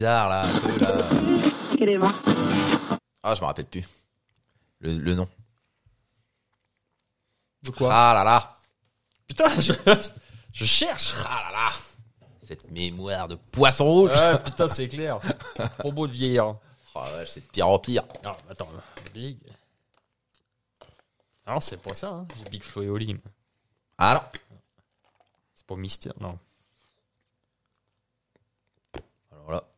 bizarre là, un peu là. Ah, je me rappelle plus. Le nom. De quoi? Ah là là. Putain, je cherche. Ah là là. Cette mémoire de poisson rouge. Ah, putain, c'est clair. Trop beau de vieillir. Oh ouais, c'est de pire en pire. Non, attends, Big. Non, c'est pas ça, hein. J'ai Big Flo et Oli. Ah non. C'est pas Mystère, non. Alors là.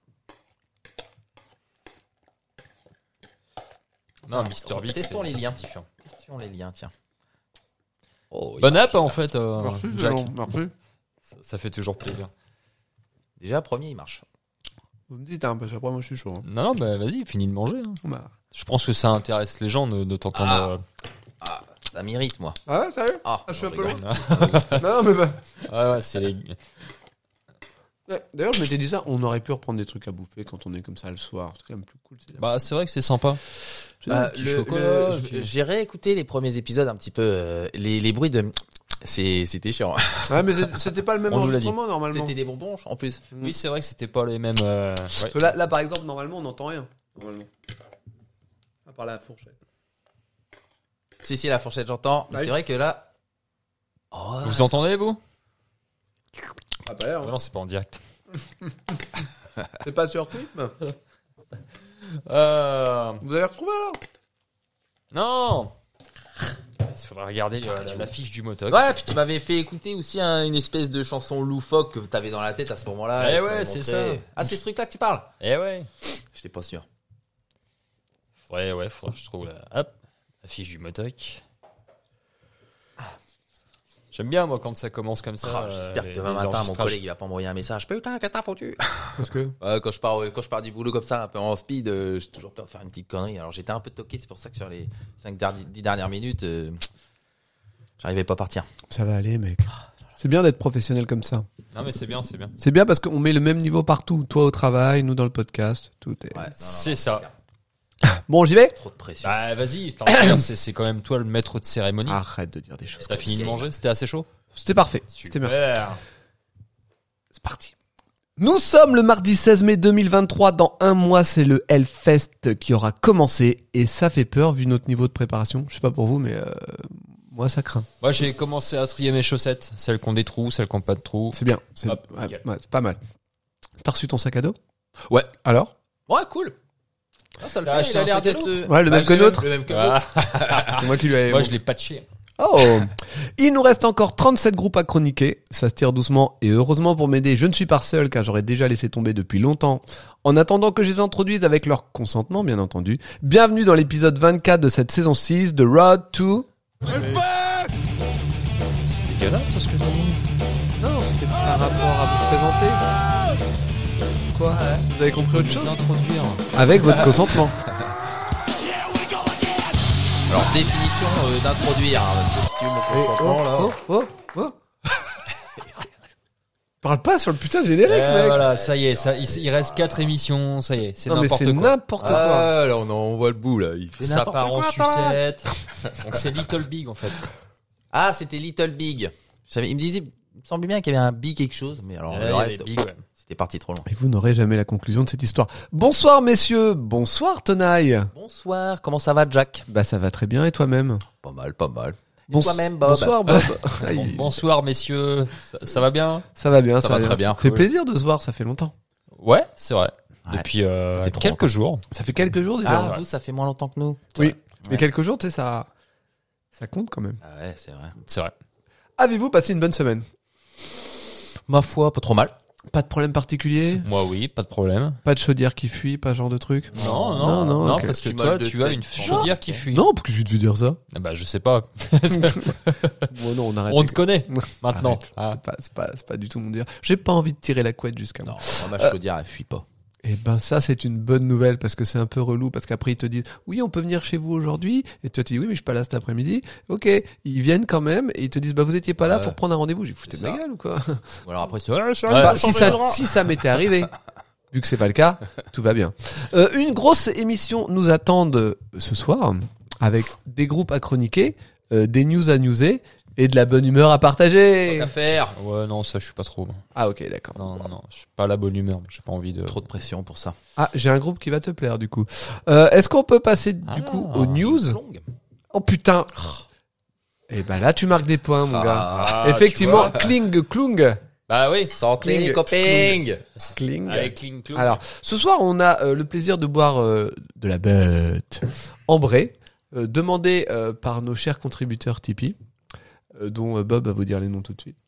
Non, Mister Big. Testons les liens. Différent. Testons les liens, tiens. Oh, Bonne app, en fait, Merci, Jack. merci. Ça fait toujours plaisir. déjà, premier, il marche. Vous me dites, hein, parce qu'après, moi, je suis chaud. Hein. Non, bah vas-y, finis de manger. Hein. Bah. Je pense que ça intéresse les gens de t'entendre. Ah, ça m'irrite, moi. Ah ouais, sérieux? Ah, Je suis un je peu rigole. loin. Non, mais bah. Ouais, c'est les. Ouais, d'ailleurs, je m'étais dit ça, on aurait pu reprendre des trucs à bouffer quand on est comme ça le soir. C'est quand même plus cool. Bah, c'est vrai que c'est sympa. J'ai réécouté les premiers épisodes un petit peu. Les bruits de. C'était chiant. Ouais, mais c'était pas le même On nous l'a dit. enregistrement normalement. C'était des bonbons en plus. Oui, c'est vrai que c'était pas les mêmes. Parce que là, par exemple, normalement, on n'entend rien. Normalement. À part la fourchette. Si, la fourchette, j'entends. Mais Oui. c'est vrai que là. Oh, Vous entendez, vous? Ah bah, Non, c'est pas en direct. c'est pas sur rythme. Vous avez retrouvé alors? Non. Il faudra regarder la fiche du motoc. Ouais, puis tu m'avais fait écouter aussi une espèce de chanson loufoque que t'avais dans la tête à ce moment-là. Eh et tu ouais, m'avais c'est montré. ça. Ah, c'est ce truc-là que tu parles? Eh ouais. J'étais pas sûr. Faudrait que je trouve la fiche du motoc. J'aime bien, moi, quand ça commence comme ça. Ah, j'espère que demain matin, mon collègue, il va pas m'envoyer un message. Putain, qu'est-ce que t'as foutu? Parce que. Ouais, quand je pars du boulot comme ça, un peu en speed, j'ai toujours peur de faire une petite connerie. Alors j'étais un peu toqué, c'est pour ça que sur les 10 dernières minutes, j'arrivais pas à partir. Ça va aller, mec. C'est bien d'être professionnel comme ça. Non, mais c'est bien, c'est bien. C'est bien parce qu'on met le même niveau partout. Toi au travail, nous dans le podcast. Tout est. Ouais, C'est ça. Bon, j'y vais? Trop de pression. Bah, vas-y. Enfin, c'est quand même toi le maître de cérémonie. Arrête de dire des choses. T'as fini de manger? C'était assez chaud? C'était parfait. C'était merci. Super. C'est parti. Nous sommes le mardi 16 mai 2023. Dans un mois, c'est le Hellfest qui aura commencé. Et ça fait peur vu notre niveau de préparation. Je sais pas pour vous, mais moi, ça craint. Moi, j'ai commencé à trier mes chaussettes. Celles qui ont des trous, celles qui n'ont pas de trous. C'est bien. C'est Hop, ouais, nickel. ouais, c'est pas mal. T'as reçu ton sac à dos? Ouais. Alors? Ouais, cool. Ah, ça le T'as fait, acheté il a un l'air sac à d'être. dos Ouais, le même que l'autre. Le même que Ah, l'autre. C'est moi qui lui ai... moi, je l'ai patché. Oh. Il nous reste encore 37 groupes à chroniquer. Ça se tire doucement. Et heureusement pour m'aider, je ne suis pas seul car j'aurais déjà laissé tomber depuis longtemps. En attendant que je les introduise avec leur consentement, bien entendu. Bienvenue dans l'épisode 24 de cette saison 6 de Road to... C'est dégueulasse, ce que ça dit. Non, c'était par rapport à vous présenter. Quoi? Vous avez compris autre chose? Introduire. Avec votre consentement. Alors, définition d'introduire. Si tu veux mon consentement, là. oh. Parle pas sur le putain de générique, mec. Voilà, ça y est, il reste 4 émissions, ça y est, c'est Non, mais n'importe c'est quoi. n'importe quoi. Ah, là, on voit le bout, là. Il fait Ça n'importe part en quoi, par là. sucette. Donc c'est Little Big en fait. Ah, c'était Little Big. Il me disait, il me semblait bien qu'il y avait un Big quelque chose, mais alors, Ouais, le il y avait reste, Big, ouais. c'était parti trop loin. Et vous n'aurez jamais la conclusion de cette histoire. Bonsoir, messieurs. Bonsoir, Tenaille. Bonsoir, comment ça va, Jack? Bah, ça va très bien. Et toi-même? Pas mal, pas mal. Et Bons- toi-même, Bob? Bonsoir, Bob. Bonsoir messieurs, ça va bien? Ça va bien, Ça va très bien. Ça fait Cool. plaisir de se voir, ça fait longtemps. Ouais, c'est vrai. Ouais, Depuis fait trop quelques longtemps. jours. Ça fait quelques jours déjà. Ah, vous, ça fait moins longtemps que nous. Oui. Mais Ouais. quelques jours, tu sais, ça compte quand même. Ah ouais, c'est vrai. C'est vrai. Avez-vous passé une bonne semaine? Ma foi, pas trop mal. Pas de problème particulier? Moi oui, pas de problème. Pas de chaudière qui fuit, pas ce genre de truc? Non, ok. parce que Tu toi mal de tu as tête. une chaudière qui fuit. Non, parce que j'ai dû dire ça. Ah bah je sais pas. Bon, non, on arrête. On te connaît maintenant. Arrête. Ah. C'est pas du tout mon dire. J'ai pas envie de tirer la couette jusqu'à Non, moi. moi, ma chaudière, elle fuit pas. Et ben ça c'est une bonne nouvelle parce que c'est un peu relou parce qu'après ils te disent oui on peut venir chez vous aujourd'hui et toi tu dis oui mais je suis pas là cet après-midi. Ok, ils viennent quand même et ils te disent bah vous étiez pas là, Ouais. faut reprendre un rendez-vous. J'ai foutu de C'est ma ça. gueule ou quoi? Ou alors après, c'est, Bah, si ça m'était arrivé, vu que c'est pas le cas, tout va bien. Une grosse émission nous attend ce soir avec des groupes à chroniquer, des news à newser Et de la bonne humeur à partager. Tant qu'à faire. Ouais, non, ça, je suis pas trop. Ah ok, d'accord. Non, je suis pas à la bonne humeur. J'ai pas envie de. Trop de pression pour ça. Ah, j'ai un groupe qui va te plaire du coup. Est-ce qu'on peut passer du coup aux news? Longue. Oh putain. Et ben là, tu marques des points, mon gars. Ah, Effectivement, tu vois. Kling, Klung. Bah oui. Santé, Kling, copains. Kling. Avec Clean Clown. Alors, ce soir, on a le plaisir de boire de la bête ambrée, demandée par nos chers contributeurs Tipeee, dont Bob va vous dire les noms tout de suite.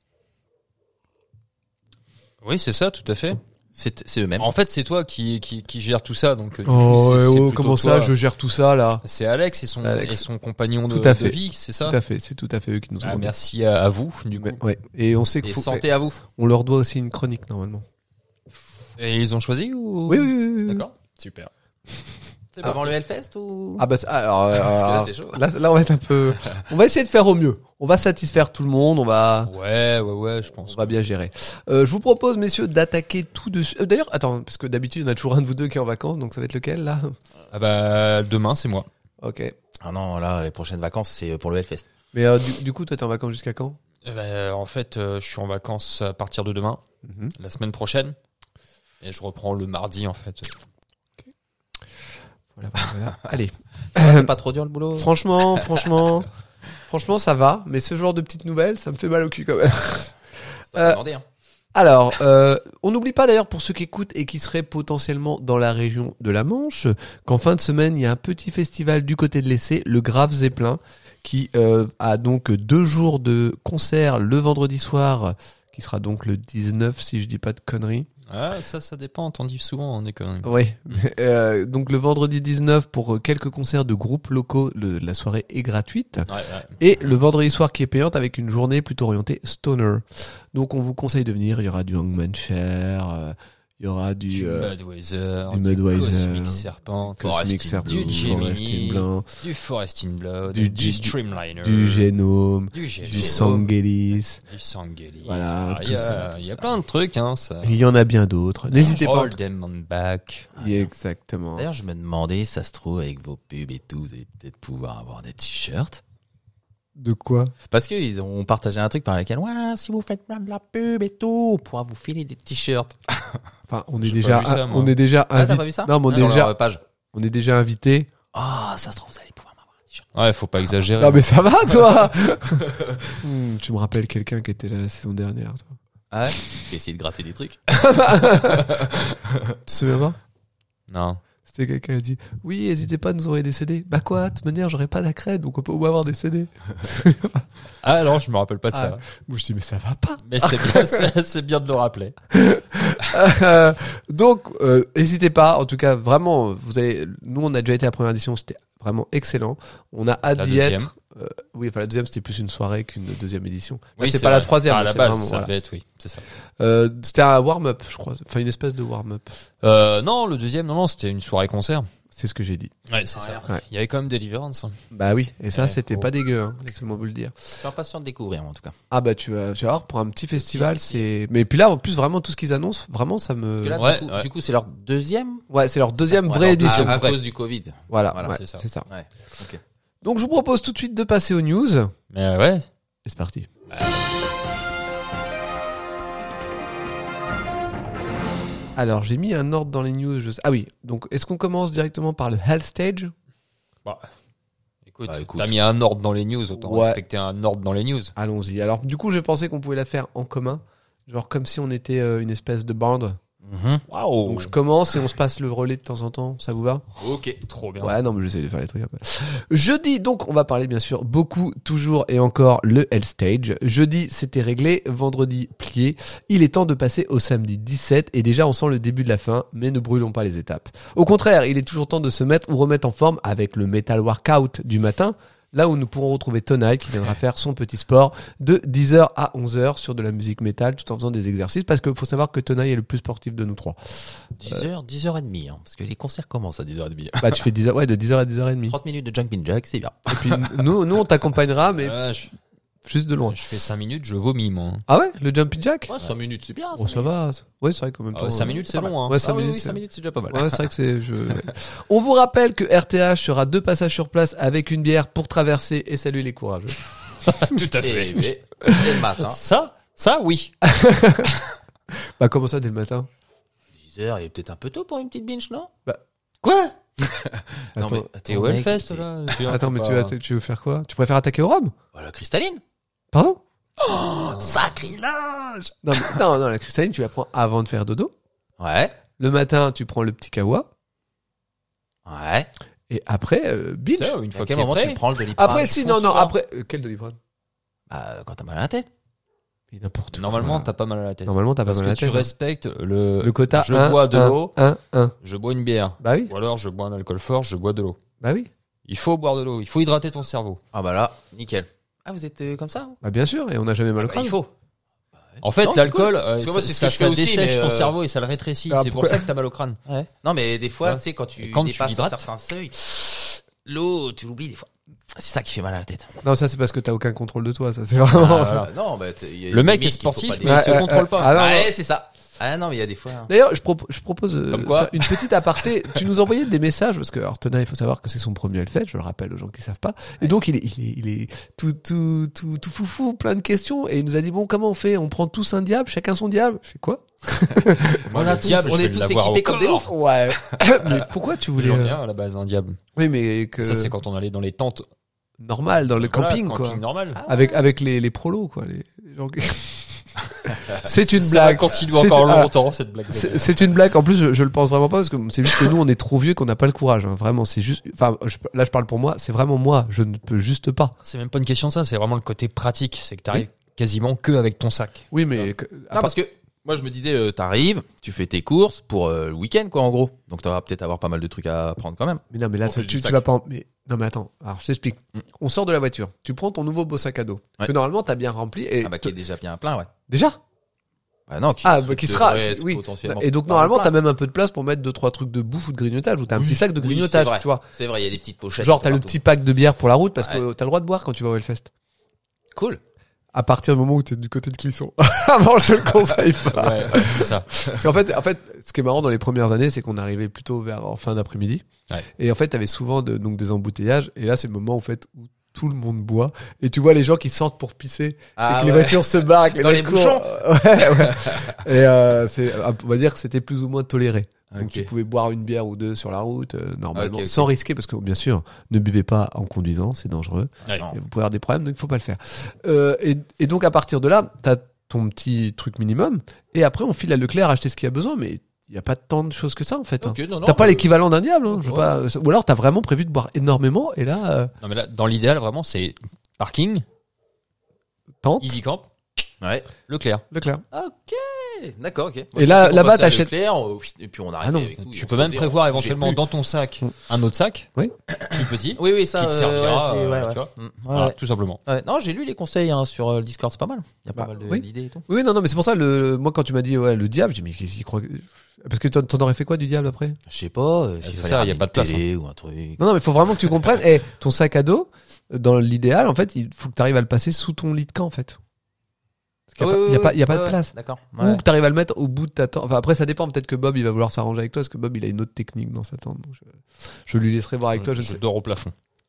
Oui, c'est ça, tout à fait. C'est eux-mêmes. En fait, c'est toi qui gère tout ça, donc. Du coup, Oh, c'est plutôt comment toi. ça, je gère tout ça, là? C'est Alex et son, C'est Alex. et son compagnon de, Tout à de fait. vie, c'est ça? Tout à fait, c'est tout à fait eux qui nous ont Ah, demandé. merci à vous, du coup. Ouais. Et on sait Et qu'il faut, santé à vous. on leur doit aussi une chronique, normalement. Et ils ont choisi ou? Oui. D'accord. Super. Avant le Hellfest ou Ah bah, alors, Parce que là, c'est chaud. là, on va être un peu, on va essayer de faire au mieux. On va satisfaire tout le monde, on va Je pense. On va bien gérer. Je vous propose, messieurs, d'attaquer tout de suite. D'ailleurs, attends, parce que d'habitude, on a toujours un de vous deux qui est en vacances, donc ça va être lequel, là? Ah bah, demain, c'est moi. Ok. Ah non, là, les prochaines vacances, c'est pour le Hellfest. Mais du coup, toi, t'es en vacances jusqu'à quand? En fait, je suis en vacances à partir de demain, la semaine prochaine. Et je reprends le mardi, en fait. Voilà. Allez. C'est pas trop dur le boulot. Franchement, ça va, mais ce genre de petites nouvelles, ça me fait mal au cul quand même. Ça demandé, hein. Alors, on n'oublie pas d'ailleurs pour ceux qui écoutent et qui seraient potentiellement dans la région de la Manche, qu'en fin de semaine, il y a un petit festival du côté de l'Essai, le Grave Zeppelin, qui a donc 2 jours de concert le vendredi soir, qui sera donc le 19 si je dis pas de conneries. Ah, ça dépend, on dit souvent, on est quand même. Oui, donc le vendredi 19 pour quelques concerts de groupes locaux, la soirée est gratuite. Ouais. Et le vendredi soir qui est payante avec une journée plutôt orientée stoner. Donc on vous conseille de venir, il y aura du Hangman Chair, il y aura du Mudweiser, du Mudweiser, Cosmic Serpent, Cosmic Forest in Serpent, Blue, du Forest in Gemini, Blanc, du Forest in Blood, du- du du- Streamliner, du Genome, du du Sangelis. du Sangeli. Voilà, il tout y ça, a, il y a plein de trucs, hein, ça. Et il y en a bien d'autres. N'hésitez pas. Hold them on back. Exactement. D'ailleurs, je me demandais, ça se trouve, avec vos pubs et tout, vous allez peut-être pouvoir avoir des t-shirts. De quoi? Parce qu'ils ont partagé un truc par lequel, ouais, si vous faites plein de la pub et tout, on pourra vous filer des t-shirts. Enfin, on est J'ai déjà, pas vu ça, moi. on est déjà Ah, t'as invité. pas vu ça? Non, mais Sur leur page. on est déjà invité. Ah, ça se trouve, vous allez pouvoir m'avoir un t-shirt. Ouais, faut pas exagérer. Non, mais ça va, toi? Tu me rappelles quelqu'un qui était là la saison dernière, toi. Ah ouais? J'ai essayé de gratter des trucs. Tu te souviens pas? Non. C'était quelqu'un qui a dit, oui, n'hésitez pas à nous envoyer des CD. Bah quoi? De toute manière, j'aurais pas d'accred, donc on peut au moins avoir des CD. Ah non, je me rappelle pas de ça. Moi, je dis, mais ça va pas. Mais c'est bien, c'est bien de le rappeler. Donc, n'hésitez pas. En tout cas, vraiment, nous, on a déjà été à la première édition, c'était vraiment excellent. On a hâte La d'y deuxième. être. Oui, enfin, la deuxième, c'était plus une soirée qu'une deuxième édition. Là, Oui, c'est pas la vrai. troisième. Ah, à là, la c'est base, vraiment, ça voilà. devait être, oui, c'est ça. C'était un warm-up, je crois. Enfin, une espèce de warm-up. Non, le deuxième, non, c'était une soirée concert. C'est ce que j'ai dit. Ouais, c'est ça. Ouais. Il y avait quand même Deliverance. Hein. Bah oui. Et ça, Ouais, c'était oh. pas dégueu, hein. Laissez-moi vous le dire. Je suis impatient de découvrir, en tout cas. Ah bah tu vas voir, pour un petit festival, c'est... Mais puis là, en plus, vraiment, tout ce qu'ils annoncent, vraiment, ça me... Parce que là, Ouais, du coup, c'est leur deuxième Ouais, c'est leur deuxième Ouais, vraie alors, édition. à Ouais. cause du Covid. Voilà, Voilà, ouais, c'est ça. c'est ça. Ouais. Ok. Donc, je vous propose tout de suite de passer aux news. Et Mais ouais. c'est parti. Alors, j'ai mis un ordre dans les news. Ah oui, donc, est-ce qu'on commence directement par le Hell Stage? Bah, écoute, Bah, écoute. t'as mis un ordre dans les news, autant Ouais. respecter un ordre dans les news. Allons-y. Alors, du coup, j'ai pensé qu'on pouvait la faire en commun. Genre comme si on était une espèce de bande. Waouh. Donc, je commence et on se passe le relais de temps en temps. Ça vous va? Ok. Trop bien. Ouais, non, mais j'essaie de faire les trucs un peu. Jeudi, donc, on va parler bien sûr beaucoup, toujours et encore le Hell Stage. Jeudi, c'était réglé. Vendredi, plié. Il est temps de passer au samedi 17. Et déjà, on sent le début de la fin, mais ne brûlons pas les étapes. Au contraire, il est toujours temps de se mettre ou remettre en forme avec le Metal Workout du matin. Là où nous pourrons retrouver Tonight qui viendra faire son petit sport de 10h à 11h sur de la musique métal tout en faisant des exercices parce qu'il faut savoir que Tonight est le plus sportif de nous trois. 10h30, hein, parce que les concerts commencent à 10h30. Bah, tu fais 10h, ouais, de 10h à 10h30. 30 minutes de jumping jack, c'est bien. Et puis, nous, on t'accompagnera, mais Ouais, juste de loin. je fais 5 minutes, je vomis, moi. Ah ouais, le jumping jack? Ouais, 5 minutes, c'est bien. Oh, ça va. Ouais, c'est vrai qu'en même temps. 5 minutes, c'est pas long, hein. Ouais, 5 Ah oui, minutes. oui, c'est- 5 minutes, c'est déjà pas mal. Ouais, c'est vrai que c'est. On vous rappelle que RTH sera 2 passages sur place avec une bière pour traverser et saluer les courageux. Tout à fait. Et le matin, Ça, oui. Bah, comment ça, dès le matin? 10h, il est peut-être un peu tôt pour une petite binge, non? Quoi? Non, mais T'es au mec, Hellfest, c'est- là? Attends, mais tu veux faire quoi? Tu préfères attaquer au rhum? Voilà, cristalline. Pardon? Sacrilège! Non, la cristalline, tu la prends avant de faire dodo. Ouais. Le matin, tu prends le petit kawa. Ouais. Et après, binge. Ça, une À fois que quel t'es moment prêt. tu prends le Doliprane? Après, si, non, François. après, quel Doliprane? Bah, quand t'as mal à la tête. Mais n'importe Normalement, quoi. t'as pas mal à la tête. Normalement, t'as pas Parce mal à que la tu tête. respectes Le quota je 1, bois de 1, l'eau. 1, 1. Je bois une bière. Bah oui, Ou alors je bois un alcool fort, je bois de l'eau. bah oui. Il faut boire de l'eau. Il faut hydrater ton cerveau. Ah bah là, nickel. Ah, vous êtes comme ça? Bah bien sûr, et on n'a jamais mal au Bah, crâne. il faut. En fait, Non, c'est l'alcool, cool. Parce que moi, c'est ce ça, que je fais ça aussi, dessèche mais, ton cerveau et ça le rétrécit. Alors, C'est pour pourquoi- ça que t'as mal au crâne. Ouais. Non, mais des fois, Ouais. tu sais, quand tu Quand tu dépasses un hydrates. certain seuil, l'eau, tu l'oublies des fois. C'est ça qui fait mal à la tête. Non, ça c'est parce que t'as aucun contrôle de toi, ça c'est vraiment... Voilà. Non, bah, y a Le une mec est limite qu'il faut sportif, pas mais il se Ouais, contrôle pas. ah non, Ouais, c'est ça. Ah non, mais il y a des fois. Hein. D'ailleurs, je propose Comme quoi faire une petite aparté. Tu nous envoyais des messages parce que Ortona, il faut savoir que c'est son premier Hellfest, je le rappelle aux gens qui savent pas. Et donc il est tout foufou, plein de questions. Et il nous a dit bon, comment on fait? On prend tous un diable, chacun son diable. Je fais quoi? Moi, On a le tous- diable, on je est vais tous l'avoir équipés au comme des corps. oufs. Ouais. Mais pourquoi tu voulais J'en ai un à la base, un diable. Oui, mais que Ça, c'est quand on allait dans les tentes. normal dans le Voilà, camping quoi. camping normal. Avec les prolos quoi. Les gens qui- c'est une Ça va blague. continuer C'est- encore ah, longtemps, cette blague. C'est une blague. En plus, je le pense vraiment pas parce que c'est juste que nous, on est trop vieux qu'on n'a pas le courage. Hein. Vraiment, c'est juste. Enfin, là, je parle pour moi. C'est vraiment moi. Je ne peux juste pas. C'est même pas une question de ça, c'est vraiment le côté pratique. C'est que t'arrives quasiment que avec ton sac. Oui, mais Non, parce que moi, je me disais, t'arrives, tu fais tes courses pour le week-end, quoi, en gros. Donc, tu vas peut-être avoir pas mal de trucs à prendre quand même. mais non, mais là, En plus tu du sac. vas pas. Mais non, mais attends. Alors, je t'explique. Mm. On sort de la voiture. Tu prends ton nouveau beau sac à dos Ouais. que normalement t'as bien rempli et Ah bah, qui est déjà bien plein, ouais. déjà. Bah non, Qui sera. devrait être Oui. potentiellement Et donc pas normalement plein. t'as même un peu de place pour mettre 2-3 trucs de bouffe ou de grignotage ou t'as un Oui, petit sac de oui, grignotage, c'est vrai. tu vois. C'est vrai, il y a des petites pochettes. Genre t'as le partout. petit pack de bière pour la route parce Ouais. que t'as le droit de boire quand tu vas au Hellfest. Cool. À partir du moment où t'es du côté de Clisson. Avant, je te le conseille pas. Ouais, c'est ça. Parce qu'en fait, ce qui est marrant dans les premières années, c'est qu'on arrivait plutôt vers en fin d'après-midi. Ouais. Et en fait, t'avais souvent donc des embouteillages. Et là, c'est le moment en fait où tout le monde boit. Et tu vois les gens qui sortent pour pisser. et Ah, que les ouais. voitures se barrent. que Dans mecs les courent. bouchons. Ouais. Et on va dire que c'était plus ou moins toléré. Donc Ok. tu pouvais boire une bière ou deux sur la route, normalement. Ok, ok. Sans risquer, parce que bien sûr, ne buvez pas en conduisant, c'est dangereux. Ouais. Non. Et vous pouvez avoir des problèmes, donc il faut pas le faire. Et donc à partir de là, t'as ton petit truc minimum, et après on file à Leclerc acheter ce qu'il y a besoin, mais il y a pas tant de choses que ça en fait. Hein. Ok, non, non, T'as pas mais- l'équivalent d'un diable, hein, je veux Ouais. pas. Ou alors t'as vraiment prévu de boire énormément, et là, Non, mais là, dans l'idéal, vraiment, c'est parking, tente, Easy Camp, Ouais. Leclerc. Leclerc. Ok. D'accord, ok. Et là- là-bas, t'achètes- Et puis on arrive Ah non. avec tout. Tu et on peux se même posait, prévoir on éventuellement bougeait dans ton sac Mm. un autre sac, Oui. plus petit, plus. Oui, oui, ça. qui te servira, ouais, tu ouais. vois. Mm, ouais, Voilà, ouais. tout simplement. Ouais, non, j'ai lu les conseils hein, sur le Discord, c'est pas mal. Il y a pas Bah, mal oui. d'idées et tout. Oui, non, mais c'est pour ça, moi quand tu m'as dit ouais, le diable, j'ai dit mais qu'est-ce qu'il croit parce que t'en aurais fait quoi du diable après? Je sais pas. S'il c'est fallait ça, ramener y a pas de une place, télé ou un truc. Non, mais il faut vraiment que tu comprennes. Et ton sac à dos, dans l'idéal, en fait, il faut que tu arrives à le passer sous ton lit de camp, en fait. Parce qu'il y a pas de place. D'accord. Ou que tu arrives à le mettre au bout de ta tente. Enfin, après, ça dépend. Peut-être que Bob, il va vouloir s'arranger avec toi, parce que Bob, il a une autre technique dans sa tente. Donc je lui laisserai voir avec toi. Je ne sais. dors au plafond.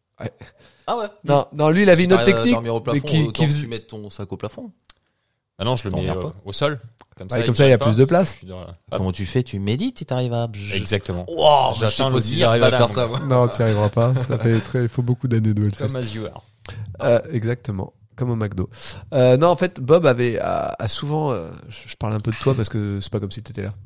Ah ouais. Non, lui, il avait une autre T'arrives à technique. dormir au mais plafond, qui autant que faisait- tu mets ton sac au plafond. Ah non, je le T'en mets reviens pas. au sol. Comme Ouais, comme ça, il y a me plus gêne de pas. place. Je suis dans la- Hop. Comment tu fais? Tu médites et t'arrives à. Exactement. Wow, je sais J'atteins pas le si dire j'arrive à madame. faire ça, moi. Non, tu n'y arriveras pas. Il faut beaucoup d'années de Hellfest. Comme as you are. Exactement. Comme au McDo. Non, en fait, Bob a souvent. Je parle un peu de toi parce que c'est pas comme si t'étais là.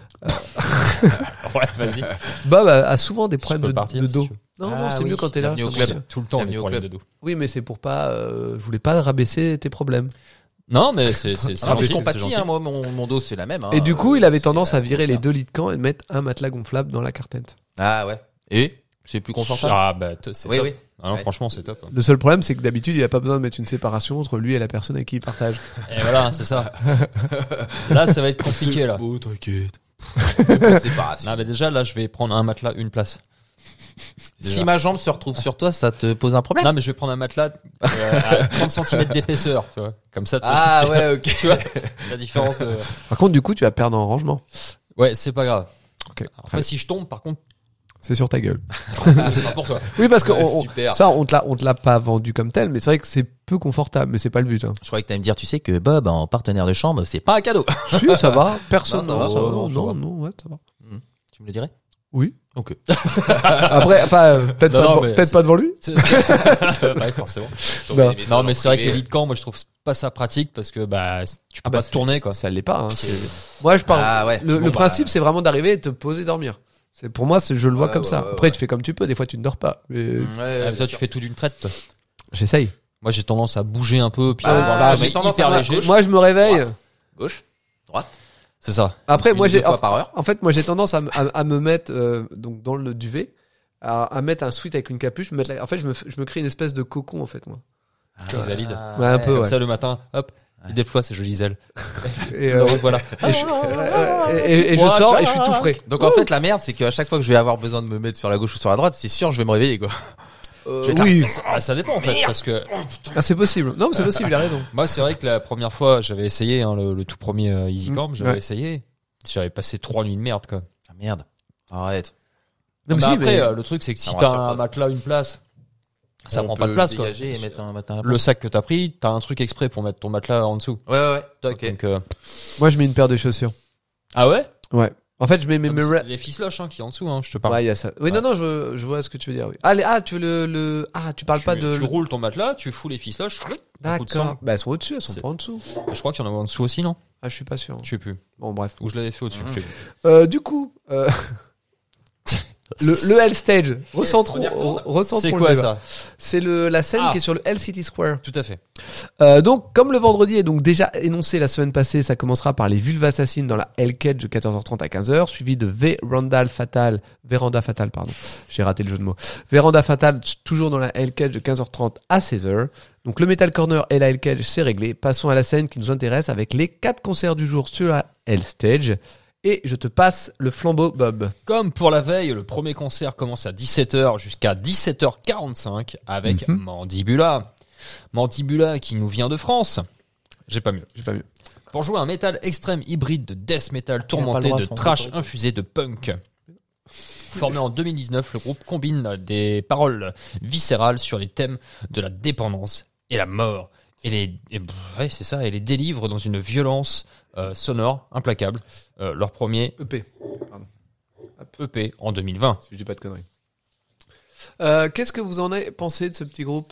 Ouais, vas-y. Bob a souvent des problèmes peux partir, de si dos. tu veux. Non, Ah non, c'est oui, mieux quand t'es là. bienvenue au ça club. marche. Tout le temps, Bienvenue des au problèmes club. de dos. Oui, mais c'est pour pas. Je voulais pas rabaisser tes problèmes. Non, mais c'est Ah, mais gentil, je c'est compatis, gentil. hein, moi, mon dos, c'est la même. Hein. Et du coup, il avait C'est tendance à la- virer les 2 lits de camp et de mettre un matelas gonflable dans la cartente. Ah ouais. Et c'est plus confortable. Ah bah c'est Oui, top. oui. Ah non, Ouais. franchement, c'est top. Le seul problème, c'est que d'habitude, il a pas besoin de mettre une séparation entre lui et la personne avec qui il partage. Et voilà, c'est ça. Là, ça va être compliqué là. Oh, t'inquiète. Séparation. Non, mais déjà là, je vais prendre un matelas, une place. Si ma jambe se retrouve sur toi, ça te pose un problème? Non, mais je vais prendre un matelas à 30 cm d'épaisseur, tu vois. Comme ça, Ah ouais, ok. tu vois la différence de. Par contre, du coup, tu vas perdre en rangement. Ouais, c'est pas grave. Ok. Après, si je tombe, par contre, C'est sur ta gueule. C'est pas pour toi. Oui, parce que Super. ça, on te l'a pas vendu comme tel, mais c'est vrai que c'est peu confortable, mais c'est pas le but. Hein. Je croyais que t'allais me dire, tu sais que Bob, en partenaire de chambre, c'est pas un cadeau. Si, ça va. Personne, Non, ça va, non, ouais, ça va. Tu me le dirais? Oui. Ok. Après, enfin, peut-être Non, pas, non, mais peut-être pas devant lui. Ouais, forcément. Non. Non, mais c'est vrai que les lits de camp, moi, je trouve pas ça pratique parce que, tu peux pas te tourner, quoi. Ça l'est pas. Hein, moi, je parle. Ah ouais. Le Bon, principe, c'est vraiment d'arriver et de te poser dormir. C'est pour moi, je le vois Ouais, comme ouais, ça. ouais, Après, ouais. tu fais comme tu peux. Des fois, tu ne dors pas. Mais Ah, mais toi, tu fais tout d'une traite, toi. j'essaye. Moi, j'ai tendance à bouger un peu, puis Ah, avoir bah, le j'ai sommeil tendance hyper à léger. gauche. Moi, je me réveille. Gauche, droite. C'est ça. Après, moi, j'ai. Deux fois par heure. En fait, moi, j'ai tendance à me mettre donc dans le duvet, à mettre un sweat avec une capuche. En fait, je me crée une espèce de cocon, en fait, moi. Chrysalide. Ouais, un peu, Comme ouais. ça, le matin, hop, il déploie ses jolies ailes. Et, Le revoilà. et je sors et je suis tout frais. Donc en fait, la merde, c'est qu'à chaque fois que je vais avoir besoin de me mettre sur la gauche ou sur la droite, c'est sûr, je vais me réveiller, quoi. Oui, Ça dépend, en fait, parce que ah, c'est possible. Non, mais c'est possible, il a raison. moi, c'est vrai que la première fois, j'avais essayé, hein, le tout premier EasyCamp, j'avais Ouais. essayé. J'avais passé 3 nuits de merde, quoi. Ah merde. Arrête. Non, Mais si, après, mais- le truc, c'est que si Ça me t'as rassure un pas. matelas, une place, ça On prend pas de peut place, le quoi. dégager et mettre un matelas. Le sac que t'as pris, t'as un truc exprès pour mettre ton matelas en dessous. Ouais, ouais, ouais. Toc, Ok. donc, moi, je mets une paire de chaussures. Ah ouais? Ouais. En fait, je mets mes C'est les ficeloches, hein, qui est en dessous, hein, je te parle. Ouais, il y a ça. Oui, Ouais. non, je vois ce que tu veux dire. Oui. Tu veux tu parles pas de. Tu roules ton matelas, tu fous les ficeloches. un coup de D'accord. sang. Bah, elles sont au-dessus, elles sont C'est- pas en dessous. Je crois qu'il y en a en dessous aussi, non? Ah, je suis pas sûr. Je sais plus. Bon, bref. Ou je l'avais fait au-dessus. je sais plus. Du coup, le Hell Stage. Recentrons, on y retourne. recentrons C'est le quoi débat. ça? C'est la scène Ah. qui est sur le Hell City Square. Tout à fait. Donc, comme le vendredi est donc déjà énoncé la semaine passée, ça commencera par les Vulva Assassines dans la Hell Cage de 14h30 à 15h, suivi de Veranda Fatale, pardon. J'ai raté le jeu de mots. Veranda Fatale, toujours dans la Hell Cage de 15h30 à 16h. Donc, le Metal Corner et la Hell Cage, c'est réglé. Passons à la scène qui nous intéresse avec les 4 concerts du jour sur la Hell Stage. Et je te passe le flambeau, Bob. Comme pour la veille, le premier concert commence à 17h jusqu'à 17h45 avec Mandibula. Mandibula qui nous vient de France. J'ai pas mieux. J'ai pas mieux. Pour jouer un métal extrême hybride de death metal Il a pas tourmenté le droit à de son trash truc. infusé de punk. Formé en 2019, le groupe combine des paroles viscérales sur les thèmes de la dépendance et la mort. Ouais, c'est ça, et les délivre dans une violence sonore implacable. Leur premier EP. EP en 2020. Si je dis pas de conneries. Qu'est-ce que vous en avez pensé de ce petit groupe?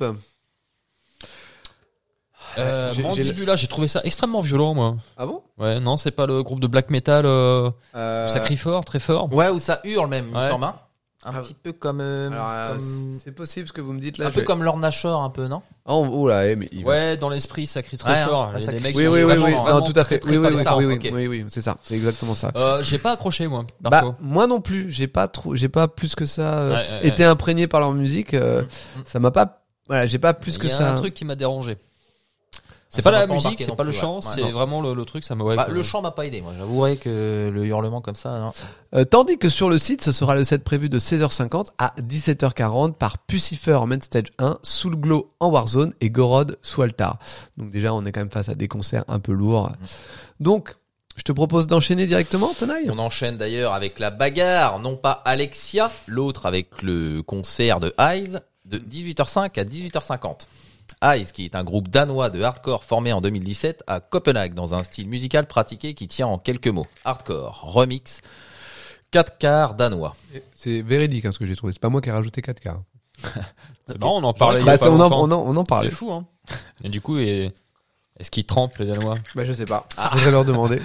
j'ai- Mandibula, j'ai trouvé ça extrêmement violent, moi. Ah bon? Ouais, non, c'est pas le groupe de black metal ça crie fort, très fort. Ouais, où ça hurle même, il me Ouais. semble. Hein. Un Ah, petit peu comme. Alors, comme- c'est possible ce que vous me dites là. un peu comme Lorna Shore, un peu, non? Oh là, mais Ouais, dans l'esprit, ça crie très Ouais, fort. hein, Les ça mecs crie- Oui, sont oui, oui, vraiment, oui. vraiment Non, tout à fait. très, Oui, très oui, oui, ça, oui, oui, ok. oui, oui, c'est ça. C'est exactement ça. J'ai pas accroché, moi, perso. Bah, moi non plus. J'ai pas plus que ça Ouais, été imprégné par leur musique. Ça m'a pas. Voilà, j'ai pas plus que Il y a ça. un truc qui m'a dérangé. C'est Ça pas m'a la pas musique, embarqué c'est non pas le plus, chant, ouais. c'est Ouais, non. vraiment le truc, ça m'a... Le chant m'a pas aidé, moi. J'avouerais que le hurlement comme ça, non. Tandis que sur le site, ce sera le set prévu de 16h50 à 17h40 par Pucifer en Main Stage 1, Soul Glow en Warzone et Gorod sous Altar. Donc déjà, on est quand même face à des concerts un peu lourds. Donc, je te propose d'enchaîner directement, Tenaille. On enchaîne d'ailleurs avec la bagarre, non pas Alexia, l'autre avec le concert de Eyes de 18h05 à 18h50. Eyes, qui est un groupe danois de hardcore formé en 2017 à Copenhague dans un style musical pratiqué qui tient en quelques mots. Hardcore, remix, 4 quarts danois. C'est véridique ce que j'ai trouvé. C'est pas moi qui ai rajouté 4K. C'est marrant, on en parlait il y Bah, a pas on longtemps. en C'est parlait. fou, hein. Et du coup, est-ce qu'ils trempent, les Danois? Bah, je sais pas. Je vais leur demander.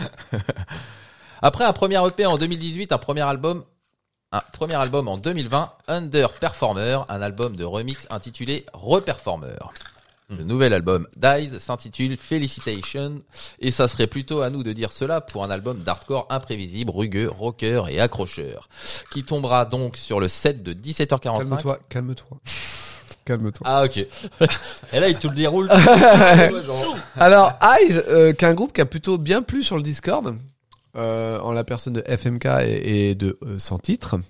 Après un premier EP en 2018, un premier album en 2020, Underperformer, un album de remix intitulé Reperformer. Le nouvel album d'Eyes s'intitule Felicitation et ça serait plutôt à nous de dire cela pour un album d'hardcore imprévisible, rugueux, rocker et accrocheur qui tombera donc sur le set de 17h45. Calme-toi. Ah ok. Et là, ils te le déroulent. Alors, Eyes, qu'un groupe qui a plutôt bien plu sur le Discord, en la personne de FMK et de Sans Titre,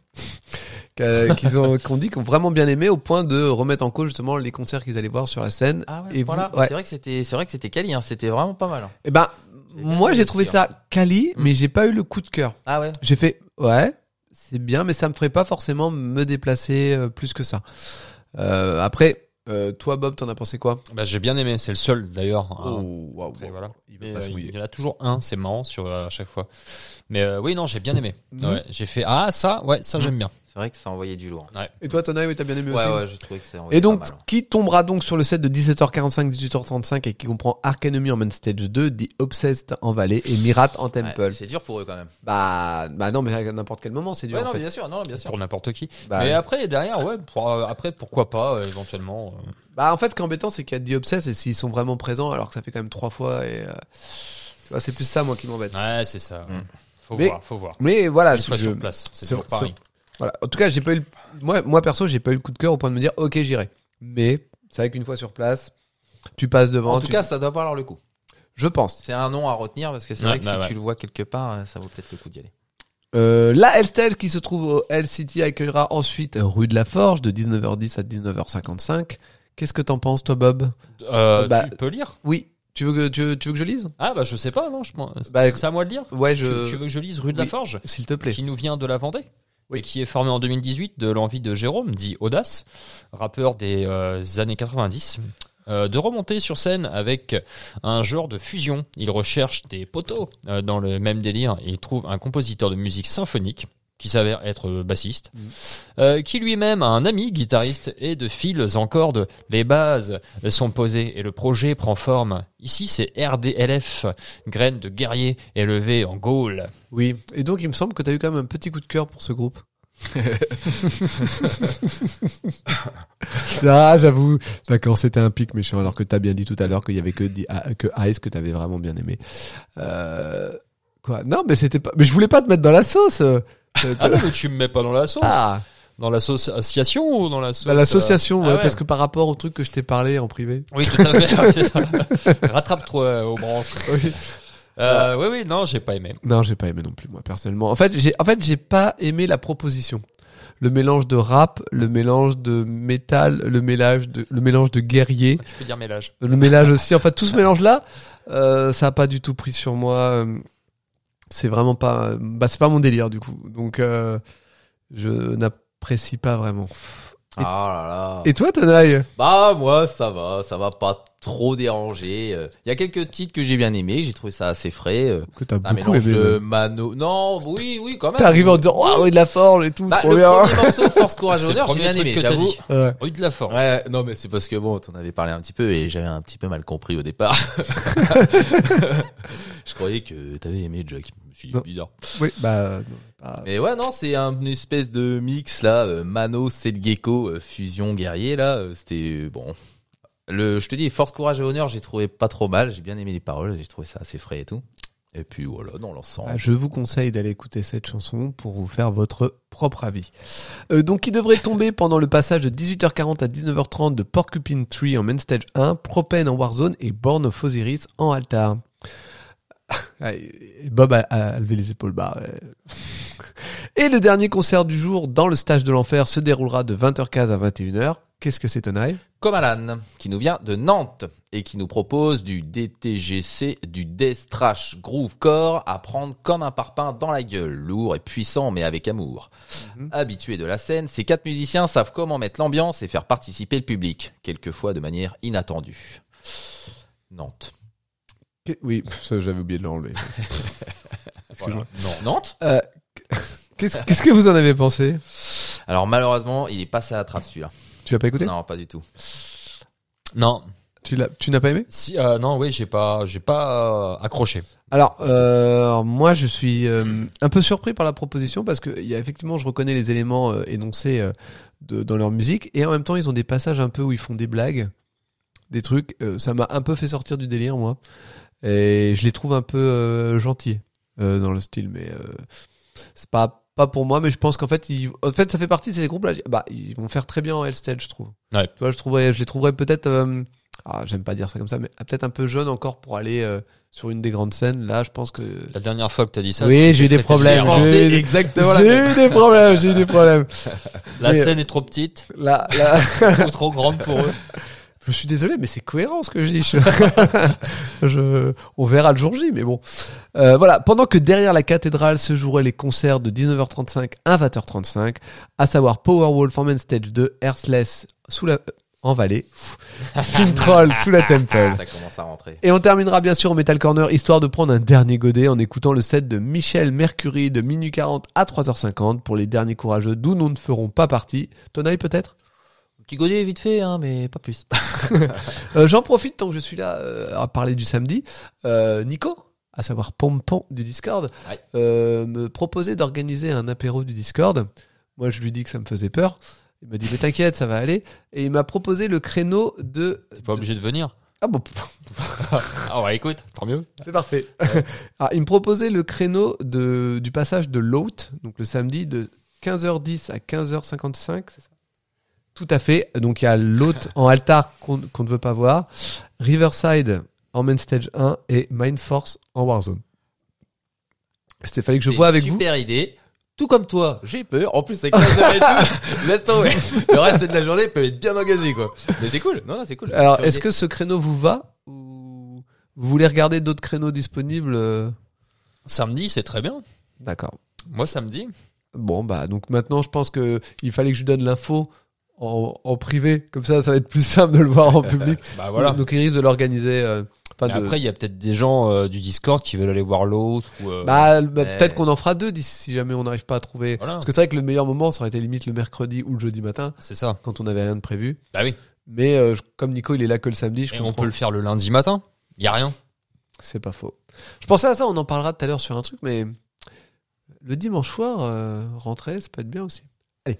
qu'on dit qu'ils ont vraiment bien aimé au point de remettre en cause justement les concerts qu'ils allaient voir sur la scène. Ah ouais, Et voilà. ouais. C'est vrai que c'était quali, hein. C'était vraiment pas mal. Hein. Et ben, J'ai bien moi aimé j'ai trouvé aussi, ça quali, mais j'ai pas eu le coup de cœur. Ah ouais. J'ai fait, ouais, c'est bien, mais ça me ferait pas forcément me déplacer plus que ça. Après, toi Bob, t'en as pensé quoi? Bah, j'ai bien aimé, c'est le seul d'ailleurs. Hein. Waouh. Et voilà. Il veut Mais, pas se mouiller. il y en a toujours un, c'est marrant à chaque fois. Mais oui, non, j'ai bien aimé. Mhm. Ouais, j'ai fait ça j'aime bien. C'est vrai que ça envoyait du lourd. Et toi Tonai, oui, t'as bien aimé aussi? Ouais, j'ai trouvé que ça envoyait Et donc, pas mal. qui tombera donc sur le set de 17h45, 18h35 et qui comprend Arc Enemy en Main Stage 2, The Obsessed en Valley et Mirat en Temple. Ouais, c'est dur pour eux quand même. Bah non, mais à n'importe quel moment, c'est dur. Ouais, en non, fait. mais bien sûr, non, bien sûr. Pour n'importe qui. Bah, Mais après, derrière, ouais, après, pourquoi pas, éventuellement. Bah en fait, ce qui est embêtant, c'est qu'il y a The Obsessed et s'ils sont vraiment présents, alors que ça fait quand même 3 fois et tu vois, c'est plus ça moi qui m'embête. Ouais, c'est ça. Mais- Faut voir. Mais voilà, Une fois je- sur place, c'est c'est- toujours pareil. voilà. En tout cas, j'ai pas eu moi perso, j'ai pas eu le coup de cœur au point de me dire OK, j'irai. Mais c'est vrai qu'une fois sur place, tu passes devant. En tout cas, ça doit valoir le coup. je pense. C'est un nom à retenir parce que c'est Ouais, vrai que si ouais. tu le vois quelque part, ça vaut peut-être le coup d'y aller. La Hellstage qui se trouve au Hell City accueillera ensuite rue de la Forge de 19h10 à 19h55. Qu'est-ce que t'en penses, toi, Bob? Bah, Tu peux lire? Oui. Tu veux que je lise? Ah, bah, je sais pas, non, je pense. Bah, C'est à moi de lire? Ouais, Tu veux que je lise Rue de la Oui. Forge? S'il te plaît. Qui nous vient de la Vendée? Oui. Et qui est formé en 2018 de l'envie de Jérôme, dit Audace, rappeur des années 90, de remonter sur scène avec un genre de fusion. Il recherche des poteaux dans le même délire. Il trouve un compositeur de musique symphonique qui s'avère être bassiste, qui lui-même a un ami guitariste et de fils en cordes. Les bases sont posées et le projet prend forme. Ici, c'est RDLF, graine de guerrier élevée en Gaule. Oui. Et donc, il me semble que t'as eu quand même un petit coup de cœur pour ce groupe. Ah, j'avoue. D'accord, c'était un pic méchant, alors que t'as bien dit tout à l'heure qu'il y avait que Ice que t'avais vraiment bien aimé. Quoi? Non, mais c'était pas. Mais je voulais pas te mettre dans la sauce. Ah non, mais tu me mets pas dans la sauce. Ah, Dans l'association ou dans la sauce bah, l'association, ouais, ouais. parce que par rapport au truc que je t'ai parlé en privé. Oui, tout à fait, ouais, c'est ça. Rattrape-toi aux branches. Oui. Oui, non, j'ai pas aimé. Non, j'ai pas aimé non plus, moi, personnellement. En fait, j'ai pas aimé la proposition. Le mélange de rap, le mélange de métal, le mélange de guerrier, Tu peux dire mélange. le mélange aussi. En fait, tout ce mélange-là, ça a pas du tout pris sur moi. C'est vraiment pas, c'est pas mon délire, du coup. Donc, je n'apprécie pas vraiment. Ah là là. Et toi, Tonai? Bah moi ça va pas trop déranger. Il y a quelques titres que j'ai bien aimés, j'ai trouvé ça assez frais. Que t'as Un beaucoup mélange aimé. de Mano. Non, oui quand même. T'es arrivé en disant, oh, oui, de la forge et tout, Bah, trop le bien. premier morceau, Force Courage C'est le Honneur, j'ai premier bien truc aimé, que t'as j'avoue. dit. Ouais. Rue de la Forge. Ouais, non mais c'est parce que bon, t'en avais parlé un petit peu et j'avais un petit peu mal compris au départ. Je croyais que t'avais aimé Jack. Je me suis dit Non. bizarre. Oui, bah, non, pas- Mais ouais, non, c'est une espèce de mix là, Mano, Seth Gecko, fusion guerrier là. C'était bon. Je te dis, Force Courage et Honneur, j'ai trouvé pas trop mal. J'ai bien aimé les paroles, j'ai trouvé ça assez frais et tout. Et puis voilà, dans l'ensemble. Ah, je vous conseille d'aller écouter cette chanson pour vous faire votre propre avis. Donc, qui devrait tomber pendant le passage de 18h40 à 19h30 de Porcupine Tree en Main Stage 1, Propane en Warzone et Born of Osiris en Altar. Ah, et Bob a levé les épaules bas. Et le dernier concert du jour dans le stage de l'enfer se déroulera de 20h15 à 21h. Qu'est-ce que c'est, Tonai? Comme Alan, qui nous vient de Nantes et qui nous propose du DTGC, du Death Trash Groovecore à prendre comme un parpaing dans la gueule, lourd et puissant mais avec amour. Habitués de la scène, ces 4 musiciens savent comment mettre l'ambiance et faire participer le public, quelquefois de manière inattendue. Nantes. Oui, ça, j'avais oublié de l'enlever. Voilà. Non. Nantes? Qu'est-ce que vous en avez pensé? Alors malheureusement, il est passé à la trappe celui-là. Tu l'as pas écouté? Non, pas du tout. Non. Tu n'as pas aimé? Si, non, oui, j'ai pas accroché. Alors, moi, je suis un peu surpris par la proposition parce que il y a effectivement, je reconnais les éléments énoncés dans leur musique et en même temps, ils ont des passages un peu où ils font des blagues, des trucs. Ça m'a un peu fait sortir du délire, moi, et je les trouve un peu gentils dans le style, mais c'est pas pour moi. Mais je pense qu'en fait, ça fait partie de ces groupes-là. Bah, ils vont faire très bien en Hellstage, je trouve. Ouais. Tu vois, je les trouverais peut-être. J'aime pas dire ça comme ça, mais peut-être un peu jeune encore pour aller sur une des grandes scènes. Là, je pense que. La dernière fois que t'as dit ça. Oui, tu j'ai eu t'es des fait problèmes. plaisir. J'ai eu des problèmes. La Mais- scène est trop petite Là, ou trop grande pour eux. Je suis désolé, mais c'est cohérent ce que je dis. On verra le jour J, mais bon. Voilà. Pendant que derrière la cathédrale se joueraient les concerts de 19h35 à 20h35, à savoir Powerwolf en Main Stage 2, Earthless en vallée, Fintroll sous la Temple. Ça commence à rentrer. Et on terminera bien sûr au Metal Corner, histoire de prendre un dernier godet en écoutant le set de Michel Mercury de minuit 40 à 3h50 pour les derniers courageux, d'où nous ne ferons pas partie. Ton œil peut-être? Petit godet vite fait, hein, mais pas plus. J'en profite tant que je suis là à parler du samedi. Nico, à savoir Pompon du Discord, me proposait d'organiser un apéro du Discord. Moi, je lui dis que ça me faisait peur. Il m'a dit mais t'inquiète, ça va aller. Et il m'a proposé le créneau de... T'es pas obligé de venir. Ah bon, Ah ouais, écoute, tant mieux. c'est parfait. Alors, il me proposait le créneau du passage de l'Hôte, donc le samedi de 15h10 à 15h55, c'est ça? Tout à fait. Donc il y a l'Hôte en altar qu'on ne veut pas voir, Riverside en Main Stage 1 et Mindforce en Warzone. Il fallait que je C'est vois avec une vous. super idée. Tout comme toi, j'ai peur. En plus, c'est 15h et tout. Laisse tomber. Le reste de la journée peut être bien engagé, quoi. Mais c'est cool. Non, c'est cool. Alors, Super est-ce idée. que ce créneau vous va ou vous voulez regarder d'autres créneaux disponibles Samedi, c'est très bien. D'accord. Moi, samedi. Bon, bah donc maintenant, je pense que il fallait que je lui donne l'info en privé. Comme ça va être plus simple de le voir en public. Bah voilà. Donc, il risque de l'organiser. Mais après, il y a peut-être des gens du Discord qui veulent aller voir l'autre. Ou, Peut-être qu'on en fera deux si jamais on n'arrive pas à trouver. Voilà. Parce que c'est vrai que le meilleur moment, ça aurait été limite le mercredi ou le jeudi matin, C'est ça. quand on n'avait rien de prévu. Bah oui. Mais comme Nico, il est là que le samedi, je Et on comprends. peut le faire le lundi matin. Y a rien. C'est pas faux. Je pensais à ça, on en parlera tout à l'heure sur un truc, mais le dimanche soir, rentrer, ça peut être bien aussi. Allez.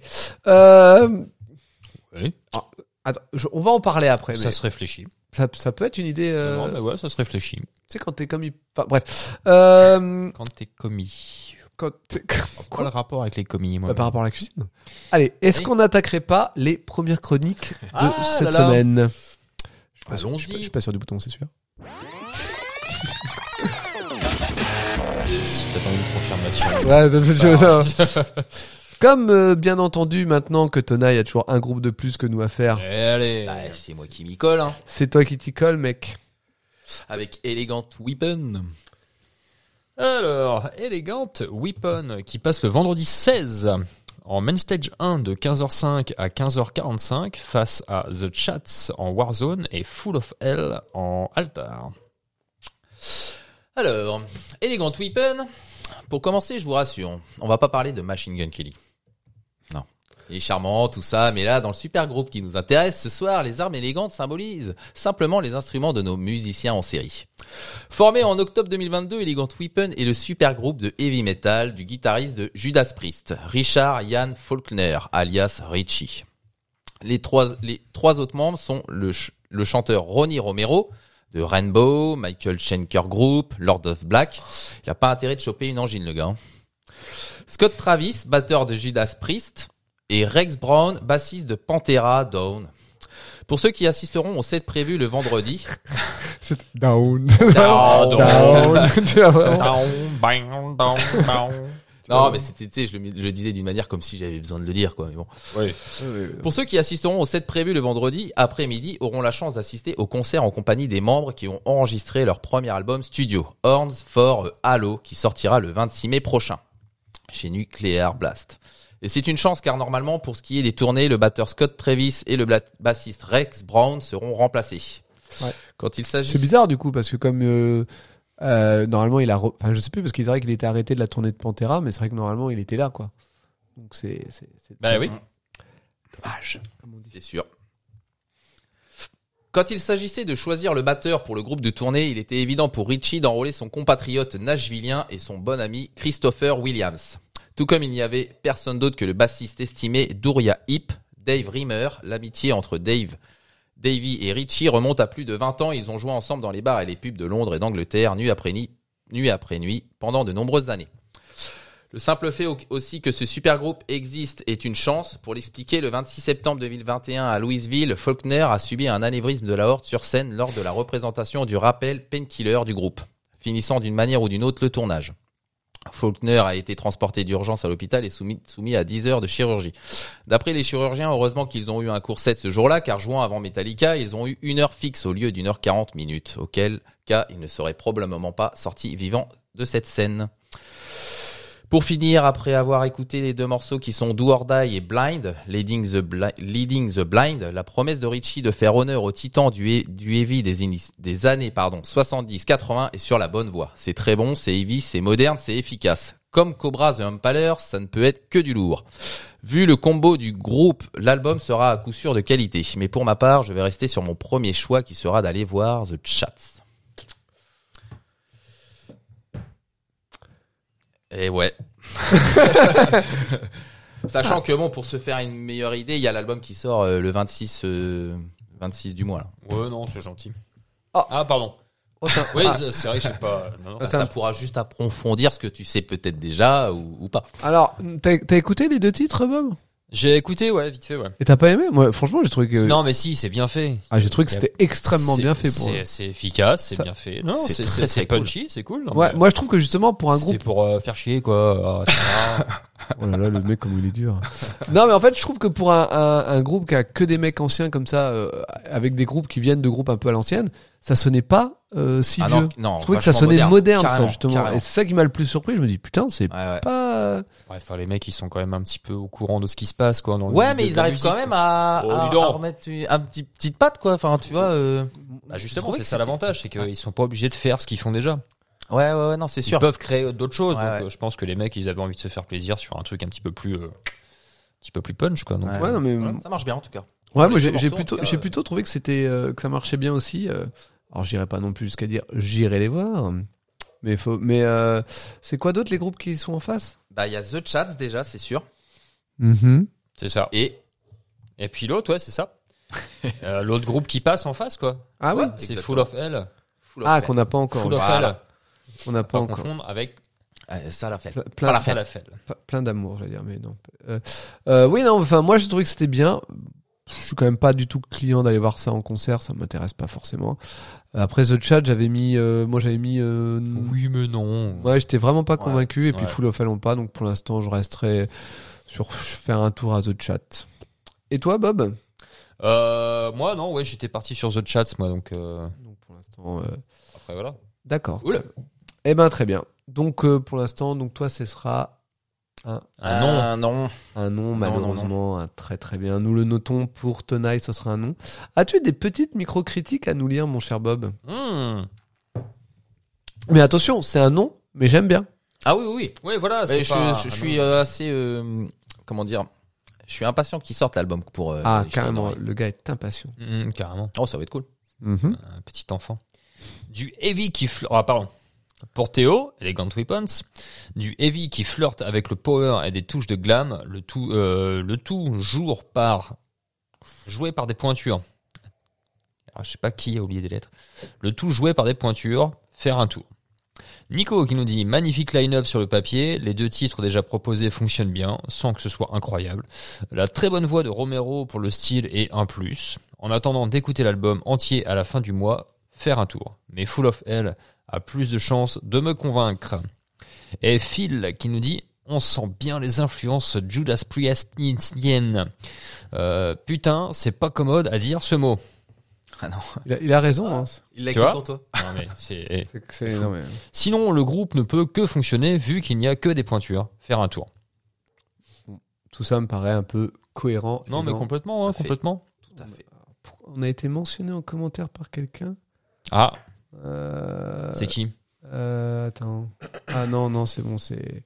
Oui. Attends, on va en parler après. Ça Mais se réfléchit. ça peut être une idée. Non, mais ouais, ça se réfléchit. Tu sais, quand t'es comme. Enfin, bref. Quand t'es commis. Quand t'es... Quoi le rapport avec les commis, moi Par rapport à la cuisine. Allez, est-ce Oui. qu'on n'attaquerait pas les premières chroniques de Ah cette là là. semaine? Allons-y. Je suis pas sûr du bouton, c'est sûr. Si t'attends une confirmation. Ouais, comme bien entendu, maintenant que Tonaï a toujours un groupe de plus que nous à faire, Allez. Bah, c'est moi qui m'y colle, hein. c'est toi qui t'y colle, mec. Avec Elegant Weapon. Alors, Elegant Weapon qui passe le vendredi 16 en Main Stage 1 de 15h05 à 15h45 face à The Chats en Warzone et Full of Hell en Altar. Alors, Elegant Weapon. Pour commencer, je vous rassure, on va pas parler de Machine Gun Kelly. Non. Il est charmant, tout ça, mais là, dans le super groupe qui nous intéresse ce soir, les armes élégantes symbolisent simplement les instruments de nos musiciens en série. Formé en octobre 2022, Elegant Weapon est le super groupe de heavy metal du guitariste de Judas Priest, Richard Ian Faulkner, alias Richie. Les trois autres membres sont le chanteur Ronnie Romero, de Rainbow, Michael Schenker Group, Lord of Black. Il a pas intérêt de choper une angine, le gars. Hein. Scott Travis, batteur de Judas Priest, et Rex Brown, bassiste de Pantera, Down. Pour ceux qui assisteront au set prévu le vendredi. C'est down. Down. Tu vois, vraiment. Down, bang, down, down. Non, mais c'était, tu sais, je le disais d'une manière comme si j'avais besoin de le dire, quoi. Mais bon. Oui. Pour ceux qui assisteront au set prévu le vendredi après-midi, auront la chance d'assister au concert en compagnie des membres qui ont enregistré leur premier album studio, Horns for Halo, qui sortira le 26 mai prochain, chez Nuclear Blast. Et c'est une chance car normalement, pour ce qui est des tournées, le batteur Scott Travis et le bassiste Rex Brown seront remplacés. Ouais. Quand il s'agit... C'est bizarre du coup parce que comme normalement il a, enfin je sais plus parce qu'il dirait qu'il était arrêté de la tournée de Pantera, mais c'est vrai que normalement il était là quoi. Donc c'est Bah oui. dommage. Comme on dit. C'est sûr. Quand il s'agissait de choisir le batteur pour le groupe de tournée, il était évident pour Richie d'enrôler son compatriote nashvillien et son bon ami Christopher Williams. Tout comme il n'y avait personne d'autre que le bassiste estimé d'Uriah Heep, Dave Rimmer. L'amitié entre Davey et Richie remonte à plus de 20 ans. Ils ont joué ensemble dans les bars et les pubs de Londres et d'Angleterre, nuit après nuit, pendant de nombreuses années. Le simple fait aussi que ce super groupe existe est une chance. Pour l'expliquer, le 26 septembre 2021 à Louisville, Faulkner a subi un anévrisme de l'aorte sur scène lors de la représentation du rappel Painkiller du groupe, finissant d'une manière ou d'une autre le tournage. Faulkner a été transporté d'urgence à l'hôpital et soumis à 10 heures de chirurgie. D'après les chirurgiens, heureusement qu'ils ont eu un court set ce jour-là, car jouant avant Metallica, ils ont eu 1 heure fixe au lieu d'1 heure 40 minutes, auquel cas ils ne seraient probablement pas sortis vivants de cette scène. Pour finir, après avoir écouté les 2 morceaux qui sont Do or Die et Blind, Leading the Blind, la promesse de Richie de faire honneur au titan du heavy des années 70-80 est sur la bonne voie. C'est très bon, c'est heavy, c'est moderne, c'est efficace. Comme Cobra The Impaler, ça ne peut être que du lourd. Vu le combo du groupe, l'album sera à coup sûr de qualité. Mais pour ma part, je vais rester sur mon premier choix qui sera d'aller voir The Chats. Et ouais. Sachant que bon, pour se faire une meilleure idée, il y a l'album qui sort le 26 du mois là. Ouais, non, c'est gentil. Oh. Ah, pardon. Oh, Oui, c'est vrai que je sais pas. Non, non. Bah, ça pourra juste approfondir ce que tu sais peut-être déjà ou pas. Alors, t'as écouté les 2 titres, Bob? J'ai écouté, ouais, vite fait, ouais. Et t'as pas aimé? Moi, franchement, j'ai trouvé que... Non, mais si, c'est bien fait. Ah, j'ai trouvé que c'était extrêmement bien fait pour... C'est efficace, c'est Ça- bien fait. Non, c'est très, très c'est cool. punchy, c'est cool. Non, Ouais, mais moi, je trouve que justement, pour un c'était groupe... pour faire chier, quoi. Ah, ça va. Oh là là, le mec, comment il est dur. Non, mais en fait, je trouve que pour un groupe qui a que des mecs anciens comme ça, avec des groupes qui viennent de groupes un peu à l'ancienne, ça sonnait pas si Ah vieux. non, Je trouvais que ça vachement sonnait moderne, ça, carrément, justement. carrément. Et c'est ça qui m'a le plus surpris. Je me dis, putain, c'est Ouais. pas... Ouais, enfin, les mecs, ils sont quand même un petit peu au courant de ce qui se passe, quoi. Dans le Ouais, milieu mais de ils la arrivent musique, quand même quoi. à évidemment. remettre un petite patte quoi. Enfin, tu vois. Bah, je justement, trouvais c'est que ça l'avantage, c'est qu'ils sont pas obligés de faire ce qu'ils font déjà. Ouais, non, c'est Ils sûr. peuvent créer d'autres choses. Ouais, donc, ouais. je pense que les mecs, ils avaient envie de se faire plaisir sur un truc un petit peu plus punch, quoi. Donc, Ouais, non, mais... Voilà, ça marche bien en tout cas. Ouais, Les moi, deux morceaux, en tout cas, j'ai plutôt trouvé que c'était, que ça marchait bien aussi. Alors, j'irai pas non plus jusqu'à dire, j'irai les voir. Mais c'est quoi d'autre les groupes qui sont en face? Bah, il y a The Chats déjà, c'est sûr. c'est ça. Et Et puis l'autre, ouais, c'est ça. L'autre groupe qui passe en face, quoi. Ah oui? Ouais. C'est Exactement. Full of Hell. Full of Ah, Hell. qu'on n'a pas encore. Full of Voilà. Hell. On n'a pas Pas encore. confondre avec Ça l'a fait. Plein, Pas la fête. Falafel. plein d'amour, j'allais dire, mais non. Oui, non, enfin, moi, j'ai trouvé que c'était bien. Je suis quand même pas du tout client d'aller voir ça en concert, ça m'intéresse pas forcément. Après The Chat, j'avais mis, Oui, mais non. ouais, j'étais vraiment pas Ouais. convaincu, et puis Ouais. Full of Hell non pas, donc pour l'instant, je resterai sur faire un tour à The Chat. Et toi, Bob? Moi, non, ouais, j'étais parti sur The Chats, moi, donc Donc pour l'instant, après, voilà. d'accord. Cool. Eh ben très bien. Donc pour l'instant, donc toi, ce sera Un nom. Non. un non, Non, malheureusement, un très très bien. Nous le notons pour Tonight, ce sera un non. As-tu des petites micro-critiques à nous lire, mon cher Bob? Mais attention, c'est un non, mais j'aime bien. Ah oui. Oui, voilà. Mais C'est pas je un suis nom. assez comment dire. Je suis impatient qu'ils sortent l'album pour. Ah, les carrément, jeter dans le gars est impatient. Carrément. les- Oh, ça va être cool. Mhm. Un petit enfant. Du heavy qui flirte. Ah, pardon. Pour Théo, Elegant Weapons, du heavy qui flirte avec le power et des touches de glam, le tout joué par des pointures. Alors, je sais pas qui a oublié des lettres. Le tout joué par des pointures, faire un tour. Nico qui nous dit magnifique line-up sur le papier, les 2 titres déjà proposés fonctionnent bien, sans que ce soit incroyable. La très bonne voix de Romero pour le style est un plus. En attendant d'écouter l'album entier à la fin du mois, faire un tour. Mais Full of Hell a plus de chances de me convaincre. Et Phil qui nous dit on sent bien les influences Judas Priestiennes. Putain, c'est pas commode à dire ce mot. Ah non. Il a raison. Hein. Il l'a Tu écrit vois pour toi. Non, mais c'est... Non, mais... Sinon, le groupe ne peut que fonctionner vu qu'il n'y a que des pointures. Faire un tour. Tout ça me paraît un peu cohérent. Non, mais évident. complètement, hein, Tout à fait. complètement. Tout à fait. On a été mentionné en commentaire par quelqu'un. Ah, Euh... c'est qui? Attends. Ah non, c'est bon, c'est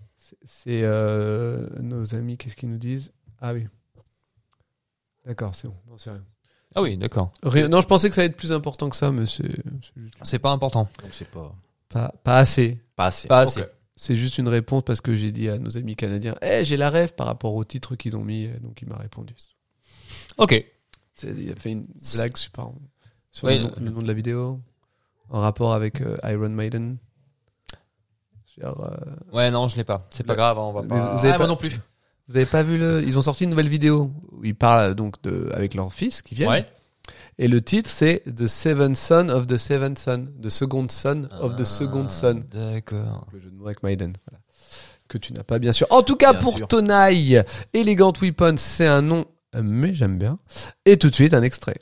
nos amis, qu'est-ce qu'ils nous disent? Ah oui. D'accord, c'est bon, non, c'est rien. Ah oui, d'accord. Non, je pensais que ça allait être plus important que ça, mais c'est juste C'est pas important. Donc c'est pas pas assez. assez. Pas assez. Ok. C'est juste une réponse parce que j'ai dit à nos amis canadiens, j'ai la ref par rapport au titre qu'ils ont mis, donc il m'a répondu. Ok. Il a fait une blague sur Ouais, le nom de la vidéo, en rapport avec Iron Maiden. Genre, Ouais, non, je l'ai pas. C'est pas grave, hein, on va Mais pas... vous avez Ah, pas- moi non plus. Vous avez pas vu ils ont sorti une nouvelle vidéo où ils parlent donc avec leur fils qui viennent. Ouais. Et le titre, c'est The Seventh Son of the Seventh Son. The Second Son of the Second Son. D'accord. Le jeu de mots avec Maiden. Voilà. Que tu n'as pas, bien sûr. En tout cas, Bien pour sûr. Tonai, Elegant Weapon, c'est un nom, mais j'aime bien. Et tout de suite, un extrait.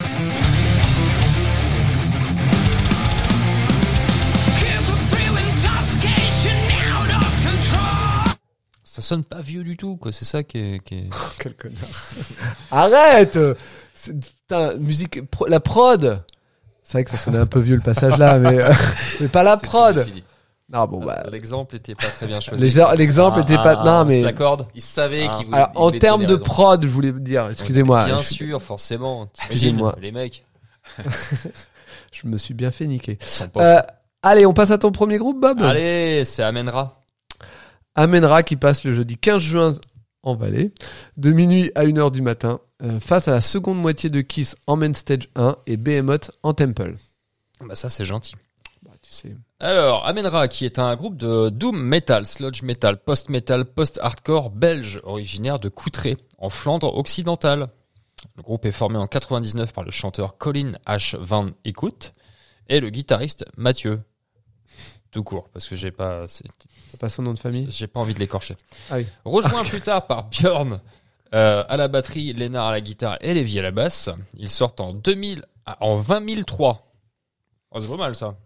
Ça sonne pas vieux du tout, quoi. C'est ça qui est... Quel connard. Arrête! Putain, musique, la prod! C'est vrai que ça sonnait un peu vieux le passage là, mais pas la prod! Non, bon, bah. L'exemple était pas très bien choisi. L'exemple était pas, non, mais. On se l'accorde. Il savait qu'il voulait. Alors, il en voulait termes donner de raison. prod, je voulais dire, excusez-moi. Bien je, sûr, forcément. Excusez-moi. T'imagines, les mecs. je me suis bien fait niquer. sont pas Allez, on passe à ton premier groupe, Bob. Allez, c'est Amenra. Amenra qui passe le jeudi 15 juin en Valais, de minuit à 1h du matin, face à la seconde moitié de Kiss en Main Stage 1 et Behemoth en Temple. Bah ça, c'est gentil. Bah, tu sais. Alors, Amenra, qui est un groupe de doom metal, sludge metal, post-metal, post-hardcore belge, originaire de Coutray, en Flandre occidentale. Le groupe est formé en 99 par le chanteur Colin H. Van Eekhout et le guitariste Mathieu. Tout court, parce que j'ai pas son nom de famille. j'ai pas envie de l'écorcher. Ah oui. Rejoint plus tard par Björn à la batterie, Lénard à la guitare et Lévi à la basse. Ils sortent en 2003. Oh, c'est pas mal ça.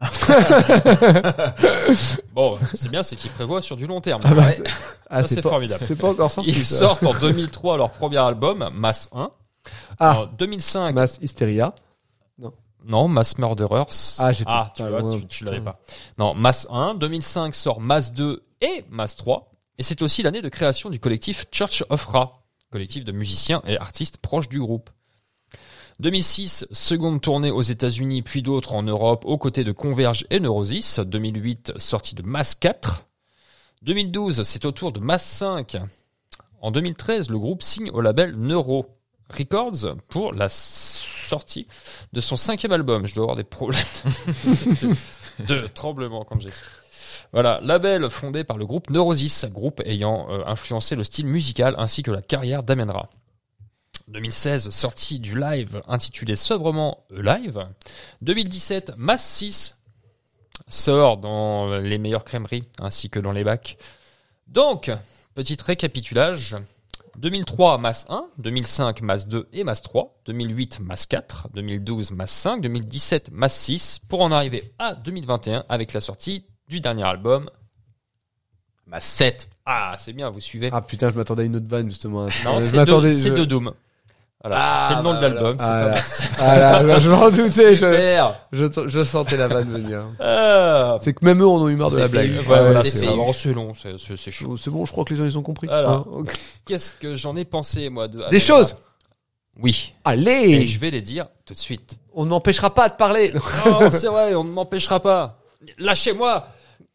Bon, c'est bien, c'est qu'ils prévoient sur du long terme. Ah, bah, Ouais. Ça, c'est pas, formidable. C'est pas encore sorti. Ils ça. sortent en 2003 leur premier album, Mass 1. Ah. En 2005, Mass Hysteria. non, Mass Murderers. Ah, j'étais tu pas vois, loin, tu l'avais pas. Non, Mass 1. 2005 sort Mass 2 et Mass 3. Et c'est aussi l'année de création du collectif Church of Ra, collectif de musiciens et artistes proches du groupe. 2006, seconde tournée aux États-Unis, puis d'autres en Europe, aux côtés de Converge et Neurosis. 2008, sortie de Mass 4. 2012, c'est au tour de Mass 5. En 2013, le groupe signe au label Neuro Records pour la sortie de son 5e album. Je dois avoir des problèmes de tremblement quand j'ai... Voilà, label fondé par le groupe Neurosis, groupe ayant influencé le style musical ainsi que la carrière d'Amenra. 2016, sortie du live intitulé sobrement Live. 2017, Mass 6 sort dans les meilleures crèmeries ainsi que dans les bacs. Donc, petit récapitulage. 2003, Mass 1. 2005, Mass 2 et Mass 3. 2008, Mass 4. 2012, Mass 5. 2017, Mass 6. Pour en arriver à 2021 avec la sortie du dernier album. Mass 7. Ah, c'est bien, vous suivez. Ah putain, je m'attendais à une autre vanne justement. Non, je c'est m'attendais. de Doom. Voilà, Ah, c'est le nom bah de l'album. Ah, c'est là. pas Ah là, je m'en doutais. Super. Je sentais la vanne venir. Ah, C'est que même eux en ont eu marre de C'est la fait blague. eu. ouais, voilà, c'est c'est fait ça. eu. Bon, c'est long, c'est chaud. C'est bon, je crois que les gens ils ont compris. Voilà. Hein, ok. Qu'est-ce que j'en ai pensé, moi, de Des choses. Oui. Et Allez, je vais les dire tout de suite. on ne m'empêchera pas de parler. Oh, c'est vrai, on ne m'empêchera pas. Lâchez-moi.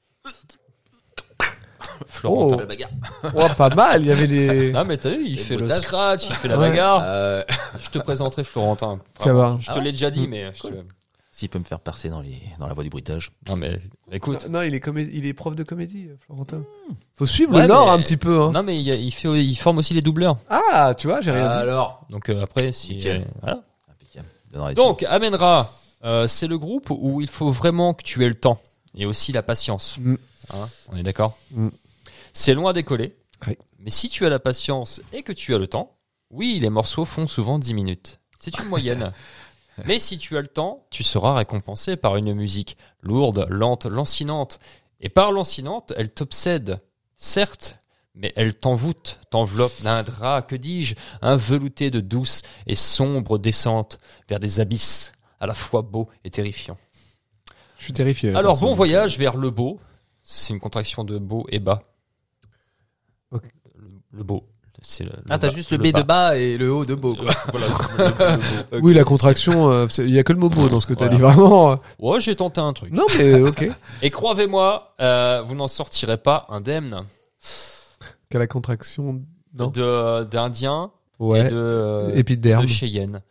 Florentin. La bagarre. Oh, pas mal. Il y avait des. Non, mais t'as vu, il Et fait le botage. scratch, il fait la Ouais. bagarre. Je te présenterai Florentin. Ça Vraiment, va. Je te Ah ouais l'ai déjà dit, mais je te... S'il peut me faire percer dans la voie du bruitage. Non, mais écoute. Non, il est prof de comédie, Florentin. Faut suivre Ouais, le Nord mais- un petit peu. Hein. Non, mais il forme aussi les doubleurs. Ah, tu vois, j'ai rien dit. Alors. Donc après, si. Nickel. Voilà. Impeccable. Donnerai des Donc, Amenra, c'est le groupe où il faut vraiment que tu aies le temps et aussi la patience. Mm. Hein, on est d'accord Mm. C'est loin d'écoller. Oui. Mais si tu as la patience et que tu as le temps, oui, les morceaux font souvent 10 minutes. C'est une moyenne. Mais si tu as le temps, tu seras récompensé par une musique lourde, lente, lancinante. Et par lancinante, elle t'obsède, certes, mais elle t'envoûte, t'enveloppe d'un drap, que dis-je, un velouté de douce et sombre descente vers des abysses à la fois beaux et terrifiants. Je suis terrifié. là, Alors, perso. bon voyage vers le beau. C'est une contraction de beau et bas. Ok. Le beau. C'est le Ah, t'as bas, juste le B de bas et le haut de beau, quoi. Voilà, le beau. Oui, la contraction, il y a que le mot beau dans ce que t'as Voilà. dit, vraiment. Ouais, j'ai tenté un truc. Non, mais ok. Et croyez-moi, vous n'en sortirez pas indemne Qu'à la contraction, non. d'Indiens et Ouais. de Épiderme. Cheyenne.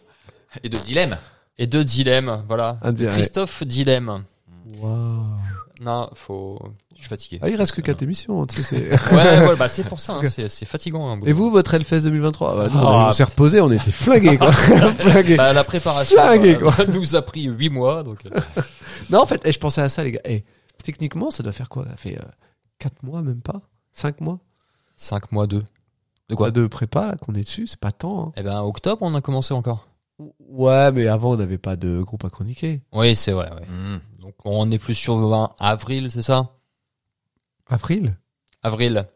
Et de dilemme. Et de Dilemme, voilà. Un De dilemme. Christophe Dilemme. Waouh. Non, je suis fatigué. Ah, il reste que 4 émissions, tu sais, c'est... Ouais, bah c'est pour ça, hein, c'est fatigant. Hein, Et vous, votre Hellfest 2023? Bah, nous, Ah, on s'est reposé, on était flingués, quoi. Flingués. Bah, la préparation Flingué, quoi. nous a pris 8 mois, donc. Non, en fait, je pensais à ça, les gars. Techniquement, ça doit faire quoi? Ça fait 4 mois, même pas? 5 mois? 5 mois, 2. De quoi? De prépa, là, qu'on est dessus, c'est pas tant. Hein. Eh ben, octobre, on a commencé encore. Ouais, mais avant, on n'avait pas de groupe à chroniquer. Oui, c'est vrai, ouais. Donc, on est plus sur 20 avril, c'est ça? Avril? Avril.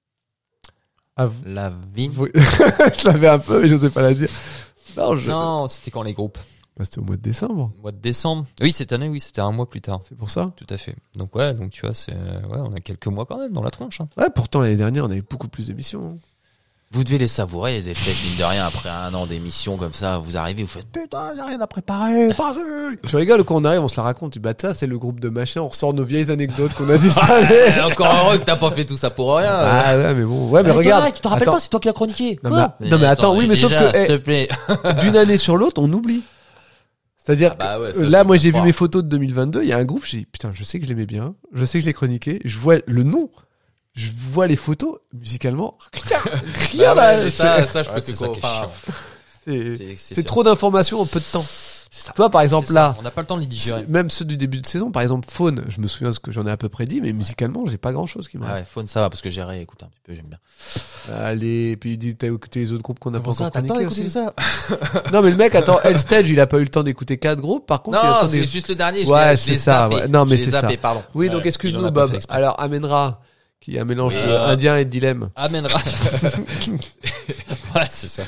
La vigne. Oui. Je l'avais un peu, mais je sais pas la dire. Non, c'était quand les groupes? Bah, c'était au mois de décembre. Mois de décembre. Oui, cette année, oui, c'était un mois plus tard. C'est pour ça. Tout à fait. Donc ouais, donc tu vois, on a quelques mois quand même dans la tronche. Hein. Ouais, pourtant, l'année dernière, on avait beaucoup plus d'émissions. Hein. Vous devez les savourer, les effets, mine de rien, après un an d'émission comme ça, vous arrivez, vous faites, putain, y a rien à préparer, vas-y. Tu rigoles, quand on arrive, on se la raconte. Bah, ça, c'est le groupe de machin, on ressort nos vieilles anecdotes qu'on a dit cette année. Encore heureux que t'as pas fait tout ça pour rien. Ah, ouais, mais bon. Ouais, mais regarde. Tu te rappelles pas, c'est toi qui l'as chroniqué. Non, mais attends, oui, mais sauf déjà, que, s'il te plaît. d'une année sur l'autre, on oublie. C'est-à-dire, bah ouais, que, là, moi, j'ai vu mes photos de 2022, il y a un groupe, j'ai dit, putain, je sais que je l'aimais bien, je sais que je l'ai chroniqué, je vois le nom, je vois les photos, musicalement, rien bah là. ouais, ça, je peux c'est te ça qui est comprendre. C'est trop d'informations en peu de temps. Toi, par exemple, là, on n'a pas le temps de les digérer. même ceux du début de saison, par exemple, Faune, je me souviens ce que j'en ai à peu près dit, mais musicalement, j'ai pas grand chose qui me Ah reste. ouais, Faune, ça va, parce que j'ai réécouté un petit peu, j'aime bien. Allez, puis il dit, t'as écouté les autres groupes qu'on a pas Pour ça, encore t'as le temps chroniqués d'écouter aussi. ça. Non, mais le mec, attends, Hellstage, il a pas eu le temps d'écouter 4 groupes, par contre, il a le Non, temps c'est juste le dernier, Ouais, je c'est l'ai ça, zappé. ouais. Non, mais Je l'ai c'est zappé, ça. pardon. Oui, Ouais, donc j'en excuse-nous, ai pas Bob. fait exprès. Alors, Amenra, qui est un mélange Oui, de indien et de dilemme. Amènera. Ouais, c'est ça.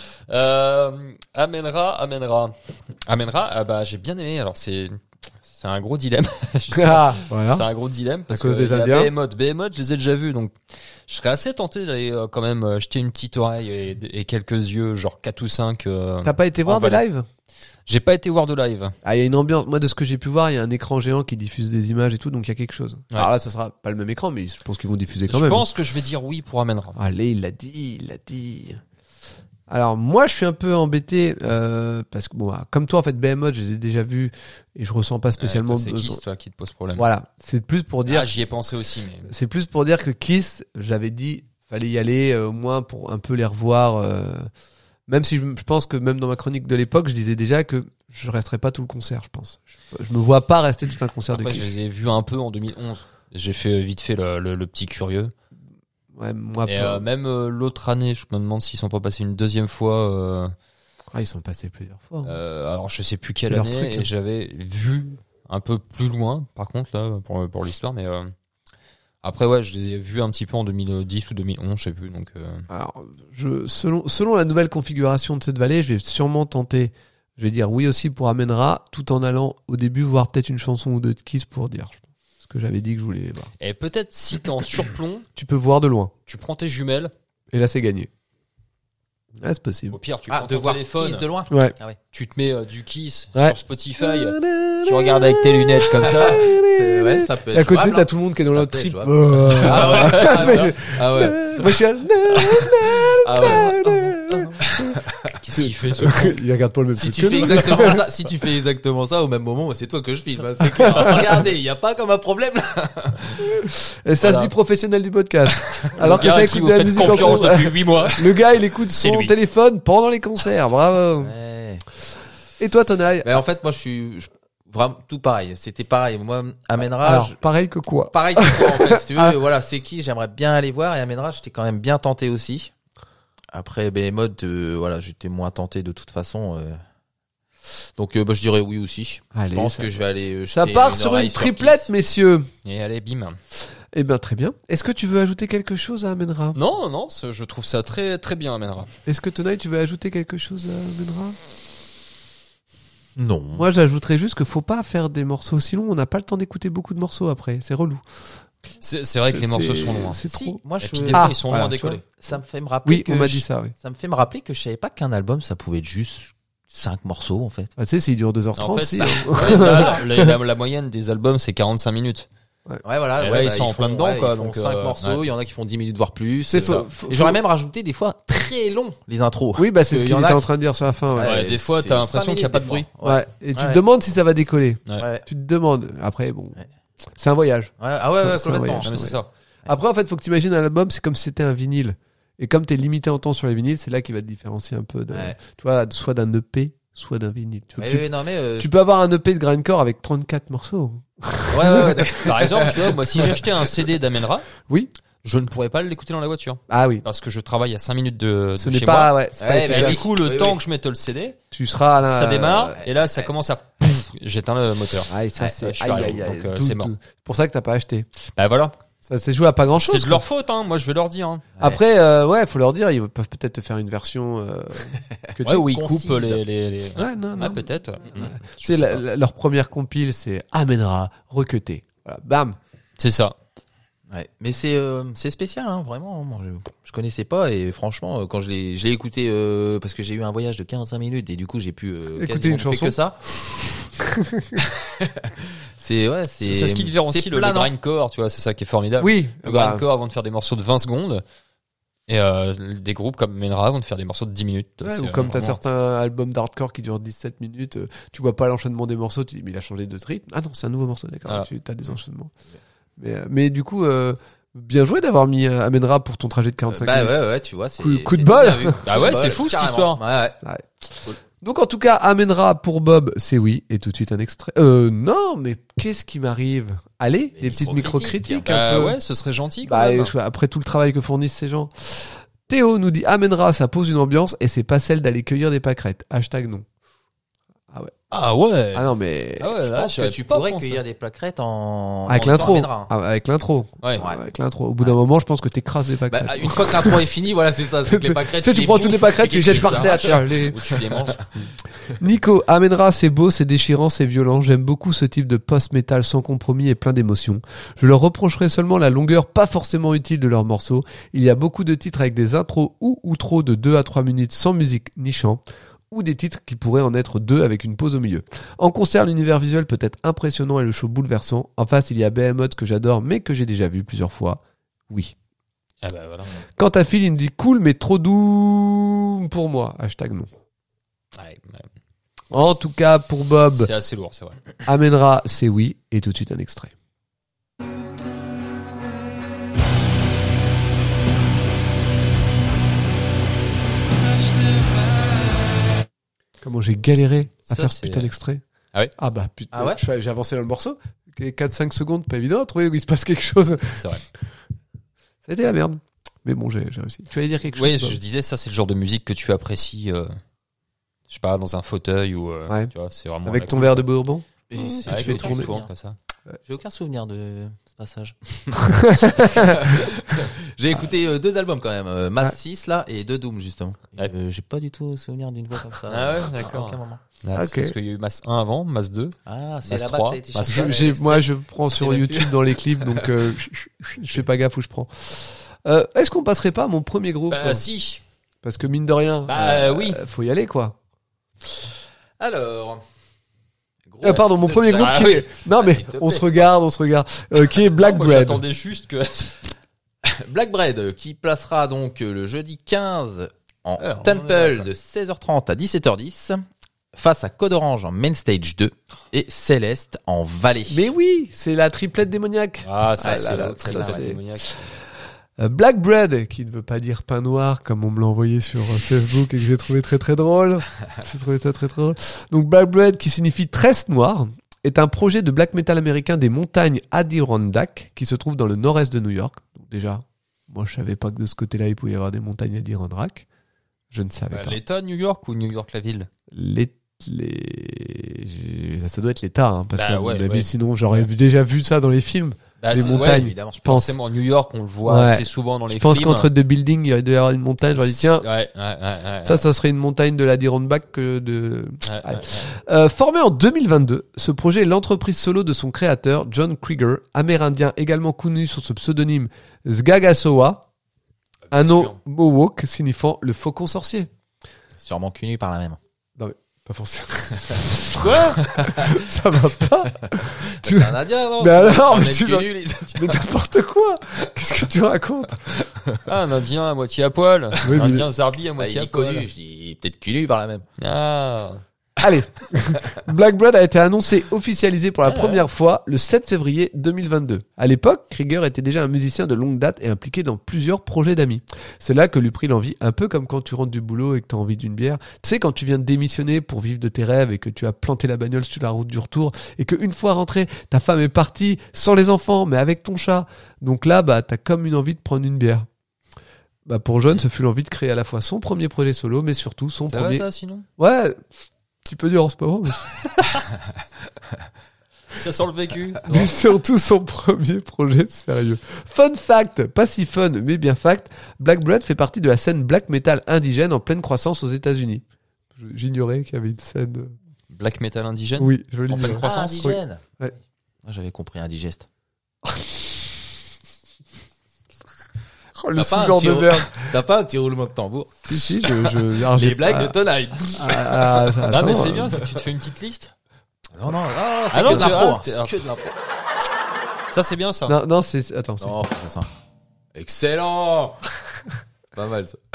Amènera, bah, j'ai bien aimé. Alors, c'est un gros dilemme. Ah, C'est voilà. un gros dilemme parce cause que des il y a Indiens. Behemoth, je les ai déjà vus, donc je serais assez tenté d'aller quand même jeter une petite oreille et quelques yeux, genre 4 ou 5. T'as pas été voir des voilà. lives? J'ai pas été voir de live. Ah, il y a une ambiance. Moi, de ce que j'ai pu voir, il y a un écran géant qui diffuse des images et tout, donc il y a quelque chose. Ouais. Alors là, ça sera pas le même écran, mais je pense qu'ils vont diffuser quand Je même. pense que je vais dire oui pour Amènera. Allez, il l'a dit. Alors moi, je suis un peu embêté parce que bon, comme toi, en fait, Behemoth, je les ai déjà vus et je ressens pas spécialement. C'est Kiss, toi, qui te pose problème. Voilà, c'est plus pour dire. Ah, j'y ai pensé aussi, mais. C'est plus pour dire que Kiss, j'avais dit, fallait y aller au moins pour un peu les revoir. Même si je pense que même dans ma chronique de l'époque, je disais déjà que je resterai pas tout le concert, je pense. Je me vois pas rester tout un concert Après, de je Kiss. les ai vus un peu en 2011. J'ai fait vite fait le petit curieux. Ouais, moi, Et pas. même l'autre année, je me demande s'ils sont pas passés une deuxième fois. Ah, ils sont passés plusieurs fois. Alors je sais plus C'est quelle leur année. truc, hein. Et j'avais vu un peu plus loin, par contre là, pour l'histoire, mais après ouais, je les ai vus un petit peu en 2010 ou 2011, je sais plus. Donc Alors, selon la nouvelle configuration de cette vallée, je vais sûrement tenter. Je vais dire oui aussi pour Amenra, tout en allant au début voir peut-être une chanson ou deux de Kiss pour dire ce que j'avais dit que je voulais voir. et peut-être si t'es en surplomb, Tu peux voir de loin. tu prends tes jumelles. Et là, c'est gagné. Ouais, c'est possible. Au pire, tu Ah, prends de ton voir téléphone, Kiss de loin. Ouais. Ah ouais. tu te mets du Kiss Ouais. sur Spotify, tu regardes avec tes lunettes comme ça. Ouais, ça peut Et être à côté, jouable, t'as hein. tout le monde qui est dans Ça leur peut être trip. jouable. Ah Ah ouais. Ah ouais. Moi, je suis Ah ouais. Qu'est-ce qu'il fait ce Il regarde pas le même Si truc tu que fais nous. exactement ça, si tu fais exactement ça au même moment, c'est toi que je filme. Hein, c'est clair. Regardez, il y a pas comme un problème là. Et ça Voilà. se dit professionnel du podcast. Alors que Le gars ça à qui écoute vous de la faites musique en confiance concert. depuis 8 mois. Le gars, il écoute C'est son lui. téléphone pendant les concerts. Bravo. Ouais. Et toi, Tonaï? Mais en fait, moi, je suis vraiment tout pareil. C'était pareil. Moi, Amenra, Alors, pareil que quoi? pareil que toi, en fait. Si tu veux, Ah. voilà, c'est qui j'aimerais bien aller voir. Et Amenra, j'étais quand même bien tenté aussi. Après Behemoth, voilà, j'étais moins tenté de toute façon. Donc, bah, je dirais oui aussi. Allez, Je pense ça- que je vais aller. Ça jeter part sur oreille une triplette, Kiss. messieurs. Et allez, bim. Eh ben, très bien. Est-ce que tu veux ajouter quelque chose à Amenra? Non, non, je trouve ça très très bien, Amènera. Est-ce que Tonaï, tu veux ajouter quelque chose à Amenra? Non. Moi, j'ajouterais juste qu'il faut pas faire des morceaux si longs. On n'a pas le temps d'écouter beaucoup de morceaux après. C'est relou. C'est vrai que les morceaux sont longs. C'est Si, trop. moi, Et je puis des fois, Ah, ils sont voilà, longs à tu vois. décoller. ça me fait me rappeler Oui, que on m'a dit ça, oui. ça me fait me rappeler que je savais pas qu'un album, ça pouvait être juste 5 morceaux, en fait. Ah, tu sais, s'il dure 2h30, En fait, si, ça- hein. la moyenne des albums, c'est 45 minutes. Ouais, voilà. Et ouais, là, ils sont en plein dedans, quoi, Ils font donc, 5 morceaux, ouais. il y en a qui font 10 minutes, voire plus. C'est ça. faux. Et j'aurais même rajouté des fois très longs, les intros. Oui, bah, c'est Parce ce qu'il qu'il y en était a en train de dire sur la fin, ouais. Ouais, des fois, c'est t'as l'impression 5 qu'il y a pas de minutes, des bruit. fois. Ouais. Et tu Ouais. te demandes si ça va décoller. Ouais. Ouais. Tu te demandes. Après, bon. C'est un voyage. Ah ouais, C'est un complètement. voyage. Non, mais c'est ça. Après, en fait, faut que tu imagines un album, c'est comme si c'était un vinyle. Et comme t'es limité en temps sur les vinyles, c'est là qu'il va te différencier un peu de, Ouais. tu vois, soit d'un EP, soit d'un vinyle. Tu, vois, Ouais, non, mais, tu peux avoir un EP de grindcore avec 34 morceaux. ouais, Par exemple, tu vois, moi, si j'achetais un CD d'Amenra, Oui. je ne pourrais pas l'écouter dans la voiture. Ah oui. Parce que je travaille à 5 minutes de Ce chez n'est moi. pas, ouais, c'est pas Ouais, Et efficace. du coup, le Oui, temps oui. que je mette le CD, Tu seras à la... ça démarre, ouais, et là, ça ouais. commence à, j'éteins le moteur. Ah, et ça, Ouais, c'est, je suis arrivé, donc, c'est mort. C'est pour ça que t'as pas acheté. Bah voilà. Ça s'est joué à pas grand chose. C'est de leur faute, hein. Moi, je vais leur dire, hein. Après, ouais, faut leur dire, ils peuvent peut-être te faire une version, que Ouais, où ils concise. coupent les... Ouais, non, non. Ouais, peut-être. Ouais. Tu sais, Je sais pas. leur première compile, c'est Amenra, recuté. Voilà, bam. C'est ça. Ouais, mais c'est spécial, hein, vraiment. Moi, je connaissais pas et franchement, quand je l'ai écouté, parce que j'ai eu un voyage de 45 minutes et du coup j'ai pu Écouter une quasiment chanson. que ça. C'est ce qui différencie le grindcore, tu vois, c'est ça qui est formidable. Oui. Le bah, grindcore vont te faire des morceaux de 20 secondes. Et des groupes comme Menra vont te faire des morceaux de 10 minutes. ouais, C'est, ou comme t'as vraiment- certains albums d'hardcore qui durent 17 minutes, tu vois pas l'enchaînement des morceaux, tu dis, mais il a changé de rythme. Ah non, c'est un nouveau morceau, d'accord. Ah. Tu as des enchaînements. Mais du coup, bien joué d'avoir mis Amenra pour ton trajet de 45 Bah minutes. ouais, tu vois, c'est Coup de c'est bol. bien vu. Ah ouais, Coup de c'est bol, fou, cette carrément. histoire. Ouais. Donc en tout cas, Amenra pour Bob, c'est oui. Et tout de suite un extrait. Non, mais qu'est-ce qui m'arrive? Allez, des petites micro-critiques. micro-critiques. un peu. Ouais, ce serait gentil quand Bah, même. après tout le travail que fournissent ces gens. Théo nous dit Amenra, ça pose une ambiance et c'est pas celle d'aller cueillir des pâquerettes. Hashtag non. Ah ouais. Ah non, mais Ah ouais, Je là, pense que j'avais tu pas pourrais pensé. cueillir des plaquettes en avec en l'intro. amènera. Ah, avec l'intro. Ouais. Ouais. Avec l'intro. Au bout d'un moment, je pense que t'écrases des Bah, pâquerettes. une fois que l'intro est finie, voilà, c'est ça. C'est que les pâquerettes. Tu sais, tu prends toutes les pâquerettes, tu les jettes par terre. Tiens, les- Ou tu les manges. Nico, Amenra, c'est beau, c'est déchirant, c'est violent. J'aime beaucoup ce type de post-metal sans compromis et plein d'émotions. Je leur reprocherai seulement la longueur pas forcément utile de leurs morceaux. Il y a beaucoup de titres avec des intros ou outros de 2 à 3 minutes sans musique ni chant, ou des titres qui pourraient en être 2 avec une pause au milieu. En concert, l'univers visuel peut être impressionnant et le show bouleversant. En face, il y a Behemoth que j'adore mais que j'ai déjà vu plusieurs fois. Oui. Ah bah voilà. Quant à Phil, il me dit cool mais trop doux pour moi. Hashtag non. Ouais, En tout cas, pour Bob, c'est assez lourd, c'est vrai. Amenra, c'est oui. Et tout de suite un extrait. Comment j'ai galéré à Ça, faire ce c'est- putain d'extrait. Ah ouais Ah bah putain, Ah ouais j'ai avancé dans le morceau. 4-5 secondes, pas évident à trouver où il se passe quelque chose. C'est vrai. Ça a été la merde. Mais bon, j'ai réussi. Tu allais dire quelque Oui, chose je disais, ça, c'est le genre de musique que tu apprécies, je sais pas, dans un fauteuil ou, Ouais. tu vois, c'est vraiment. avec la ton cool. verre de Bourbon. Et c'est- Avec tu fais le tourner. tourner comme ça. J'ai aucun souvenir de ce passage. J'ai écouté 2 albums quand même, Mass Ah. 6 là et de Doom justement. Et, Ouais. j'ai pas du tout souvenir d'une voix comme ça. Ah ouais, À d'accord. aucun moment. Ah, Ok. c'est parce qu'il y a eu Mass 1 avant, Mass 2. Ah, c'est Mass là-bas 3, que t'as été Mass chercher. Moi, je prends Je sur sais même YouTube plus. dans les clips, donc je fais pas gaffe où je prends. Est-ce qu'on passerait pas à mon premier groupe Bah si. Parce que mine de rien, Bah, oui. faut y aller quoi. Alors. Pardon, mon premier groupe Ah qui oui. est... Non mais s'il te on plaît. se regarde. Qui est Black Moi, Bread. j'attendais juste que. Black Bread qui placera donc le jeudi 15 en Alors, on est Temple là, quoi. de 16h30 à 17h10 face à Code Orange en Main Stage 2 et Céleste en Vallée. Mais oui, c'est la triplette démoniaque. Ah, ça, Ah c'est là là, là, ça, c'est c'est- démoniaque. Black Bread, qui ne veut pas dire pain noir, comme on me l'a envoyé sur Facebook et que j'ai trouvé très très drôle. J'ai trouvé ça très très drôle. Donc Black Bread, qui signifie tresse noire, est un projet de black metal américain des montagnes Adirondack, qui se trouve dans le nord-est de New York. Donc déjà, moi je savais pas que de ce côté-là il pouvait y avoir des montagnes Adirondack. Je ne savais pas. L'État New York ou New York la ville? Ça doit être l'État, hein, parce Bah qu'à mon ouais, avis, ouais. sinon j'aurais déjà vu ça dans les films. Bah, Les c'est- montagnes, évidemment. je pense. Forcément, New York, on le voit Ouais. assez souvent dans les Je pense films. qu'entre deux buildings, il doit y avoir une montagne. J'aurais dit, tiens, Ouais. ça serait une montagne de la Dirondack que de... Ouais. Formé en 2022, ce projet est l'entreprise solo de son créateur, John Krieger, amérindien également connu sous ce pseudonyme Zgagasowa, un Bien nom sûr. Mohawk signifiant le faucon sorcier. Sûrement cunu par la même. Pas forcément. Quoi? Ça va pas. Tu- C'est un indien, non? Mais alors, Un mais mec tu vas- cunu, les Indiens. Mais n'importe quoi. Qu'est-ce que tu racontes? Ah, un Indien à moitié à poil. Oui, Un mais- Indien zarbi à Bah, il moitié à est poil. connu, je dis peut-être cunu par la même. Ah. Allez. Black Blood a été annoncé, officialisé pour la première fois le 7 février 2022. À l'époque, Krieger était déjà un musicien de longue date et impliqué dans plusieurs projets d'amis. C'est là que lui prit l'envie, un peu comme quand tu rentres du boulot et que tu as envie d'une bière. Tu sais, quand tu viens de démissionner pour vivre de tes rêves et que tu as planté la bagnole sur la route du retour et qu'une fois rentré, ta femme est partie sans les enfants, mais avec ton chat. Donc là, t'as comme une envie de prendre une bière. Pour John, ce fut l'envie de créer à la fois son premier projet solo, mais surtout son Ça premier... va, toi, sinon? Ouais, petit peu dur en ce moment, mais... Ça sent le vécu. mais surtout son premier projet sérieux. Fun fact, pas si fun, mais bien fact, Black Blood fait partie de la scène black metal indigène en pleine croissance aux États-Unis. J'ignorais qu'il y avait une scène... Black metal indigène? Oui, je En l'ignorais. pleine croissance. indigène. Ouais. Ah, j'avais compris indigeste. Oh, le T'as pas un genre petit de ro- merde. T'as pas un petit roulement de tambour? Si, alors, j'ai Les blagues pas- de Tonai. Ah, ça, Non, mais attends, c'est bien, si tu te fais une petite liste. Non, c'est Ah non, que de tu- l'impro. ah, hein. t'es- C'est que de l'impro. Ça, c'est bien, ça. Non, c'est... Attends, c'est... Non, faut faire ça. Excellent. Pas mal, ça.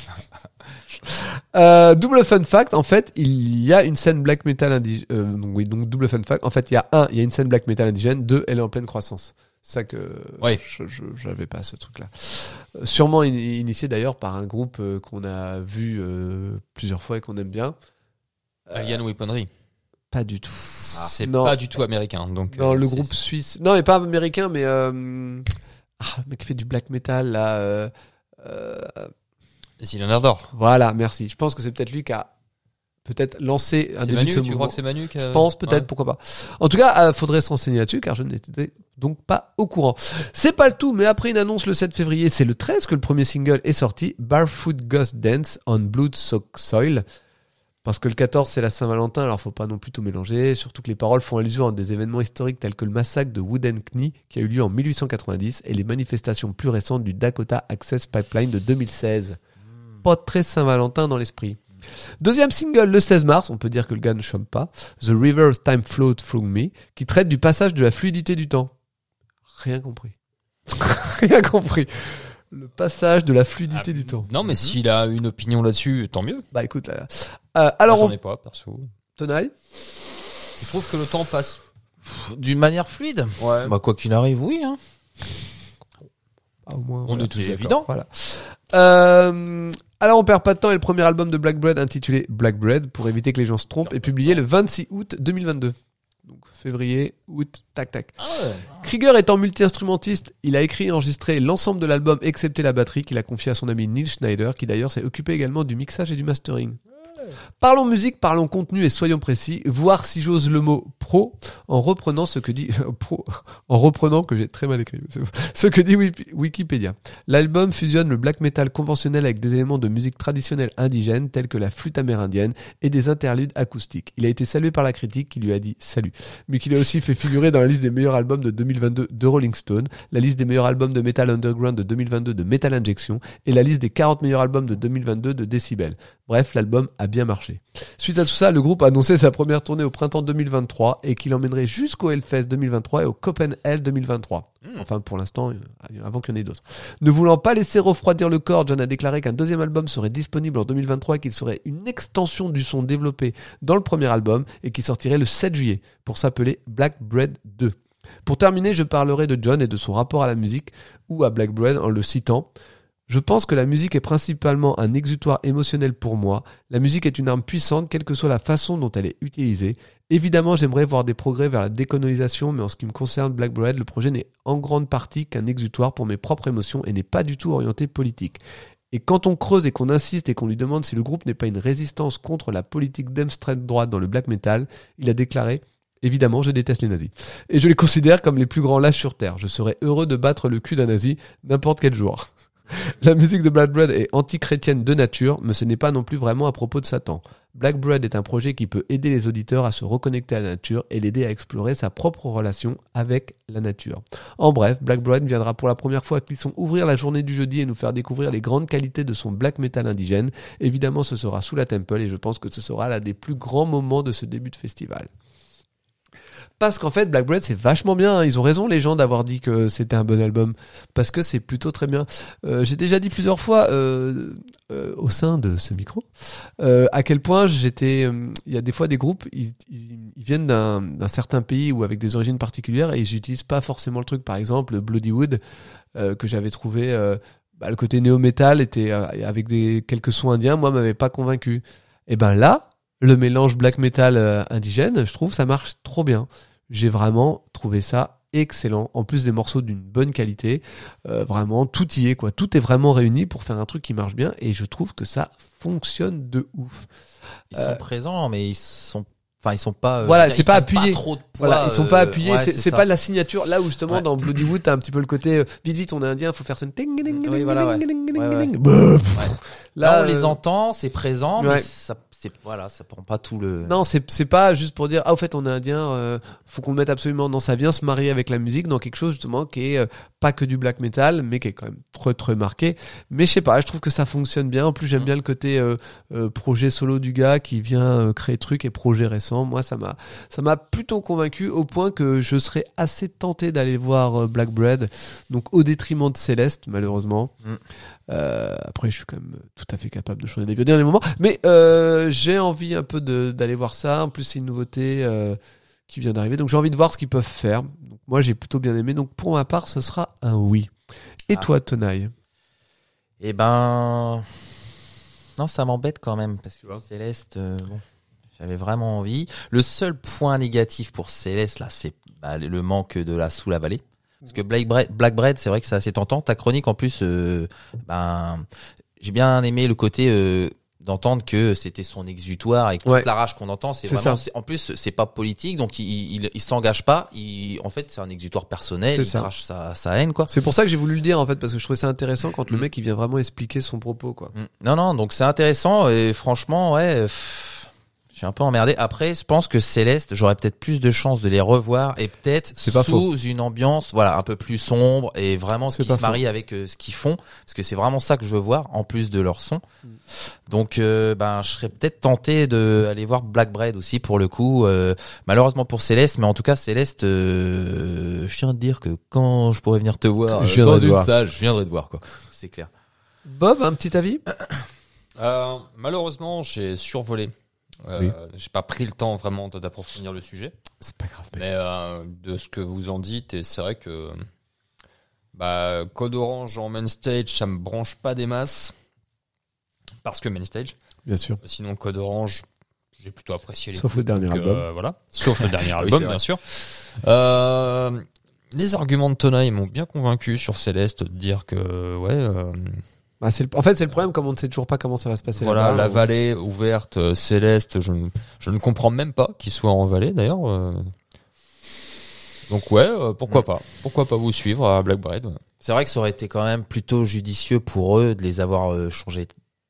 Double fun fact, en fait, il y a une scène black metal indigène. Donc double fun fact. En fait, il y a une scène black metal indigène. 2, elle est en pleine croissance. C'est ça que Ouais. j'avais pas ce truc-là. Sûrement initié d'ailleurs par un groupe qu'on a vu plusieurs fois et qu'on aime bien. Alien Weaponry. Pas du tout. C'est non. pas du tout américain. Donc, Non, le c'est- groupe suisse. Non, mais pas américain, mais le mec qui fait du black metal là. C'est Leonard. Voilà, merci. Je pense que c'est peut-être lui qui a peut-être lancé un C'est début Manu, de ce tu mouvement. crois que c'est Manu qui a... Je pense peut-être, Ouais. pourquoi pas. En tout cas, faudrait se renseigner là-dessus car je n'étais donc pas au courant. C'est pas le tout, mais après une annonce le 7 février, c'est le 13 que le premier single est sorti, Barefoot Ghost Dance on Blood Soaked Soil. Parce que le 14 c'est la Saint-Valentin, alors faut pas non plus tout mélanger, surtout que les paroles font allusion à des événements historiques tels que le massacre de Wooden Knee qui a eu lieu en 1890 et les manifestations plus récentes du Dakota Access Pipeline de 2016. Pas très Saint-Valentin dans l'esprit. Deuxième single le 16 mars, on peut dire que le gars ne chôme pas, The River's Time Flowed Through Me, qui traite du passage de la fluidité du temps. Rien compris. Rien compris. Le passage de la fluidité du temps. Non, mais s'il a une opinion là-dessus, tant mieux. Bah écoute, Alors, alors j'en on... ai pas, perso. Tenaille. Je trouve que le temps passe. D'une manière fluide. Ouais. Bah, quoi qu'il arrive, oui, hein. Au moins, On voilà. est tous C'est d'accord. évident. Voilà. Alors on perd pas de temps et le premier album de Black Blood intitulé Black Bread, pour éviter que les gens se trompent, est publié le 26 août 2022. Donc février, août, tac tac. Ah ouais. Krieger étant multi-instrumentiste, il a écrit et enregistré l'ensemble de l'album excepté la batterie qu'il a confié à son ami Neil Schneider qui d'ailleurs s'est occupé également du mixage et du mastering. Parlons musique, parlons contenu et soyons précis, voire si j'ose le mot pro, en reprenant ce que dit en reprenant que j'ai très mal écrit, ce que dit Wikipédia. L'album fusionne le black metal conventionnel avec des éléments de musique traditionnelle indigène tels que la flûte amérindienne et des interludes acoustiques. Il a été salué par la critique qui lui a dit salut, mais qu'il a aussi fait figurer dans la liste des meilleurs albums de 2022 de Rolling Stone, la liste des meilleurs albums de Metal Underground de 2022 de Metal Injection et la liste des 40 meilleurs albums de 2022 de Decibel. Bref, l'album a bien marché. Suite à tout ça, le groupe a annoncé sa première tournée au printemps 2023 et qu'il emmènerait jusqu'au Hellfest 2023 et au Copenhagen 2023. Enfin, pour l'instant, avant qu'il y en ait d'autres. Ne voulant pas laisser refroidir le corps, John a déclaré qu'un deuxième album serait disponible en 2023 et qu'il serait une extension du son développé dans le premier album et qui sortirait le 7 juillet pour s'appeler Black Bread 2. Pour terminer, je parlerai de John et de son rapport à la musique ou à Black Bread en le citant. Je pense que la musique est principalement un exutoire émotionnel pour moi. La musique est une arme puissante, quelle que soit la façon dont elle est utilisée. Évidemment, j'aimerais voir des progrès vers la décolonisation, mais en ce qui me concerne Black Bread, le projet n'est en grande partie qu'un exutoire pour mes propres émotions et n'est pas du tout orienté politique. Et quand on creuse et qu'on insiste et qu'on lui demande si le groupe n'est pas une résistance contre la politique d'extrême droite dans le black metal, il a déclaré « Évidemment, je déteste les nazis. Et je les considère comme les plus grands lâches sur Terre. Je serais heureux de battre le cul d'un nazi n'importe quel jour. » La musique de Black Bread est anti-chrétienne de nature, mais ce n'est pas non plus vraiment à propos de Satan. Black Bread est un projet qui peut aider les auditeurs à se reconnecter à la nature et l'aider à explorer sa propre relation avec la nature. En bref, Black Bread viendra pour la première fois à Clisson ouvrir la journée du jeudi et nous faire découvrir les grandes qualités de son black metal indigène. Évidemment, ce sera sous la Temple et je pense que ce sera l'un des plus grands moments de ce début de festival. Parce qu'en fait, Black Bread, c'est vachement bien. Ils ont raison, les gens, d'avoir dit que c'était un bon album. Parce que c'est plutôt très bien. J'ai déjà dit plusieurs fois, au sein de ce micro, à quel point il y a des fois des groupes, ils viennent d'un certain pays ou avec des origines particulières et ils utilisent pas forcément le truc. Par exemple, Bloodywood, que j'avais trouvé, le côté néo-metal était, avec quelques sons indiens, moi, m'avait pas convaincu. Et ben là, le mélange black metal indigène, je trouve ça marche trop bien. J'ai vraiment trouvé ça excellent. En plus des morceaux d'une bonne qualité, vraiment tout y est quoi. Tout est vraiment réuni pour faire un truc qui marche bien et je trouve que ça fonctionne de ouf. Ils sont présents, mais ils sont pas. Voilà, ils c'est pas prennent appuyé. Pas trop de poids, Voilà, ils sont pas appuyés. ouais, c'est ça. pas de la signature. Là où justement Ouais. dans Bloodywood t'as un petit peu le côté vite on est indien, faut faire ça. Oui, voilà, ouais. Ouais. Là, Là, on les entend, c'est présent, ouais. mais ça prend pas tout le. Non, c'est pas juste pour dire au fait on est indien, faut qu'on le mette absolument. Non, ça vient se marier avec la musique dans quelque chose justement qui est pas que du black metal, mais qui est quand même très très marqué. Mais je sais pas, je trouve que ça fonctionne bien. En plus j'aime bien le côté projet solo du gars qui vient créer truc et projet récent. Moi ça m'a plutôt convaincu au point que je serais assez tenté d'aller voir Black Bread, donc au détriment de Céleste malheureusement. Après je suis quand même tout à fait capable de changer d'avis au dernier moment, mais j'ai envie un peu d'aller voir ça. En plus c'est une nouveauté qui vient d'arriver, donc j'ai envie de voir ce qu'ils peuvent faire. Donc, moi j'ai plutôt bien aimé, donc pour ma part ce sera un oui. Et toi Tonaï? Eh ben, non, ça m'embête quand même parce que Céleste, bon, j'avais vraiment envie. Le seul point négatif pour Céleste là, c'est le manque de la sous la vallée. Parce que Black Bread, c'est vrai que c'est assez tentant. Ta chronique, en plus, j'ai bien aimé le côté d'entendre que c'était son exutoire et que toute la rage qu'on entend, c'est vraiment. En plus, c'est pas politique, donc il s'engage pas. En fait, c'est un exutoire personnel. Il crache sa haine, quoi. C'est pour ça que j'ai voulu le dire, en fait, parce que je trouvais ça intéressant quand le mec il vient vraiment expliquer son propos, quoi. Non, donc c'est intéressant et franchement, ouais. Je suis un peu emmerdé. Après, je pense que Céleste, j'aurais peut-être plus de chances de les revoir et peut-être sous une ambiance, voilà, un peu plus sombre et vraiment qui se marie avec ce qu'ils font, parce que c'est vraiment ça que je veux voir en plus de leur son. Donc, je serais peut-être tenté de aller voir Black Bread aussi pour le coup. Malheureusement pour Céleste, mais en tout cas Céleste, je tiens à te dire que quand je pourrais venir te voir dans une salle, je viendrai te voir quoi. C'est clair. Bob, un petit avis? Malheureusement, j'ai survolé. Oui. J'ai pas pris le temps vraiment d'approfondir le sujet. C'est pas grave. Mais de ce que vous en dites, et c'est vrai que Code Orange en main stage, ça me branche pas des masses. Parce que main stage. Bien sûr. Sinon, Code Orange, j'ai plutôt apprécié les Sauf le dernier album. Voilà. Sauf le dernier album, bien sûr. Les arguments de Tonaï m'ont bien convaincu sur Céleste de dire que, en fait, c'est le problème, comme on ne sait toujours pas comment ça va se passer. Voilà, là-bas, la vallée ouverte, Céleste, je ne comprends même pas qu'il soit en vallée, d'ailleurs. Donc pourquoi pas. Pourquoi pas vous suivre à Black Bread. C'est vrai que ça aurait été quand même plutôt judicieux pour eux de les avoir changés.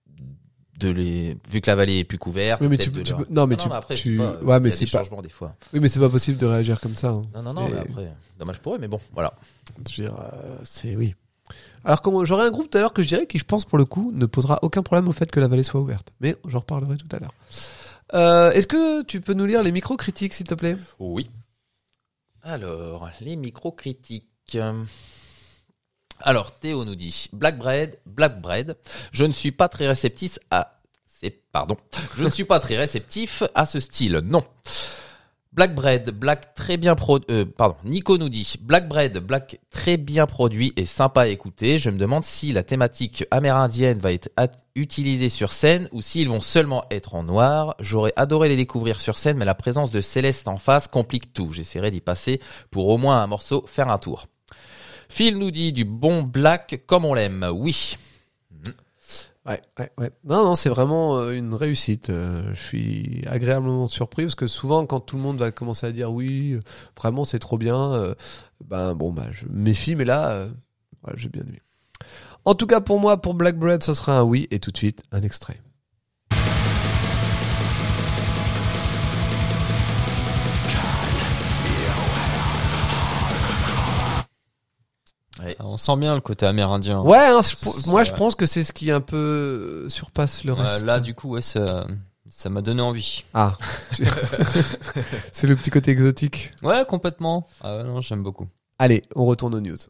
Vu que la vallée est plus couverte. Oui, mais après, ouais, mais c'est des changements des fois. Oui, mais c'est pas possible de réagir comme ça. Non, mais après, dommage pour eux, mais bon, voilà. Je veux dire, oui. Alors j'aurais un groupe tout à l'heure que je dirais qui, je pense pour le coup, ne posera aucun problème au fait que la vallée soit ouverte. Mais j'en reparlerai tout à l'heure. Est-ce que tu peux nous lire les micro-critiques, s'il te plaît? Oui. Alors, les micro-critiques. Alors, Théo nous dit Black Bread, je ne suis pas très réceptif à ce style, non. Black Bread, très bien Nico nous dit Black Bread, très bien produit et sympa à écouter. Je me demande si la thématique amérindienne va être utilisée sur scène ou s'ils vont seulement être en noir. J'aurais adoré les découvrir sur scène, mais la présence de Céleste en face complique tout. J'essaierai d'y passer pour au moins un morceau faire un tour. Phil nous dit du bon black comme on l'aime. Oui. Ouais. Non, c'est vraiment une réussite. Je suis agréablement surpris parce que souvent, quand tout le monde va commencer à dire oui, vraiment c'est trop bien, je me méfie, mais là, j'ai bien aimé. En tout cas, pour moi, pour Black Bread, ce sera un oui, et tout de suite, un extrait. Ouais. On sent bien le côté amérindien. Ouais, je pense que c'est ce qui un peu surpasse le reste. Là, du coup, ça Ça m'a donné envie. Ah. C'est le petit côté exotique. Ouais, complètement. Ah ouais, non, j'aime beaucoup. Allez, on retourne aux news.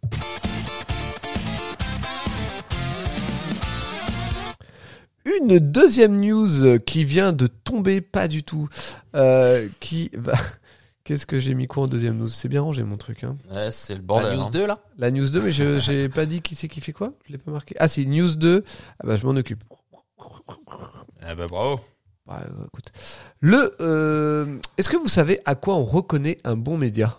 Une deuxième news qui vient de tomber, pas du tout. Qui va... Qu'est-ce que j'ai mis quoi en deuxième news? C'est bien rangé mon truc. Hein. Ouais, c'est le La bordel. news 2 là. La news 2, mais j'ai pas dit qui c'est qui fait quoi. Je l'ai pas marqué. Ah, c'est news 2. Ah bah je m'en occupe. Eh ben bravo. Bah, écoute. Est-ce que vous savez à quoi on reconnaît un bon média?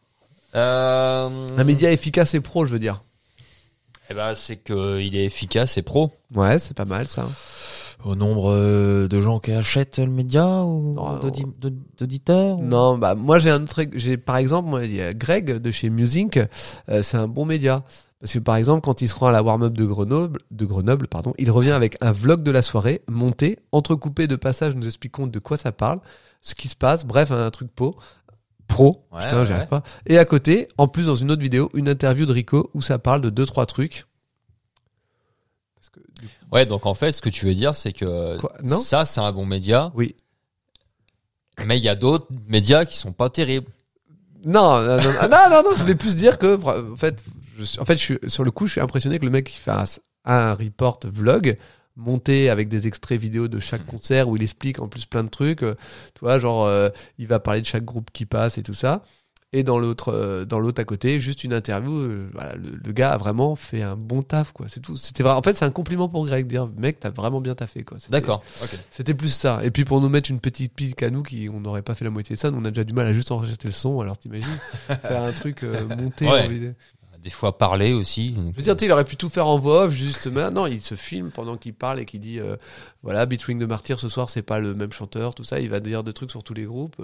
Un média efficace et pro, je veux dire. Eh ben, c'est qu'il est efficace et pro. Ouais, c'est pas mal ça. Au nombre de gens qui achètent le média ou Non, d'auditeurs ou- Non, bah moi j'ai par exemple, moi, il y a Greg de chez Musink, c'est un bon média. Parce que par exemple, quand il se rend à la warm-up de Grenoble, pardon, il revient avec un vlog de la soirée, monté, entrecoupé de passages nous expliquant de quoi ça parle, ce qui se passe, bref, un truc pro, Ouais, putain, ouais, j'y arrive ouais. pas. Et à côté, en plus dans une autre vidéo, une interview de Rico où ça parle de 2-3 trucs. Parce que, Ouais, donc en fait, ce que tu veux dire, c'est que Quoi Non ça, c'est un bon média. oui. Mais il y a d'autres médias qui sont pas terribles. Non, je voulais plus dire que, en fait, je suis, sur le coup, je suis impressionné que le mec qui fait un report vlog monté avec des extraits vidéo de chaque concert où il explique en plus plein de trucs, tu vois, genre, il va parler de chaque groupe qui passe et tout ça. Et dans l'autre à côté, juste une interview, voilà, le gars a vraiment fait un bon taf, quoi. C'est tout. C'était vrai. En fait, c'est un compliment pour Greg, dire, mec, t'as vraiment bien taffé, quoi. D'accord. Ok. C'était plus ça. Et puis pour nous mettre une petite pique à nous, on n'aurait pas fait la moitié de ça, nous on a déjà du mal à juste enregistrer le son, alors t'imagines faire un truc monté Ouais. en vidéo. Des fois parler aussi. Je veux dire, tu sais, il aurait pu tout faire en voix off, juste, mais non, il se filme pendant qu'il parle et qu'il dit, voilà, Between the Martyrs ce soir, c'est pas le même chanteur, tout ça, il va dire des trucs sur tous les groupes.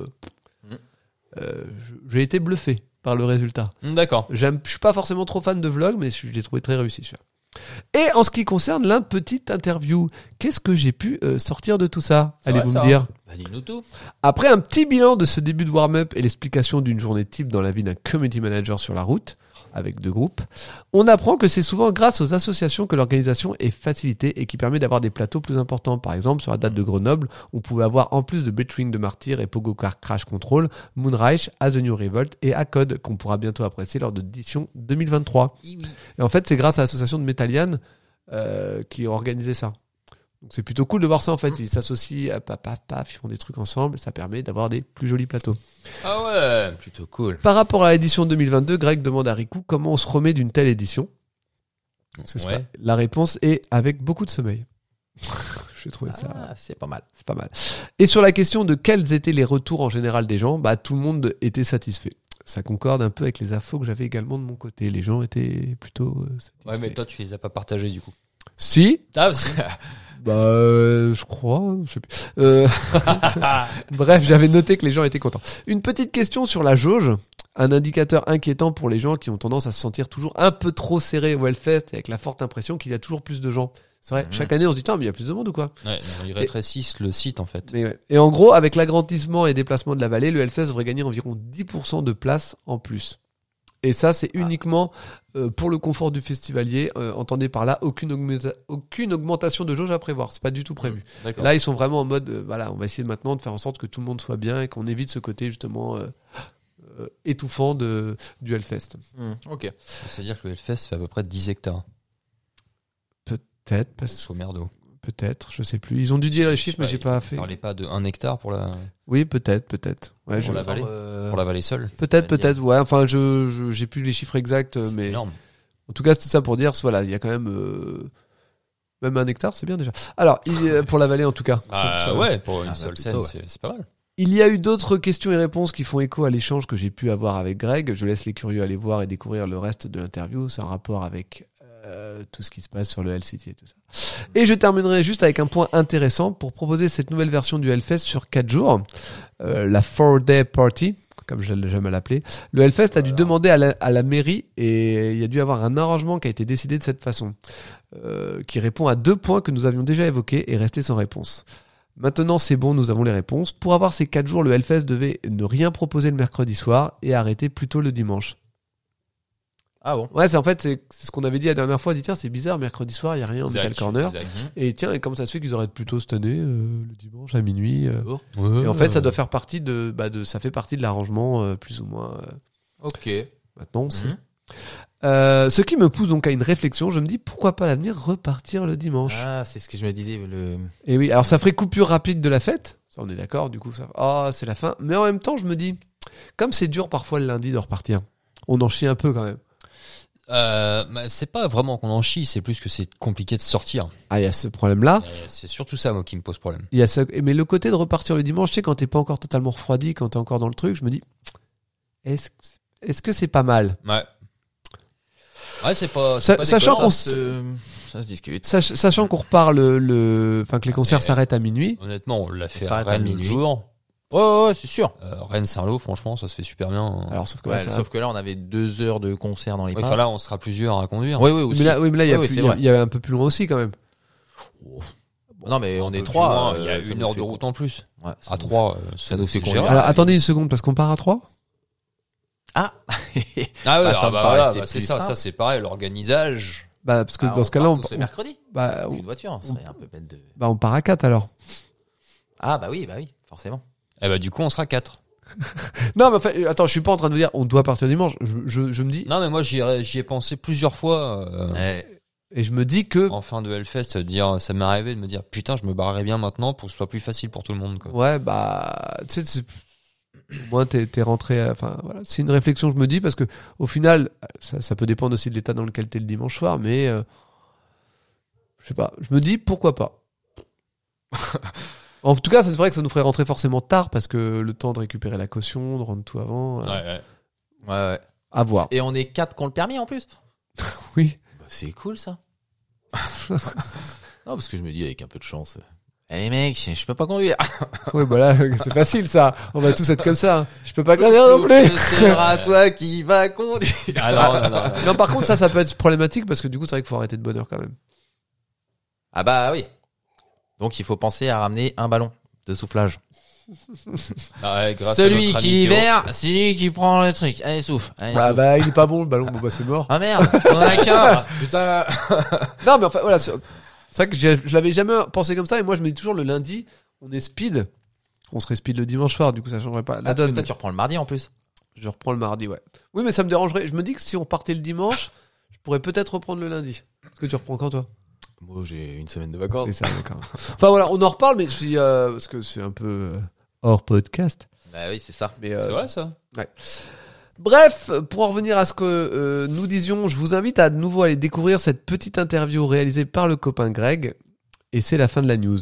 J'ai été bluffé par le résultat. D'accord. Je suis pas forcément trop fan de vlog, mais je l'ai trouvé très réussi, celui-là. Et en ce qui concerne la petite interview, qu'est-ce que j'ai pu sortir de tout ça? Ça Allez-vous va, me ça dire. Bah, dis-nous tout. Après un petit bilan de ce début de warm-up et l'explication d'une journée type dans la vie d'un community manager sur la route, avec 2 groupes, on apprend que c'est souvent grâce aux associations que l'organisation est facilitée et qui permet d'avoir des plateaux plus importants. Par exemple, sur la date de Grenoble, on pouvait avoir en plus de Between the Martyrs et Pogo Car Crash Control, Moonreich, As the New Revolt et Acode, qu'on pourra bientôt apprécier lors de l'édition 2023. Et en fait, c'est grâce à l'association de Metallian qui a organisé ça. Donc c'est plutôt cool de voir ça en fait. Ils s'associent, paf, ils font des trucs ensemble. Ça permet d'avoir des plus jolis plateaux. Ah ouais, plutôt cool. Par rapport à l'édition 2022, Greg demande à Riku comment on se remet d'une telle édition. Parce que Ouais. la réponse est avec beaucoup de sommeil. J'ai trouvé ça. Ah, c'est pas mal. C'est pas mal. Et sur la question de quels étaient les retours en général des gens, bah tout le monde était satisfait. Ça concorde un peu avec les infos que j'avais également de mon côté. Les gens étaient plutôt satisfaits. Ouais, mais toi, tu les as pas partagés du coup. Si, Ah, si. bah je crois, je sais plus. Bref, j'avais noté que les gens étaient contents. Une petite question sur la jauge, un indicateur inquiétant pour les gens qui ont tendance à se sentir toujours un peu trop serrés au Hellfest et avec la forte impression qu'il y a toujours plus de gens. C'est vrai, chaque année on se dit, mais il y a plus de monde ou quoi? Ouais, non, ils rétrécissent le site en fait. Mais ouais. Et en gros, avec l'agrandissement et déplacement de la vallée, le Hellfest devrait gagner environ 10% de place en plus. Et ça, c'est uniquement pour le confort du festivalier. Entendez par là, aucune augmentation de jauge à prévoir. C'est pas du tout prévu. D'accord. Là, ils sont vraiment en mode, voilà, on va essayer maintenant de faire en sorte que tout le monde soit bien et qu'on évite ce côté justement étouffant du Hellfest. Ok. C'est-à-dire que le Hellfest fait à peu près 10 hectares. Peut-être, C'est au merdo. peut-être, je sais plus. Ils ont dû dire les chiffres, mais j'ai pas fait. Vous parlez pas de 1 hectare pour la Oui, peut-être. Ouais, Pour la vallée euh, pour la vallée seule. Peut-être, ouais. Enfin, j'ai plus les chiffres exacts, C'est mais énorme. en tout cas, c'est ça pour dire, voilà, il y a quand même même 1 hectare, c'est bien déjà. Alors, pour la vallée en tout cas. Ah Ça- ouais, pour une bah, seule plutôt, scène, c'est pas mal. Il y a eu d'autres questions et réponses qui font écho à l'échange que j'ai pu avoir avec Greg. Je laisse les curieux aller voir et découvrir le reste de l'interview. C'est un rapport avec tout ce qui se passe sur le Hellcity et tout ça. Et je terminerai juste avec un point intéressant pour proposer cette nouvelle version du Hellfest sur 4 jours. La 4-day party, comme j'aime à l'appeler. Le Hellfest a dû demander à la mairie et il y a dû avoir un arrangement qui a été décidé de cette façon, qui répond à 2 points que nous avions déjà évoqués et restés sans réponse. Maintenant, c'est bon, nous avons les réponses. Pour avoir ces 4 jours, le Hellfest devait ne rien proposer le mercredi soir et arrêter plus tôt le dimanche. Ah bon. Ouais, c'est ce qu'on avait dit la dernière fois. On dit tiens, c'est bizarre, mercredi soir, il y a rien au Metal Corner. Exact. Et tiens, et comment ça se fait qu'ils arrêtent plutôt cette année, le dimanche à minuit Ouais. Et en fait, ça doit faire partie ça fait partie de l'arrangement, plus ou moins. Ok. Maintenant, on sait. Mhm. Ce qui me pousse donc à une réflexion. Je me dis pourquoi pas l'avenir repartir le dimanche. Ah, c'est ce que je me disais. Et oui, alors ça ferait coupure rapide de la fête. Ça, on est d'accord. Du coup, c'est la fin. Mais en même temps, je me dis, comme c'est dur parfois le lundi de repartir, on en chie un peu quand même. C'est pas vraiment qu'on en chie, c'est plus que c'est compliqué de sortir. Ah, il y a ce problème-là. C'est surtout ça, moi, qui me pose problème. Il y a ça. Mais le côté de repartir le dimanche, tu sais, quand t'es pas encore totalement refroidi, quand t'es encore dans le truc, je me dis, est-ce que c'est pas mal? Ouais. Ouais, c'est pas. Sachant qu'on ça se discute. Sachant qu'on repart enfin que les concerts Mais- s'arrêtent à minuit. Honnêtement, on l'a fait Ça à s'arrête à Rennes le minuit. jour. Ouais, c'est sûr. Rennes Saint-Lô, franchement, ça se fait super bien. Alors sauf que Ouais, là, ça- sauf que là, on avait 2 heures de concert dans les Ouais, parcs. enfin là, on sera plusieurs à conduire. Oui, aussi. mais là, il y a Oui, plus- c'est il y a- vrai. il y avait un peu plus loin aussi quand même. Non, mais on Un est peu 3. plus loin, il y a 1 heure de route en plus. Ouais, ça À nous 3, ça nous fait c'est combien gérable. Alors oui. attendez une seconde parce qu'on part à 3. Ah. Ah ouais, Bah, ça me paraissait c'est plus ça, simple. c'est pareil, l'organisage. Bah parce que Ah, dans ce cas-là, tous les mercredis. bah, Avec une voiture, ça serait un peu bête de. on part à 4 alors. Ah, bah oui, forcément. Eh bah, du coup, on sera 4. Non mais enfin, attends, je suis pas en train de vous dire on doit partir dimanche. Je me dis Non, mais moi, j'y ai pensé plusieurs fois, et je me dis que en fin de Hellfest, ça m'est arrivé de me dire, putain, je me barrerais bien maintenant pour que ce soit plus facile pour tout le monde, quoi. ouais bah tu sais moi t'es rentré enfin voilà, c'est une réflexion que je me dis parce que au final ça peut dépendre aussi de l'état dans lequel t'es le dimanche soir mais je sais pas, je me dis pourquoi pas. En tout cas, c'est vrai que ça nous ferait rentrer forcément tard parce que le temps de récupérer la caution, de rendre tout avant, Ouais. Ouais. à voir. Et on est 4 qui ont le permis en plus. Oui. Bah, c'est cool ça. Non, parce que je me dis avec un peu de chance. Allez mec, je peux pas conduire. Oui, bah là, c'est facile ça. On va tous être comme ça. Je peux pas conduire non plus. Ce sera toi qui va conduire. Ah non. Non, par contre, ça peut être problématique parce que du coup, c'est vrai qu'il faut arrêter de bonne heure quand même. Ah bah oui. Donc il faut penser à ramener un ballon de soufflage. Ah ouais, grâce à Celui notre qui ami Théo. libère, c'est lui qui prend le truc. Allez, souffle. Allez, Ah souffle. bah, il est pas bon le ballon. Bon bah, c'est mort. Ah merde, on en a qu'un. Putain. Non, mais enfin, voilà. C'est vrai que je l'avais jamais pensé comme ça et moi, je me dis toujours le lundi, on est speed. On serait speed le dimanche soir. Du coup, ça changerait pas la Ah, donne. toi, tu reprends le mardi en plus. Je reprends le mardi, ouais. Oui, mais ça me dérangerait. Je me dis que si on partait le dimanche, je pourrais peut-être reprendre le lundi. Est-ce que tu reprends quand toi? Moi, j'ai une semaine de vacances. Et ça, d'accord. Enfin voilà, on en reparle, mais je dis parce que c'est un peu hors podcast. Bah oui, c'est ça. Mais C'est vrai, ça? bref, pour en revenir à ce que nous disions, je vous invite à nouveau aller découvrir cette petite interview réalisée par le copain Greg. Et c'est la fin de la news.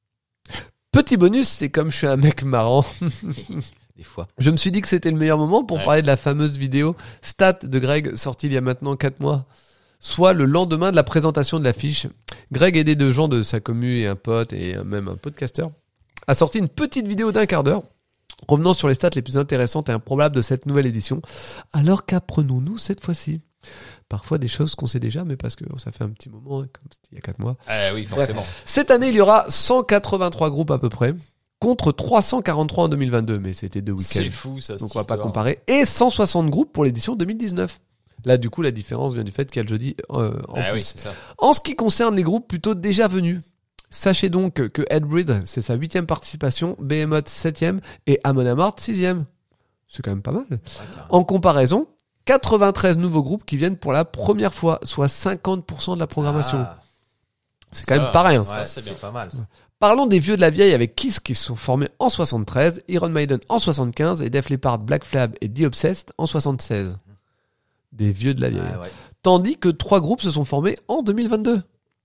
Petit bonus, c'est comme je suis un mec marrant. Des fois. Je me suis dit que c'était le meilleur moment pour Ouais. parler de la fameuse vidéo stat de Greg sortie il y a maintenant 4 mois. Soit le lendemain de la présentation de l'affiche. Greg, aidé de gens de sa commu et un pote et même un podcasteur, a sorti une petite vidéo d'1 quart d'heure revenant sur les stats les plus intéressantes et improbables de cette nouvelle édition. Alors qu'apprenons-nous cette fois-ci? Parfois des choses qu'on sait déjà, mais parce que ça fait un petit moment, hein, comme c'était il y a 4 mois. Eh oui, forcément. Cette année, il y aura 183 groupes à peu près, contre 343 en 2022, mais c'était 2 week-ends. C'est fou, ça. Donc cette on va pas histoire. comparer. Et 160 groupes pour l'édition 2019. Là, du coup, la différence vient du fait qu'il y a le jeudi en Ah plus. oui, c'est ça. En ce qui concerne les groupes plutôt déjà venus, sachez donc que Headbreed, c'est sa 8e participation, Behemoth 7e et Amon Amarth 6e. C'est quand même pas mal. En comparaison, 93 nouveaux groupes qui viennent pour la première fois, soit 50% de la programmation. Ah, C'est quand Ça même va. pas rien. Ça, ouais, c'est c'est bien. pas mal. Ça. Parlons des vieux de la vieille avec Kiss qui se sont formés en 73, Iron Maiden en 75 et Def Leppard, Black Flag et The Obsessed en 76. Des vieux de la vieille. Ah, ouais. Tandis que 3 groupes se sont formés en 2022.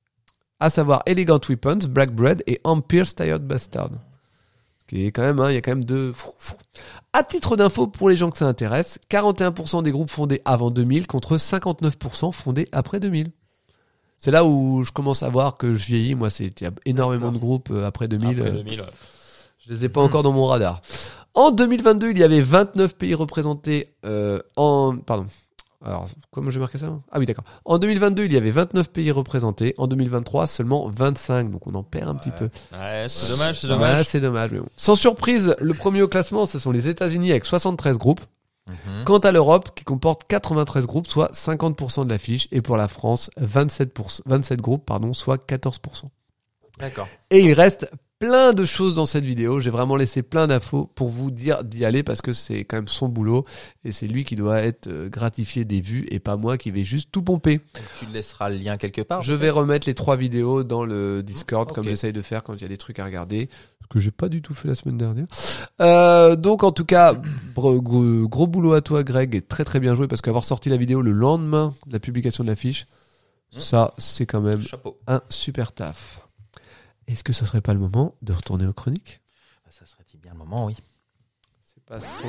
À savoir Elegant Weapons, Black Bread et Empire Tired Bastard. Ce qui est quand même, il y a quand même deux. À titre d'info pour les gens que ça intéresse, 41% des groupes fondés avant 2000 contre 59% fondés après 2000. C'est là où je commence à voir que je vieillis. Moi, il y a énormément de groupes après 2000. Après 2000, ouais. Je les ai pas encore dans mon radar. En 2022, il y avait 29 pays représentés Pardon. Alors, comment j'ai marqué ça? Ah oui, d'accord. En 2022, il y avait 29 pays représentés. En 2023, seulement 25. Donc, on en perd un petit peu. Ouais, c'est dommage, c'est Ouais, dommage. c'est dommage. Mais bon. Sans surprise, le premier au classement, ce sont les États-Unis avec 73 groupes. Quant à l'Europe, qui comporte 93 groupes, soit 50% de l'affiche, et pour la France, 27 groupes, soit 14%. D'accord. Et il reste plein de choses dans cette vidéo. J'ai vraiment laissé plein d'infos pour vous dire d'y aller parce que c'est quand même son boulot et c'est lui qui doit être gratifié des vues et pas moi qui vais juste tout pomper. Donc, tu laisseras le lien quelque part. Je vais remettre les 3 vidéos dans le Discord comme Ok. j'essaye de faire quand il y a des trucs à regarder. Ce que j'ai pas du tout fait la semaine dernière. Donc en tout cas, gros boulot à toi Greg et très très bien joué parce qu'avoir sorti la vidéo le lendemain de la publication de l'affiche, ça c'est quand même Chapeau. un super taf. Est-ce que ce serait pas le moment de retourner aux chroniques? Ça serait-il bien le moment, oui. C'est pas trop...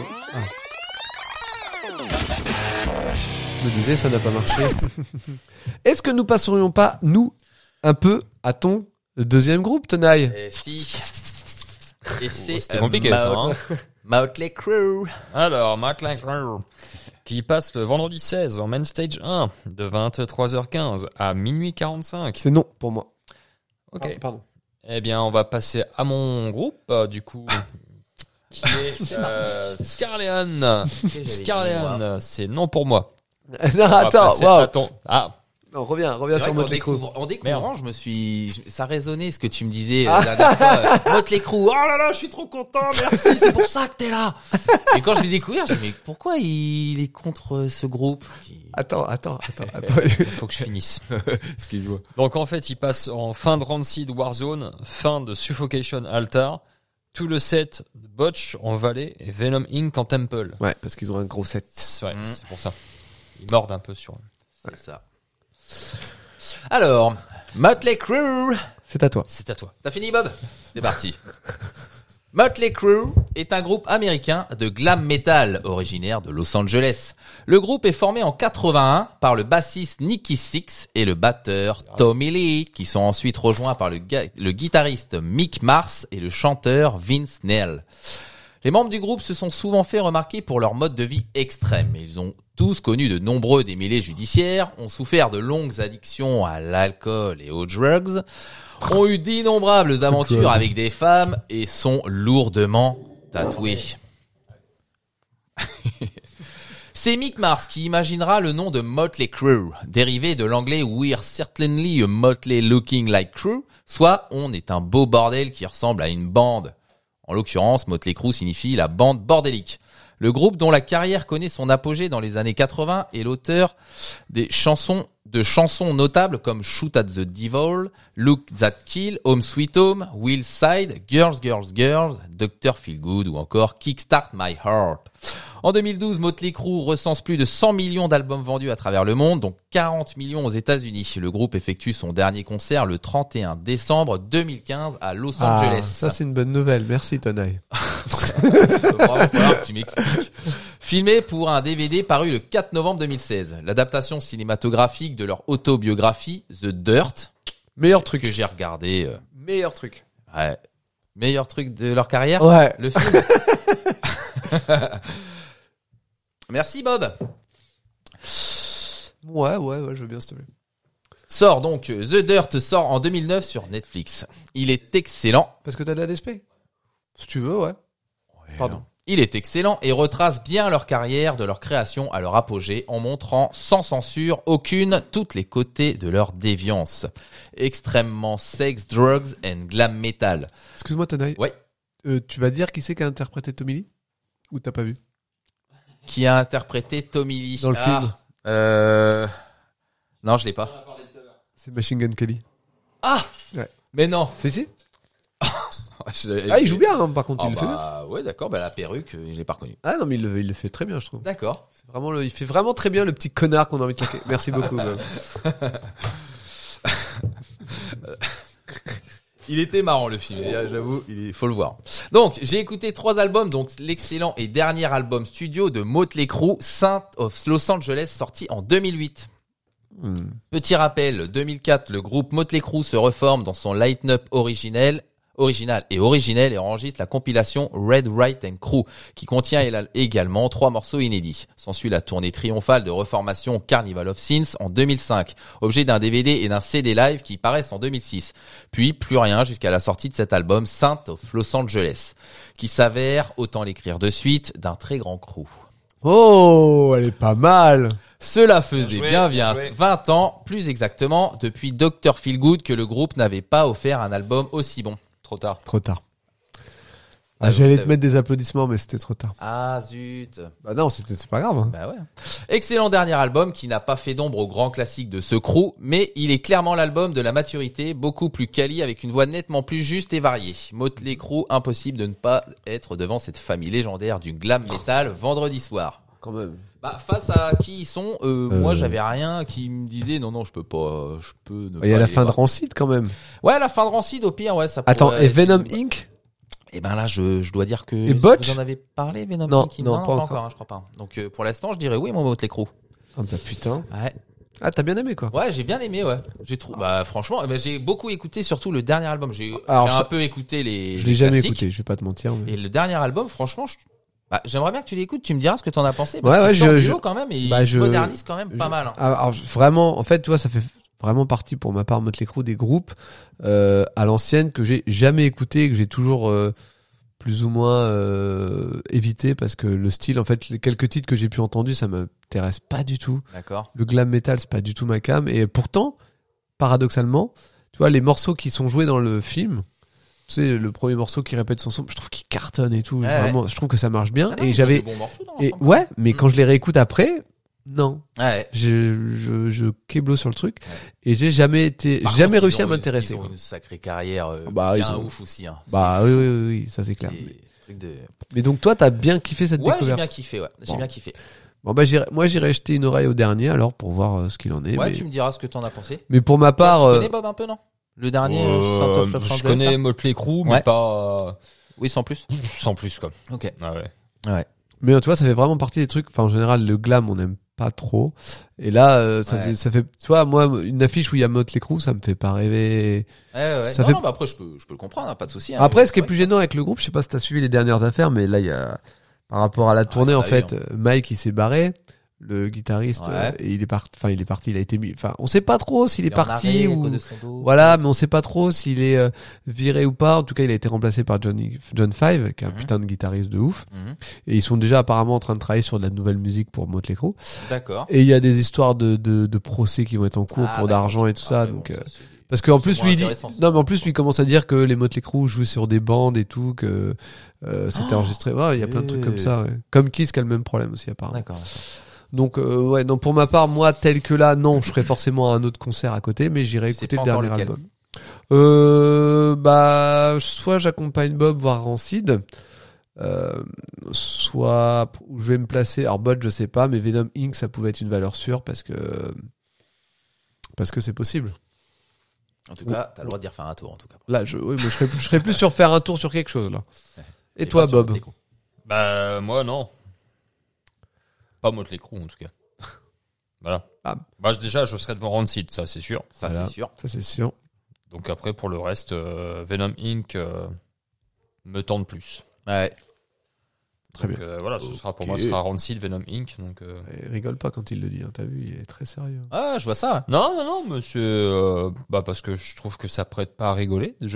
Je me disais, ça n'a pas marché. Est-ce que nous passerions pas, nous, un peu à ton deuxième groupe, Tenaille? Et si. Et c'est C'était compliqué, ça, hein. Motley Crue. Alors, Motley Crue, qui passe le vendredi 16 en Main Stage 1 de 23h15 à minuit 45. C'est non pour moi. Ok. Pardon. Eh bien, on va passer à mon groupe, du coup, qui est Scarleon. Scarleon, c'est non pour moi. Non, On va attends, passer waouh. à ton... Ah, Non, reviens C'est vrai sur qu'en Motley Crue. en découvrant, Merde. je me suis, ça résonnait ce que tu me disais la dernière fois. Motley Crue. Oh là là, je suis trop content, merci. C'est pour ça que t'es là. Et quand je l'ai découvert, j'ai dit, mais pourquoi il est contre ce groupe? Attends. il faut que je finisse. Excuse-moi. Donc, en fait, il passe en fin de Rancid Warzone, fin de Suffocation Altar, tout le set de Botch en Valley et Venom Inc. en Temple. Ouais, parce qu'ils ont un gros set. Ouais, c'est pour ça. Ils mordent un peu sur... C'est ça. Alors, Motley Crue. C'est à toi. C'est à toi. T'as fini, Bob? C'est parti. Motley Crue est un groupe américain de glam metal originaire de Los Angeles. Le groupe est formé en 81 par le bassiste Nicky Sixx et le batteur Tommy Lee, qui sont ensuite rejoints par le guitariste Mick Mars et le chanteur Vince Neil. Les membres du groupe se sont souvent fait remarquer pour leur mode de vie extrême. Ils ont tous connu de nombreux démêlés judiciaires, ont souffert de longues addictions à l'alcool et aux drugs, ont eu d'innombrables aventures avec des femmes et sont lourdement tatoués. C'est Mick Mars qui imaginera le nom de Motley Crue, dérivé de l'anglais We're certainly a motley looking like crew, soit on est un beau bordel qui ressemble à une bande. En l'occurrence, Motley Crue signifie la bande bordélique. Le groupe dont la carrière connaît son apogée dans les années 80 est l'auteur de chansons notables comme Shoot at the Devil, Look That Kill, Home Sweet Home, Will Side, Girls, Girls, Girls, Dr. Feelgood ou encore Kickstart My Heart. En 2012, Motley Crue recense plus de 100 millions d'albums vendus à travers le monde, dont 40 millions aux États-Unis. Le groupe effectue son dernier concert le 31 décembre 2015 à Los Angeles. Ça c'est une bonne nouvelle. Merci Tenaille. Vraiment falloir que tu m'expliques. Filmé pour un DVD paru le 4 novembre 2016. L'adaptation cinématographique de leur autobiographie The Dirt, Meilleur truc. que j'ai regardé. Meilleur truc. Ouais. Meilleur truc de leur carrière. Ouais. Le film. Merci Bob. Ouais, je veux bien s'il te plaît. Sort donc The Dirt sort en 2009 sur Netflix. Il est excellent. Parce que t'as de la DSP. Si tu veux, ouais. Pardon. Il est excellent et retrace bien leur carrière de leur création à leur apogée en montrant sans censure aucune toutes les côtés de leur déviance. Extrêmement sex, drugs and glam metal. Excuse-moi Tenaille. Ouais. Tu vas dire qui c'est qui a interprété Tommy Lee? Ou t'as pas vu? Qui a interprété Tommy Lee Dans le film. Non, je l'ai pas. C'est Machine Gun Kelly. Ah Ouais. Mais non. Si. Ah, il joue bien, hein, par contre, il le fait bien. Ouais, d'accord, la perruque, je l'ai pas reconnue. Ah non, mais il le fait très bien, je trouve. D'accord. Il fait vraiment très bien le petit connard qu'on a envie de claquer. Merci beaucoup. Bob. Il était marrant le film, j'avoue, il faut le voir. Donc, j'ai écouté 3 albums, donc l'excellent et dernier album studio de Motley Crue, Saint of Los Angeles, sorti en 2008. Petit rappel, 2004, le groupe Motley Crue se reforme dans son line-up original et enregistre la compilation Red, Right and Crew, qui contient également 3 morceaux inédits. S'ensuit la tournée triomphale de reformation Carnival of Sins en 2005, objet d'un DVD et d'un CD live qui paraissent en 2006. Puis plus rien jusqu'à la sortie de cet album Saint of Los Angeles, qui s'avère, autant l'écrire de suite, d'un très grand crew. Oh, elle est pas mal. Cela faisait Bien joué, bien bien joué. 20 ans, plus exactement, depuis Dr. Feelgood que le groupe n'avait pas offert un album aussi bon. Trop tard. Trop tard. Ah, J'allais t'as te mettre des applaudissements, mais c'était trop tard. Ah zut. Bah non, c'est pas grave. Hein. Bah ouais. Excellent dernier album qui n'a pas fait d'ombre au grand classique de ce crew, mais il est clairement l'album de la maturité, beaucoup plus quali avec une voix nettement plus juste et variée. Motley Crue, impossible de ne pas être devant cette famille légendaire du glam metal vendredi soir. Quand même. Bah face à qui ils sont, moi j'avais rien qui me disait non je peux pas, je peux ne pas. Il y a la les fin de voir. Rancid quand même. Ouais, la fin de Rancid au pire, ouais ça. Attends, pourrait et être Venom une- Inc. Eh ben là, je dois dire que Et Butch vous en avez parlé, Venom Non, Inc. non, pas encore. Hein, je crois pas. Donc pour l'instant, je dirais oui, mon Motley Crue. Ah bah putain. Ouais. Ah, t'as bien aimé quoi. Ouais, j'ai bien aimé, ouais. J'ai trouvé, bah, franchement, j'ai beaucoup écouté, surtout le dernier album. J'ai Alors, un ça- peu écouté les. Je les l'ai jamais classiques. écouté, je vais pas te mentir. Mais... Et le dernier album, franchement, j'aimerais bien que tu l'écoutes. Tu me diras ce que t'en as pensé. Parce Ouais, qu'il ouais, sort je- du je- lot quand même et bah, il je- se modernise quand même pas mal. Hein. Alors vraiment, en fait, tu vois, ça fait vraiment partie pour ma part Motley Crue des groupes à l'ancienne que j'ai jamais écouté, que j'ai toujours plus ou moins évité parce que le style, en fait, les quelques titres que j'ai pu entendre, ça m'intéresse pas du tout. D'accord. Le glam metal, c'est pas du tout ma cam. Et pourtant, paradoxalement, tu vois, les morceaux qui sont joués dans le film, tu sais, le premier morceau qui répète son son, je trouve qu'il cartonne et tout. Ouais, Vraiment, je trouve que ça marche bien. Ah non, et il y a j'avais, des bons morceaux dans et l'ensemble. ouais, mais Mm. quand je les réécoute après, non. Ouais. Je kéblo sur le truc. Et j'ai jamais Par jamais contre, réussi ils à ont- m'intéresser. Ils ont quoi. une sacrée carrière, Bah, bien ils ont- ouf aussi. Hein. Bah C'est- oui, ça c'est clair. truc de. Mais donc toi, t'as bien kiffé cette Ouais, j'ai découverte. bien kiffé. Ouais, j'ai Bon. bien kiffé. Bon bah moi j'irai jeter une oreille au dernier alors pour voir ce qu'il en est. Ouais, mais... tu me diras ce que t'en as pensé. mais pour ma part, Tu connais Bob un peu, non? Le dernier, Saint of Los je Angeles, connais là Motley Crue, mais Ouais. pas Oui, sans plus. sans plus quoi. Ok. Ah ouais. Ouais. mais tu vois, ça fait vraiment partie des trucs. Enfin, en général, le glam, on n'aime pas trop. Et là, Ouais. ça fait, tu vois, moi, une affiche où il y a Motley Crue, ça me fait pas rêver. Ouais. Ça Non, fait- non, bah après, je peux le comprendre, hein, pas de souci. hein, Après, mais ce qui est c'est plus vrai gênant avec le groupe, je sais pas si t'as suivi les dernières affaires, mais là, il y a, par rapport à la tournée, bah en oui, fait, Mike, il s'est barré. Le guitariste, Ouais. et il est parti, il a été mis, enfin, on sait pas trop s'il est qu'il est en parti arrêt à ou, cause de son dos. voilà, mais on sait pas trop s'il est viré ou pas. En tout cas, il a été remplacé par John Five, qui est un Mhm. putain de guitariste de ouf. Mhm. Et ils sont déjà apparemment en train de travailler sur de la nouvelle musique pour Motley Crue. D'accord. Et il y a des histoires de procès qui vont être en cours Ah, pour d'accord. d'argent et tout ça. Après, bon, Donc, ça, c'est- parce qu'en c'est plus moins lui il dit, intéressant, ça. non mais en plus lui commence à dire que les Motley Crue jouaient sur des bandes et tout, que c'était enregistré. Ouais, il y a plein de trucs comme ça. Ouais. Comme Kiss qui a le même problème aussi apparemment. D'accord. Donc ouais, non pour ma part, moi tel que là, non, je ferai forcément un autre concert à côté, mais j'irai Tu sais écouter pas le encore dernier lequel. album. Bah soit j'accompagne Bob voir Rancid. Soit où je vais me placer. Alors Bud, je sais pas, mais Venom Inc. ça pouvait être une valeur sûre parce que c'est possible. En tout cas, t'as le droit d'y refaire un tour, en tout cas. Là, moi, je serais plus sur faire un tour sur quelque chose là. Et C'est toi, pas sur Bob? Motley Crue. Bah moi non. Pas Motley Crue en tout cas. Voilà. Ah. Bah déjà je serais devant Rancid, ça c'est sûr. Ça, Voilà. c'est sûr. Ça c'est sûr. Donc après pour le reste, Venom Inc. Me tente plus. Ouais. Très Donc, bien. voilà, ce sera pour Ok. moi, ce sera Rancid, Venom Inc. Donc Et rigole pas quand il le dit. Hein. T'as vu, il est très sérieux. Ah, je vois ça. non, monsieur. Bah parce que je trouve que ça prête pas à rigoler déjà.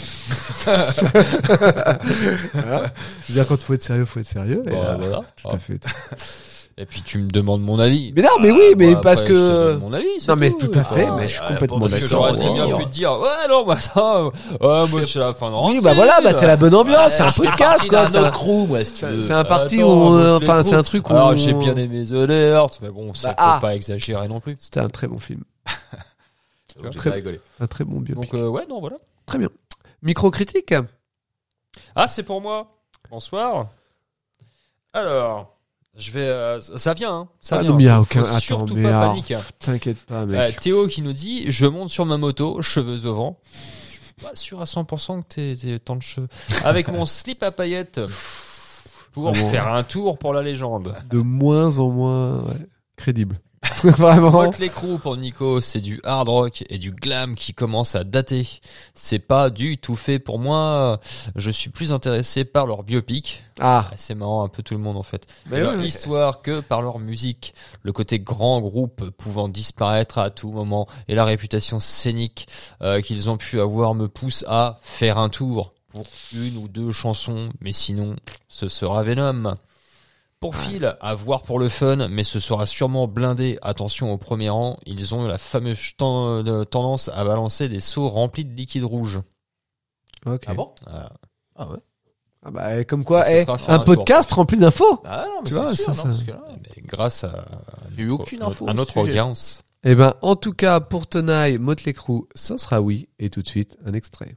Je veux dire, quand faut être sérieux, faut être sérieux. Et Bah, là, voilà. tout à fait. Et puis tu me demandes mon avis. Mais non, mais oui, mais Moi, parce après, je te que. donne mon avis, c'est Non, mais tout. tout à fait. Ah, Mais je suis ouais, complètement bon, Parce que d'accord. j'aurais très bien Ouais. pu te dire, ouais, non, bah ça, moi c'est la fin de Rancid. Oui, bah voilà, bah c'est la bonne ambiance. C'est un Je fais podcast, partie quoi. d'un C'est un- autre crew, moi, si tu veux. C'est un parti où, Attends, Motley enfin, Crue. c'est un truc où. Alors j'ai bien aimé The Alert, mais bon, ça Bah, faut ah. pas exagérer non plus. C'était un très bon film, J'ai Très- pas rigolé. un très bon biopic. Donc ouais, non, voilà. Très bien. Micro-critique. Ah, c'est pour moi. Bonsoir. Alors, je vais. Ça vient, hein. Ça Ah, vient. non, mais y a Faut aucun- attends, surtout mais pas alors, paniquer. T'inquiète pas, mec. Théo qui nous dit, je monte sur ma moto, cheveux au vent. Je suis pas sûr à 100% que t'aies tant de cheveux. Avec mon slip à paillettes, pour Vraiment. faire un tour pour la légende. De moins en moins crédible. Vraiment. Motley Crue pour Nico, c'est du hard rock et du glam qui commence à dater. C'est pas du tout fait pour moi. Je suis plus intéressé par leur biopic. Ah. C'est marrant, un peu tout le monde en fait. Mais Et leur oui. histoire que par leur musique, le côté grand groupe pouvant disparaître à tout moment et la réputation scénique qu'ils ont pu avoir me pousse à faire un tour pour une ou deux chansons, mais sinon ce sera Venom. Pour Phil, à voir pour le fun, mais ce sera sûrement blindé. Attention au premier rang, ils ont la fameuse tendance à balancer des seaux remplis de liquide rouge. Ok. Ah bon? Voilà. Ah ouais. Ah bah, comme quoi, Ça sera faire un un podcast rempli d'infos. Ah non, mais Tu c'est vois, sûr, ça, non, ça- parce que là, Mais grâce à j'ai eu aucune info. à au notre sujet. audience. Eh ben, en tout cas, pour Tonaï, Motley Crue, ça sera oui. Et tout de suite, un extrait.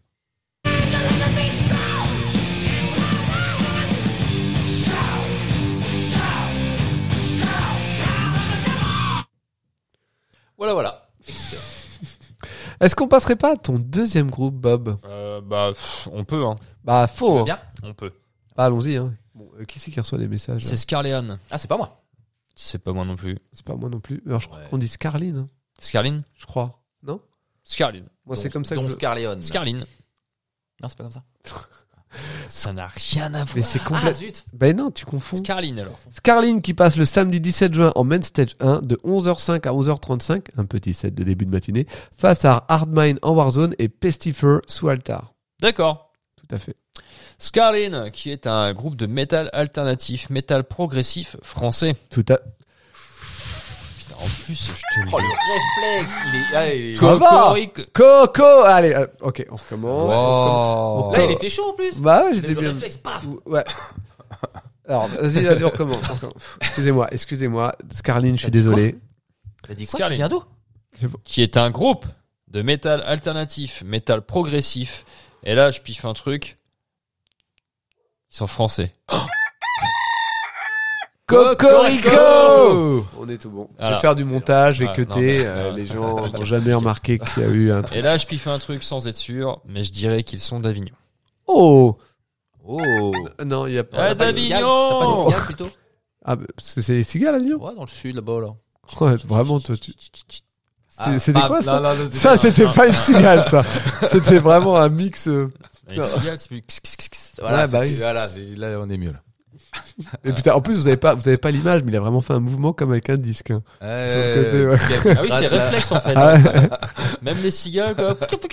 Voilà. Est-ce qu'on passerait pas à ton deuxième groupe, Bob? On peut, hein. Bah, Tu faux. veux Hein. bien? On peut. Bah, allons-y. Hein. Bon, qui c'est qui reçoit des messages? C'est Scarleon. Ah, c'est pas moi. C'est pas moi non plus. C'est pas moi non plus. Alors, je crois Ouais. qu'on dit Scarline. Hein. Scarline? Je crois. Non? Scarline. Moi, c'est comme ça que Don je... Scarleon. Scarline. Non, c'est pas comme ça. Ça n'a rien à Mais voir. c'est Ah, complet. zut. Ben non, tu confonds. Scarline alors. Scarline qui passe le samedi 17 juin en Main Stage 1 de 11h05 à 11h35, un petit set de début de matinée, face à Hardmine en Warzone et Pestifer sous altar. D'accord. Tout à fait. Scarline, qui est un groupe de métal alternatif, métal progressif français. Tout à... Putain, en plus, je te le Oh, le réflexe. Il est... Ça va. Cocorico. Coco! Allez, ok, on recommence. Wow. Là, il était chaud en plus. Bah ouais, Il a j'étais eu le bien. réflexe, paf. Ouais. Alors, vas-y, on recommence. Excusez-moi. Scarline, je suis T'as dit désolé. T'as dit quoi? Scarlett. Qui vient d'où? Qui est un groupe de métal alternatif, métal progressif. Et là, je piffe un truc. Ils sont français. Cocorico! On est tout bon. Je vais Alors, faire du montage, je vais Ouais, cutter. non, mais- Les ça- gens n'ont jamais remarqué qu'il y a eu un truc. Et là, je piffe un truc sans être sûr, mais je dirais qu'ils sont d'Avignon. Oh! Oh. Non, il y a pas. Ah, T'as pas dit d'Avignon. cigale? T'as pas dit cigale plutôt? Ah, bah, parce que c'est les cigales, Avignon? Ouais, dans le sud, là-bas, là. Ouais, vraiment, toi, tu... C'était bam. quoi, ça? Non, non, Ça, c'était pas une cigale, ça. C'était vraiment un mix. Les cigales, c'est plus... Voilà, Ouais, bah c'est- oui. voilà, là, on est mieux, là. Et putain, en plus, vous avez pas l'image, mais il a vraiment fait un mouvement comme avec un disque. Hein. Sur le côté, ouais. Ah oui, c'est réflexe en fait. Ah ouais. Même les cigales, quoi.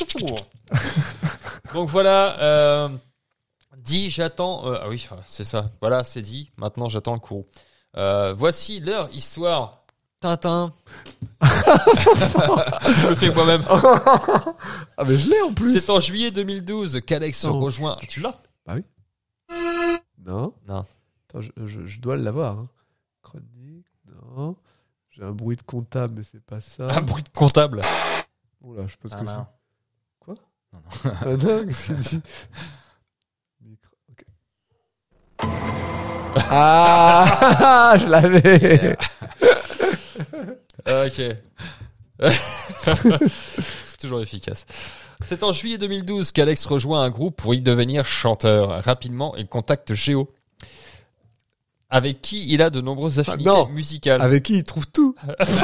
Donc voilà, dit, j'attends. Ah oui, c'est ça. Voilà, c'est dit. Maintenant, j'attends le courroux. Voici leur histoire. Tintin. Je le fais moi-même. Ah, mais je l'ai en plus. C'est en juillet 2012 qu'Alex Oh. rejoint. Tu l'as? Non. Non. Attends, je dois l'avoir. Hein. Chronique, non. J'ai un bruit de comptable, mais c'est pas ça. Un bruit de comptable. Oula, je pense Ah, que non. c'est. Quoi? Ah non, qu'est-ce qu'il dit? Micro, ok. Ah, je l'avais. Ok. C'est toujours efficace. C'est en juillet 2012 qu'Alex rejoint un groupe pour y devenir chanteur. Rapidement, il contacte Géo, avec qui il a de nombreuses affinités non. musicales. Avec qui il trouve tout?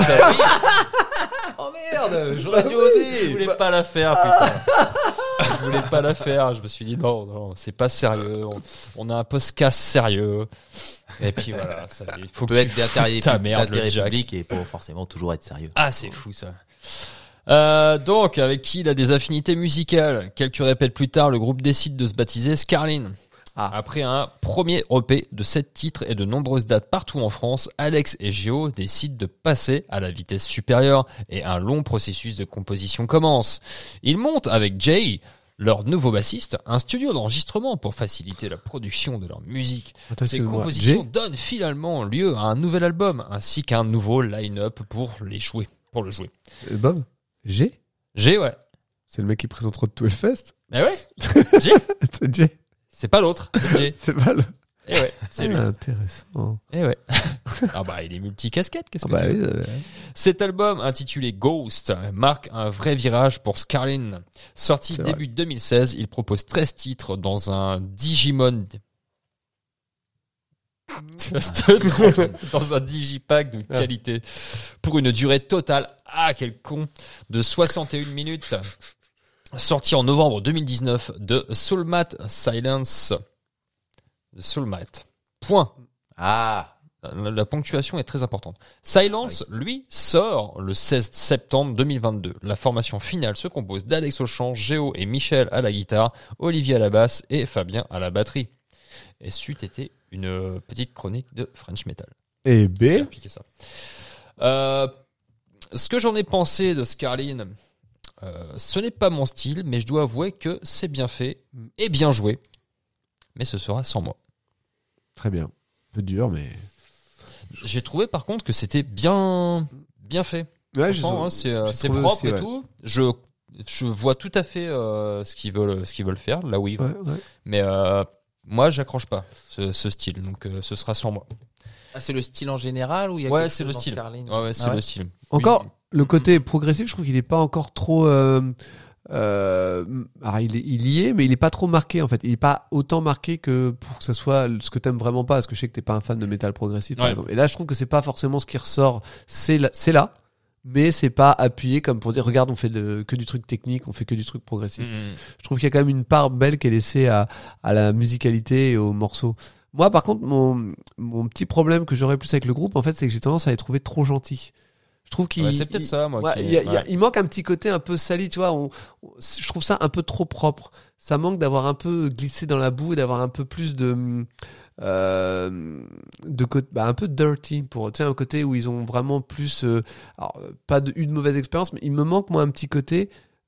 Oh merde, j'aurais dû Je oser. voulais pas la faire, putain. Je voulais pas la faire. Je me suis dit non, c'est pas sérieux. On a un podcast sérieux. Et puis voilà, ça, il faut On que peut tu être d'intérêt foutes ta merde, le Jack. public et pas forcément toujours être sérieux. Ah, c'est fou ça. Donc, avec qui il a des affinités musicales. Quelques répètes plus tard, le groupe décide de se baptiser Scarline. Ah. Après un premier EP de 7 titres et de nombreuses dates partout en France, Alex et Géo décident de passer à la vitesse supérieure et un long processus de composition commence. Ils montent avec Jay, leur nouveau bassiste, un studio d'enregistrement pour faciliter la production de leur musique. Attends, Ces excuse-moi. compositions donnent finalement lieu à un nouvel album ainsi qu'un nouveau line-up pour le jouer. Bob? G? Jay, ouais. C'est le mec qui présente Road to Hellfest? Mais ouais, Jay, C'est Jay. c'est pas l'autre, c'est Jay. C'est pas le... Eh ouais, c'est lui. Ah, intéressant. Eh ouais. Ah bah, il est multicasquette, qu'est-ce Ah que bah tu oui, veux. Cet album, intitulé Ghost, marque un vrai virage pour Scarline. Sorti C'est début 2016, il propose 13 titres dans un Digimon... Tu vas te tromper, dans un digipack de qualité pour une durée totale, quel con, de 61 minutes. Sorti en novembre 2019 de Soulmate Silence. De Soulmate. Point. Ah. La ponctuation est très importante. Silence, lui, sort le 16 septembre 2022. La formation finale se compose d'Alex au chant, Géo et Michel à la guitare, Olivier à la basse et Fabien à la batterie. Et c'eût été une petite chronique de French Metal. Et J'ai B. appliqué ça. Ce que j'en ai pensé de Scarline, ce n'est pas mon style, mais je dois avouer que c'est bien fait et bien joué. Mais ce sera sans moi. Très bien. Un peu dur, mais. J'ai trouvé par contre que c'était bien fait. Ouais, Franchement, j'ai c'est trouvé propre aussi, et ouais. tout. Je vois tout à fait ce qu'ils veulent faire, là où ils vont. Ouais. Mais moi, j'accroche pas ce style, donc ce sera sans moi. Ah, c'est le style en général ou il y a Ouais, quelque c'est chose le dans style. Scarline Ouais, c'est Ah ouais. le style. Encore, le côté progressif, je trouve qu'il est pas encore trop. Alors il y est, mais il est pas trop marqué en fait. Il est pas autant marqué que pour que ça soit ce que t'aimes vraiment pas. Parce que je sais que t'es pas un fan de métal progressif, par Ouais. exemple. Et là, je trouve que c'est pas forcément ce qui ressort. C'est là, mais c'est pas appuyé comme pour dire regarde, on fait que du truc technique, on fait que du truc progressif. Je trouve qu'il y a quand même une part belle qui est laissée à la musicalité et aux morceaux. Moi, par contre, mon petit problème que j'aurais plus avec le groupe, en fait, c'est que j'ai tendance à les trouver trop gentils. Je trouve qu'il Ouais, c'est peut-être ça, moi. ouais, qui- il manque un petit côté un peu sali, tu vois. Je trouve ça un peu trop propre. Ça manque d'avoir un peu glissé dans la boue et d'avoir un peu plus de un peu dirty pour, tu sais, un côté où ils ont vraiment plus, alors, pas eu de mauvaise expérience, mais il me manque moi un petit côté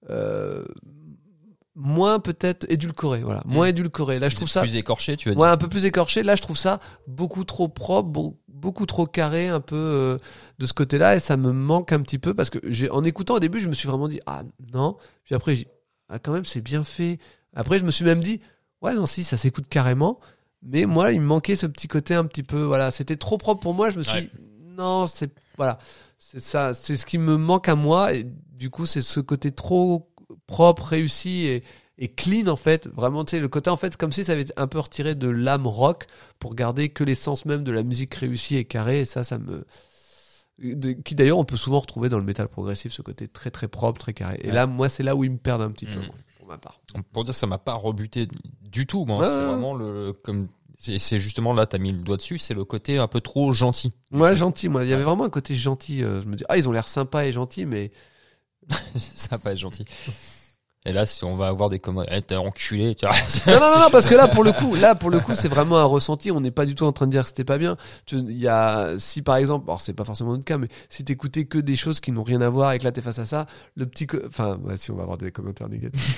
moins peut-être édulcoré, voilà, moins édulcoré. Là, je trouve ça plus écorché, tu veux dire. ouais, un peu plus écorché. Là, je trouve ça beaucoup trop propre, beaucoup trop carré, un peu de ce côté-là, et ça me manque un petit peu parce que en écoutant au début, je me suis vraiment dit ah non. Puis après, j'ai dit, ah quand même, c'est bien fait. Après, je me suis même dit ouais non si, ça s'écoute carrément. Mais moi, il me manquait ce petit côté un petit peu, voilà, c'était trop propre pour moi. Je me suis dit non, c'est voilà, c'est ça, c'est ce qui me manque à moi. Et du coup, c'est ce côté trop propre, réussi et clean en fait, vraiment, tu sais, le côté en fait comme si ça avait un peu retiré de l'âme rock pour garder que l'essence même de la musique réussie et carrée, et ça me qui d'ailleurs on peut souvent retrouver dans le métal progressif, ce côté très très propre, très carré. Et là, moi, c'est là où ils me perdent un petit peu, moi, pour ma part. Pour dire que ça m'a pas rebuté du tout, moi. Ouais, C'est ouais. vraiment c'est justement là, t'as mis le doigt dessus, c'est le côté un peu trop gentil. Ouais, gentil, moi, il y avait vraiment un côté gentil, je me dis ah, ils ont l'air sympas et gentils, mais Ça va pas être gentil. Et là, si on va avoir des commentaires, t'es enculé, tu vois. non, parce que là, pour le coup, c'est vraiment un ressenti. On n'est pas du tout en train de dire que c'était pas bien. Il y a, si par exemple, alors c'est pas forcément notre cas, mais si t'écoutais que des choses qui n'ont rien à voir et que là t'es face à ça, enfin, ouais, si on va avoir des commentaires négatifs.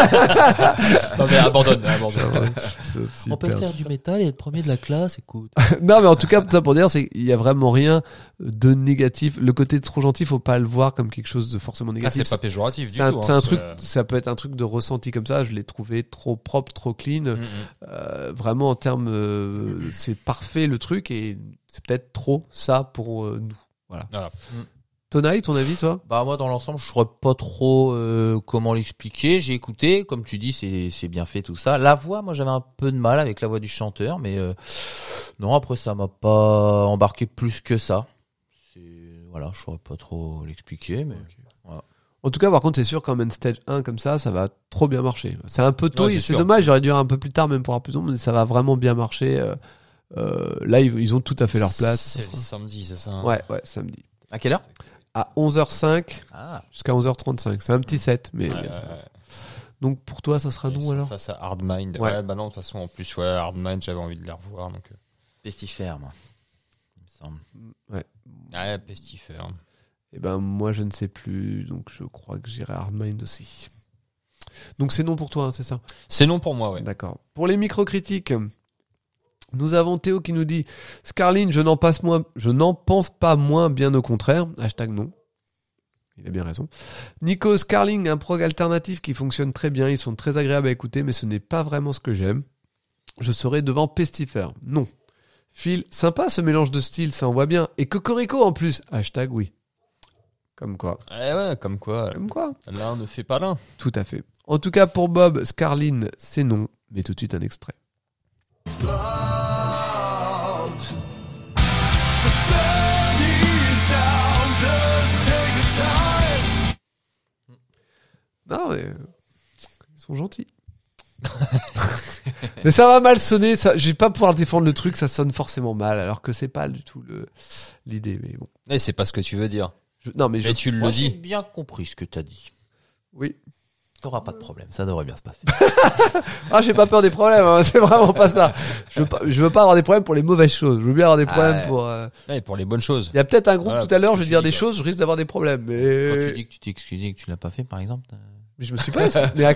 Non mais abandonne. On peut faire du métal et être premier de la classe, écoute. Non, mais en tout cas, tout ça pour dire, c'est qu'il y a vraiment rien de négatif. Le côté trop gentil, faut pas le voir comme quelque chose de forcément Ah, négatif. c'est pas péjoratif du C'est tout. c'est un truc, ça peut être un truc de ressenti comme ça. Je l'ai trouvé trop propre, trop clean. Vraiment en termes, c'est parfait le truc et c'est peut-être trop ça pour nous. Voilà. Tonai, ton avis, toi? Bah moi dans l'ensemble je saurais pas trop comment l'expliquer. J'ai écouté, comme tu dis, c'est bien fait tout ça. La voix, moi j'avais un peu de mal avec la voix du chanteur, mais non, après ça m'a pas embarqué plus que ça. Voilà, je saurais pas trop l'expliquer, mais voilà. En tout cas, par contre, c'est sûr qu'en main stage 1 comme ça va trop bien marcher. C'est un peu tôt, Ouais, c'est c'est sûr. dommage, j'aurais dû un peu plus tard même pour avoir plus de monde, mais ça va vraiment bien marcher. Là, ils ont tout à fait leur place. C'est le samedi, c'est ça. Ouais, samedi. À quelle heure? À 11h05 Ah, jusqu'à 11h35. C'est un petit set, mais Ouais, bien, ça. ouais. Donc pour toi, ça sera Ils nous sont alors? face à Hard Mind. Ouais. Ouais, bah non, de toute façon, en plus, ouais, Hard Mind, j'avais envie de les revoir. Donc, pestifère, moi. Il me semble. ouais, pestifère. Eh ben moi, je ne sais plus, donc je crois que j'irai Hardmind aussi. Donc c'est non pour toi, hein, c'est ça? C'est non pour moi, ouais. D'accord. Pour les microcritiques, nous avons Théo qui nous dit Scarline, je n'en pense pas moins, bien au contraire. Hashtag non. Il a bien raison. Nico, Scarling, un prog alternatif qui fonctionne très bien. Ils sont très agréables à écouter, mais ce n'est pas vraiment ce que j'aime. Je serai devant Pestifère. Non. Phil, sympa ce mélange de styles, ça envoie bien. Et Cocorico en plus. Hashtag oui. Comme quoi. Ouais, comme quoi. Comme quoi. L'un ne fait pas l'un. Tout à fait. En tout cas, pour Bob, Scarline, c'est non. Mais tout de suite, un extrait. Non, mais ils sont gentils. Mais ça va mal sonner. Ça, je vais pas pouvoir défendre le truc. Ça sonne forcément mal, alors que c'est pas du tout l'idée. Mais bon. Et c'est pas ce que tu veux dire. Non, mais Mais tu le Moi, j'ai dis. bien compris ce que t'as dit. oui. T'auras pas de problème, ça devrait bien se passer. Ah, j'ai pas peur des problèmes, hein, c'est vraiment pas ça. Je veux pas avoir des problèmes pour les mauvaises choses. Je veux bien avoir des problèmes ouais. pour. Ouais, pour les bonnes choses. Il y a peut-être un groupe Voilà, tout à l'heure, je vais tu dire dis, des quoi. choses, je risque d'avoir des problèmes. Quand Mais tu dis que tu t'es excusé et que tu l'as pas fait, par exemple. mais je me suis pas. Mais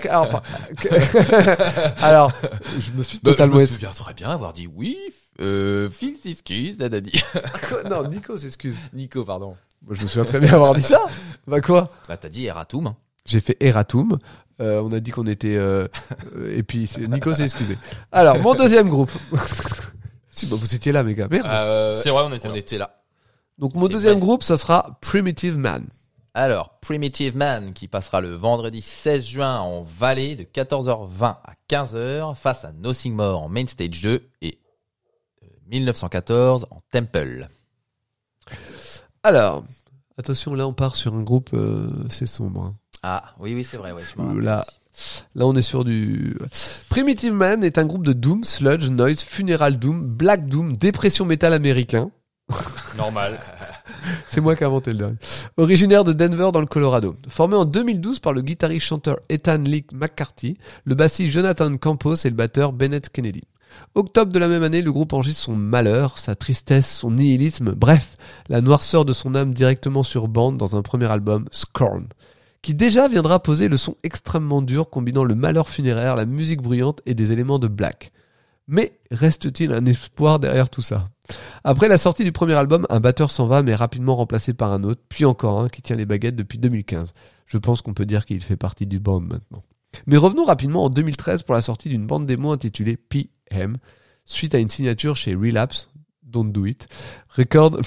alors, je me suis totalement. Je me souviens très bien avoir dit oui. Phil s'excuse, Dadadi. Non, Nico s'excuse. Nico, pardon. Moi, je me souviens très bien avoir dit ça. Bah quoi? Bah t'as dit Eratum. Hein. J'ai fait Eratum. On a dit qu'on était. Et puis Nico s'est excusé. Alors, mon deuxième groupe. Si, bah, vous étiez là, mes gars. Merde. C'est vrai, on était là. Donc mon c'est deuxième vrai. groupe, ça sera Primitive Man. Alors, Primitive Man qui passera le vendredi 16 juin en Valais de 14h20 à 15h face à Nothing More en Main Stage 2 et 1914 en Temple. Alors, attention, là on part sur un groupe, c'est sombre. Hein. Ah, oui, c'est vrai, ouais. Je me rappelle Là, aussi. là on est sur du... Primitive Man est un groupe de doom, sludge, noise, funeral doom, black doom, dépression métal américain. Normal. C'est moi qui ai inventé le dernier. Originaire de Denver dans le Colorado. Formé en 2012 par le guitariste-chanteur Ethan Lee McCarthy, le bassiste Jonathan Campos et le batteur Bennett Kennedy. Octobre de la même année, le groupe enregistre son malheur, sa tristesse, son nihilisme, bref, la noirceur de son âme directement sur bande dans un premier album, Scorn, qui déjà viendra poser le son extrêmement dur combinant le malheur funéraire, la musique bruyante et des éléments de black. Mais reste-t-il un espoir derrière tout ça ? Après la sortie du premier album, un batteur s'en va mais est rapidement remplacé par un autre, puis encore un qui tient les baguettes depuis 2015. Je pense qu'on peut dire qu'il fait partie du band maintenant. Mais revenons rapidement en 2013 pour la sortie d'une bande démo intitulée PM, suite à une signature chez Relapse, Don't Do It, Record...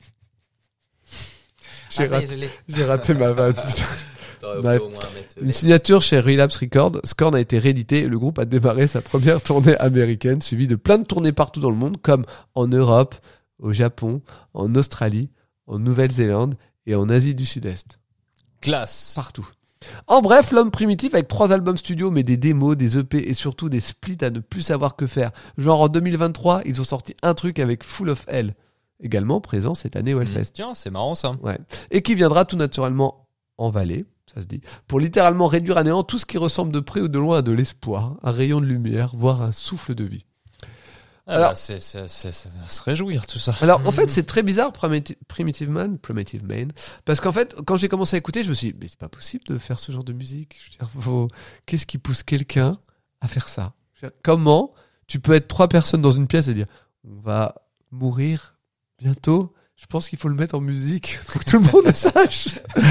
J'ai raté ma vanne, putain. Bref. Une signature chez Relapse Records, Scorn a été réédité et le groupe a démarré sa première tournée américaine, suivie de plein de tournées partout dans le monde, comme en Europe, au Japon, en Australie, en Nouvelle-Zélande et en Asie du Sud-Est. Classe. Partout. En bref, l'homme primitif avec 3 albums studio, mais des démos, des EP et surtout des splits à ne plus savoir que faire. Genre en 2023, ils ont sorti un truc avec Full of Hell, également présent cette année au Hellfest. Tiens, c'est marrant ça. Ouais. Et qui viendra tout naturellement en Valais, ça se dit, pour littéralement réduire à néant tout ce qui ressemble de près ou de loin à de l'espoir, un rayon de lumière, voire un souffle de vie. Alors, Alors- c'est se réjouir tout ça. Alors, en fait, c'est très bizarre, Primitive Man, parce qu'en fait, quand j'ai commencé à écouter, je me suis dit, mais c'est pas possible de faire ce genre de musique. Je veux dire, qu'est-ce qui pousse quelqu'un à faire ça? Je veux dire, comment tu peux être 3 personnes dans une pièce et dire, on va mourir bientôt? Je pense qu'il faut le mettre en musique pour que tout le monde le sache.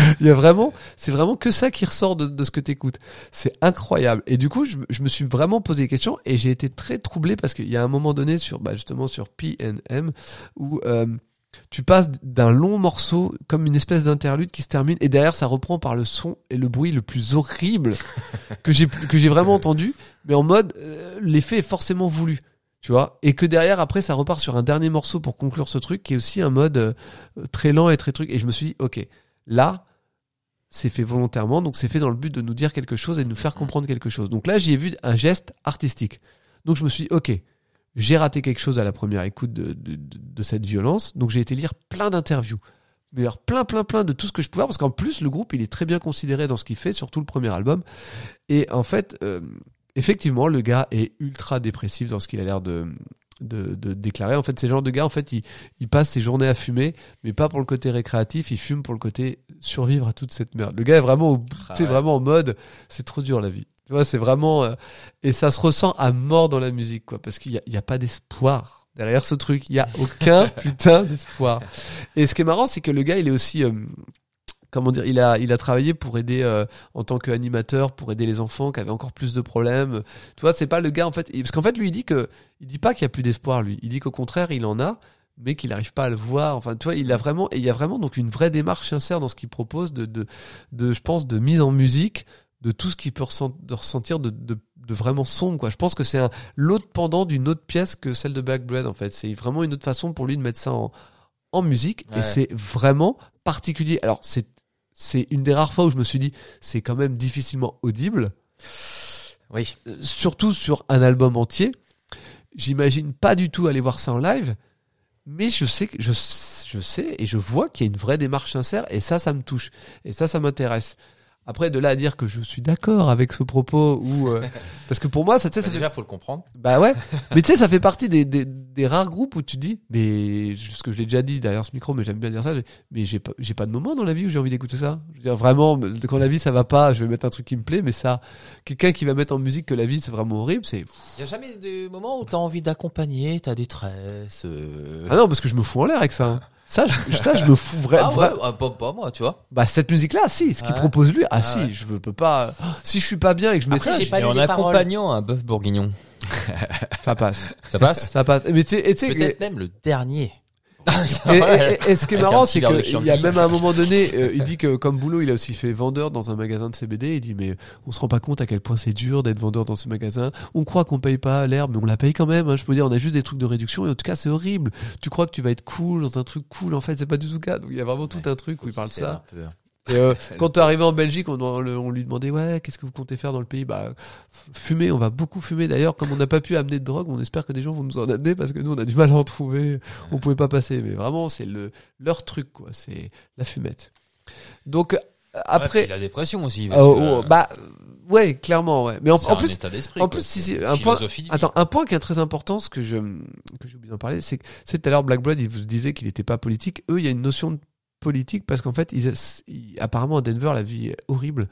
C'est vraiment que ça qui ressort de ce que t'écoutes. C'est incroyable. Et du coup, je me suis vraiment posé des questions et j'ai été très troublé parce qu'il y a un moment donné justement sur P&M où tu passes d'un long morceau comme une espèce d'interlude qui se termine et derrière ça reprend par le son et le bruit le plus horrible que j'ai vraiment entendu, mais en mode l'effet est forcément voulu. Tu vois, et que derrière, après, ça repart sur un dernier morceau pour conclure ce truc, qui est aussi un mode très lent et très truc. Et je me suis dit, ok, là, c'est fait volontairement, donc c'est fait dans le but de nous dire quelque chose et de nous faire comprendre quelque chose. Donc là, j'y ai vu un geste artistique. Donc je me suis dit, ok, j'ai raté quelque chose à la première écoute de cette violence, donc j'ai été lire plein d'interviews. Mais alors plein de tout ce que je pouvais voir, parce qu'en plus, le groupe, il est très bien considéré dans ce qu'il fait, surtout le premier album. Et en fait... effectivement, le gars est ultra dépressif dans ce qu'il a l'air de déclarer. En fait, c'est le genre de gars, en fait, il passe ses journées à fumer, mais pas pour le côté récréatif, il fume pour le côté survivre à toute cette merde. Le gars est vraiment, vraiment en mode, c'est trop dur la vie. Tu vois, c'est vraiment, et ça se ressent à mort dans la musique, quoi, parce qu'il y a pas d'espoir derrière ce truc. Il y a aucun putain d'espoir. Et ce qui est marrant, c'est que le gars, il est aussi, comment dire, il a travaillé pour aider en tant qu'animateur pour aider les enfants qui avaient encore plus de problèmes. Tu vois, c'est pas le gars en fait, parce qu'en fait lui il dit pas qu'il y a plus d'espoir lui. Il dit qu'au contraire, il en a, mais qu'il n'arrive pas à le voir. Enfin, tu vois, il y a vraiment donc une vraie démarche sincère dans ce qu'il propose de je pense de mise en musique de tout ce qu'il peut ressentir de vraiment sombre, quoi. Je pense que c'est l'autre pendant d'une autre pièce que celle de Black Blood en fait. C'est vraiment une autre façon pour lui de mettre ça en musique, et c'est vraiment particulier. Alors c'est une des rares fois où je me suis dit, c'est quand même difficilement audible. Oui. Surtout sur un album entier. J'imagine pas du tout aller voir ça en live, mais je sais et je vois qu'il y a une vraie démarche sincère, et ça me touche. Et ça m'intéresse. Après, de là à dire que je suis d'accord avec ce propos ou parce que pour moi, ça, tu sais, ça Déjà, fait... faut le comprendre. Bah ouais. Mais tu sais, ça fait partie des rares groupes où tu dis, mais ce que je l'ai déjà dit derrière ce micro, mais j'aime bien dire ça. Mais j'ai pas de moment dans la vie où j'ai envie d'écouter ça. Je veux dire vraiment, quand la vie ça va pas, je vais mettre un truc qui me plaît. Mais ça, quelqu'un qui va mettre en musique que la vie c'est vraiment horrible, c'est. Y a jamais de moment où t'as envie d'accompagner ta détresse. Ah non, parce que je me fous en l'air avec ça. Hein. Ça, je me fous vraiment. Ah ouais, pas moi, tu vois. Bah cette musique-là, si, ce qu'il propose lui, si, ouais. je peux pas. Si je suis pas bien et que je mets Après, ça, j'ai pas Et lu en les paroles. accompagnant un bœuf bourguignon. ça passe, Ça passe? ça passe. Mais tu sais, Peut-être même le dernier. et ce qui est Avec marrant, un c'est petit verre de qu'il y a Chianti. même à un moment donné, il dit que comme boulot, il a aussi fait vendeur dans un magasin de CBD. Il dit mais on se rend pas compte à quel point c'est dur d'être vendeur dans ce magasin. On croit qu'on paye pas l'herbe, mais on la paye quand même. Hein. Je peux dire, on a juste des trucs de réduction et en tout cas c'est horrible. Tu crois que tu vas être cool dans un truc cool, en fait c'est pas du tout le cas. Donc il y a vraiment tout un truc où il parle de ça. Un peu. Et quand t'es arrivé en Belgique, on lui demandait ouais, qu'est-ce que vous comptez faire dans le pays? Bah fumer, on va beaucoup fumer. D'ailleurs, comme on n'a pas pu amener de drogue, on espère que des gens vont nous en amener parce que nous on a du mal à en trouver. On pouvait pas passer, mais vraiment c'est leur truc quoi. C'est la fumette. Donc après, Ouais, la dépression aussi. bah ouais, clairement ouais. Mais en plus, état d'esprit. en plus, si, un point, un point qui est très important, ce que j'ai oublié d'en parler, c'est tout à l'heure Black Blood, il vous disait qu'il n'était pas politique. Eux, il y a une notion de politique parce qu'en fait, apparemment à Denver, la vie est horrible.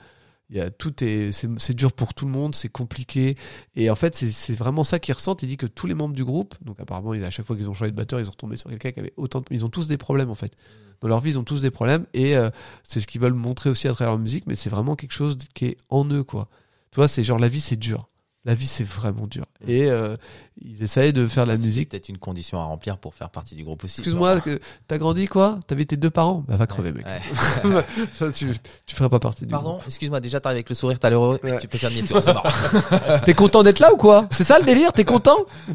C'est dur pour tout le monde, c'est compliqué. Et en fait, c'est vraiment ça qu'ils ressentent. Il dit que tous les membres du groupe, donc apparemment, à chaque fois qu'ils ont changé de batteur, ils ont retombé sur quelqu'un qui avait ils ont tous des problèmes en fait. Dans leur vie, ils ont tous des problèmes et c'est ce qu'ils veulent montrer aussi à travers leur musique, mais c'est vraiment quelque chose qui est en eux, quoi. Tu vois, c'est genre la vie, c'est dur. La vie, c'est vraiment dur. Et ils essayaient de faire de la musique. C'est peut-être une condition à remplir pour faire partie du groupe aussi. Excuse-moi, t'as grandi quoi? T'avais tes 2 parents? Bah va crever, mec. Ouais. Ça, tu ferais pas partie du Pardon, groupe. excuse-moi, déjà t'arrives avec le sourire, t'as l'heureux, Ouais. tu peux faire demi-tour, c'est marrant. T'es content d'être là ou quoi? C'est ça le délire? T'es content?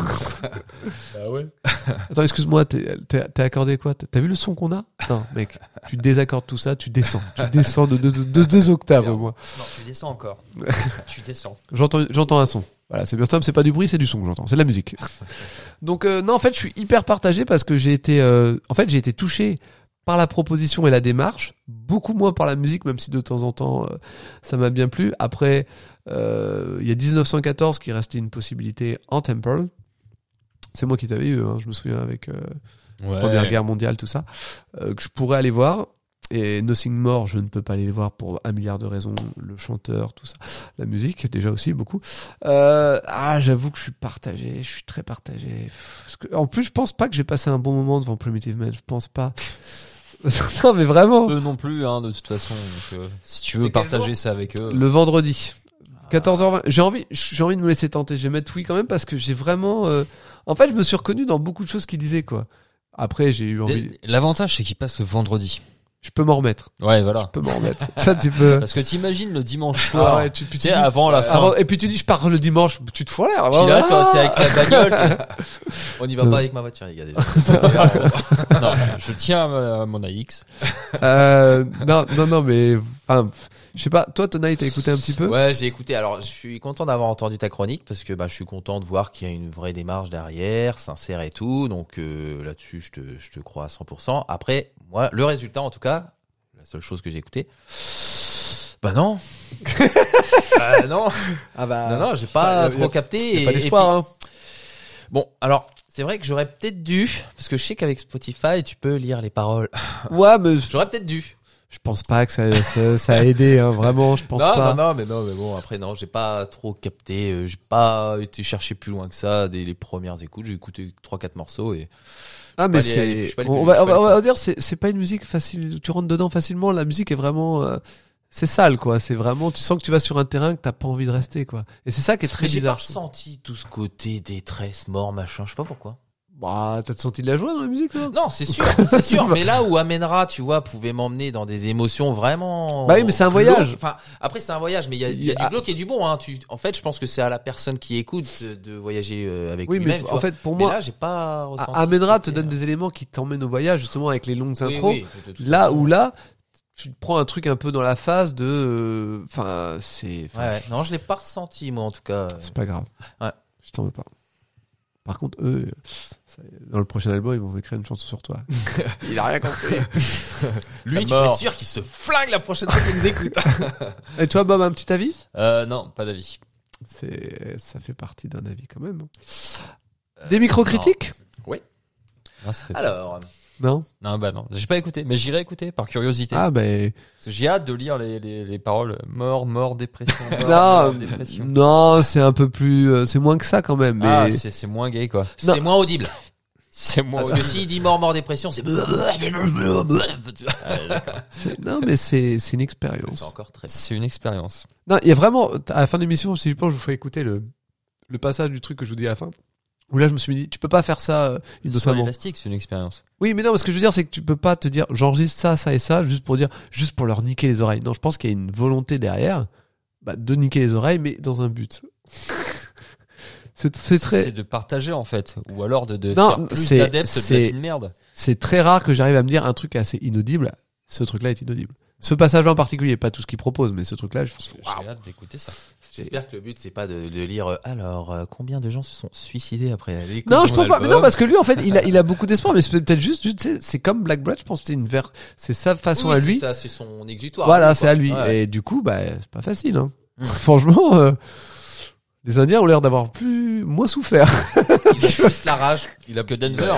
Bah ouais. Attends, excuse-moi, t'es accordé quoi? T'as vu le son qu'on a? Non, mec, tu désaccordes tout ça, tu descends. Tu descends de 2 octaves au moins. Non, tu descends encore. Tu descends. J'entends un son. Voilà, c'est bien simple, c'est pas du bruit, c'est du son que j'entends, c'est de la musique. Donc non, en fait, je suis hyper partagé parce que j'ai été touché par la proposition et la démarche, beaucoup moins par la musique, même si de temps en temps ça m'a bien plu. Après, il y a 1914 qui restait une possibilité en Temple. C'est moi qui t'avais eu, hein, je me souviens avec Première Guerre mondiale, tout ça, que je pourrais aller voir. Et Nothing More, je ne peux pas aller les voir pour 1 milliard de raisons. Le chanteur, tout ça. La musique, déjà aussi, beaucoup. J'avoue que je suis partagé. Je suis très partagé. Parce que, en plus, je pense pas que j'ai passé un bon moment devant Primitive Man. Je pense pas. Non, mais vraiment. Eux non plus, hein, de toute façon. Donc, si tu veux partager ça avec eux. Le vendredi. 14h20. J'ai envie de me laisser tenter. Je vais mettre oui quand même parce que j'ai vraiment, en fait, je me suis reconnu dans beaucoup de choses qu'il disait, quoi. Après, j'ai eu envie. L'avantage, c'est qu'il passe le vendredi. Je peux m'en remettre. Ouais, voilà. Je peux m'en remettre. Ça, tu peux. Parce que t'imagines le dimanche soir. Ouais, tu dis, avant la fin. et puis tu dis, je pars le dimanche, tu te fous en l'air. Puis là, toi, t'es avec la bagnole. On n'y va pas avec ma voiture, les gars, déjà. Non, je tiens à mon AX. Non, mais, enfin, je sais pas, toi, Tonai, t'as écouté un petit peu? Ouais, j'ai écouté. Alors, je suis content d'avoir entendu ta chronique parce que je suis content de voir qu'il y a une vraie démarche derrière, sincère et tout. Donc là-dessus, je te crois à 100%. Après, moi, le résultat, en tout cas, la seule chose que j'ai écouté, non. Non. Non, j'ai pas trop capté. Y a pas et d'espoir, puis, bon, alors. C'est vrai que j'aurais peut-être dû, parce que je sais qu'avec Spotify, tu peux lire les paroles. Ouais, mais J'aurais peut-être dû. je pense pas que ça a aidé, hein, vraiment, je pense pas. Non, mais bon, après, non, j'ai pas trop capté, j'ai pas été chercher plus loin que ça dès les premières écoutes, j'ai écouté 3-4 morceaux et... Ah, mais je suis pas allé plus on vite, va dire, c'est pas une musique facile, tu rentres dedans facilement, la musique est vraiment, c'est sale, quoi, c'est vraiment, tu sens que tu vas sur un terrain que t'as pas envie de rester, quoi. Et c'est ça qui est très Mais j'ai pas bizarre. ressenti tout ce côté détresse, mort, machin, je sais pas pourquoi. Bah, t'as senti de la joie dans la musique, toi? Non, c'est sûr, mais là où Amenra, tu vois, pouvait m'emmener dans des émotions vraiment... Bah oui, mais c'est un voyage. Enfin, après, c'est un voyage, mais il y a du glauque et du bon, hein. En fait, je pense que c'est à la personne qui écoute de voyager avec Oui, lui-même, mais tu en vois. fait, pour Mais moi, là, j'ai pas ressenti. Amenra ce te côté, donne des éléments qui t'emmènent au voyage, justement, avec les longues oui, intros. oui, de toute Là façon. où là, tu te prends un truc un peu dans la phase de, enfin, c'est, Ouais, non, je l'ai pas ressenti, moi, en tout cas. c'est pas grave. Ouais. Je t'en veux pas. Par contre, eux, dans le prochain album, ils vont écrire une chanson sur toi. Il a rien compris. Lui, La tu peux mort. être sûr qu'il se flingue la prochaine fois qu'il nous écoute. Et toi, Bob, un petit avis? Non, pas d'avis. Ça fait partie d'un avis quand même. Des micro-critiques? Non, ça fait pas. Alors, Non? Non, bah non. J'ai pas écouté, mais j'irai écouter par curiosité. Ah, ben, Parce que j'ai hâte de lire les paroles. Mort, dépression. non, dépression. non, c'est un peu plus, c'est moins que ça quand même, mais. Ah, c'est moins gay, quoi. c'est moins audible. C'est moins. Parce que s'il dit mort, dépression, c'est... Non, mais c'est une C'est expérience. encore très... C'est une expérience. Non, il y a vraiment, à la fin de l'émission, si je pense, je vous ferai écouter le passage du truc que je vous dis à la fin. Où là, je me suis dit, tu peux pas faire ça Sur innocemment. l'élastique, c'est une expérience. Oui, mais non, ce que je veux dire, c'est que tu peux pas te dire, j'enregistre ça, ça et ça, juste pour leur niquer les oreilles. Non, je pense qu'il y a une volonté derrière, de niquer les oreilles, mais dans un but. c'est très, C'est de partager, en fait. Ou alors de Non, faire plus c'est- d'adeptes c'est- de la merde. c'est très rare que j'arrive à me dire un truc assez inaudible. Ce truc-là est inaudible. Ce passage-là en particulier, pas tout ce qu'il propose, mais ce truc-là, je pense que, J'ai hâte d'écouter ça. J'espère que le but, c'est pas de lire... alors, combien de gens se sont suicidés après l'écoute non, de je mon pense pas. Mais album non, parce que lui, en fait, il a beaucoup d'espoir, mais c'est peut-être juste, tu sais, c'est comme Black Bread, je pense que c'est sa façon Oui, à c'est lui. ça, c'est son exutoire. Voilà, c'est à lui. Ouais. Et du coup, c'est pas facile, hein. Franchement, les Indiens ont l'air d'avoir moins souffert. Il a plus la rage. Il a Que Denver.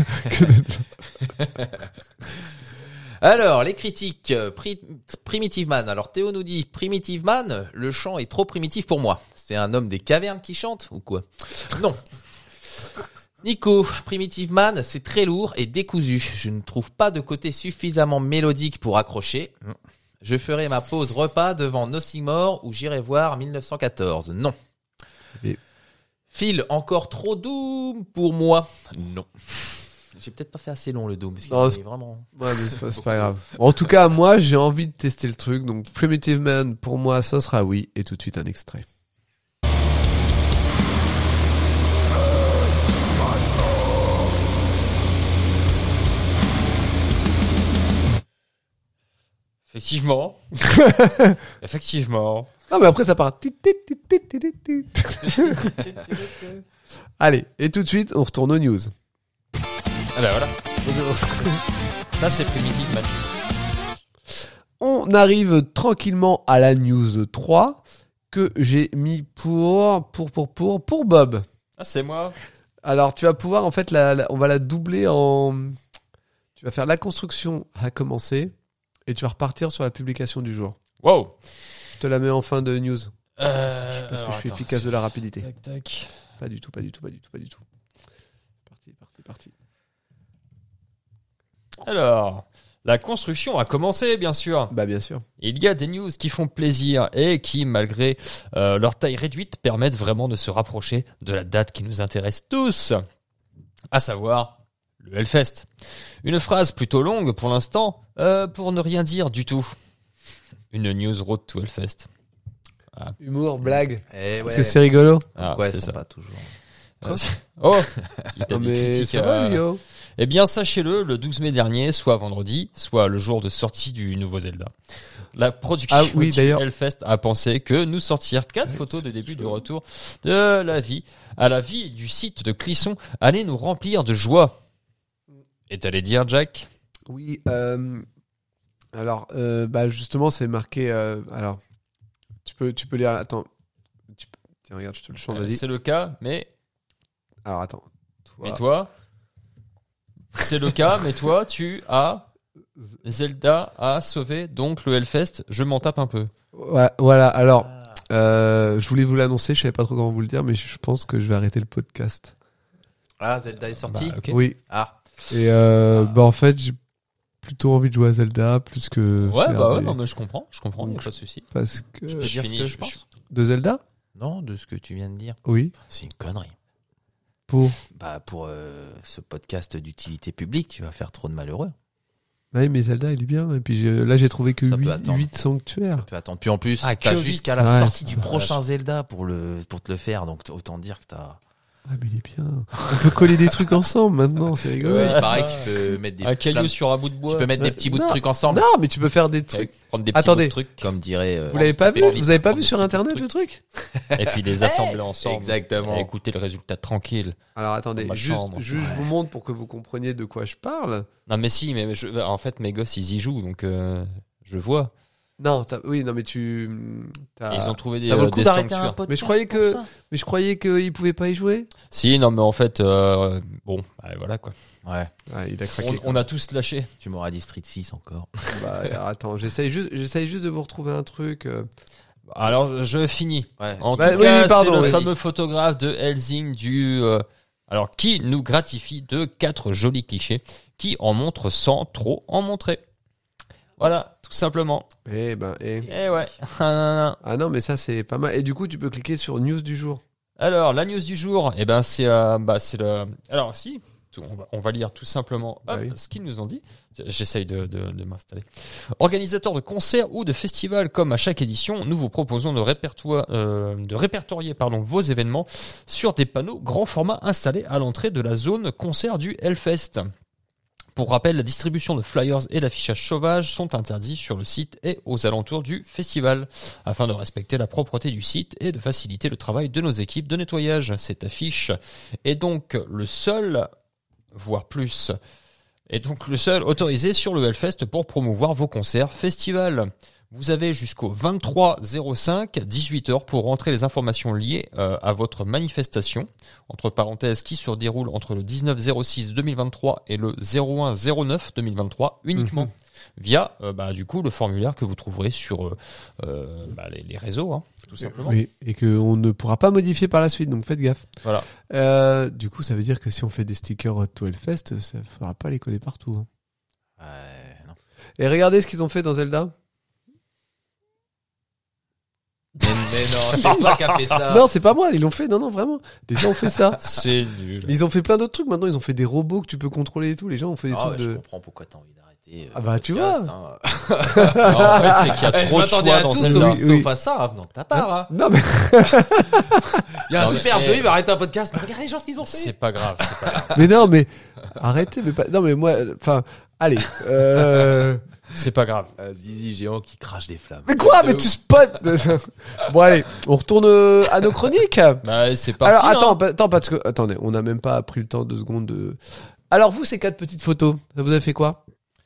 Alors, les critiques. Primitive Man. Alors, Théo nous dit, Primitive Man, le chant est trop primitif pour moi. C'est un homme des cavernes qui chante ou quoi? Non. Nico, Primitive Man, c'est très lourd et décousu. Je ne trouve pas de côté suffisamment mélodique pour accrocher. Je ferai ma pause repas devant Nothing More ou j'irai voir 1914. Non. Et- Phil, encore trop doux pour moi. Non. J'ai peut-être pas fait assez long le Doom parce Non, qu'il est vraiment... Ouais, mais c'est pas grave. En tout cas, moi, j'ai envie de tester le truc. Donc, Primitive Man, pour moi, ça sera oui. Et tout de suite, un extrait. Effectivement. Effectivement. Ah, mais après, ça part. Allez. Et tout de suite, on retourne aux news. Ah bah voilà. Ça, c'est primitif, man. On arrive tranquillement à la news 3 que j'ai mis pour Bob. Ah, c'est moi. Alors, tu vas pouvoir, en fait, on va la doubler en... Tu vas faire la construction à commencer et tu vas repartir sur la publication du jour. Wow. Je te la mets en fin de news. Parce que alors, je suis attends, efficace de la rapidité. Tac, tac. Pas du tout. Parti. Alors, la construction a commencé, bien sûr. Bah, bien sûr. Il y a des news qui font plaisir et qui, malgré leur taille réduite, permettent vraiment de se rapprocher de la date qui nous intéresse tous, à savoir le Hellfest. Une phrase plutôt longue pour l'instant, pour ne rien dire du tout. Une news road to Hellfest. Humour, blague. Parce Parce que c'est rigolo. Ah, Pourquoi elles c'est sont ça. pas toujours... Oh, il t'a Non, dit mais critique, ça va, lui, oh. Eh bien, sachez-le, le 12 mai dernier, soit vendredi, soit le jour de sortie du nouveau Zelda, la production Ah oui, du d'ailleurs. Hellfest a pensé que nous sortir 4 photos de début du retour de la vie à la vie du site de Clisson allait nous remplir de joie. Et t'allais dire, Jack? Oui, alors, justement, c'est marqué... alors, tu peux lire... Attends. Tiens, regarde, je te le chante, vas-y. C'est le cas, mais Alors, attends. toi, c'est le cas, mais toi, tu as... Zelda a sauvé donc le Hellfest. Je m'en tape un peu. Ouais, voilà, alors, je voulais vous l'annoncer, je savais pas trop comment vous le dire, mais je pense que je vais arrêter le podcast. Ah, Zelda est sorti. Bah, ok. Oui, Ah, et en fait, j'ai plutôt envie de jouer à Zelda, plus que... Ouais, faire bah ouais, des- non, mais je comprends, y a pas de souci. Parce que... je peux dire ce finis, que je- je pense? De Zelda? Non, de ce que tu viens de dire. Oui. C'est une connerie. Pour... Pour ce podcast d'utilité publique, tu vas faire trop de malheureux. Oui, mais Zelda, il est bien. Et puis là, j'ai trouvé que Ça peut 8 attendre. sanctuaires. Tu vas attendre. Puis en plus, Ah, t'as que jusqu'à huit. la Ouais, sortie c'est du prochain Zelda pour te le faire. Donc autant dire que t'as... Ah, mais il est bien. On peut coller des trucs ensemble maintenant, c'est rigolo. Ouais, il paraît que tu peux mettre des Un plein caillou de- sur un bout de bois. tu peux mettre des petits bouts de Non. trucs ensemble. Non, mais tu peux faire des trucs. Prendre des petits Attendez. bouts de trucs. Comme dirait. Vous l'avez pas vu? Stephen Vous avez pas Fry, vu sur prendre des internet petits le truc? Et puis les assembler ensemble. Exactement. Et écouter le résultat tranquille. Alors attendez, Dans ma juste chambre. je vous montre pour que vous compreniez de quoi je parle. Non mais si, mais en fait mes gosses ils y jouent donc je vois. Non, oui, non mais t'as- Ils ont trouvé des, Ça vaut le coup des d'arrêter sanctuaires. un podcast. Mais je croyais pour que- ça. Mais je croyais qu'ils pouvaient pas y jouer. Si, non mais en fait, bon, voilà quoi. Ouais. Ah, il a craqué. On a tous lâché. Tu m'auras dit Street 6 encore. Bah, attends, j'essaye juste de vous retrouver un truc. Alors je finis. Ouais. En Bah, tout oui, cas, pardon, c'est le vas-y. fameux photographe de Helsing alors qui nous gratifie de 4 jolis clichés qui en montrent sans trop en montrer. Voilà, tout simplement. Eh. Eh ouais. Ah non, mais ça c'est pas mal. Et du coup, tu peux cliquer sur news du jour. Alors, la news du jour, eh ben, c'est le. Alors, si, on va lire tout simplement Ah hop, oui. ce qu'ils nous ont dit. J'essaye de m'installer. Organisateurs de concerts ou de festivals, comme à chaque édition, nous vous proposons de répertorier vos événements sur des panneaux grand format installés à l'entrée de la zone concert du Hellfest. Pour rappel, la distribution de flyers et d'affichage sauvage sont interdits sur le site et aux alentours du festival, afin de respecter la propreté du site et de faciliter le travail de nos équipes de nettoyage. Cette affiche est donc le seul, voire plus, autorisé sur le Hellfest pour promouvoir vos concerts festivals. Vous avez jusqu'au 23/05, 18h, pour rentrer les informations liées à votre manifestation, entre parenthèses, qui se déroule entre le 19/06/2023 et le 01/09/2023 uniquement, via du coup le formulaire que vous trouverez sur les réseaux, hein, tout simplement. Oui, et qu'on ne pourra pas modifier par la suite, donc faites gaffe. Voilà. Du coup, ça veut dire que si on fait des stickers to Hellfest, ça ne faudra pas les coller partout. Hein. Ouais, non. Et regardez ce qu'ils ont fait dans Zelda. Mais non, c'est toi qui as fait ça. Non, c'est pas moi, ils l'ont fait. Non, vraiment. Des gens ont fait ça. C'est nul. Ils ont fait plein d'autres trucs. Maintenant, ils ont fait des robots que tu peux contrôler et tout. Les gens ont fait des Ah, trucs ouais, de. Je comprends pourquoi t'as envie d'arrêter. Ah bah, le tu podcast, vois. hein. Non, en fait, c'est qu'il y a Je trop de m'attendais choix à dans tout Zelda. sauf à ça, hein, donc ta part. Hein. Non, mais Il y a un Non, super mais- jeu, il va arrêter un podcast. Mais regarde les gens ce qu'ils ont fait. C'est pas grave, c'est pas grave. mais non, mais arrêtez. Mais pas. Non, mais moi. Enfin, allez. C'est pas grave. Un zizi géant qui crache des flammes. Mais quoi? Mais tu spots. Bon, allez, on retourne à nos chroniques. Bah, c'est parti. Alors, hein. attends, parce que attendez, on n'a même pas pris le temps 2 secondes de. Alors vous, ces 4 petites photos, ça vous a fait quoi?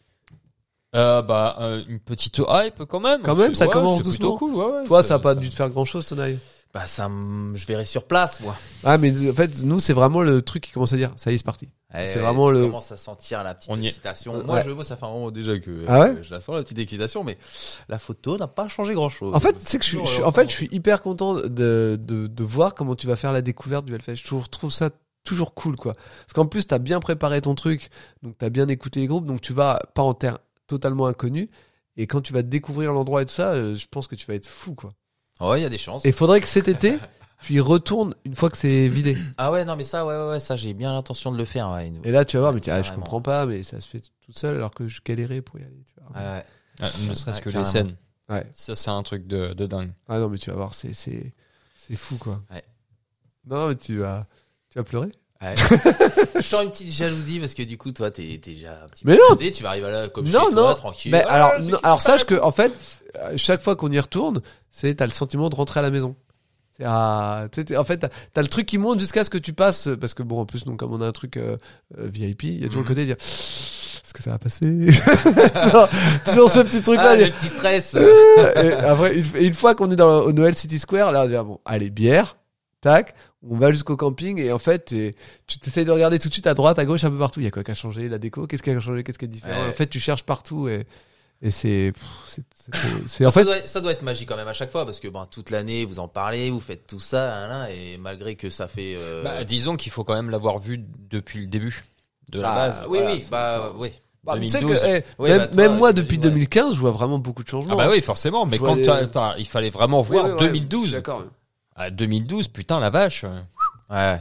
Une petite hype quand même. Quand même, ça commence c'est doucement. plutôt cool, ouais. Toi, ça a pas dû te faire grand chose, ton œil. Bah je verrai sur place, moi. Ah, mais en fait, nous, c'est vraiment le truc qui commence à dire, ça y est, c'est parti. C'est vraiment tu le- commences à sentir la petite On y est. excitation. Ouais. Moi, ça fait un moment déjà que Ah ouais je la sens, la petite excitation, mais la photo n'a pas changé grand-chose. En fait, c'est que je suis hyper content de voir comment tu vas faire la découverte du Hellfest. Je trouve ça toujours cool, quoi. Parce qu'en plus, t'as bien préparé ton truc, donc t'as bien écouté les groupes, donc tu vas pas en terre totalement inconnue. Et quand tu vas découvrir l'endroit et tout ça, je pense que tu vas être fou, quoi. Ouais, il y a des chances. Et faudrait que cet été, tu y retournes une fois que c'est vidé. Ah ouais, non, mais ça, ouais, ça, j'ai bien l'intention de le faire. Ouais, Et là, tu vas voir, mais tu dis, je Carrément. comprends pas, mais ça se fait tout seul alors que je galérais pour y aller. Tu vois. Ouais. Ne serait-ce que les carrément. scènes. Ouais. Ça, c'est un truc de dingue. Ah non, mais tu vas voir, c'est fou, quoi. Ouais. Non, mais tu vas pleurer. Ouais. Je sens une petite jalousie parce que du coup, toi, t'es déjà un petit Mais peu non. posé, tu vas arriver là comme Non, chez toi, non. tranquille. Mais Ah, c'est qui alors qui sache parle que, en fait, chaque fois qu'on y retourne, t'as le sentiment de rentrer à la maison. En fait, t'as le truc qui monte jusqu'à ce que tu passes, parce que bon, en plus, donc, comme on a un truc VIP, il y a toujours le côté de dire, est-ce que ça va passer? toujours ce petit truc-là. Ah, dire, le petit stress. et après, une fois qu'on est au Noël City Square, là, on dit, ah bon, allez, bière, tac, on va jusqu'au camping, et en fait, tu t'essayes de regarder tout de suite à droite, à gauche, un peu partout. Il y a quoi qui a changé, la déco, qu'est-ce qui a changé, qu'est-ce qui est différent. Ouais. En fait, tu cherches partout, et c'est en En fait, ça doit être magique quand même à chaque fois parce que toute l'année vous en parlez, vous faites tout ça, hein, et malgré que ça fait. Disons qu'il faut quand même l'avoir vu depuis le début de la base. Oui, voilà, oui, c'est oui. bah, tu sais 2012. que, Oui, même, bah, toi, même moi, j'imagine, depuis ouais. 2015, je vois vraiment beaucoup de changements. Ah bah oui, forcément. Mais Je vois quand il fallait vraiment Oui, voir oui, ouais, 2012. je suis d'accord. À 2012, putain, la vache. Ouais.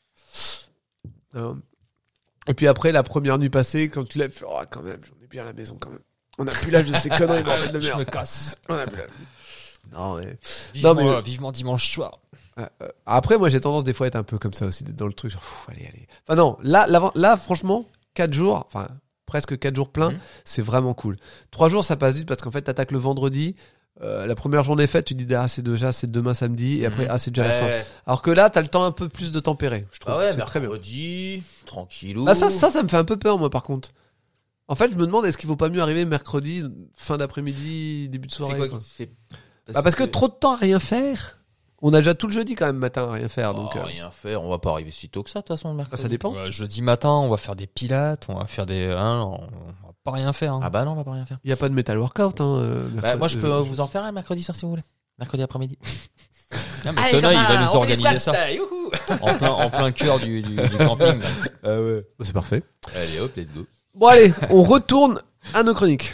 Et puis après, la première nuit passée, quand tu l'as fait, quand même, j'en ai bien à la maison quand même. On a plus l'âge de ces conneries, bordel de Je me merde. casse. On a plus l'âge. Non, mais... Vivement, Non, mais- vivement dimanche soir. Après, moi, j'ai tendance des fois à être un peu comme ça aussi, d'être dans le truc, genre, allez. Enfin non, là, franchement, 4 jours, enfin, presque 4 jours pleins, c'est vraiment cool. 3 jours, ça passe vite parce qu'en fait, t'attaques le vendredi, la première journée faite, tu dis, c'est demain samedi, et après, c'est déjà la fin. Alors que là, t'as le temps un peu plus de tempérer, je trouve. Ah ouais, c'est très bien. mercredi, tranquillou. Ah, ça me fait un peu peur, moi, par contre. En fait, je me demande, est-ce qu'il vaut pas mieux arriver mercredi, fin d'après-midi, début de soirée, c'est quoi quoi. qui te fait... Parce que trop de temps à rien faire. On a déjà tout le jeudi quand même matin à rien faire, donc. rien faire, on va pas arriver si tôt que ça, de toute façon, le mercredi. Ça dépend. Jeudi matin, on va faire des pilates, on va faire des... on va pas rien faire. Hein. Ah bah non, on va pas rien faire. Il y a pas de metal workout, mercredi. Moi, je peux vous en faire un mercredi soir si vous voulez. Mercredi après-midi. Ah, mais Tona, il va nous organiser ça. En plein cœur du camping. Là. Ah ouais. C'est parfait. Allez hop, let's go. Bon allez, on retourne à nos chroniques.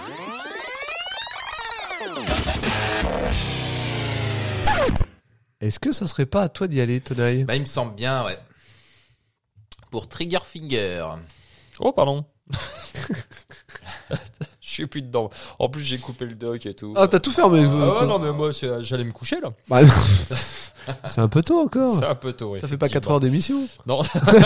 Est-ce que ça serait pas à toi d'y aller, Tonaï? Bah, il me semble bien, ouais. Pour Trigger Finger. Oh, pardon. Je suis plus dedans. En plus, j'ai coupé le doc et tout. Ah, t'as tout fermé. Ah ouais, non, mais moi, j'allais me coucher, là. Bah, non. C'est un peu tôt encore. C'est un peu tôt, Ça fait pas 4 heures d'émission. Non.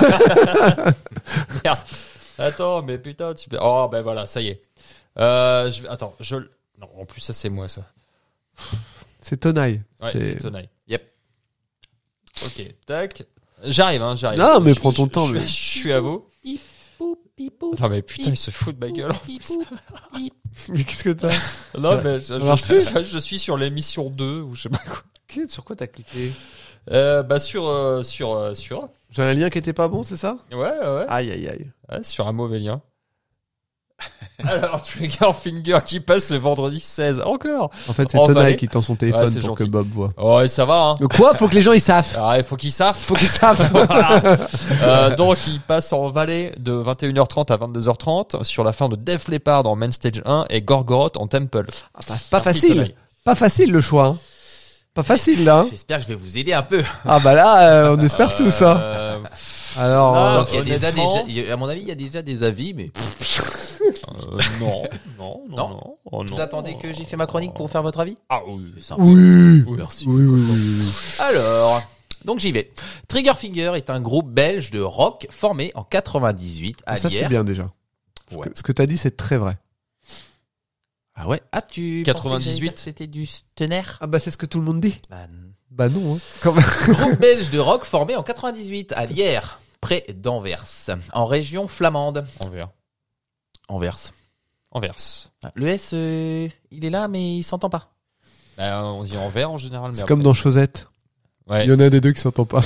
Merde. Attends, mais putain, Oh, ben voilà, ça y est. Attends, Non, en plus, ça, c'est moi, ça. C'est Tonaï. Ouais, c'est Tonaï. Yep. Ok, tac. J'arrive. Non, mais prends ton temps, Je mais- suis à vous. Attends, mais putain, il se fout de ma gueule. Mais qu'est-ce que t'as? Non, mais marche plus. je suis sur l'émission 2, ou je sais pas quoi. Sur quoi t'as cliqué? Bah, sur. J'ai un lien qui était pas bon, c'est ça? Ouais. Aïe, aïe, aïe. Ouais, sur un mauvais lien. Alors, Trigger Finger qui passe le vendredi 16. Encore. En fait, c'est En Tonaï vallée. qui tend son téléphone Ouais, c'est pour que gentil. Bob voit. Oh, et ça va, hein. Donc quoi? Faut que les gens ils savent. Ah, il faut qu'ils savent. Faut qu'ils savent. Voilà. Donc, il passe en vallée de 21h30 à 22h30 sur la fin de Def Leppard en Main Stage 1 et Gorgoroth en Temple. Ah, pas Merci, facile. Tonaï. Pas facile le choix. Hein. Pas facile là. Hein. J'espère que je vais vous aider un peu. Ah bah là, on espère tout ça. Alors, Ah, Il y a déjà honnêtement- à mon avis, il y a déjà des avis, mais Non. Oh, vous non. attendez que j'ai fait ma chronique pour faire votre avis? Ah oui. C'est simple. oui. Merci. Oui. Alors, donc j'y vais. Trigger Finger est un groupe belge de rock formé en 98 à Ça c'est Lierre. bien déjà. Ouais. Ce que t'as dit c'est très vrai. Ah ouais. Ah tu 98. pensais que j'allais dire que c'était du Stenner? Ah bah c'est ce que tout le monde dit. Bah, Bah non. Hein. Quand même. groupe belge de rock formé en 98 à Lierre, près d'Anvers, en région flamande. Anvers. Ah, le S, il est là, mais il s'entend pas. Bah, on dit Anvers en général. Mais C'est après- comme dans Chaussette. Ouais. Il y en a des deux qui s'entendent pas.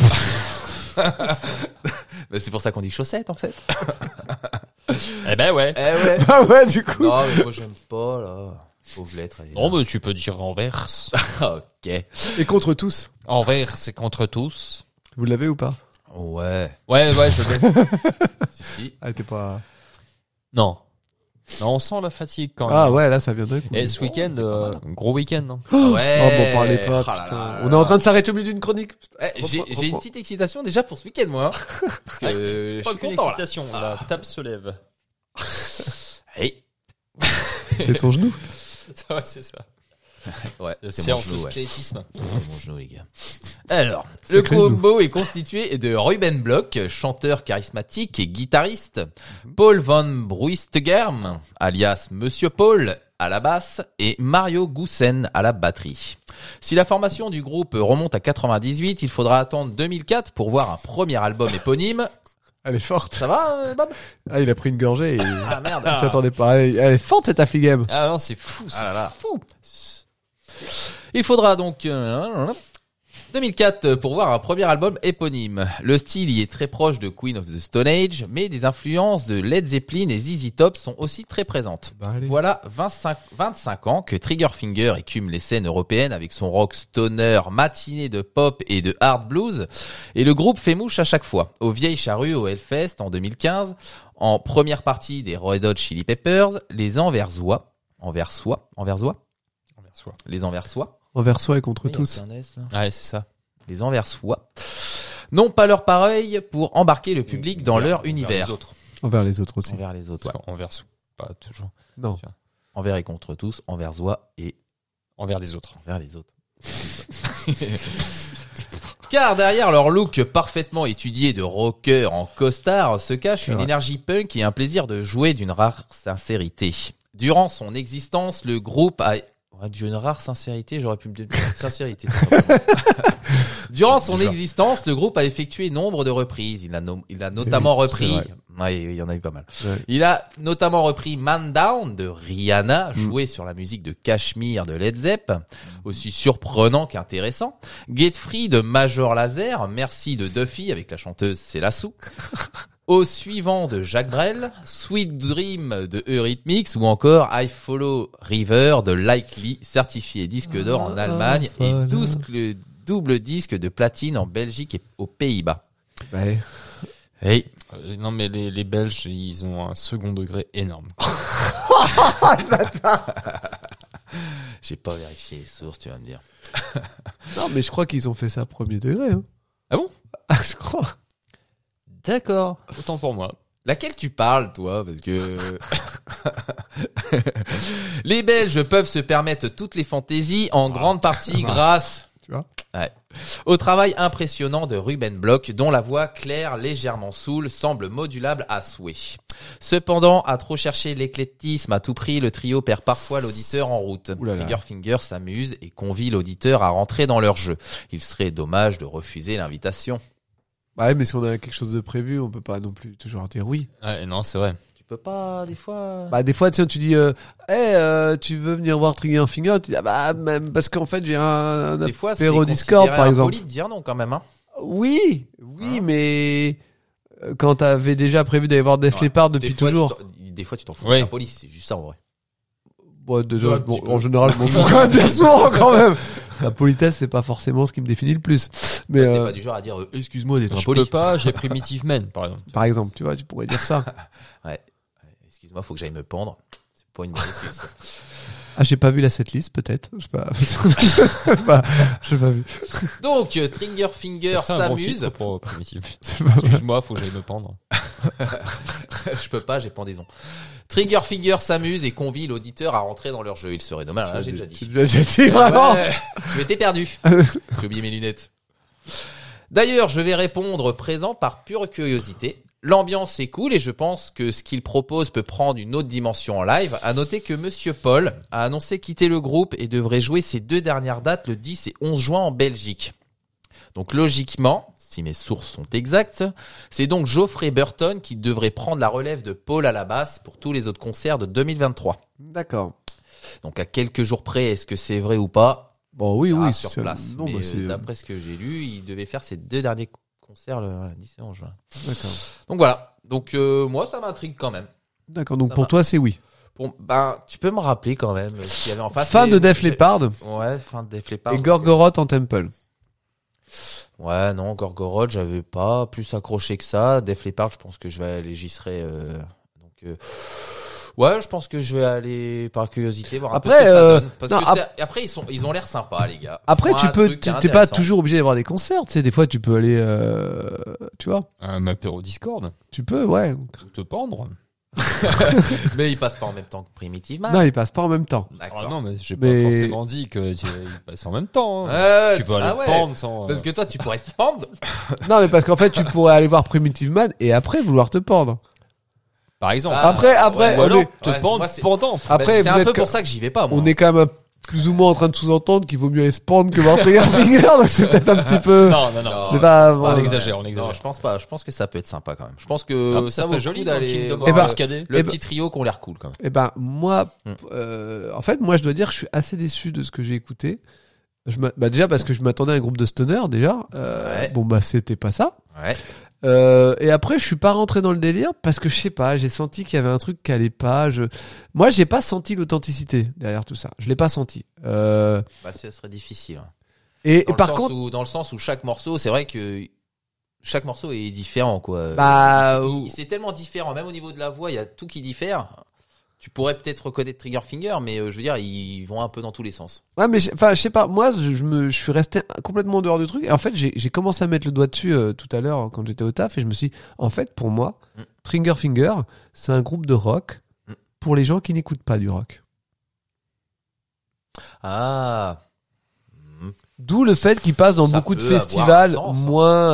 Bah, c'est pour ça qu'on dit chaussettes en fait. Eh ben ouais. Eh ouais. Bah ouais du coup. Non, mais moi j'aime pas là. Pauvre lettre. Elle est Non, là. mais tu peux dire Anvers. Ok. Et contre tous. Anvers, c'est contre tous. Vous l'avez ou pas? Ouais. Ouais, je l'ai. Si. Ah t'es pas. Non, on sent la fatigue quand même. Ah ouais là ça vient d'un coup. Et ce week-end, gros week-end. Hein. Ouais. Oh bon parlez pas. Oh là Putain. là là On est là. en train de s'arrêter au milieu d'une chronique. J'ai Reprends. une petite excitation déjà pour ce week-end moi. hein. Parce que je Pas suis qu'une content là. excitation, la table se lève. Hey. C'est ton genou. Ouais, c'est ça. Ouais. C'est mon Séance de genou, ouais. squelettisme. C'est mon genou les gars. Alors, C'est le que le genou. combo est constitué de Ruben Block, chanteur charismatique et guitariste, Paul van Bruistegem, alias Monsieur Paul, à la basse, et Mario Goussen à la batterie. Si la formation du groupe remonte à 98, il faudra attendre 2004 pour voir un premier album éponyme. Elle est forte. Ça va, Bob? Ah il a pris une gorgée et Ah merde. il s'attendait pas. Elle est forte cette affligame. Ah non, c'est fou. C'est Ah là là. fou. Il faudra donc 2004 pour voir un premier album éponyme. Le style y est très proche de Queen of the Stone Age, mais des influences de Led Zeppelin et ZZ Top sont aussi très présentes. Bah, allez. Voilà 25 ans que Trigger Finger écume les scènes européennes avec son rock stoner matiné de pop et de hard blues, et le groupe fait mouche à chaque fois. Aux Vieilles Charrues au Hellfest en 2015, en première partie des Red Hot Chili Peppers, les Anversois, les Anversois, Envers soi et contre oui, tous. il y a un S, là. Ouais, c'est ça. Les Anversois, n'ont pas leur pareil pour embarquer le public dans leur univers. Envers les autres aussi. Envers les autres, ouais. Envers, pas toujours. Non. Envers et contre tous, Anversois et Envers les autres. Vers les autres. Car derrière leur look parfaitement étudié de rocker en costard se cache une énergie punk et un plaisir de jouer d'une rare sincérité. Durant son existence, le groupe a... Ouais, d'une rare sincérité, j'aurais pu me dire sincérité. Tout simplement. Durant son existence, le groupe a effectué nombre de reprises. Il a notamment repris... Ouais, il y en a eu pas mal. Ouais. Il a notamment repris Man Down de Rihanna, joué sur la musique de Cashmere de Led Zepp, aussi surprenant qu'intéressant. Get Free de Major Lazer, Merci de Duffy avec la chanteuse Célassou. Au suivant de Jacques Brel, Sweet Dream de Eurythmics ou encore I Follow River de Likely, certifié disque d'or en Allemagne et 12 double disque de platine en Belgique et aux Pays-Bas. Ouais. Hey. Non, mais les Belges, ils ont un second degré énorme. J'ai pas vérifié les sources, tu vas me dire. Non, mais je crois qu'ils ont fait ça premier degré. Hein. Ah bon? Ah, je crois. D'accord. Autant pour moi. Laquelle tu parles, toi? Parce que les Belges peuvent se permettre toutes les fantaisies en grande partie grâce, Tu vois? ouais, au travail impressionnant de Ruben Block, dont la voix claire, légèrement saoule, semble modulable à souhait. Cependant, à trop chercher l'éclectisme à tout prix, le trio perd parfois l'auditeur en route. Oulala. Triggerfinger s'amuse et convie l'auditeur à rentrer dans leur jeu. Il serait dommage de refuser l'invitation. Bah ouais, mais si on a quelque chose de prévu, on peut pas non plus toujours dire oui. Ouais, non, c'est vrai. Tu peux pas, des fois... Bah des fois, tu sais, tu dis, tu veux venir voir Triggerfinger, tu dis, ah bah même parce qu'en fait j'ai un Des fois, c'est apéro Discord par exemple. impoli de dire non quand même, hein. Oui, Hein? mais quand t'avais déjà prévu d'aller voir Def Ouais. Leppard depuis Des fois, toujours. Des fois, tu t'en fous Oui. de la police, c'est juste ça en vrai. Bon, déjà, Ouais, un bon, petit peu. en général, je m'en fous quand même bien souvent quand même. La politesse, c'est pas forcément ce qui me définit le plus. Mais T'es pas du genre à dire excuse-moi d'être Je impoli. peux pas, j'ai Primitive Man, par exemple. par exemple, tu vois, tu pourrais dire ça. Excuse-moi, faut que j'aille me pendre. C'est pas une bonne excuse. Ça. Ah, j'ai pas vu la setlist, peut-être. Je sais pas. J'ai pas vu. Donc, Triggerfinger Ça fait un bon s'amuse. titre pour Primitive. C'est pas vrai. Excuse-moi, faut que j'aille me pendre. Je peux pas, j'ai pendaison. Triggerfinger s'amuse et convie l'auditeur à rentrer dans leur jeu. Il serait dommage. Ah, j'ai déjà dit. Tu l'as déjà dit, vraiment. Ouais, je m'étais perdu. J'ai oublié mes lunettes. D'ailleurs, je vais répondre présent par pure curiosité. L'ambiance est cool et je pense que ce qu'il propose peut prendre une autre dimension en live. À noter que Monsieur Paul a annoncé quitter le groupe et devrait jouer ses 2 dernières dates le 10 et 11 juin en Belgique. Donc logiquement, si mes sources sont exactes, c'est donc Geoffrey Burton qui devrait prendre la relève de Paul à la basse pour tous les autres concerts de 2023. D'accord. Donc à quelques jours près, est-ce que c'est vrai ou pas? Bon, oui, oui. Sur c'est- place. Non, Mais bah, c'est... d'après ce que j'ai lu, il devait faire ses 2 derniers concerts le 10 et 11 juin. D'accord. Donc voilà. Donc moi ça m'intrigue quand même. D'accord. Donc Ça pour va. toi, c'est oui. Bon, ben tu peux me rappeler quand même ce qu'il y avait en face. Fin mais de Def j'ai- Leppard Ouais, fin de Def Leppard. et Gorgoroth en Temple. Ouais, non, Gorgoroth, j'avais pas plus accroché que ça. Def Leppard, je pense que je vais aller, j'y serai. Ouais, je pense que je vais aller par curiosité voir un peu ce Après, que ça donne. Parce non, que après ils ont l'air sympas les gars. Après, Ils font tu un peux, truc t'es pas intéressant. toujours obligé d'avoir des concerts. Tu sais, des fois, tu peux aller, tu vois, Un apéro Discord. tu peux, ouais. Ou te pendre. Mais ils passent pas en même temps que Primitive Man. Non, ils passent pas en même temps. Ah D'accord. non, mais j'ai Mais- pas forcément dit que tu passes en même temps. Hein. Tu peux aller ah ouais. pendre sans... Parce que toi, tu pourrais te pendre. Non, mais parce qu'en fait, tu pourrais aller voir Primitive Man et après vouloir te pendre. Par exemple. Ah, Après, ouais, Ou on alors, est- te ouais, pendre moi, c'est- pendant. après, c'est vous un êtes peu que- pour ça que j'y vais pas, moi. on est quand même plus ou moins en train de sous-entendre qu'il vaut mieux aller se pendre que voir Triggerfinger, donc c'est peut-être un petit peu. Non. C'est pas- je pense on exagère, on Non, exagère. je pense pas. Je pense que ça peut être sympa quand même. Je pense que ça vaut fait le joli coup dans le d'aller Kingdom voir Eh ben, Hearts cadet. le eh petit trio qui ont l'air cool quand même. Eh ben, moi, Hmm. en fait, moi, je dois dire, je suis assez déçu de ce que j'ai écouté. Bah, déjà, parce que je m'attendais à un groupe de stoner, déjà. Ouais. Bon, bah, c'était pas ça. Ouais. Et après, je suis pas rentré dans le délire parce que je sais pas, j'ai senti qu'il y avait un truc qui allait pas. Moi, j'ai pas senti l'authenticité derrière tout ça. Je l'ai pas senti. Bah, ça serait difficile. Hein. Et Dans, par le sens contre, où, dans le sens où chaque morceau, c'est vrai que chaque morceau est différent, quoi. bah, C'est tellement différent, même au niveau de la voix, il y a tout qui diffère. Tu pourrais peut-être reconnaître Triggerfinger, mais je veux dire, ils vont un peu dans tous les sens. ouais, mais enfin, je sais pas. Moi, je suis resté complètement en dehors du truc. Et en fait, j'ai commencé à mettre le doigt dessus tout à l'heure quand j'étais au taf, et je me suis dit, en fait, pour moi, Triggerfinger, c'est un groupe de rock pour les gens qui n'écoutent pas du rock. Ah. D'où le fait qu'il passe dans Ça beaucoup de peut avoir festivals un sens, hein.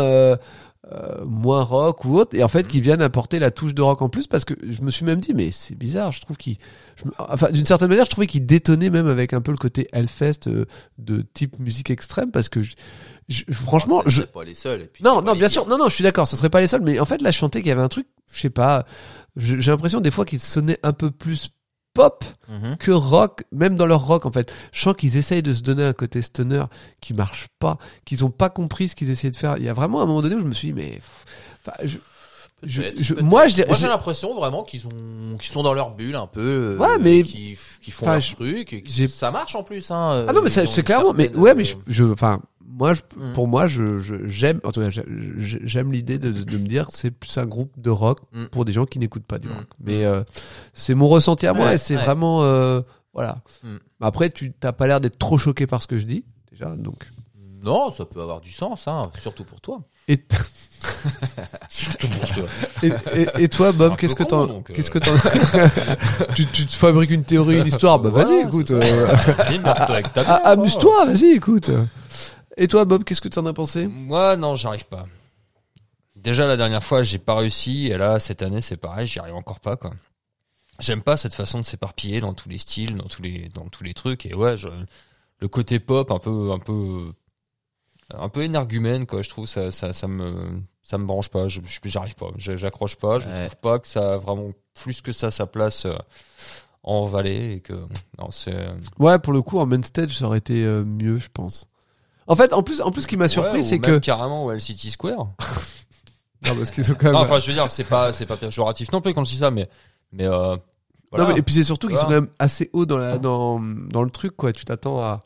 moins rock ou autre, et en fait qu'ils viennent apporter la touche de rock en plus, parce que je me suis même dit, mais c'est bizarre, je trouve enfin, d'une certaine manière, je trouvais qu'il détonnait même avec un peu le côté Hellfest de type musique extrême, parce que franchement, Ce serait pas les seuls. Et puis non, c'est pas non, les bien pires. sûr, non, je suis d'accord, ce serait pas les seuls, mais en fait, là, je chantais qu'il y avait un truc, je sais pas, j'ai l'impression des fois qu'il sonnait un peu plus pop Mhm. que rock, même dans leur rock, en fait. Je sens qu'ils essayent de se donner un côté stoner qui marche pas, qu'ils ont pas compris ce qu'ils essayaient de faire. Il y a vraiment un moment donné où je me suis dit, mais, enfin, Peut-être. moi, j'ai j'ai l'impression vraiment qu'ils sont dans leur bulle un peu. Ouais, mais- qui font enfin, leur truc. Et j'ai- ça marche en plus, hein. ah non, mais Ils ont c'est une clairement, mais certaine, ouais, mais enfin, moi, Mhm. pour moi, j'aime, en tout cas, j'aime l'idée de me dire, c'est plus un groupe de rock Mhm. pour des gens qui n'écoutent pas du Mhm. rock. Mais c'est mon ressenti à moi, Ouais, et c'est ouais. vraiment, voilà. Mhm. Après, tu t'as pas l'air d'être trop choqué par ce que je dis, déjà, donc. Non, ça peut avoir du sens, hein, surtout pour toi. Et, et toi, Bob, Un qu'est-ce peu que t'en, con, donc, qu'est-ce que t'en, tu te fabriques une théorie, une histoire, bah vas-y, Ouais, écoute, c'est ça. Démerde-toi avec ta mère, amuse-toi, vas-y, écoute. Et toi, Bob, qu'est-ce que t'en as pensé? Moi, non, j'arrive pas. Déjà, la dernière fois, j'ai pas réussi. Et là, cette année, c'est pareil, j'y arrive encore pas, quoi. J'aime pas cette façon de s'éparpiller dans tous les styles, dans tous les trucs. Et ouais, le côté pop, un peu énergumène, quoi. Je trouve ça me branche pas. J'arrive pas. J'accroche pas. Je Ouais. trouve pas que ça a vraiment plus que ça sa place en vallée et que non, c'est. Ouais, pour le coup, en main stage, ça aurait été mieux, je pense. En fait, en plus, ce qui m'a surpris, Ouais, ou c'est même que, carrément au City Square. non, parce qu'ils ont quand même, Non, enfin, je veux dire, c'est pas péjoratif non plus quand je dis ça, mais voilà. non, mais, et puis c'est surtout qu'ils sont Voilà. quand même assez hauts dans le truc, quoi. Tu t'attends à,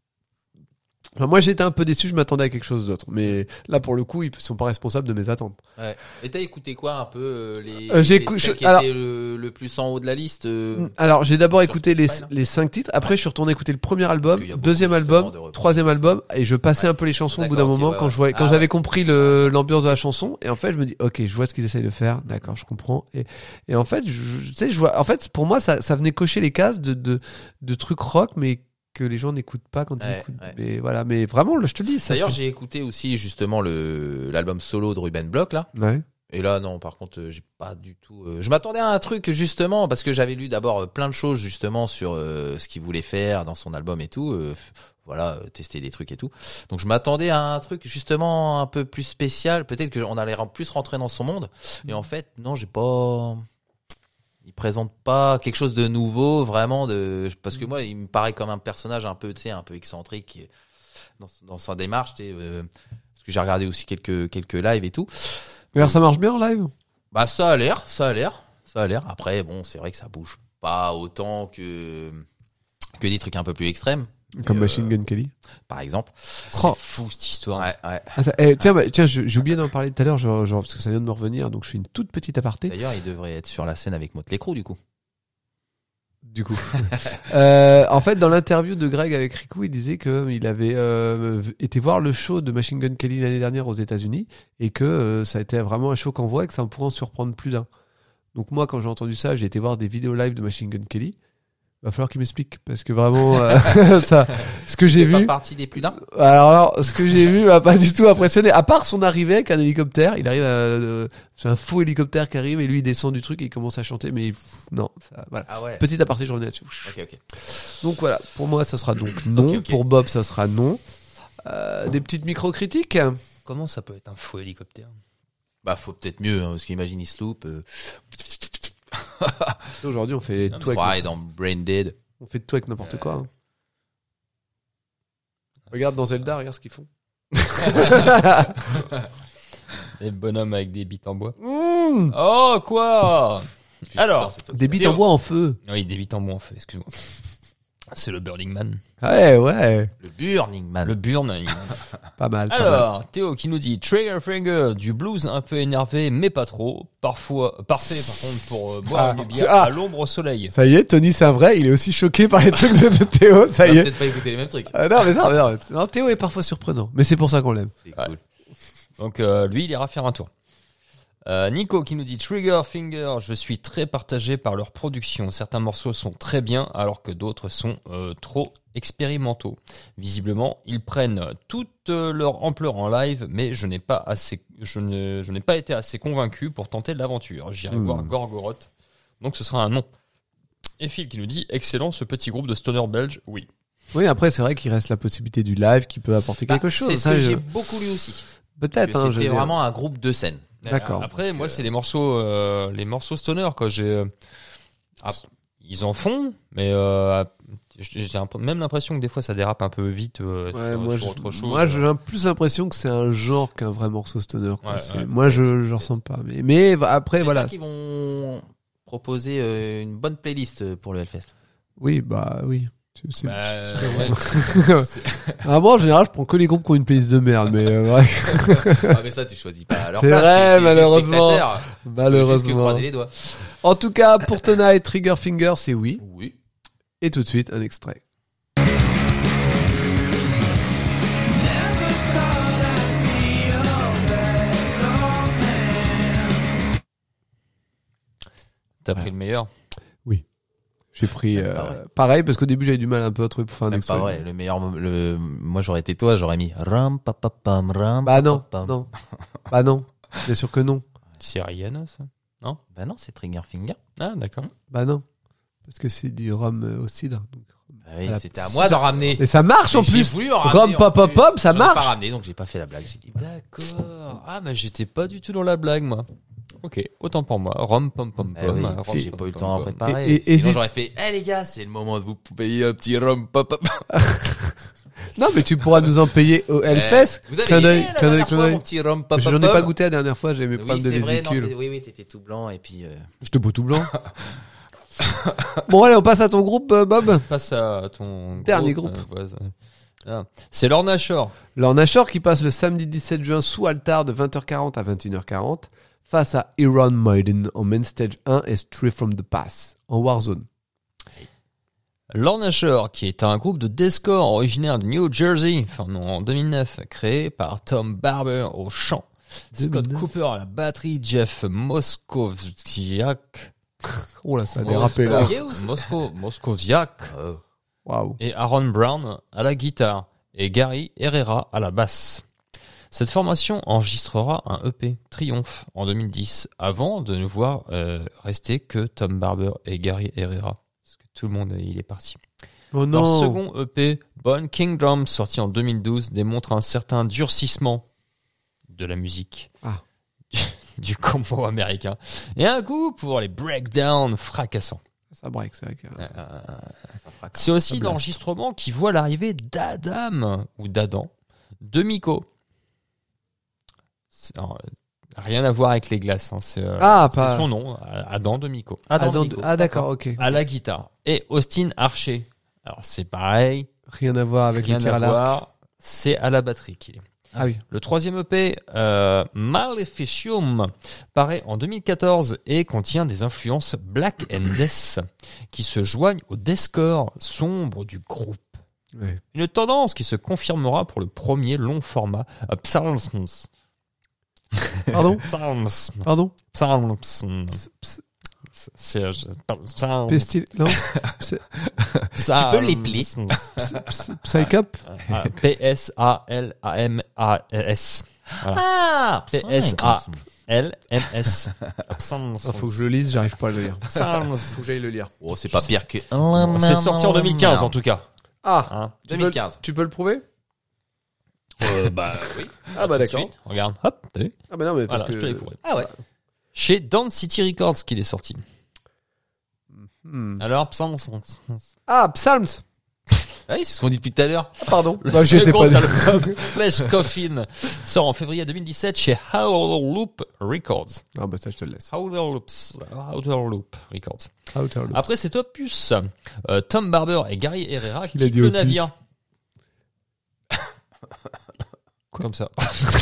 enfin, moi, j'étais un peu déçu, je m'attendais à quelque chose d'autre. Mais là, pour le coup, ils sont pas responsables de mes attentes. Ouais. Et t'as écouté quoi un peu j'ai les celles qui alors- étaient le plus en haut de la liste Alors, j'ai d'abord sur écouté Spotify, là. les 5 titres. Après, je suis retourné écouter le premier album, Parce qu'il y a beaucoup, deuxième justement, album, de reprises. troisième album, et je passais Ouais. un peu les chansons au bout d'un D'accord, ok, moment ouais, quand ouais. je voyais, quand Ah j'avais ouais. compris l'ambiance de la chanson. Et en fait, je me dis, ok, je vois ce qu'ils essayent de faire. D'accord, je comprends. Et en fait, tu sais, je vois, en fait, pour moi, ça venait cocher les cases de trucs rock, mais que les gens n'écoutent pas quand ils Ouais, écoutent. ouais. Mais voilà, mais vraiment, là, je te dis, ça. D'ailleurs, j'ai écouté aussi justement l'album solo de Ruben Block là. Ouais. Et là, non, par contre, j'ai pas du tout. Je m'attendais à un truc justement parce que j'avais lu d'abord plein de choses justement sur ce qu'il voulait faire dans son album et tout. Voilà, tester des trucs et tout. Donc je m'attendais à un truc justement un peu plus spécial. Peut-être qu'on allait plus rentrer dans son monde. Et en fait, non, j'ai pas. Il présente pas quelque chose de nouveau, vraiment parce que moi, il me paraît comme un personnage un peu, tu sais, un peu excentrique qui est dans sa démarche. Tu sais, parce que j'ai regardé aussi quelques lives et tout. D'ailleurs, ça marche bien en live. Bah ça a l'air. Après bon, c'est vrai que ça bouge pas autant que des trucs un peu plus extrêmes, Comme Machine Gun Kelly. par exemple. C'est Oh. fou cette histoire. Ouais, ouais. Attends, tiens, j'ai oublié d'en parler tout à l'heure, genre, parce que ça vient de me revenir, donc je fais une toute petite aparté. D'ailleurs, il devrait être sur la scène avec Motley Crue du coup. Du coup. En fait, dans l'interview de Greg avec Riku, il disait qu'il avait été voir le show de Machine Gun Kelly l'année dernière aux États-Unis et que ça a été vraiment un show qu'on voit et que ça pourrait en surprendre plus d'un. Donc moi, quand j'ai entendu ça, j'ai été voir des vidéos live de Machine Gun Kelly. Va falloir qu'il m'explique parce que vraiment, ça, ce que j'ai C'est pas vu. partie des plus d'un. Alors, ce que j'ai vu m'a pas du tout impressionné. À part son arrivée avec un hélicoptère, il arrive c'est un faux hélicoptère qui arrive et lui il descend du truc et il commence à chanter, mais non, ça, voilà. Ah ouais. Petit aparté, je reviens là-dessus. Ok. Donc voilà, pour moi ça sera donc non, Ok. pour Bob ça sera non. Des petites micro-critiques. Comment ça peut être un faux hélicoptère? Bah faut peut-être mieux, hein, parce qu'imagine il se loupe. Aujourd'hui on fait Non, tout avec, Ouais, dans Brain Dead. on fait tout avec n'importe quoi. Hein. Regarde dans Zelda, regarde ce qu'ils font. Des bonhommes avec des bites en bois. Mmh, Oh, quoi? Alors. Putain, c'est top. des bites en bois en feu. Oui, des bites en bois en fait, excuse-moi. C'est le Burning Man. Ouais, Le Burning Man. Le Burning Man. pas mal. Pas mal. Alors, Théo qui nous dit Triggerfinger, du blues un peu énervé, mais pas trop. Parfois, parfait par contre pour boire une bière à l'ombre au soleil. Ça y est, Tony c'est un vrai, il est aussi choqué par les trucs de Théo, ça On va y est. peut-être pas écouter les mêmes trucs. Non mais non, non, Théo est parfois surprenant, mais c'est pour ça qu'on l'aime. C'est Ouais. cool. Donc lui, il ira faire un tour. Nico qui nous dit Trigger Finger, je suis très partagé par leur production. Certains morceaux sont très bien alors que d'autres sont trop expérimentaux. Visiblement, ils prennent toute leur ampleur en live, mais je n'ai pas été assez convaincu pour tenter l'aventure. J'irai voir Gorgoroth. Donc ce sera un non. Et Phil qui nous dit excellent ce petit groupe de stoner belge. Oui. Oui, après c'est vrai qu'il reste la possibilité du live qui peut apporter quelque chose. C'est ce que j'ai beaucoup lu aussi. Peut-être. Que je veux c'était dire. vraiment un groupe de scène. D'accord. Après, moi, c'est les morceaux stoner, quoi. Ils en font, mais j'ai même l'impression que des fois ça dérape un peu vite sur autre chose. Moi, j'ai plus l'impression que c'est un genre qu'un vrai morceau stoner. Quoi. Ouais, moi, je ressens pas. Mais après, J'espère voilà. qu'ils vont proposer une bonne playlist pour le Hellfest. Oui, bah oui. C'est Ouais. Ah, moi, en général, je prends que les groupes qui ont une playlist de merde, mais ouais. Ah mais ça tu choisis pas à leur C'est place. vrai, t'es juste malheureusement. spectateur. Tu peux juste que Malheureusement. croiser les doigts. En tout cas, pour Tonight, Trigger Finger, c'est oui. Oui. Et tout de suite, un extrait. T'as pris le meilleur. J'ai pris Même pas vrai. pareil parce qu'au début j'avais du mal un peu à trouver pour faire un Même extrait. pas vrai. Le meilleur, moi j'aurais été toi, j'aurais mis ram pa pa pam ram. Bah non, pa, pam. non. Bah non. Bien sûr que non. C'est Rihanna, ça. Bah non, c'est Trigger Finger. Ah, d'accord. Bah non. Parce que c'est du rhum au cidre. Donc. Bah oui, Voilà. c'était à moi d'en ramener. Et ça marche en Mais j'ai plus. voulu en ramener. Rhum en pop pop plus. pop, ça J'en ai marche. pas ramené, donc j'ai pas fait la blague. J'ai dit. D'accord. Ah, mais j'étais pas du tout dans la blague, moi. Ok, autant pour moi. Rom pom pom Eh pom. oui, rom, j'ai pom, pas eu le pom, temps à pom. préparer. Et Sinon hésite- j'aurais fait, les gars, c'est le moment de vous payer un petit rum pop pop. Non, mais tu pourras nous en payer au Hellfest. Vous avez Clin d'œil, aimé la clin d'œil, dernière clin fois d'œil. mon petit rum pop pop. J'en ai pas goûté la dernière fois, j'ai mes Oui, problèmes de c'est vrai, non, vésicule. oui, t'étais tout blanc et puis. J'étais beau tout blanc. Bon, allez, on passe à ton groupe, Bob. Passe à ton Dernier groupe. voisin. Ah. C'est Lorna Shore. Lorna Shore qui passe le samedi 17 juin sous Altar de 20h40 à 21h40 face à Iron Maiden en Main Stage 1 et Straight from the Pass en Warzone. Lorna Shore, qui est un groupe de deathcore originaire de New Jersey, en 2009, créé par Tom Barber au chant, Scott 2009. Cooper à la batterie, Jeff Moscoviak, Oh là, ça a dérapé là. Moscoviak Waouh. et Aaron Brown à la guitare et Gary Herrera à la basse. Cette formation enregistrera un EP Triomphe en 2010 avant de ne voir rester que Tom Barber et Gary Herrera. Parce que tout le monde il est parti. Oh Leur non. second EP, Bone Kingdom, sorti en 2012, démontre un certain durcissement de la musique. Ah. Du combo américain. Et un goût pour les breakdowns fracassants. Ça break, c'est vrai que... C'est aussi Ça blast. l'enregistrement qui voit l'arrivée d'Adam, ou d'Adam, de Miko. Alors, rien à voir avec les glaces. Hein. C'est Ah, c'est pas- son nom, Adam de Miko. Ah, d'accord, ok. À la guitare. Et Austin Archer. Alors c'est pareil, Rien à voir avec rien le tir à à l'arc. voir. C'est à la batterie qu'il est. Ah oui. Le troisième EP, Maleficium, paraît en 2014 et contient des influences Black and Death qui se joignent au deathcore sombre du groupe. Ouais. Une tendance qui se confirmera pour le premier long format Psalms. Pardon Psalms. Pardon Psalms. C'est Pestil... Non Tu peux l'épeler. Psycup P-S-A-L-A-M-A-S. Voilà. Ah, P-S-A-L-M-S. Psalms. Faut que je le lise, j'arrive pas à le lire. Psalms. Faut que j'aille le lire. Oh, c'est pas pire que. C'est sorti en 2015 en tout cas. Ah, Hein. 2015. tu peux le prouver Bah oui. Ah bah Tout de d'accord. suite. Regarde, hop, t'as vu. Ah bah non, mais parce Voilà, je te l'ai prouvé. Ah ouais. Chez Down City Records qu'il est sorti. Hmm. Alors, Psalms. Ah, Psalms. Ah oui, c'est ce qu'on dit depuis tout à l'heure. Ah, pardon. Le Bah, j'étais second pas... album, Flesh Coffin, sort en février 2017 chez Howl Loop Records. Ah bah ça, je te le laisse. Howl Loop Records. Outer Loops. Après cet opus, Tom Barber et Gary Herrera Il a quittent dit le opus. navire. Comme ça.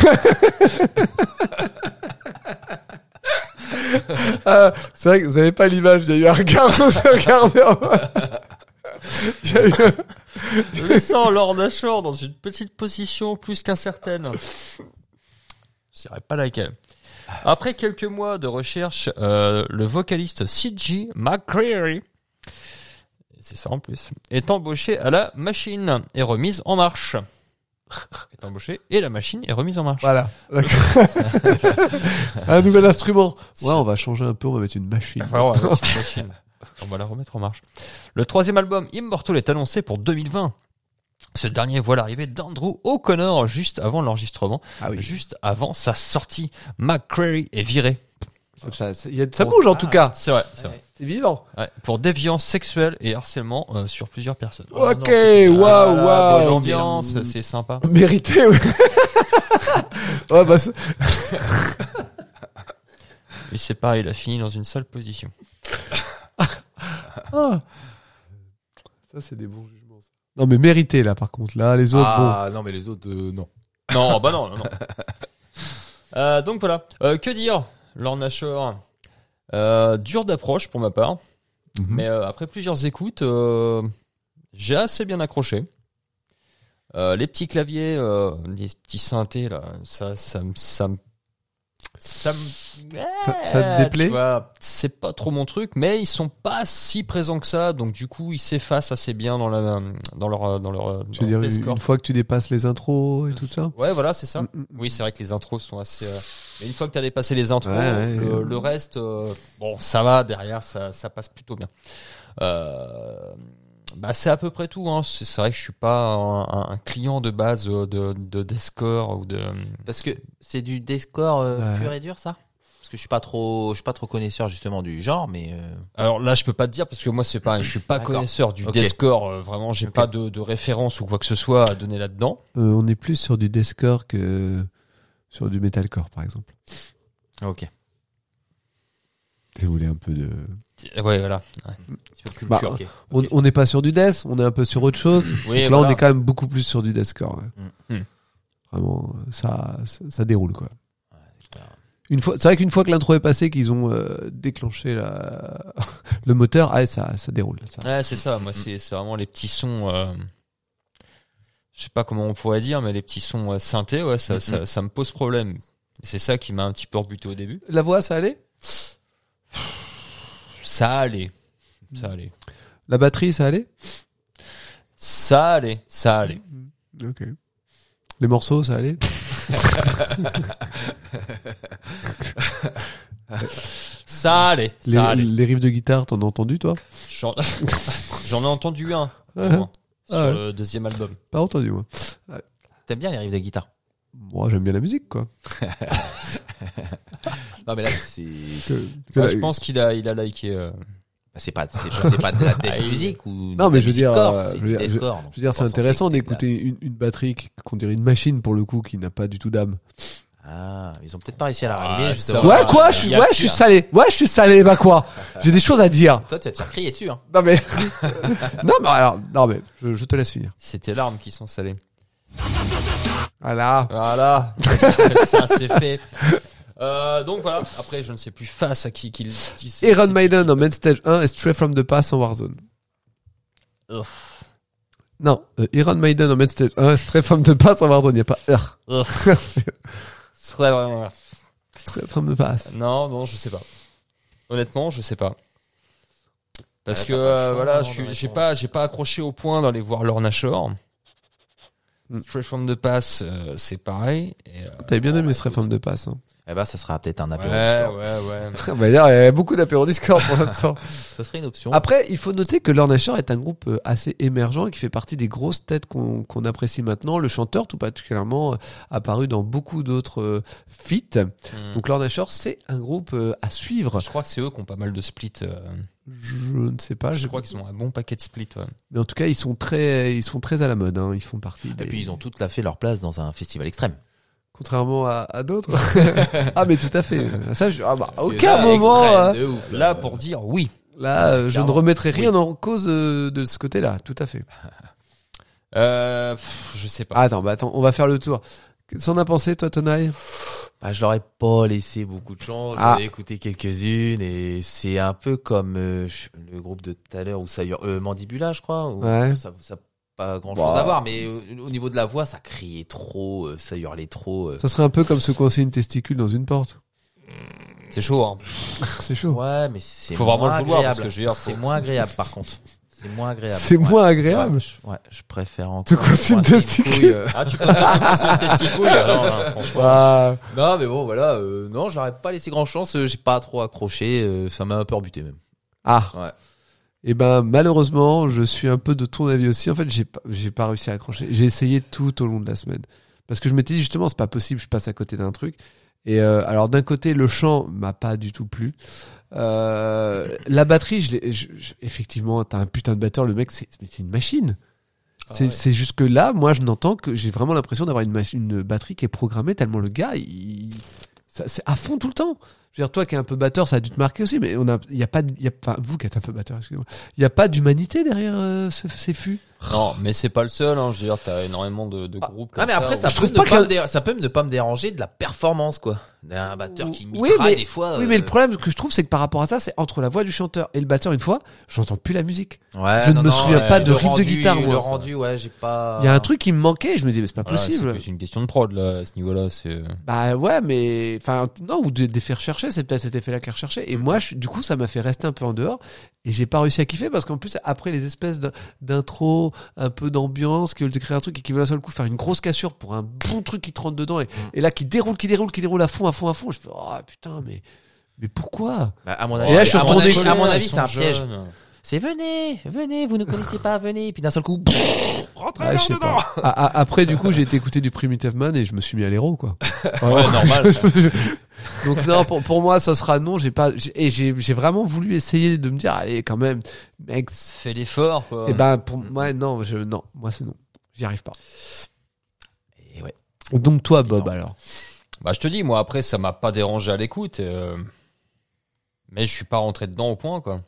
Ah, c'est vrai que vous avez pas l'image, il y a eu un regard, on s'est regardé en bas. Il y a eu... Laissant Lorna Shore dans une petite position plus qu'incertaine. Je dirais pas laquelle. Après quelques mois de recherche, le vocaliste C.J. McCreary, c'est ça en plus, est embauché à la machine et remise en marche. Est embauché et la machine est remise en marche. Voilà. Un nouvel instrument. Ouais, on va changer un peu, on va mettre une machine. Enfin, on va mettre une machine. On va la remettre en marche. Le 3e album, Immortal, est annoncé pour 2020. Ce dernier voit l'arrivée d'Andrew O'Connor juste avant l'enregistrement, juste avant sa sortie. McCreary est viré. Ça bouge en tout cas. C'est vrai, c'est vrai. C'est vivant. Ouais, pour déviance sexuelle et harcèlement sur plusieurs personnes. Ok, Pour waouh. l'ambiance, c'est sympa. Mérité, ouais. Ouais, bah, Et c'est pareil, il a fini dans une sale position. ça, c'est des bons jugements. Ça. Non, mais mérité, là, par contre. Là, les autres, non, mais les autres, non. Non, bah non. Donc voilà. Que dire, Lorna Shore, dur d'approche pour ma part. bon. Mais après plusieurs écoutes, j'ai assez bien accroché. Les petits claviers, les petits synthés là, ça me Ça te déplaît ? tu vois, c'est pas trop mon truc, mais ils sont pas si présents que ça, donc du coup ils s'effacent assez bien dans leur Tu veux dire, Discord. une fois que tu dépasses les intros et tout ça ? Ouais, voilà, c'est ça. Oui, c'est vrai que les intros sont assez. Mais une fois que t'as dépassé les intros, Ouais, le reste, bon, ça va derrière, ça passe plutôt bien. Bah, c'est à peu près tout. Hein. C'est vrai que je suis pas un client de base de Deathcore ou de. Parce que c'est du deathcore Ouais. pur et dur, ça. Parce que je suis pas trop connaisseur justement du genre, mais Alors là, je peux pas te dire parce que moi, c'est pareil. Je suis pas D'accord. connaisseur du Ok. Deathcore. Vraiment, j'ai Ok. pas de référence ou quoi que ce soit à donner là-dedans. On est plus sur du deathcore que sur du metalcore, par exemple. ok. Si vous voulez un peu de... Ouais, voilà. Ouais. Un petit peu de Bah, culture. ok. On n'est pas sur du death, on est un peu sur autre chose. Oui, Donc là, voilà. on est quand même beaucoup plus sur du deathcore. Ouais. Mm. Vraiment, ça déroule, quoi. c'est clair. C'est vrai qu'une fois que l'intro est passée, qu'ils ont déclenché le moteur, ça déroule. Ça. Ouais, c'est ça. Moi, c'est vraiment les petits sons. Je sais pas comment on pourrait dire, mais les petits sons synthés, ouais, ça me pose problème. C'est ça qui m'a un petit peu rebuté au début. La voix, ça allait ? Ça allait. La batterie, ça allait ? Ça allait. Ok. Les morceaux, ça allait ? Ça allait. Les riffs de guitare, t'en as entendu, toi ? J'en ai entendu un au Ouais. moins, sur Ouais. le 2e album. Pas entendu, moi. T'aimes bien les riffs de guitare? Moi, j'aime bien la musique, quoi. Non, mais là, c'est Ouais, je pense qu'il a liké. bah, c'est pas de la death music ou Non, de mais la je veux dire, music-core, c'est je veux du dire, deathcore, donc Je veux dire, c'est pas censé intéressant écouter d'écouter une batterie qu'on dirait une machine, pour le coup, qui n'a pas du tout d'âme. Ah, ils ont peut-être pas réussi à la Ah, rallumer, ça justement. va. Ouais, quoi, je suis salé. Ouais, je suis salé, bah quoi. J'ai des choses à dire. Toi, tu vas te faire crier dessus, hein. Non, mais, non, mais, je te laisse finir. C'est tes larmes qui sont salées. Voilà. Voilà, ça c'est fait. Donc voilà, après je ne sais plus face à qui qu'il dit. Iron Maiden en Main Stage 1 et Stray from the Pass en Warzone. Ouf. Non, Iron Maiden en Main Stage 1 et Stray from the Pass en Warzone. Il n'y a pas Stray from the Pass. Non, je sais pas. Honnêtement, je sais pas. Parce Ouais, que t'as pas le choix, voilà, non, j'ai pas accroché au point d'aller voir Lorna Shore. Mm. Stray from the Pass, c'est pareil. Et, T'avais bien aimé Stray from the Pass, hein. Eh ben, ça sera peut-être un apéro ouais. Bah, d'ailleurs, il y a beaucoup d'apéros Discord pour l'instant. Ça serait une option. Après, il faut noter que Lorna Shore est un groupe assez émergent et qui fait partie des grosses têtes qu'on apprécie maintenant. Le chanteur, tout particulièrement, apparu dans beaucoup d'autres feats. Mm. Donc Lorna Shore, c'est un groupe à suivre. Je crois que c'est eux qui ont pas mal de splits. Je ne sais pas. Je crois qu'ils ont un bon paquet de splits. Ouais. Mais en tout cas, ils sont très à la mode. Hein. Ils font partie. Et puis, ils ont toutes fait leur place dans un festival extrême. Contrairement à d'autres. Ah, mais tout à fait. Ça, à Parce que aucun là, moment. extrême, de ouf, Là, pour dire oui. Là, je ne Clairement. remettrai rien en cause de ce côté-là. Tout à fait. Je sais pas. Attends, on va faire le tour. Qu'est-ce qu'on a pensé, toi, Tonaï? Bah, je leur ai pas laissé beaucoup de chance. J'en ai écouté quelques-unes et c'est un peu comme le groupe de tout à l'heure où ça Mandibula, je crois. Où Ouais. Ça pas grand chose à voir, mais au niveau de la voix, ça criait trop, ça hurlait trop. Ça serait un peu comme se coincer une testicule dans une porte. C'est chaud, hein. C'est chaud. Ouais, mais c'est Faut vraiment moins le vouloir, agréable. parce que je veux dire, C'est moins agréable, par contre. C'est moins agréable. C'est moins agréable. Je préfère encore. De quoi c'est une testicule couille, Ah, tu préfères dépenser une testicouille? Non, franchement. Ah, Non, mais bon, voilà. Non, je leur ai pas laissé grand chance. J'ai pas trop accroché. Ça m'a un peu rebuté même. ah. Ouais. Et ben malheureusement, je suis un peu de ton avis aussi. En fait, j'ai pas réussi à accrocher. J'ai essayé tout au long de la semaine parce que je m'étais dit justement, c'est pas possible, je passe à côté d'un truc. Et alors d'un côté, le chant m'a pas du tout plu. La batterie, effectivement, t'as un putain de batteur, le mec, c'est une machine. C'est juste que là, moi, je n'entends que j'ai vraiment l'impression d'avoir une batterie qui est programmée tellement le gars, c'est à fond tout le temps. Je veux dire, toi qui es un peu batteur, ça a dû te marquer aussi, mais il y a pas, vous qui êtes un peu batteur, excusez-moi, il y a pas d'humanité derrière ces fûts. Non, mais c'est pas le seul, hein. Je veux dire, t'as énormément de groupes comme Ah, mais après, ça. ça peut ça peut ne pas me déranger de la performance, quoi. D'un batteur qui Oui, mitraille mais- des fois. Oui, mais le problème que je trouve, c'est que par rapport à ça, c'est entre la voix du chanteur et le batteur, une fois, j'entends plus la musique. Ouais, je ne me souviens pas de le riff de rendu, guitare, moi. Le rendu, ouais, j'ai pas. Il y a un truc qui me manquait, je me disais, mais c'est pas Voilà, possible. c'est plus une question de prod, là, à ce niveau-là, c'est... Bah ouais, mais enfin non, ou d'effets recherchés, c'est peut-être cet effet-là qui est recherché. Et moi, du coup, ça m'a fait rester un peu en dehors. Et j'ai pas réussi à kiffer parce qu'en plus, après les espèces d'intro, un peu d'ambiance, qui veulent écrire un truc et qui veulent à seul coup faire une grosse cassure pour un bon truc qui te rentre dedans et là qui déroule à fond. Je fais oh putain, mais pourquoi? Bah, à mon Et là, je suis retourné- à mon avis, Ils c'est un sont piège. jeunes. C'est venez, vous ne connaissez pas, venez. Et puis d'un seul coup, rentrez Ah, je sais dedans. pas. Après, du coup, j'ai été écouter du Primitive Man et je me suis mis à l'héros, quoi. Ouais, normal. Donc non, pour moi, ça sera non. J'ai vraiment voulu essayer de me dire, allez, quand même, mec. Fais l'effort, quoi. Et ben pour moi, non, moi c'est non, j'y arrive pas. Et ouais. Donc toi, Bob, alors. Bah, je te dis, moi, après, ça m'a pas dérangé à l'écoute, mais je suis pas rentré dedans au point, quoi.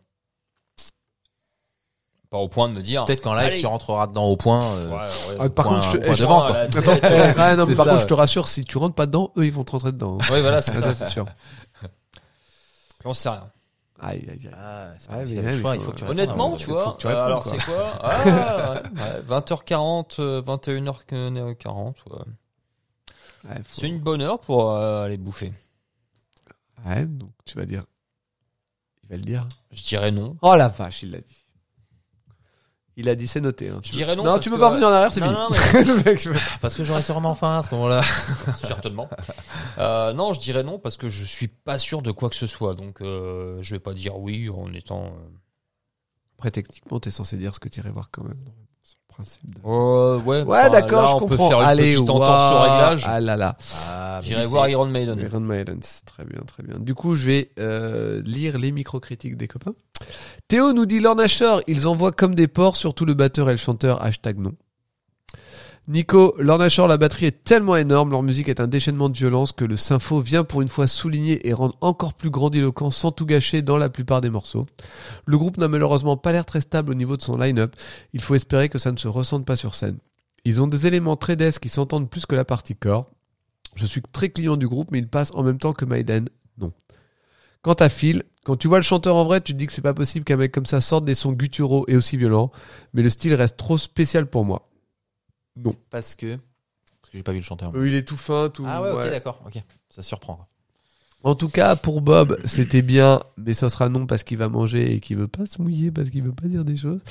Pas au point de me dire... Peut-être qu'en live, Allez. tu rentreras dedans au point. Ah, par point- contre, je, point je- devant, à quoi. la Attends, tête. non, mais C'est par ça, contre, je ouais. te rassure, si tu rentres pas dedans, eux, ils vont te rentrer dedans. Oui, voilà, c'est Ah, ça. ça, c'est sûr. J'en sais rien. Aïe, aïe, aïe. Ah, c'est Ouais, pas si mais t'as le ouais, choix, mais il faut que tu Honnêtement, répondes. tu faut vois, que tu répondes, alors quoi. c'est quoi? Ah, ouais, 20h40, 21h40, ouais. Ouais, faut- C'est une bonne heure pour aller bouffer. Ouais, donc tu vas dire. Il va le dire. Je dirais non. Oh la vache, il l'a dit. Il a dit, c'est noté. Hein. Je dirais non. Non, parce tu peux que- pas revenir en arrière, c'est Non, fini. non, Le mec, Parce que j'aurais sûrement faim à ce moment-là. certainement. Non, je dirais non parce que je suis pas sûr de quoi que ce soit. Donc, je vais pas dire oui en étant. Après, techniquement, t'es censé dire ce que t'irais voir quand même. Sur le principe de... Ouais, Ouais, enfin, d'accord, là, je on comprends. peut faire une Allez, petite waouh, entente sur réglage. Ah là là. Ah, mais J'irai c'est- voir Iron Maiden. Iron Maiden, c'est très bien, très bien. Du coup, je vais lire les micro-critiques des copains. Théo nous dit Lorna Shore, ils envoient comme des porcs, surtout le batteur et le chanteur, #non. Nico, Lorna Shore, la batterie est tellement énorme, leur musique est un déchaînement de violence que le sympho vient pour une fois souligner et rendre encore plus grandiloquent sans tout gâcher dans la plupart des morceaux. Le groupe n'a malheureusement pas l'air très stable au niveau de son line-up, il faut espérer que ça ne se ressente pas sur scène. Ils ont des éléments très death qui s'entendent plus que la partie corps. Je suis très client du groupe, mais il passe en même temps que Maiden. Non. Quant à Phil, quand tu vois le chanteur en vrai, tu te dis que c'est pas possible qu'un mec comme ça sorte des sons gutturaux et aussi violents, mais le style reste trop spécial pour moi. Non. Parce que j'ai pas vu le chanteur. Il est tout fin, tout... Ah ouais, ok, d'accord. Ok, ça surprend. Quoi. En tout cas, pour Bob, c'était bien, mais ça sera non parce qu'il va manger et qu'il veut pas se mouiller, parce qu'il veut pas dire des choses.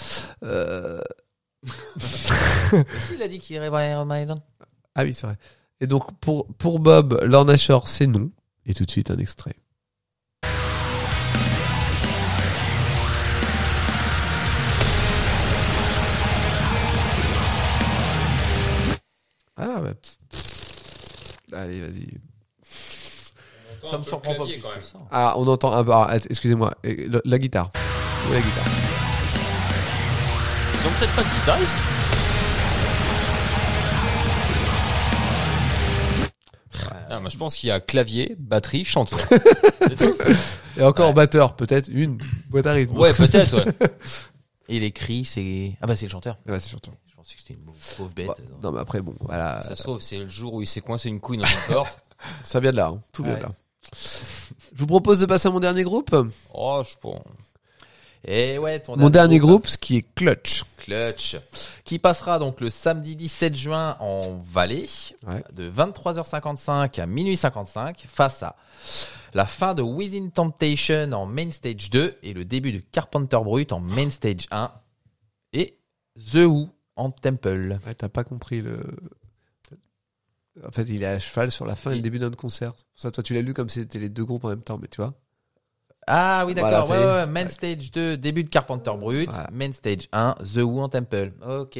Si, il a dit qu'il irait voir Iron Maiden. Ah oui, c'est vrai. Et donc, pour Bob, Lorna Shore, c'est non. Et tout de suite, un extrait. Ah, bah. Allez, vas-y. Ça me surprend pas plus que ça. Ah, on entend un peu. Ah, excusez-moi, la guitare. Où est la guitare? Ils ont peut-être pas de guitariste. Ah, moi, je pense qu'il y a clavier, batterie, chanteur. C'est tout. Et encore Ouais. batteur, peut-être une boîte à rythme. Ouais, peut-être, ouais. Et les cris, c'est. Ah bah, c'est le chanteur. Ouais, c'est surtout. Je pensais que c'était une pauvre bête. Bah, non, mais après, bon, voilà. Ça se trouve, c'est le jour où il s'est coincé une couille dans une porte. Ça vient de là, hein. Tout vient Ouais. de là. Je vous propose de passer à mon dernier groupe. Oh, je pense. Et ouais, ton Mon dernier groupe, ce qui est Clutch. Clutch, qui passera donc le samedi 17 juin en Valais, Ouais. de 23h55 à minuit 55, face à la fin de Within Temptation en Main Stage 2 et le début de Carpenter Brut en Main Stage 1 et The Who en Temple. Ouais, t'as pas compris le... En fait, il est à cheval sur la fin et le début d'un concert. Ça, toi, tu l'as lu comme si c'était les deux groupes en même temps, mais tu vois. Ah oui, d'accord. Voilà, ça y est. ouais. Main Stage 2, début de Carpenter Brut. Voilà. Main Stage 1, The Who en Temple. Ok.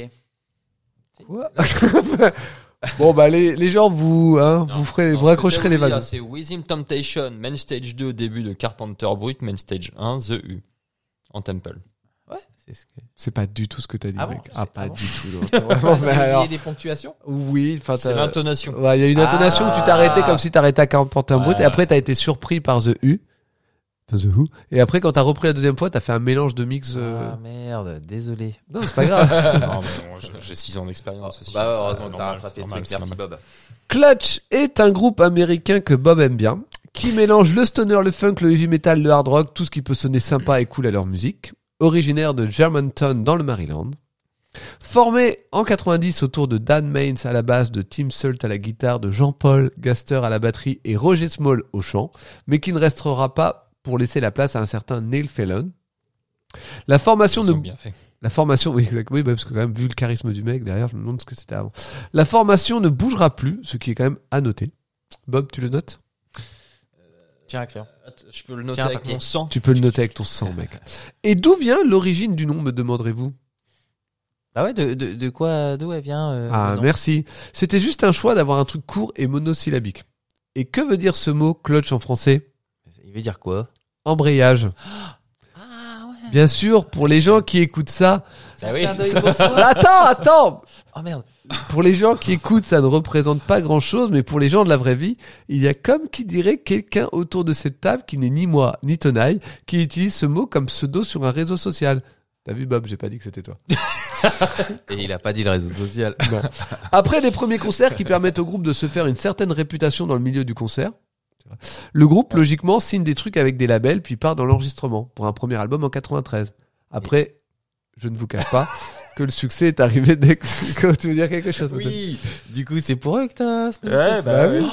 Bon, bah, les gens, vous raccrocherez les wagons. C'est Within Temptation, Main Stage 2, début de Carpenter Brut, Main Stage 1, The U. En Temple. Ouais, c'est ce que... C'est pas du tout ce que t'as dit, Ah bon mec. C'est- Ah, pas ah bon du tout. Non. Vraiment, mais Il y alors... a des ponctuations. Oui, enfin, C'est l'intonation. Ouais, il y a une intonation où tu t'es arrêté comme si t'arrêtais à Carpenter Brut et après t'as été surpris par The U. Enfin, The Who. Et après, quand t'as repris la deuxième fois, t'as fait un mélange de mix. Ah merde, désolé. Non, c'est pas grave. Non, mais bon, j'ai 6 ans d'expérience aussi. Bah heureusement C'est que t'as normal, rattrapé c'est le normal, truc. c'est Merci normal. Bob. Clutch est un groupe américain que Bob aime bien, qui mélange le stoner, le funk, le heavy metal, le hard rock, tout ce qui peut sonner sympa et cool à leur musique. Originaire de Germantown dans le Maryland. Formé en 90 autour de Dan Maines à la basse, de Tim Sult à la guitare, de Jean-Paul Gaster à la batterie et Roger Small au chant, mais qui ne restera pas pour laisser la place à un certain Neil Fallon. La formation Ils ne ont bien fait. La formation, oui, exactement, oui, bah, parce que quand même, vu le charisme du mec derrière, je me demande ce que c'était avant. La formation ne bougera plus, ce qui est quand même à noter. Bob, tu le notes? Tiens, un crayon. Je peux le noter Tiens, avec papier. mon sang. Tu peux le noter avec ton sang, mec. Et d'où vient l'origine du nom, me demanderez-vous? Bah ouais, de quoi, d'où elle vient Ah, le nom merci. C'était juste un choix d'avoir un truc court et monosyllabique. Et que veut dire ce mot clutch en français? Il veut dire quoi? Embrayage. Ah ouais. Bien sûr, pour les gens qui écoutent ça. Ah oui. C'est un deuil pour soi. Attends! Oh merde. Pour les gens qui écoutent, ça ne représente pas grand chose, mais pour les gens de la vraie vie, il y a comme qui dirait quelqu'un autour de cette table qui n'est ni moi, ni Tonaille, qui utilise ce mot comme pseudo sur un réseau social. T'as vu, Bob, j'ai pas dit que c'était toi. Et il a pas dit le réseau social. Après les premiers concerts qui permettent au groupe de se faire une certaine réputation dans le milieu du concert, le groupe, logiquement, signe des trucs avec des labels, puis part dans l'enregistrement pour un premier album en 93. Après, je ne vous cache pas que le succès est arrivé dès que tu veux dire quelque chose. Oui. Du coup, c'est pour eux que t'as. Ouais, Bah oui.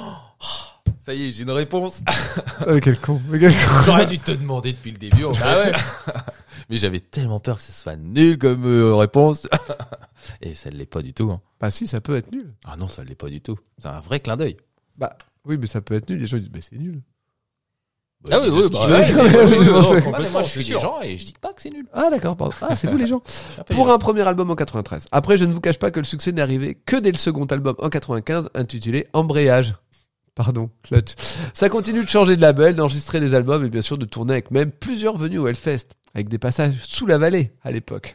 Ça y est, j'ai une réponse. Ah, mais quel con. Mais quel con. J'aurais dû te demander depuis le début. En fait. Mais j'avais tellement peur que ce soit nul comme réponse. Et ça ne l'est pas du tout. Hein. Bah si, ça peut être nul. Ah non, ça ne l'est pas du tout. C'est un vrai clin d'œil. Bah oui, mais ça peut être nul. Les gens disent, bah c'est nul. Ah oui, oui, bah, veulent. ouais, Oui, ouais, oui, oui, je pensais. ouais, Ouais, mais complètement, moi, je je suis suis des sûr. gens et je dis pas que c'est nul. Ah d'accord, pardon. Ah c'est vous les gens. Je suis un peu Pour dur. un premier album en 93. Après, je ne vous cache pas que le succès n'est arrivé que dès le second album en 95, intitulé Embrayage. Pardon, Clutch. Ça continue de changer de label, d'enregistrer des albums et bien sûr de tourner avec même plusieurs venues au Hellfest, avec des passages sous la vallée à l'époque.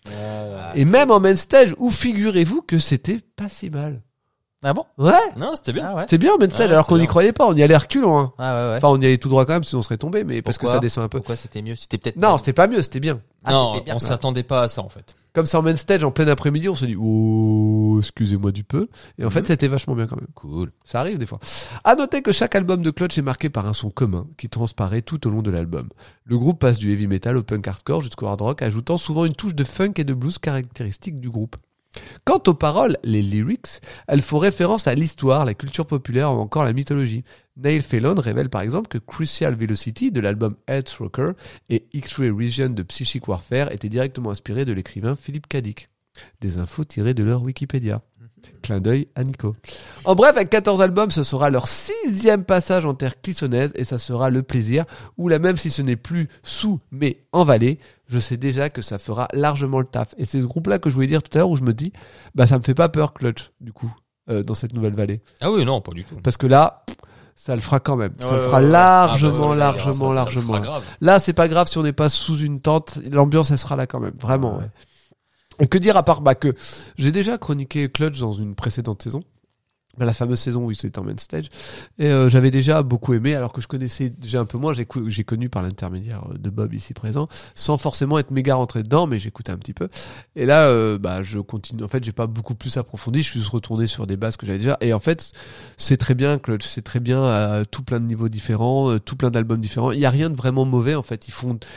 Et même en main stage, où figurez-vous que c'était pas si mal. Ah bon? Ouais, Non, c'était bien. Ah ouais. c'était bien en main stage, Ouais, alors qu'on c'était n'y bien. croyait pas, on y allait reculons. Hein. Ah ouais, ouais. Enfin, on y allait tout droit quand même, sinon on serait tombé, mais parce que Pourquoi ça descend un peu. Pourquoi c'était mieux? C'était peut-être. Non, c'était pas mieux, c'était bien. Ah, Non, c'était bien. on s'attendait pas à ça en fait. Comme ça en main stage, en plein après-midi, on se dit, oh, excusez-moi du peu. Et en fait, c'était vachement bien quand même. Cool. Ça arrive des fois. À noter que chaque album de Clutch est marqué par un son commun qui transparaît tout au long de l'album. Le groupe passe du heavy metal au punk hardcore jusqu'au hard rock, ajoutant souvent une touche de funk et de blues caractéristique du groupe. Quant aux paroles, les lyrics, elles font référence à l'histoire, la culture populaire ou encore la mythologie. Neil Fallon révèle par exemple que Crucial Velocity de l'album Heads Rocker et X-Ray Region de Psychic Warfare étaient directement inspirés de l'écrivain Philip K. Dick. Des infos tirées de leur Wikipédia. Clin d'œil à Nico. En bref, avec 14 albums, ce sera leur 6e passage en terre clissonnaise et ça sera le plaisir, ou là même si ce n'est plus sous mais en vallée, je sais déjà que ça fera largement le taf. Et c'est ce groupe-là que je voulais dire tout à l'heure où je me dis, bah ça me fait pas peur Clutch, du coup, dans cette nouvelle vallée. Ah oui, non, pas du tout. Parce que là, ça le fera quand même. Ça Ouais, le fera ouais, ouais. largement, Ah, bah, ça le largement, fera largement. grave. Là, c'est pas grave si on n'est pas sous une tente, l'ambiance, elle sera là quand même. Vraiment, ouais. Et que dire à part que j'ai déjà chroniqué Clutch dans une précédente saison, la fameuse saison où c'était en main stage, et j'avais déjà beaucoup aimé, alors que je connaissais déjà un peu moins, j'ai connu par l'intermédiaire de Bob ici présent, sans forcément être méga rentré dedans, mais j'écoutais un petit peu. Et là, je continue. En fait, j'ai pas beaucoup plus approfondi, je suis juste retourné sur des bases que j'avais déjà. Et en fait, c'est très bien Clutch, c'est très bien à tout plein de niveaux différents, tout plein d'albums différents. Il y a rien de vraiment mauvais en fait.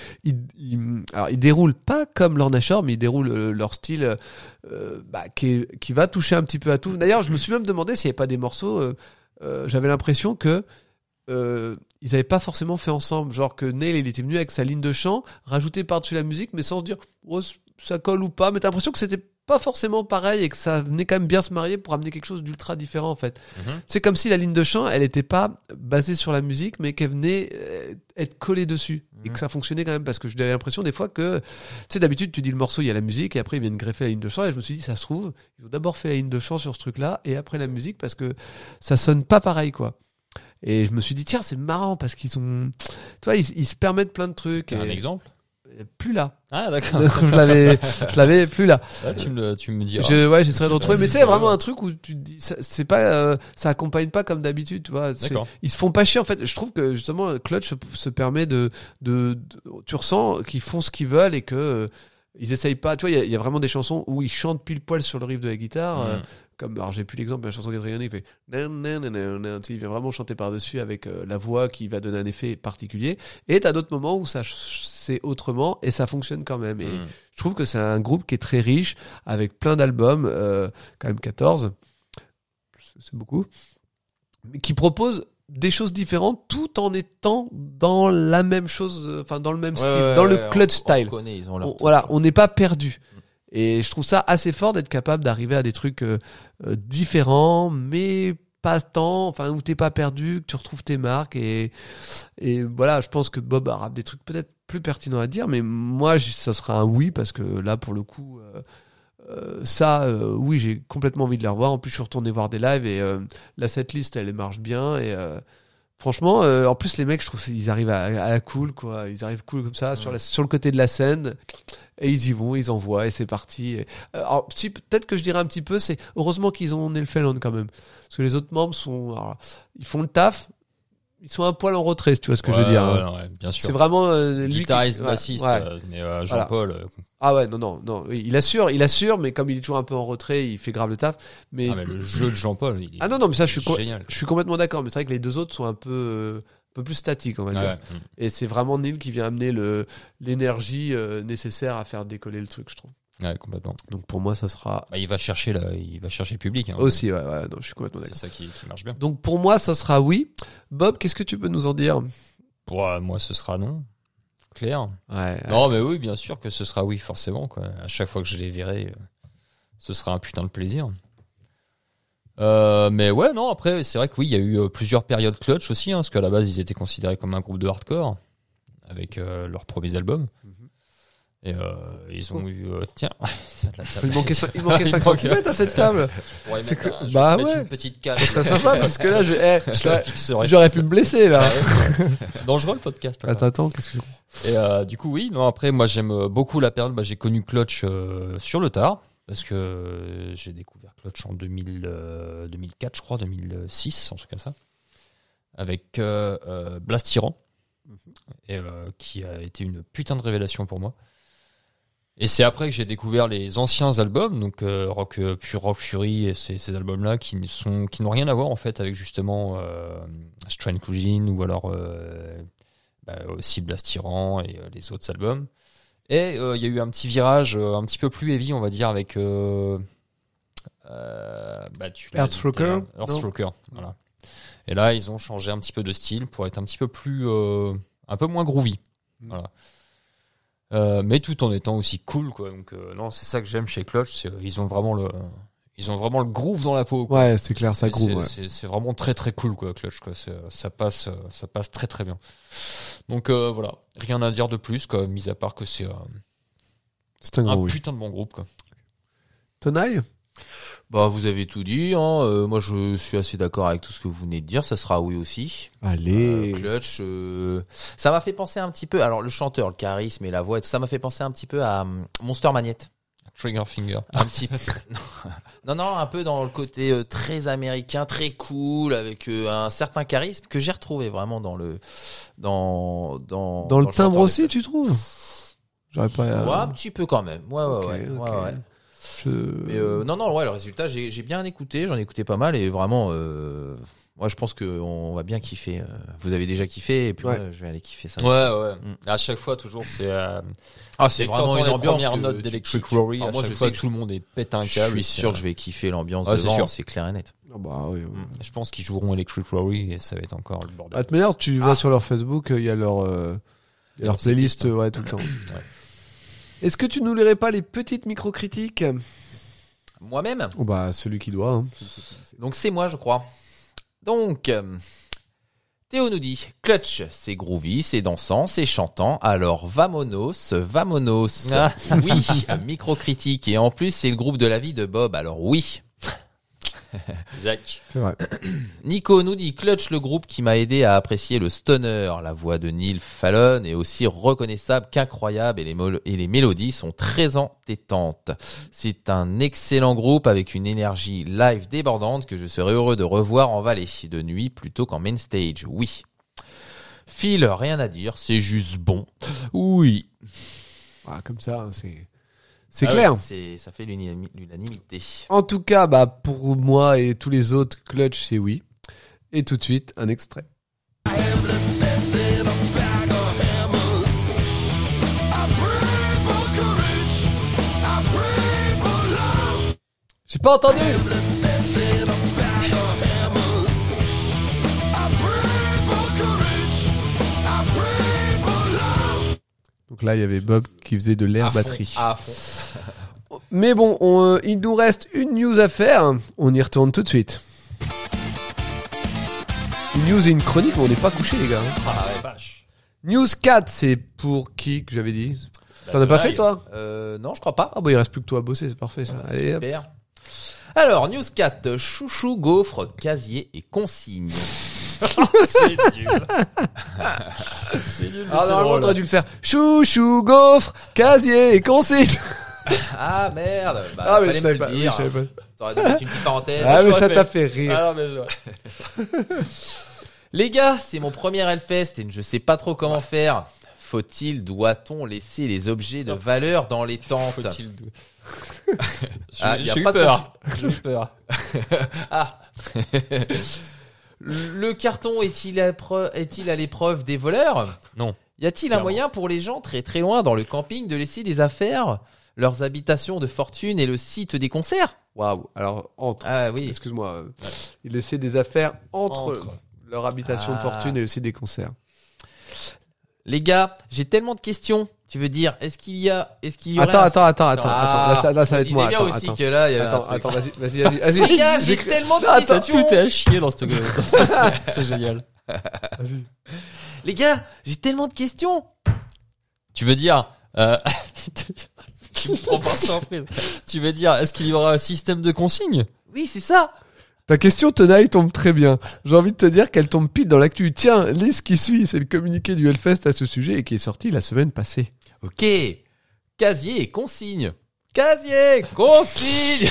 Ils déroulent pas comme Lorna Shore, mais ils déroulent leur style qui va toucher un petit peu à tout. D'ailleurs, je me suis même demandé s'il n'y avait pas des morceaux. J'avais l'impression que ils avaient pas forcément fait ensemble. Genre que Neil, il était venu avec sa ligne de chant, rajouté par-dessus la musique, mais sans se dire, oh, ça colle ou pas. Mais t'as l'impression que c'était pas forcément pareil et que ça venait quand même bien se marier pour amener quelque chose d'ultra différent, en fait. C'est comme si la ligne de chant, elle était pas basée sur la musique, mais qu'elle venait être collée dessus. Et que ça fonctionnait quand même, parce que j'avais l'impression des fois que, tu sais, d'habitude, tu dis le morceau, il y a la musique, et après, ils viennent greffer la ligne de chant, et je me suis dit, ça se trouve, ils ont d'abord fait la ligne de chant sur ce truc-là, et après la musique, parce que ça sonne pas pareil, quoi. Et je me suis dit, tiens, c'est marrant, parce qu'ils ont, tu vois, ils se permettent plein de trucs. Un exemple? Plus là. Ah, d'accord. je l'avais plus là. Ah, tu me diras. J'essaierai de retrouver, mais tu sais, vraiment un truc où tu te dis, c'est pas, ça accompagne pas comme d'habitude, tu vois. D'accord. Ils se font pas chier, en fait. Je trouve que, justement, Clutch se permet tu ressens qu'ils font ce qu'ils veulent et que, ils essayent pas, tu vois, il y a vraiment des chansons où ils chantent pile poil sur le riff de la guitare, comme, alors j'ai plus l'exemple, mais la chanson d'Adriano, il fait, il vient vraiment chanter par-dessus avec la voix qui va donner un effet particulier. Et t'as d'autres moments où c'est autrement et ça fonctionne quand même. Et je trouve que c'est un groupe qui est très riche, avec plein d'albums, quand même 14. C'est beaucoup. Mais qui propose des choses différentes tout en étant dans la même chose, enfin dans le même style, dans le Clutch style. On n'est pas perdu. Et je trouve ça assez fort d'être capable d'arriver à des trucs différents, mais pas tant, enfin où t'es pas perdu, que tu retrouves tes marques et voilà, je pense que Bob a des trucs peut-être plus pertinents à dire, mais moi ça sera un oui parce que là pour le coup oui, j'ai complètement envie de les revoir. En plus, je suis retourné voir des lives et la setlist, elle marche bien. Et franchement, en plus, les mecs, je trouve ils arrivent à cool, quoi. Ils arrivent cool comme ça sur le côté de la scène et ils y vont, ils envoient et c'est parti. Alors, si peut-être que je dirais un petit peu, c'est heureusement qu'ils ont Neil Fallon quand même, parce que les autres membres ils font le taf. Ils sont un poil en retrait, si tu vois ce que je veux dire. Ouais, bien sûr. C'est vraiment guitariste, bassiste, mais Jean-Paul. Ah ouais, non, oui, il assure, mais comme il est toujours un peu en retrait, il fait grave le taf. Mais le jeu de Jean-Paul, il est mais ça, je génial. suis complètement d'accord. Mais c'est vrai que les deux autres sont un peu plus statiques, on va dire. Ouais. Et c'est vraiment Neil qui vient amener l'énergie nécessaire à faire décoller le truc, je trouve. Ouais, complètement. Donc pour moi, ça sera. Il va chercher le public. Hein, aussi, ouais, non, je suis complètement d'accord. C'est ça qui marche bien. Donc pour moi, ça sera oui. Bob, qu'est-ce que tu peux nous en dire? Pour moi, ce sera non. Clair. Ouais. Non, mais oui, bien sûr que ce sera oui, forcément, quoi. À chaque fois que je les verrai, ce sera un putain de plaisir. Mais ouais, non, après, c'est vrai que oui, il y a eu plusieurs périodes Clutch aussi, hein, parce qu'à la base, ils étaient considérés comme un groupe de hardcore, avec leurs premiers albums. Et ils ont eu tiens il manquait 5 cm à cette table. Bah ouais, une petite canne. C'est sympa parce que là j'aurais pu me blesser là. Dangereux le podcast. Attends, qu'est-ce que et du coup oui, non, après moi j'aime beaucoup la période, j'ai connu Clutch sur le tard parce que j'ai découvert Clutch en 2004 je crois, 2006, un truc comme ça, avec Blast Tyran, et qui a été une putain de révélation pour moi. Et c'est après que j'ai découvert les anciens albums, donc Pure Rock Fury et ces albums-là qui n'ont rien à voir en fait avec justement Strange Cuisine ou alors aussi Blast Tyran et les autres albums. Et il y a eu un petit virage un petit peu plus heavy, on va dire, avec Earthstroker, voilà. Et là, ils ont changé un petit peu de style pour être un petit peu plus, un peu moins groovy, voilà. Mais tout en étant aussi cool, quoi. Donc non, c'est ça que j'aime chez Clutch, ils ont vraiment le groove dans la peau, quoi. Ouais, c'est clair, ça groove. C'est vraiment très très cool, quoi, Clutch, quoi. Ça passe très très bien. Donc voilà, rien à dire de plus, quoi, mis à part que c'est un putain de bon groupe, quoi. Tonaille ? Bah, vous avez tout dit, hein. Moi, je suis assez d'accord avec tout ce que vous venez de dire. Ça sera oui aussi. Allez. Clutch, ça m'a fait penser un petit peu. Alors, le chanteur, le charisme et la voix, et tout ça m'a fait penser un petit peu à Monster Magnet. Trigger Finger. Un petit peu. Non, un peu dans le côté très américain, très cool, avec un certain charisme que j'ai retrouvé vraiment dans le timbre aussi, tu trouves? J'aurais pas. Ouais, un petit peu quand même. Ouais. Mais non, le résultat, j'ai bien écouté, j'en ai écouté pas mal et vraiment, moi je pense que on va bien kiffer. Vous avez déjà kiffé et puis moi, je vais aller kiffer ça. Ouais. À chaque fois, toujours, c'est. C'est vraiment une ambiance. Première note d'Electric Rory. À chaque fois, tout le monde est pète un câble. Je suis sûr que je vais kiffer l'ambiance devant, c'est clair et net. Ah bah oui. Je pense qu'ils joueront Electric Worry et ça va être encore le bordel. À toute manière, tu vois sur leur Facebook, il y a leur playlist tout le temps. Est-ce que tu nous lirais pas les petites micro-critiques? Moi-même. Oh bah, celui qui doit. Hein. Donc c'est moi, je crois. Donc, Théo nous dit, Clutch, c'est groovy, c'est dansant, c'est chantant, alors vamonos. Ah. Oui, micro-critique. Et en plus, c'est le groupe de la vie de Bob, alors oui. Zach. C'est vrai. Nico nous dit, Clutch, le groupe qui m'a aidé à apprécier le stoner. La voix de Neil Fallon est aussi reconnaissable qu'incroyable et les mélodies sont très entêtantes. C'est un excellent groupe avec une énergie live débordante que je serais heureux de revoir en vallée de nuit plutôt qu'en main stage. Oui. Phil, rien à dire, c'est juste bon. Oui. Ah, comme ça, c'est clair. Ouais, ça fait l'unanimité. En tout cas, bah, pour moi et tous les autres, Clutch, c'est oui. Et tout de suite, un extrait. J'ai pas entendu. Donc là, il y avait Bob qui faisait de l'air batterie. À fond. Mais bon, il nous reste une news à faire. On y retourne tout de suite. Une news et une chronique, mais on n'est pas couché, les gars. Ah ouais, vache. News 4, c'est pour qui que j'avais dit? T'en as pas fait, toi? Non, je crois pas. Ah bah, il reste plus que toi à bosser, c'est parfait, ça. Allez, hop. Super. Alors, News 4, chouchou, gaufre, casier et consigne. C'est nul. C'est nul. Ah, normalement, t'aurais dû le faire. Chouchou, gaufre, casier et consigne. Ah merde, bah, Ah, mais fallait je savais me pas. le Oui, dire. je savais pas. T'aurais dû mettre une petite parenthèse. Ah, mais j'aurais ça fait. t'a fait rire. Ah non, mais Les gars, c'est mon premier Hellfest et je sais pas trop comment faire. Doit-on laisser les objets de valeur dans les tentes? faut-il Ah, y a J'ai eu pas de peur. J'ai eu peur. Ah. Le carton est-il à l'épreuve des voleurs? Non. Y a-t-il un Clairement. moyen pour les gens très très loin dans le camping de laisser des affaires, leurs habitations de fortune et le site des concerts? Waouh. Alors, entre. Ah oui. Excuse-moi. Il laissait des affaires entre leur habitation de Ah. fortune et aussi des concerts. Les gars, j'ai tellement de questions. Tu veux dire, est-ce qu'il y aurait Attends. Ah, Là, ça va être moi. bien Attends, aussi attends. que là, il y a un Attends, truc. vas-y. Les gars, j'ai tellement de Attends, questions. Tout est à chier dans cette C'est génial. Les gars, j'ai tellement de questions. Tu veux dire tu me prends par surprise. Tu veux dire est-ce qu'il y aura un système de consigne? Oui, c'est ça. Ta question, Tenaille, tombe très bien. J'ai envie de te dire qu'elle tombe pile dans l'actu. Tiens, lis ce qui suit. C'est le communiqué du Hellfest à ce sujet et qui est sorti la semaine passée. Ok. Casier et consigne. Casier, consigne.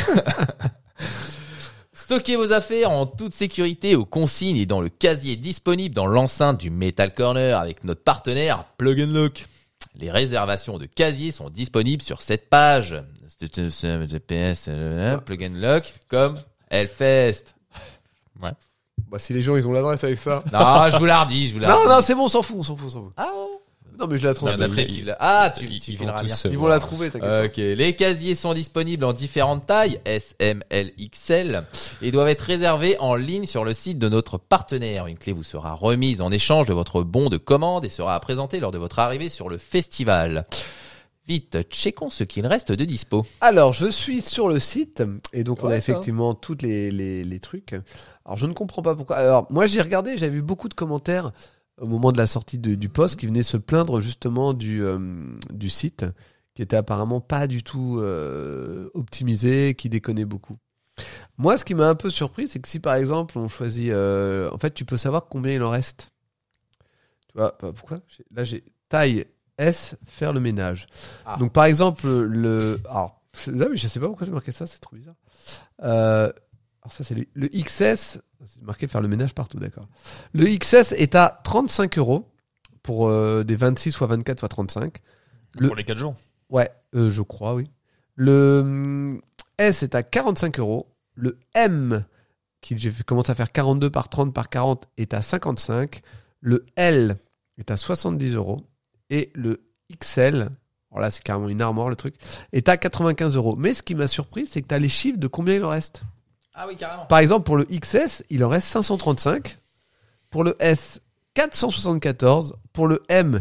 Stockez vos affaires en toute sécurité aux consignes et dans le casier disponible dans l'enceinte du Metal Corner avec notre partenaire Plug and Lock. Les réservations de casiers sont disponibles sur cette page. GPS, Plug and Lock, comme Hellfest. Ouais. Bah, si les gens, ils ont l'adresse avec ça. Non, je vous la redis, Non, c'est bon, on s'en fout. Ah, Non, mais je la transmets. tu Ils fileras vont bien. tous se Ils vont voir. la trouver, t'inquiète. Ok, les casiers sont disponibles en différentes tailles, S, M, L, XL, et doivent être réservés en ligne sur le site de notre partenaire. Une clé vous sera remise en échange de votre bon de commande et sera présentée lors de votre arrivée sur le festival. Vite, checkons ce qu'il reste de dispo. Alors, je suis sur le site et donc on a Ouais, effectivement toutes les trucs. Alors, je ne comprends pas pourquoi. Alors, moi, j'ai regardé, j'avais vu beaucoup de commentaires au moment de la sortie du post qui venaient se plaindre justement du site qui était apparemment pas du tout optimisé, qui déconnait beaucoup. Moi, ce qui m'a un peu surpris, c'est que si par exemple on choisit, en fait, tu peux savoir combien il en reste. Tu vois, pourquoi? Là, j'ai taille S, faire le ménage. Ah. Donc, par exemple, alors, je sais pas pourquoi c'est marqué ça, c'est trop bizarre. Alors, ça, c'est le XS. C'est marqué faire le ménage partout, d'accord. Le XS est à 35 € pour des 26 fois 24 fois 35. Pour les 4 jours. Ouais, je crois, oui. Le S est à 45 €. Le M, qui commence à faire 42 par 30 par 40, est à 55. Le L est à 70 €. Et le XL, alors là c'est carrément une armoire le truc, est à 95 €. Mais ce qui m'a surpris, c'est que tu as les chiffres de combien il en reste. Ah oui, carrément. Par exemple, pour le XS, il en reste 535. Pour le S, 474. Pour le M,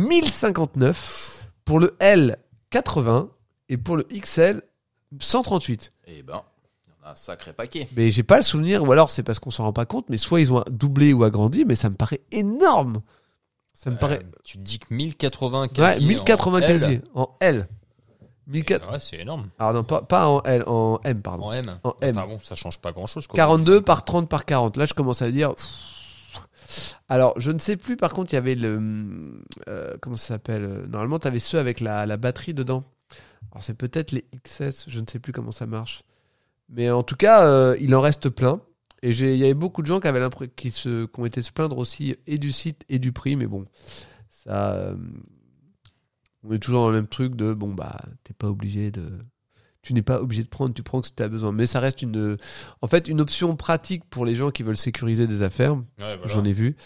1059. Pour le L, 80. Et pour le XL, 138. Eh ben, il y en a un sacré paquet. Mais j'ai pas le souvenir, ou alors c'est parce qu'on s'en rend pas compte, mais soit ils ont doublé ou agrandi, mais ça me paraît énorme. Ça me paraît... Tu te dis que 1080 Ouais, casiers 1080 en L. casiers. En L. 1004... Ouais, c'est énorme. Alors non, pas en L, en M, pardon. En M. En M. Enfin bon, ça change pas grand-chose. Quoi. 42 par 30 par 40. Là, je commence à dire... Alors, je ne sais plus, par contre, il y avait le... comment ça s'appelle normalement, tu avais ceux avec la batterie dedans. Alors, c'est peut-être les XS, je ne sais plus comment ça marche. Mais en tout cas, il en reste plein. Et il y avait beaucoup de gens qui avaient qui ont été se plaindre aussi, et du site et du prix. Mais bon, ça... on est toujours dans le même truc de... Bon, bah, t'es pas obligé de... Tu n'es pas obligé de prendre, tu prends que tu as besoin. Mais ça reste une option pratique pour les gens qui veulent sécuriser des affaires. Ouais, voilà. J'en ai vu.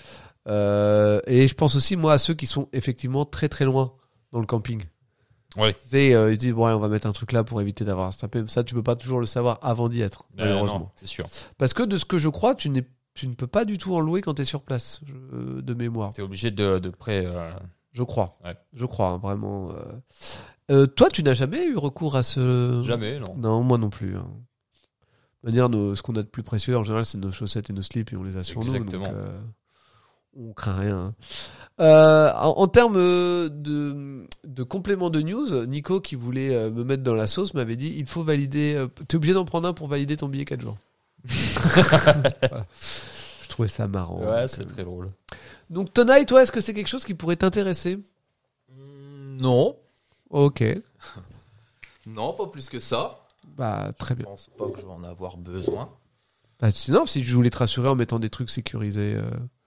Et je pense aussi, moi, à ceux qui sont effectivement très très loin dans le camping. Ouais. Tu sais, ils disent, ouais, on va mettre un truc là pour éviter d'avoir à se taper. Ça, tu peux pas toujours le savoir avant d'y être, malheureusement. Non, c'est sûr. Parce que de ce que je crois, tu ne peux pas du tout en louer quand tu es sur place, de mémoire. T'es obligé de près. Je crois. Ouais. Je crois, hein, vraiment. Toi, tu n'as jamais eu recours à ce... Jamais, non. Non, moi non plus. Hein. De manière, ce qu'on a de plus précieux, en général, c'est nos chaussettes et nos slips, et on les a sur Exactement. nous. Donc, on craint rien. Hein. En termes de complément de news, Nico, qui voulait me mettre dans la sauce, m'avait dit, il faut valider... t'es obligé d'en prendre un pour valider ton billet 4 jours. Voilà. Je trouvais ça marrant. Ouais, c'est très drôle. Donc, Tonai, toi, est-ce que c'est quelque chose qui pourrait t'intéresser ? Non. Ok. Non, pas plus que ça. Bah, très Je bien. pense pas que je vais en avoir besoin. Bah, sinon, si je voulais te rassurer en mettant des trucs sécurisés...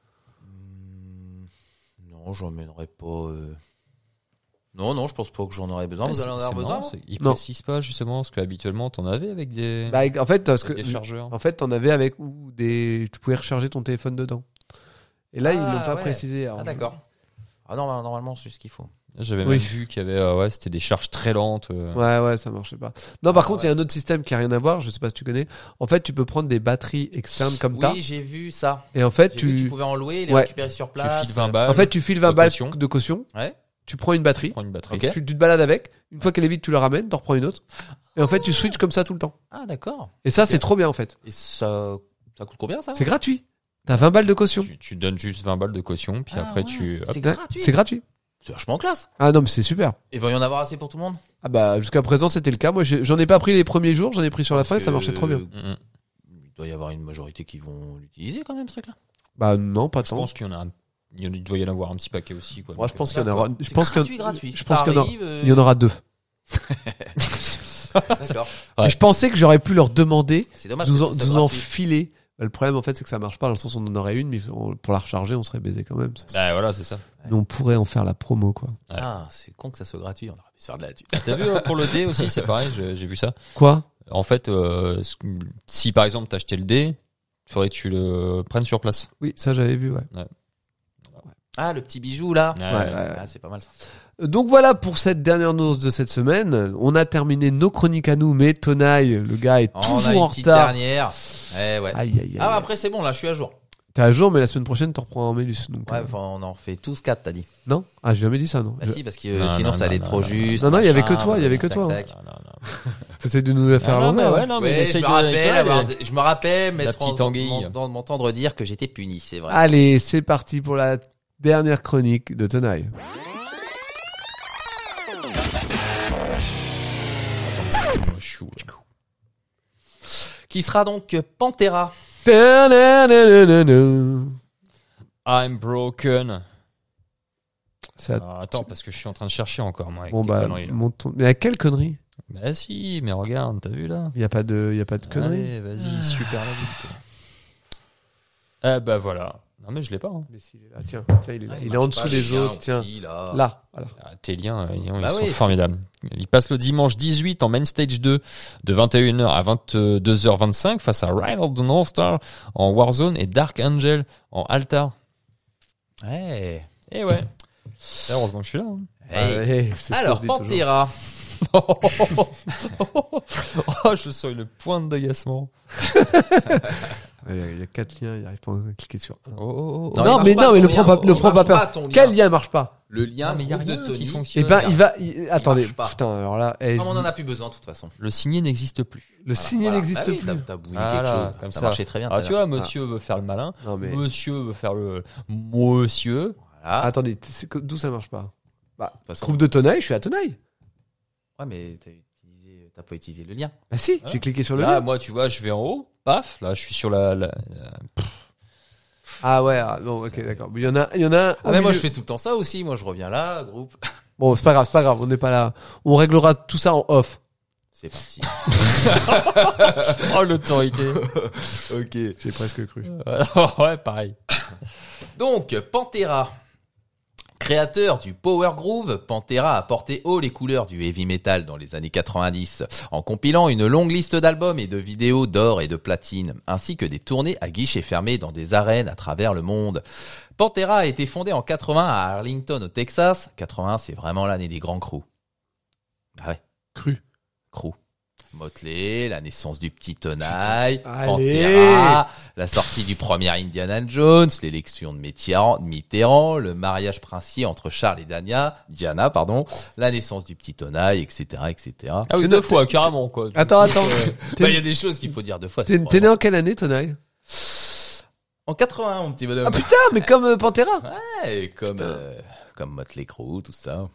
Non, j'en mènerai pas. Non, je pense pas que j'en aurais besoin. Vous allez en avoir besoin moi Il Non. précise pas justement parce qu'habituellement t'en avais avec des, Bah, en fait, parce que... des chargeurs. En fait, t'en avais avec ou des... Tu pouvais recharger ton téléphone dedans. Et là, ils l'ont pas ouais. précisé. Alors, Ah d'accord. Ah non, bah, normalement c'est ce qu'il faut. J'avais Oui. même vu qu'il y avait ouais, c'était des charges très lentes. Ouais, ça marchait pas. Non, par contre, il ouais. y a un autre système qui a rien à voir. Je sais pas si tu connais. En fait, tu peux prendre des batteries externes comme ça. Oui, j'ai vu ça. Et en fait, J'ai vu que tu pouvais en louer, les Ouais. récupérer sur place. Tu files 20 balles. En fait, tu files 20 de balles caution. de caution. Ouais. Tu prends une batterie. prends une batterie. Ok. Tu te balades avec. Une fois qu'elle est vide, tu la ramènes. T'en reprends une autre. Et en fait, tu switches comme ça tout le temps. Ah d'accord. Et ça, Ok. c'est trop bien en fait. Et ça coûte combien ça C'est gratuit. T'as 20 balles de caution. Tu donnes juste 20 balles de caution, puis Ah après ouais. tu. hop. C'est Ouais, gratuit. C'est gratuit. C'est vachement classe. Ah non, mais c'est super. Et va y en avoir assez pour tout le monde. Ah bah, jusqu'à présent, c'était le cas. Moi, j'en ai pas pris les premiers jours. J'en ai pris sur la fin et Parce ça que, marchait trop bien. Il doit y avoir une majorité qui vont l'utiliser quand même ce truc-là. Bah non, pas Je tant. pense qu'il y en a il doit y en avoir un petit paquet aussi. Quoi. Moi, je Donc, pense qu'il y en aura. Je pense gratuit. Je pense qu'il y en aura. T'arrives, Il y en aura 2. D'accord. Ouais. Et je pensais que j'aurais pu leur demander C'est dommage. de que nous ce soit en gratuit. filer. Le problème, en fait, c'est que ça marche pas dans le sens où on en aurait une, mais pour la recharger, on serait baisé quand même. Bah voilà, c'est ça. Mais on pourrait en faire la promo, quoi. Ah, c'est con que ça soit gratuit. On aurait pu se faire de la thune. T'as vu pour le dé aussi, c'est pareil, j'ai vu ça. Quoi? En fait, si par exemple t'achetais le dé, il faudrait que tu le prennes sur place. Oui, ça, j'avais vu, ouais. Ah, le petit bijou là. Ouais. Ah, c'est pas mal ça. Donc voilà pour cette dernière news de cette semaine. On a terminé nos chroniques à nous, mais Tonai, le gars est On a toujours une en petite retard. dernière. Eh ouais. Aïe. Ah, bah, après c'est bon là, je suis à jour. T'es à jour, mais la semaine prochaine, t'en reprends en Mélus. Donc, Ouais, enfin, on en fait tous 4, t'as dit. Non? Ah, j'ai jamais dit ça, non. Bah si, parce que Non, sinon non, ça allait non, trop non, juste. non, il y avait machin, que toi, il y avait que tac, toi, tac. T'essayes de nous la faire à non, mais l'envers. ouais, non, mais Ouais, essaye je de- me rappelle, tu vois, je me rappelle petite anguille. m'entendre dire que j'étais puni, c'est vrai. Allez, c'est parti pour la dernière chronique de Tonai. Attends, je suis où, là Qui sera donc Pantera. I'm broken. C'est à- Alors, attends, parce que je suis en train de chercher encore, moi. Avec Bon tes bah, conneries, là. mais à quelle connerie? Bah si, mais regarde, t'as vu là? Il y a pas de connerie. Allez, vas-y, super la vie. quoi. Ah bah voilà. Non mais je l'ai pas. Hein. Mais s'il est là, tiens, il est là. Il est en dessous des autres, tiens. Là, voilà. Ah, tes liens, ils Bah sont oui, formidables. Il passe le dimanche 18 en Main Stage 2 de 21h à 22h25 face à Ride of the North Star en Warzone et Dark Angel en Altar. Ouais. Et ouais. Heureusement que je suis là. Hein. Hey. Ouais, c'est ce qu'on Alors, se dit toujours. Pantera. Oh, je sens une pointe d'agacement. Il y a 4 liens, il arrive pas à cliquer sur un. Oh. Non, Non, il mais marche non, pas mais ton ne prends lien. pas, ne Il prends pas marche peur. ton lien. Quel lien marche pas? Le lien mais il y a groupe rien de qui Tony. fonctionne. Eh ben, attendez, marche pas. putain, alors là, Non, mais on en a plus besoin de toute façon. Le signé n'existe plus. le signé n'existe Bah oui, plus. T'as bouillé Voilà, quelque chose. comme Ça ça. marchait très bien. Ah, tout à tu vois, monsieur veut faire le malin. Non, mais, Monsieur veut faire le monsieur. Voilà. attendez, d'où ça marche pas? Bah, Façon- groupe de Tonaï, je suis à Tonaï. Ouais, mais t'as pas utilisé le lien. Bah si, Hein j'ai cliqué sur le Là, lien. moi, tu vois, je vais en haut. Paf, là, je suis sur la... Ah ouais, non, ok, d'accord. Mais il y en a un. Ah, au mais moi, milieu. je fais tout le temps ça aussi. Moi, je reviens là, groupe. Bon, c'est pas grave, on n'est pas là. On réglera tout ça en off. C'est parti. Oh, l'autorité. Ok. J'ai presque cru. Ouais, pareil. Donc, Pantera. Créateur du Power Groove, Pantera a porté haut les couleurs du heavy metal dans les années 90, en compilant une longue liste d'albums et de vidéos d'or et de platine, ainsi que des tournées à guichets fermés dans des arènes à travers le monde. Pantera a été fondé en 80 à Arlington, au Texas. 80, c'est vraiment l'année des grands crews. Ah ouais. Crew. Motley, la naissance du petit Tonaï, Pantera, la sortie du premier Indiana Jones, l'élection de Mitterrand, le mariage princier entre Charles et Diana, la naissance du petit Tonaï, etc., etc. Ah oui, C'est 2 noté. fois, carrément, quoi. Attends. Bah, il y a des choses qu'il faut dire 2 fois. c'est T'es né en quelle année, Tonaï? En 81, mon petit bonhomme. Ah putain, mais comme Pantera. Ouais, comme Putain. comme Motley Crue, tout ça.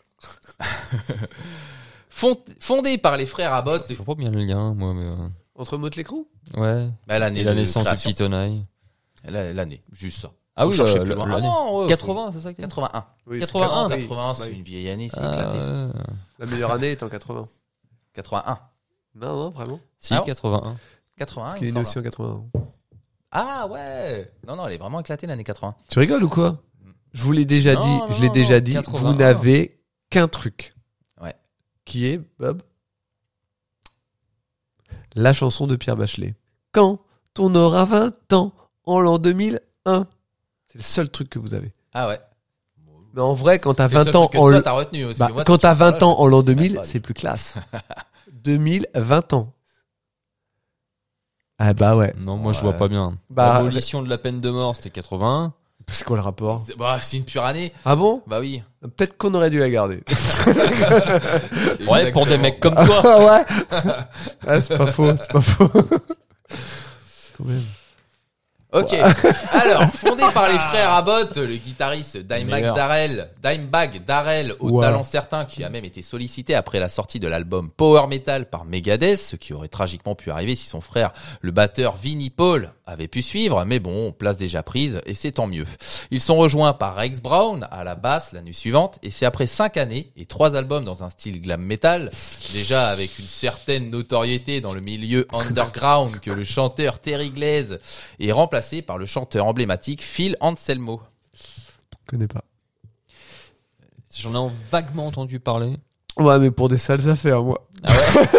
Fondé par les frères Abbott, Je vois pas bien le lien, moi, mais... Entre Motley Crue? Ouais. bah, l'année Et la de naissance du création. petit Tonaï. L'année, juste ça. Ah Faut oui, chercher plus loin. l'année. Ah non, ouais, 80, c'est ça que t'as dit 81. Oui, 81. c'est 80, c'est oui. une vieille année, c'est Ah, éclaté. ça. ouais. La meilleure année est en 80. 81. Non, vraiment. Si, Ah bon 81. 81, Parce il qu'il est me né semble. aussi en 81. Ah ouais. Non, elle est vraiment éclatée l'année 80. Tu rigoles ou quoi? Je vous l'ai déjà Non, dit, non, je l'ai non, déjà non, dit, 81. vous n'avez qu'un truc. Ouais. Qui est, Bob? La chanson de Pierre Bachelet. Quand on aura 20 ans, en l'an 2001. C'est le seul truc que vous avez. Ah ouais. Mais en vrai, quand t'as C'est le 20 seul ans truc que en... toi t'as retenu aussi. Bah, Moi, quand cette t'as 20 chanson-là, ans en l'an je sais 2000, pas. c'est plus classe. 2020 ans. Ah bah ouais. Non, moi, je Ouais. vois pas bien. Bah, L'abolition de la peine de mort, c'était 81. C'est quoi le rapport? C'est une pure année. Ah bon? Bah oui. Peut-être qu'on aurait dû la garder. Ouais, pour des Exactement. mecs comme toi. Ah ouais. Ah, c'est pas faux, c'est pas faux. Quand même. Ok. Alors, fondé par les frères Abbott, le guitariste Meilleur. Dimebag Darrell, au Wow. talent certain, qui a même été sollicité après la sortie de l'album Power Metal par Megadeth, ce qui aurait tragiquement pu arriver si son frère, le batteur Vinnie Paul, avait pu suivre, mais bon, place déjà prise, et c'est tant mieux. Ils sont rejoints par Rex Brown à la basse l'année suivante, et c'est après 5 années et 3 albums dans un style glam metal, déjà avec une certaine notoriété dans le milieu underground, que le chanteur Terry Glaze est remplacé par le chanteur emblématique Phil Anselmo. Je connais pas. J'en ai vaguement entendu parler. Ouais, mais pour des sales affaires, moi. Ah ouais.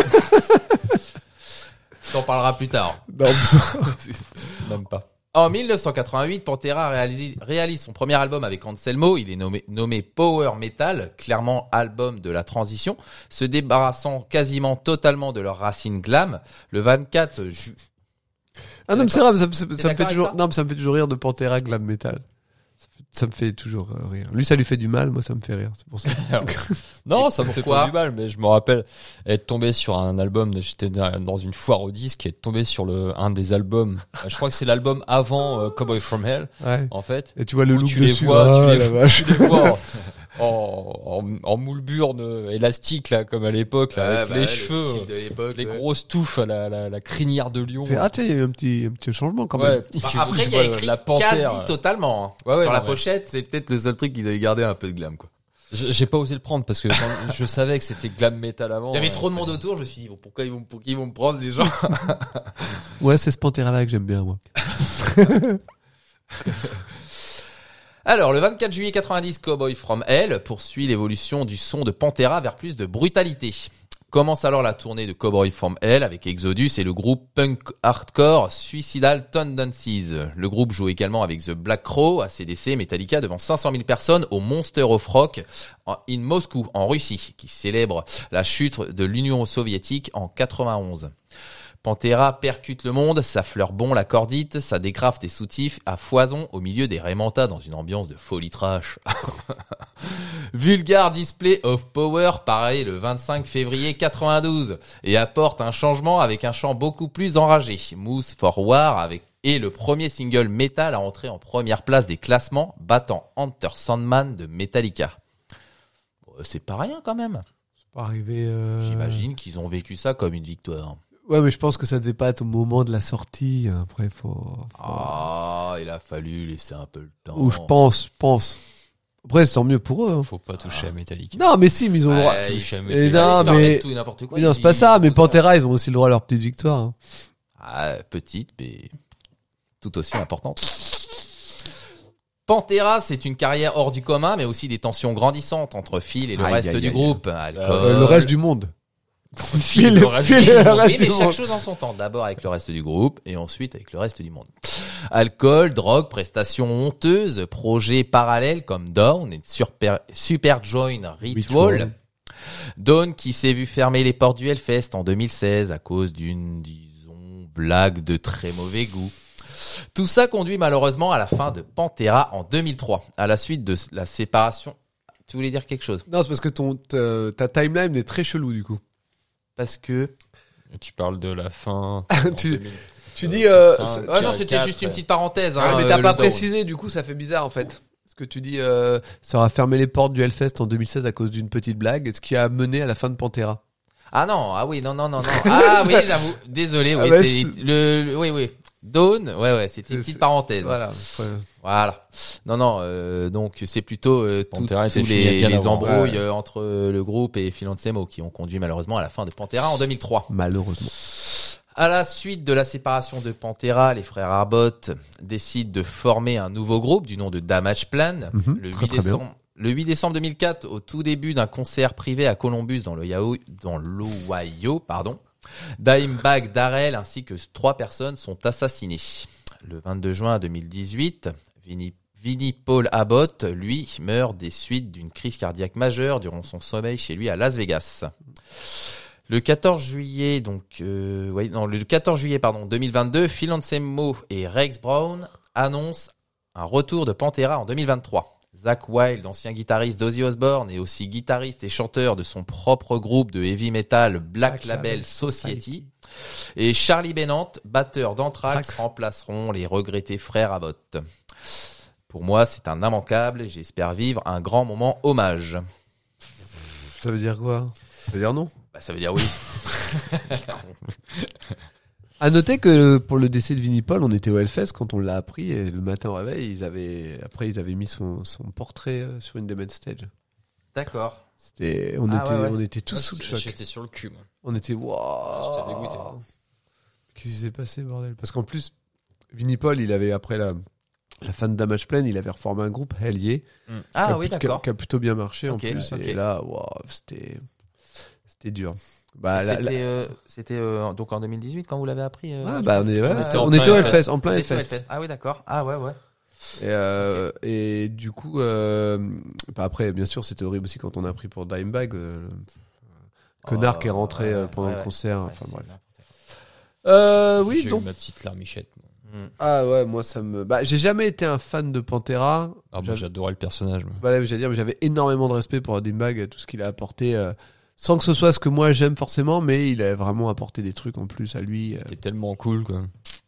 T'en parlera plus tard. Non, Même pas. En 1988, Pantera réalise son premier album avec Anselmo. Il est nommé Power Metal, clairement album de la transition, se débarrassant quasiment totalement de leurs racines glam. Le 24 juillet. ah non, mais c'est vrai, ça me fait d'accord avec toujours, ça non, mais ça me fait toujours rire de Pantera glam metal. Ça me fait toujours rire. Lui, ça lui fait du mal, moi, ça me fait rire. C'est pour ça. Non, Et ça me fait pourquoi pas du mal, mais je me rappelle être tombé sur un album, j'étais dans une foire au disque et être tombé sur un des albums. Je crois que c'est l'album avant Cowboy From Hell, Ouais. en fait. Et tu vois le Où look tu les dessus. vois, Ah, tu la les vache. vois en moule burne élastique, là, comme à l'époque, là, avec les cheveux, de l'époque. les ouais. grosses touffes à la crinière de lion. Fait, ah, tiens, il y a eu un petit changement quand Ouais, même. Bah, tu- après, tu il y a vois écrit la panthère. quasi totalement. Hein. Ouais, ouais, Sur la non, ouais. pochette, c'est peut-être le seul truc qu'ils avaient gardé un peu de glam, quoi. J'ai pas osé le prendre parce que je savais que c'était glam metal avant. Il y avait trop de monde autour, je me suis dit, bon, pourquoi ils vont me prendre, les gens? Ouais, c'est ce Pantera-là que j'aime bien, moi. Alors, le 24 juillet 90, Cowboy From Hell poursuit l'évolution du son de Pantera vers plus de brutalité. Commence alors la tournée de Cowboy from Hell avec Exodus et le groupe punk hardcore Suicidal Tendencies. Le groupe joue également avec The Black Crow, AC/DC, Metallica devant 500 000 personnes au Monster of Rock in Moscou, en Russie, qui célèbre la chute de l'Union soviétique en 91. Pantera percute le monde, ça fleure bon la cordite, ça dégraffe des soutifs à foison au milieu des Raymantas dans une ambiance de folie trash. Vulgar display of power paraît le 25 février 92 et apporte un changement avec un chant beaucoup plus enragé. Move for War avec et le premier single metal à entrer en première place des classements, battant Enter Sandman de Metallica. C'est pas rien quand même. C'est pas arrivé. J'imagine qu'ils ont vécu ça comme une victoire. Ouais, mais je pense que ça devait pas être au moment de la sortie. Après, Ah, il a fallu laisser un peu le temps. Ou je pense. Après, c'est tant mieux pour eux. Hein. Faut pas toucher à Metallica. Non, mais si, mais ils ont le droit. Ouais, Toucher à Et Metallica. non, mais tout et n'importe quoi. mais non, c'est pas ça. Mais Pantera, ils ont aussi le droit à leur petite victoire. Hein. Ah, petite, mais tout aussi importante. Pantera, c'est une carrière hors du commun, mais aussi des tensions grandissantes entre Phil et le Aïe, reste aïe, du aïe. groupe. Alcool. Le reste du monde. Phil, le reste du le monde. reste Oui, mais du chaque monde. chose en son temps. D'abord avec le reste du groupe et ensuite avec le reste du monde. Alcool, drogue, prestations honteuses, projets parallèles comme Dawn et Super Join Ritual. Dawn qui s'est vu fermer les portes du Hellfest en 2016 à cause d'une, disons, blague de très mauvais goût. Tout ça conduit malheureusement à la fin de Pantera en 2003, à la suite de la séparation. Tu voulais dire quelque chose? Non, c'est parce que ta timeline est très chelou, du coup. Parce que... Tu parles de la fin. Tu dis, Ah non, c'était juste une petite parenthèse. Hein, mais t'as le pas Dawn. précisé, du coup, ça fait bizarre, en fait. Parce que tu dis, ça aura fermé les portes du Hellfest en 2016 à cause d'une petite blague, ce qui a mené à la fin de Pantera. Ah non, ah oui, non. Ah oui, j'avoue. Désolé, oui, Ah bah, c'est oui. Dawn, ouais, c'était une petite parenthèse. Voilà. Voilà. Non, donc c'est plutôt Pantera tous était fini bien les avant. embrouilles Ouais. entre le groupe et Phil Anselmo qui ont conduit malheureusement à la fin de Pantera en 2003. Malheureusement. À la suite de la séparation de Pantera, les frères Arbott décident de former un nouveau groupe du nom de Damage Plan. Le 8 décembre 2004, au tout début d'un concert privé à Columbus dans l'Ohio, Dimebag Darrell ainsi que 3 personnes sont assassinées. Le 22 juin 2018, Vinnie Paul Abbott, lui, meurt des suites d'une crise cardiaque majeure durant son sommeil chez lui à Las Vegas. Le 14 juillet 2022, Phil Anselmo et Rex Brown annoncent un retour de Pantera en 2023. Zakk Wylde, ancien guitariste d'Ozzy Osbourne et aussi guitariste et chanteur de son propre groupe de heavy metal Black Label Society, et Charlie Bennant, batteur d'Anthrax, remplaceront les regrettés frères Abbott. Pour moi, c'est un immanquable et j'espère vivre un grand moment hommage. Ça veut dire quoi? Ça veut dire non? Bah, ça veut dire oui. À noter que pour le décès de Vinnie Paul, on était au Hellfest quand on l'a appris et le matin au réveil, ils avaient mis son portrait sur une des main stage. D'accord. On était tous sous le choc. J'étais sur le cul, moi. On était waouh. J'étais dégoûté. Qu'est-ce qui s'est passé, bordel? Parce qu'en plus, Vinnie Paul, il avait après la fin de Damage Plan, il avait reformé un groupe Hellier. Ah oui, d'accord. Qui a plutôt bien marché en Ok, plus. ok. Et là, waouh, c'était dur. Bah, C'était donc en 2018 quand vous l'avez appris. on était au Hellfest, en plein C'était au Hellfest. Hellfest. Ah oui, d'accord. Ah ouais. Et du coup, après, bien sûr, c'était horrible aussi quand on a appris pour Dimebag, connard qui est rentré pendant le concert. Enfin bref. Oui, J'ai donc. eu ma petite larmichette. Moi. Ah ouais, moi ça me. Bah, j'ai jamais été un fan de Pantera. Ah bon, j'adorais le personnage. Moi. Voilà, j'allais dire, mais j'avais énormément de respect pour Dimebag, tout ce qu'il a apporté. Sans que ce soit ce que moi j'aime forcément, mais il a vraiment apporté des trucs en plus à lui. C'était tellement cool, quoi.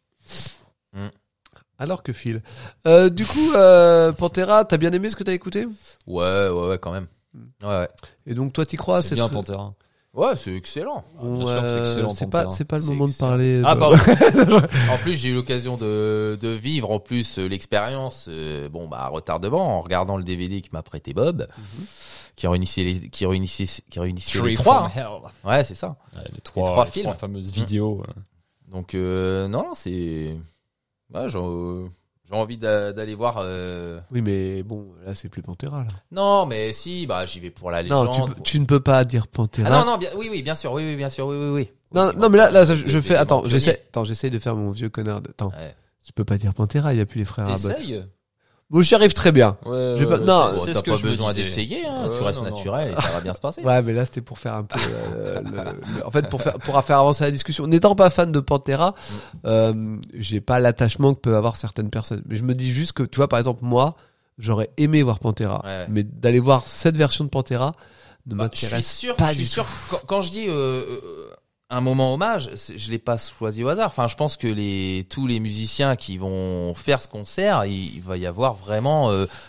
Alors que Phil. Du coup, Pantera, t'as bien aimé ce que t'as écouté? Ouais, quand même. Ouais. Et donc toi, t'y crois? C'est bien Pantera. Ouais, c'est excellent. Bien sûr que c'est excellent, c'est pas le C'est moment de excellent. parler. Ah, pardon. En plus, j'ai eu l'occasion de vivre en plus l'expérience. À retardement en regardant le DVD que m'a prêté Bob, qui réunissait les Free trois. from Hell. Ouais, c'est ça. Ouais, les trois trois films. fameuses vidéos. Donc non, c'est. Ouais, J'ai envie d'aller voir. Oui, mais bon, là, c'est plus Pantera, là. Non, mais si, bah j'y vais pour la Non, légende. tu ne peux pas dire Pantera. Ah non, oui, bien sûr, oui, bien sûr, oui. Non, Oui, non, mais là, je c'est fais, attends, pionnier. j'essaie de faire mon vieux connard. Attends, Ouais. tu peux pas dire Pantera, il y a plus les frères Abbott. T'essayes? Bon, j'y arrive très bien. Ouais, J'ai pas- non, Bon, c'est t'as ce que pas je me besoin disais. d'essayer, hein. Tu restes non. naturel et ça va bien se passer. Ouais, mais là, c'était pour faire un peu, en fait, pour faire avancer la discussion. N'étant pas fan de Pantera, j'ai pas l'attachement que peuvent avoir certaines personnes. Mais je me dis juste que, tu vois, par exemple, moi, j'aurais aimé voir Pantera. Ouais. Mais d'aller voir cette version de Pantera ne Bah, je suis m'intéresse sûr, pas je suis du sûr. tout. Quand je dis un moment hommage, je l'ai pas choisi au hasard. Enfin, je pense que tous les musiciens qui vont faire ce concert, il va y avoir vraiment,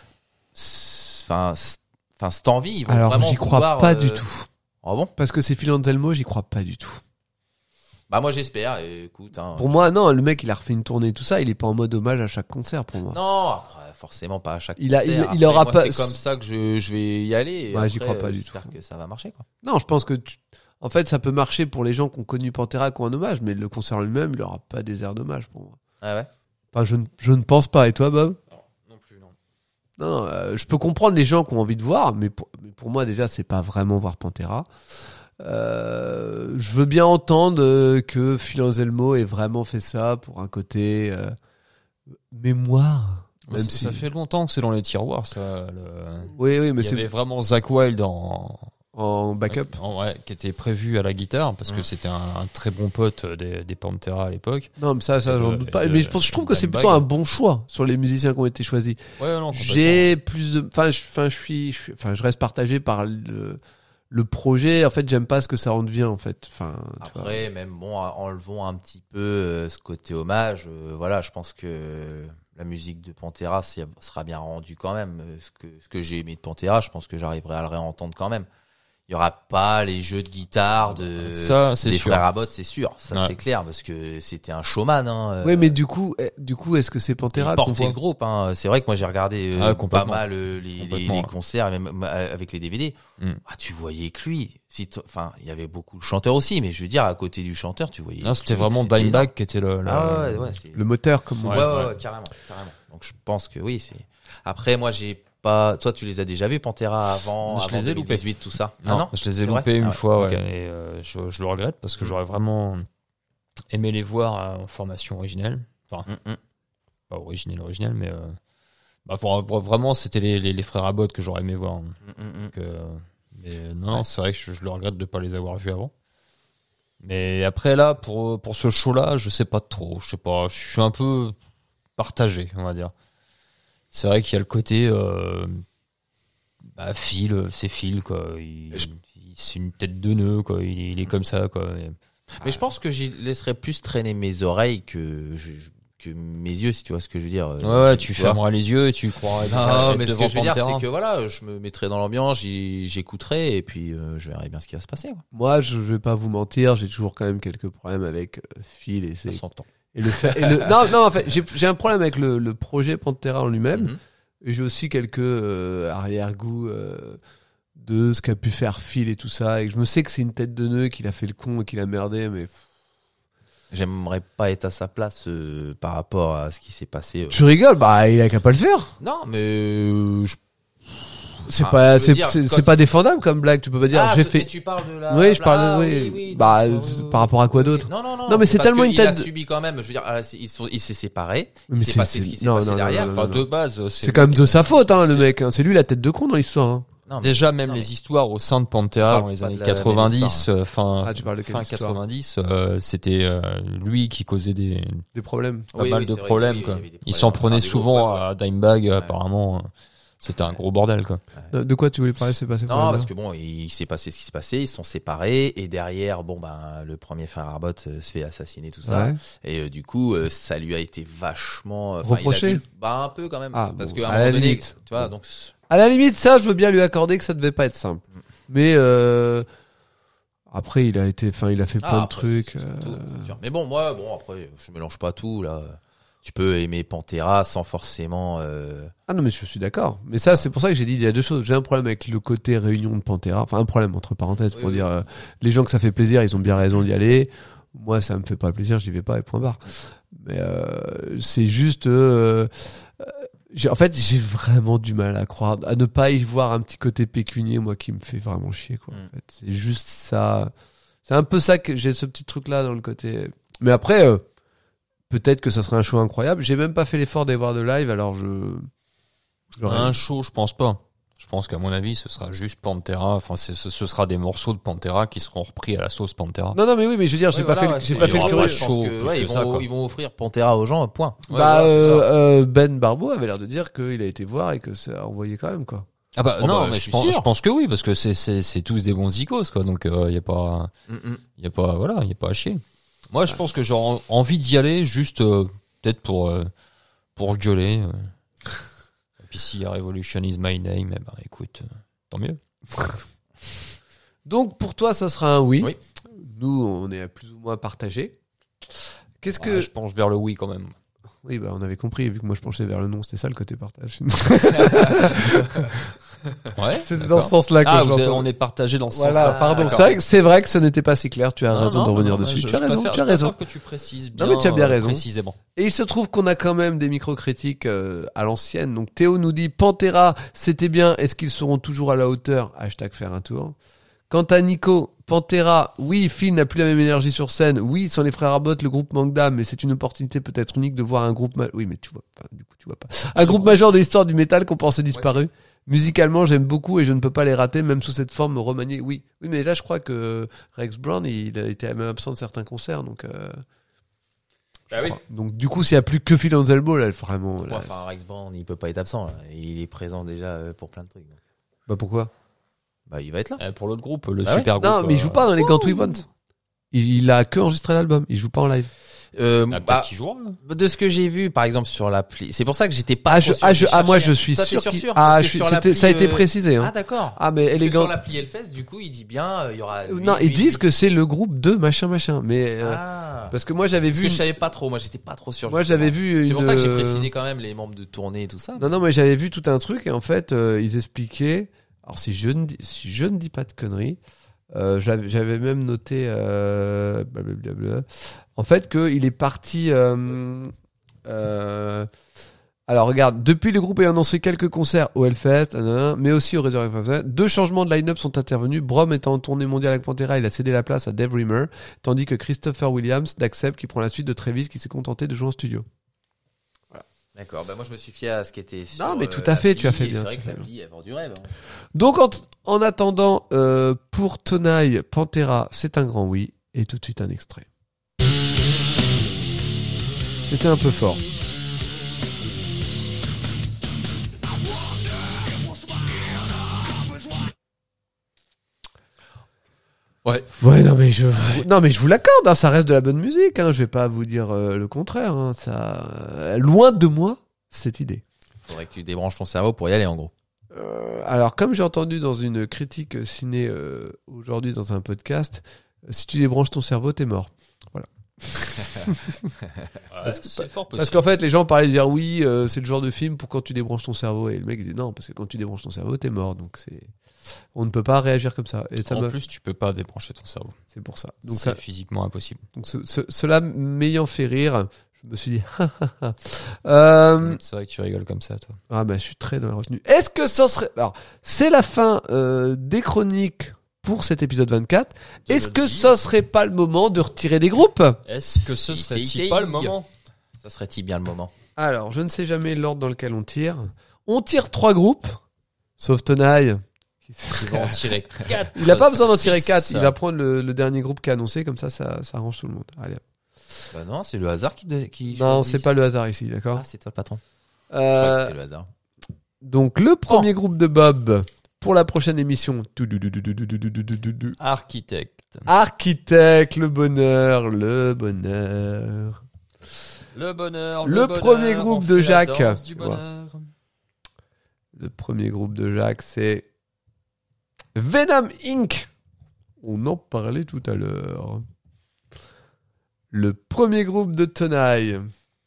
enfin, cette envie. Ils vont Alors, vraiment j'y crois vouloir, pas du tout. Ah bon? Parce que c'est Phil Anselmo, j'y crois pas du tout. Bah moi j'espère. Écoute, hein. Pour moi, non, le mec, il a refait une tournée et tout ça, il est pas en mode hommage à chaque concert pour moi. Non, après, forcément pas à chaque Il a- concert. il Après, aura moi, pas- C'est comme ça que je vais y aller. Et Ouais, j'y après, crois pas du j'espère tout. que ça va marcher, quoi. Non, je pense que en fait, ça peut marcher pour les gens qui ont connu Pantera, qui ont un hommage, mais le concert lui-même, il aura pas des airs d'hommage pour moi. Ah ouais. Enfin, je ne pense pas. Et toi, Bob? Non plus, non. Non, je peux comprendre les gens qui ont envie de voir, mais pour moi, déjà, c'est pas vraiment voir Pantera. Je veux bien entendre que Phil Anselmo ait vraiment fait ça pour un côté mémoire. Même si... Ça fait longtemps que c'est dans les tiroirs, ça. Oui, mais Il y c'est avait vraiment Zakk Wylde en backup. ouais, qui était prévu à la guitare parce que c'était un très bon pote des Pantera à l'époque. Non, mais ça, j'en doute pas. Mais je trouve que c'est plutôt un bon choix sur les musiciens qui ont été choisis. Ouais, non, complètement. J'ai plus de, je reste partagé par le projet. En fait, j'aime pas ce que ça en devient, en fait. Enfin, tu vois. Après, même bon, enlevons un petit peu ce côté hommage. Voilà, je pense que la musique de Pantera sera bien rendue quand même. Ce que j'ai aimé de Pantera, je pense que j'arriverai à le réentendre quand même. Il y aura pas les jeux de guitare Ça, c'est des sûr. frères Abbott, c'est sûr. Ça, Ouais. c'est clair, parce que c'était un showman, hein. Oui, mais du coup, est-ce que c'est Pantera Il qu'on portait voit le groupe, hein. C'est vrai que moi j'ai regardé Ah, pas complètement. mal Complètement, les ouais. concerts, même avec les DVD. Mm. Ah, tu voyais que lui. Enfin, il y avait beaucoup de chanteurs aussi, mais je veux dire, à côté du chanteur, tu voyais. Non, c'était que vraiment c'était Dimebag qui était le Ah ouais, c'est- le moteur comme on Ouais, dit. ouais, carrément. Donc je pense que oui, c'est. Après, moi, j'ai pas. Toi, tu les as déjà vus, Pantera, avant Je les ai 2018, tout ça. Non, Ah non, je les ai C'est vrai loupés Ah une ouais. fois, ouais, Ok. et je le regrette parce que j'aurais vraiment aimé les voir en formation originelle. Enfin, pas originelle, mais vraiment, c'était les frères Abbott que j'aurais aimé voir. Donc, mais non, c'est vrai que je le regrette de pas les avoir vus avant. Mais après là, pour ce show-là, je sais pas trop. Je sais pas, je suis un peu partagé, on va dire. C'est vrai qu'il y a le côté Phil, c'est Phil quoi. C'est une tête de nœud quoi. Il est comme ça quoi. Mais je pense que j'y laisserais plus traîner mes oreilles que mes yeux, si tu vois ce que je veux dire. Ouais, tu vois. fermeras les yeux et tu croirais. Non, être mais ce devant que je veux dire, Pantera. c'est que voilà, je me mettrais dans l'ambiance, j'écouterais, et puis je verrai bien ce qui va se passer. Quoi. Moi, je vais pas vous mentir, j'ai toujours quand même quelques problèmes avec Phil et Ça c'est s'entend. et le fait. Non, en fait, j'ai un problème avec le projet Pantera en lui-même. Mhm. Et j'ai aussi quelques arrière-goûts de ce qu'a pu faire Phil et tout ça. Et que je me sais que c'est une tête de nœud, qu'il a fait le con et qu'il a merdé, mais J'aimerais pas être à sa place par rapport à ce qui s'est passé. tu rigoles, bah il a qu'à pas le faire. Non, mais C'est Ah, pas, je veux c'est dire, c'est quand pas défendable comme blague. Tu peux pas dire j'ai mais fait. tu parles de la. Oui, je parle de- Ah, oui. Bah, par rapport à quoi d'autre Non, Non, mais c'est parce tellement que une il a tête de- subi quand même. Je veux dire, il s'est séparé. Mais Il s'est passé ce qui s'est passé derrière. Enfin, de base, C'est quand même de sa faute, hein, le mec. Hein. C'est lui la tête de con dans l'histoire. Hein. Non, mais- Déjà, même non, les mais- histoires au sein de Pantera On dans les parle années pas de la même 90, Ah, tu parles de quelle fin histoire 90, c'était lui qui causait des Des problèmes. pas Oui, mal oui, de c'est vrai, problèmes. oui, Quoi. il y avait des Il s'en problèmes, prenait c'est un des gros souvent problèmes. à Dimebag, apparemment. C'était un gros bordel, quoi. De quoi tu voulais parler C'est passé Non, parce que bon, il s'est passé ce qui s'est passé, ils se sont séparés, et derrière, bon, ben, le premier frère Abbott se fait assassiner, tout ça. Ouais. Et du coup, ça lui a été vachement Reproché bah, un peu quand même. Ah, parce bon, qu'à à un moment la donné, limite. tu vois, donc, À la limite, ça, je veux bien lui accorder que ça devait pas être simple. Mais après, il a fait plein de après, trucs. c'est sûr. Mais bon, moi, après, je mélange pas tout, là. Tu peux aimer Pantera sans forcément, Ah non, mais je suis d'accord. Mais ça, c'est pour ça que j'ai dit il y a deux choses. J'ai un problème avec le côté réunion de Pantera. Enfin, un problème entre parenthèses pour Oui, dire les gens que ça fait plaisir, ils ont bien raison d'y aller. Moi, ça me fait pas plaisir, j'y vais pas et point barre. Mais c'est juste... en fait, j'ai vraiment du mal à croire, à ne pas y voir un petit côté pécunier, moi, qui me fait vraiment chier, quoi. En fait, c'est juste ça. C'est un peu ça que j'ai ce petit truc-là dans le côté. Mais après, peut-être que ça serait un show incroyable. J'ai même pas fait l'effort d'aller voir de live, alors Un show, je pense pas. Je pense qu'à mon avis, ce sera juste Pantera. Enfin, ce sera des morceaux de Pantera qui seront repris à la sauce Pantera. Non, mais oui, mais je veux dire, j'ai pas fait le il y aura curieux. pas de Je pense show que, plus ouais, que ça, quoi. ils vont offrir Pantera aux gens, point. Ouais, voilà, c'est ça. Ben Barbeau avait l'air de dire qu'il a été voir et que ça a envoyé quand même, quoi. Ah bah Oh non, bah, mais je je suis pense, sûr. je pense que oui, parce que c'est tous des bons zikos, quoi. Donc y a pas voilà, y a pas à chier. Moi, je pense que j'aurais envie d'y aller juste peut-être pour gueuler. Et puis s'il y a Revolution is my name, eh ben écoute, tant mieux. Donc, pour toi, ça sera un oui. Oui. Nous, on est plus ou moins partagés. Qu'est-ce que... Ouais, je penche vers le oui quand même. Oui, bah, on avait compris, vu que moi je penchais vers le non, c'était ça le côté partage. Ouais. C'était dans ce sens-là que je l'entends. on est partagé dans ce Voilà, sens-là. pardon. D'accord. C'est vrai que ce n'était pas si clair. Tu as raison de revenir non, dessus. je Tu as raison. préfère- Tu as je raison. préfère que tu précises bien. Non, mais tu as bien raison. Précisément. Et il se trouve qu'on a quand même des micro-critiques à l'ancienne. Donc Théo nous dit Pantera, c'était bien. Est-ce qu'ils seront toujours à la hauteur ? Hashtag faire un tour. Quant à Nico, Pantera, oui, Phil n'a plus la même énergie sur scène. Oui, sans les frères Abbott, le groupe manque d'âme, mais c'est une opportunité peut-être unique de voir un groupe... Oui, mais tu vois pas, du coup, tu vois pas. Un groupe majeur de l'histoire du métal qu'on pensait disparu. Musicalement, j'aime beaucoup et je ne peux pas les rater, même sous cette forme remaniée. Oui, mais là, je crois que Rex Brown, il a été même absent de certains concerts, donc... Bah oui. Donc du coup, s'il n'y a plus que Phil Anselmo, là, vraiment... Ouais, Là, enfin, Rex Brown, il peut pas être absent, là. Il est présent déjà pour plein de trucs. Donc. bah pourquoi ? Bah, il va être là. Pour l'autre groupe, le Ah ouais super groupe. Non, mais il joue pas dans les Gant We Want. Il a que enregistré l'album, il joue pas en live. Peut-être qu'il jouera. De ce que j'ai vu, par exemple, sur l'appli, c'est pour ça que j'étais pas Ah, trop je, sûr. ah, J'ai je, ah, moi cherché. je suis Toi, sûr. t'es qu'il- sûr Ah, Parce je que suis, sur c'était, l'appli, ça a été précisé. Hein. Ah, d'accord. Ah, mais Parce que élégant. sur l'appli Hellfest, du coup, il dit bien, il y aura. Non, ils disent que c'est le groupe de machin. Mais Ah. parce que moi j'avais Parce vu. que je savais pas trop. Moi, j'étais pas trop sûr. Moi j'avais vu. C'est une- pour ça que j'ai précisé quand même les membres de tournée et tout ça. Non, mais j'avais vu tout un truc et en fait ils expliquaient. Alors si je ne dis pas de conneries, j'avais même noté blablabla. En fait qu'il est parti. Alors regarde, depuis le groupe ayant annoncé quelques concerts au Hellfest, mais aussi au Resurrection Fest, 2 changements de line-up sont intervenus. Brom étant en tournée mondiale avec Pantera, il a cédé la place à Dave Rimmer, tandis que Christopher Williams d'Accept qui prend la suite de Travis qui s'est contenté de jouer en studio. D'accord. Bah moi, je me suis fié à ce qui était. Sur, Non, mais tout à fait, l'appli, tu as fait et bien, C'est vrai tu que as fait l'appli, elle vend du rêve. Hein. Donc en attendant, pour Tonaille, Pantera, c'est un grand oui, et tout de suite un extrait. C'était un peu fort. Ouais, non mais je vous l'accorde, hein, ça reste de la bonne musique, hein, je vais pas vous dire le contraire, hein, ça, loin de moi cette idée. Faudrait que tu débranches ton cerveau pour y aller, en gros. Alors comme j'ai entendu dans une critique ciné aujourd'hui dans un podcast, si tu débranches ton cerveau, t'es mort. Parce qu'en fait, les gens parlaient de dire oui, c'est le genre de film pour quand tu débranches ton cerveau, et le mec disait non, parce que quand tu débranches ton cerveau, t'es mort, donc on ne peut pas réagir comme ça. Et ça En plus, tu peux pas débrancher ton cerveau. c'est pour ça. Donc C'est ça, physiquement impossible. donc cela m'ayant fait rire, je me suis dit C'est vrai que tu rigoles comme ça, toi. ah bah je suis très dans la retenue. Est-ce que ça serait alors c'est la fin des chroniques pour cet épisode 24. Est-ce que ça serait pas le moment de retirer des groupes? Est-ce que ce serait-il pas le moment? Ça serait-il bien le moment? Alors, je ne sais jamais l'ordre dans lequel on tire. On tire 3 groupes, sauf Tonaille. Il va en tirer 4. Il a pas besoin d'en tirer 4. Il va prendre le dernier groupe qui est annoncé, comme ça arrange tout le monde. Allez. Bah non, c'est le hasard qui Non, choisit. c'est pas le hasard ici, d'accord? Ah, c'est toi le patron. Je croyais que c'était le hasard. Donc, le premier groupe de Bob pour la prochaine émission. Architecte. Architecte, le bonheur, le bonheur. Le bonheur. Le premier groupe on de fait la Jacques. danse du Tu vois. bonheur. Le premier groupe de Jacques, c'est Venom Inc. On en parlait tout à l'heure. Le premier groupe de Tonaille.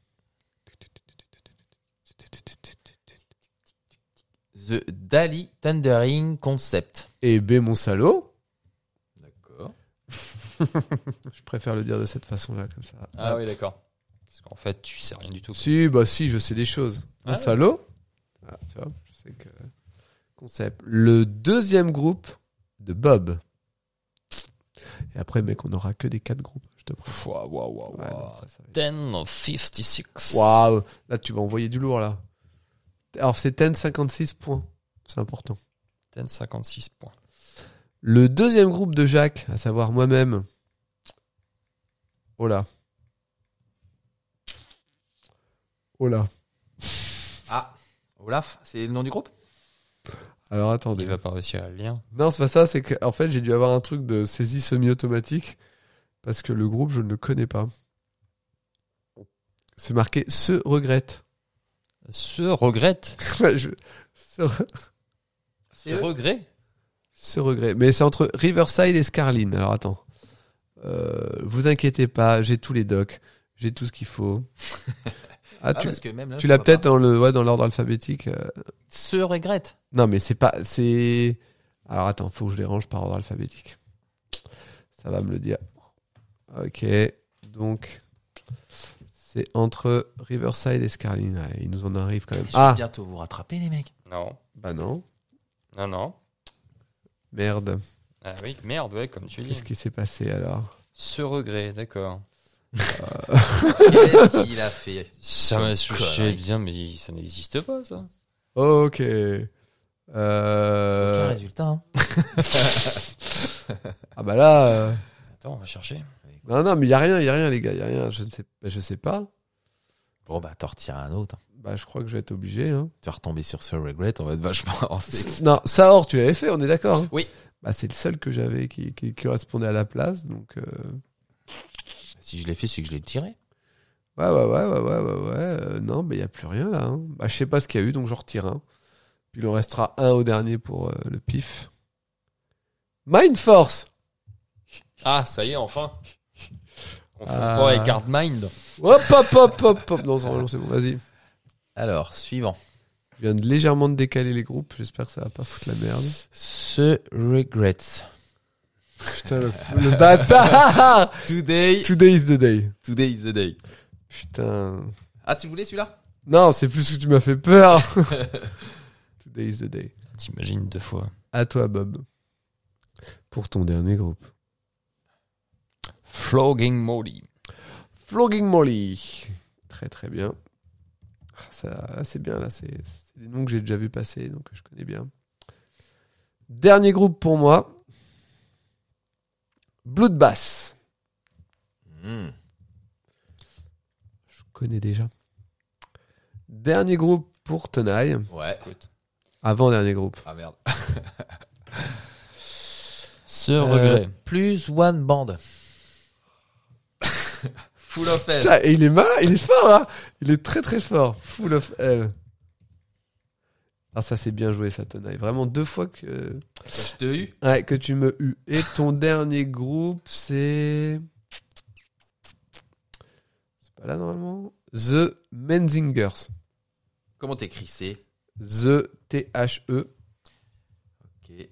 The Dali Thundering Concept. Et B, mon salaud. D'accord. Je préfère le dire de cette façon-là, comme ça. Ah oui, d'accord. Parce qu'en fait, tu sais rien du tout. Si, je sais des choses. Un Ah, salaud. Ah, tu vois, je sais que... Concept. Le deuxième groupe de Bob. Et après, mec, on n'aura que des 4 groupes, je te promets. Waouh. Ouais, non, ça va être- 10 of 56. Waouh, là, tu vas envoyer du lourd, là. Alors, c'est 10,56 points. C'est important. 10, 56 points. Le deuxième groupe de Jacques, à savoir moi-même. Oh là. Oh là. Ah, Olaf, c'est le nom du groupe? Alors, attendez. Il va pas réussir à le lire. Non, c'est pas ça, c'est qu'en fait, j'ai dû avoir un truc de saisie semi-automatique parce que le groupe, je ne le connais pas. C'est marqué « se regrette Se regrette. ». Se Regret. regret. Mais c'est entre Riverside et Scarline. Alors, attends. Vous inquiétez pas, j'ai tous les docs. J'ai tout ce qu'il faut. Ah, Parce que même là, tu je l'as vois peut-être pas. dans l'ordre alphabétique. Se regrette. Non, mais c'est pas... c'est. Alors, attends, faut que je les range par ordre alphabétique. Ça va me le dire. Ok, donc... C'est entre Riverside et Scarline. Ouais, il nous en arrive quand même. Je vais bientôt vous rattraper, les mecs. Non. Bah non. Non. Merde. Ah oui, merde, ouais, comme tu dis. Qu'est-ce qui s'est passé alors? Ce regret, d'accord. Qu'est-ce qu'il a fait? Ça m'a Comme soucié connerie. bien, mais ça n'existe pas, ça. Ok. Aucun résultat. Hein. Ah bah là... Attends, on va chercher. Non, mais il y a rien les gars, il y a rien. Je sais pas. Bon, bah, t'en retires un autre. Bah je crois que je vais être obligé. Hein. Tu vas retomber sur ce regret, on va être vachement avancé. Non, Sahor, tu l'avais fait, on est d'accord. Hein. Oui. Bah c'est le seul que j'avais qui correspondait à la place, donc... Si je l'ai fait, c'est que je l'ai tiré. Ouais. Non, mais il n'y a plus rien là. Hein. Bah je sais pas ce qu'il y a eu, donc j'en retire un. Puis il en restera un au dernier pour le pif. Mind Force. Ah, ça y est, enfin. On confond Ah. pas avec Hard Mind. Hop. Non, c'est bon, vas-y. Alors, suivant. Je viens de légèrement décaler les groupes. J'espère que ça va pas foutre la merde. Se regrets. Putain, le bâtard. Today. Today is the day. Today is the day. Putain. Ah, tu voulais celui-là? Non, c'est plus que tu m'as fait peur. Today is the day. T'imagines 2 fois. À toi, Bob. Pour ton dernier groupe. Flogging Molly. Flogging Molly. Très bien. Ça, c'est bien là. C'est des noms que j'ai déjà vu passer, donc je connais bien. Dernier groupe pour moi. Bloodbath. Hmm. Je connais déjà. Dernier groupe pour Tenaille. Ouais. Avant-dernier groupe. Ah merde. Ce regret. Plus one band. Full of hell. Putain, et il est malin, il est fort, hein. Il est très fort. Full of hell. Ah, ça c'est bien joué, ça, Tenaille. Vraiment 2 fois que... Je t'ai eu. Ouais, que tu me eus. Et ton dernier groupe, c'est... C'est pas là, normalement. The Menzingers. Comment t'écris? C'est The T-H-E. ok.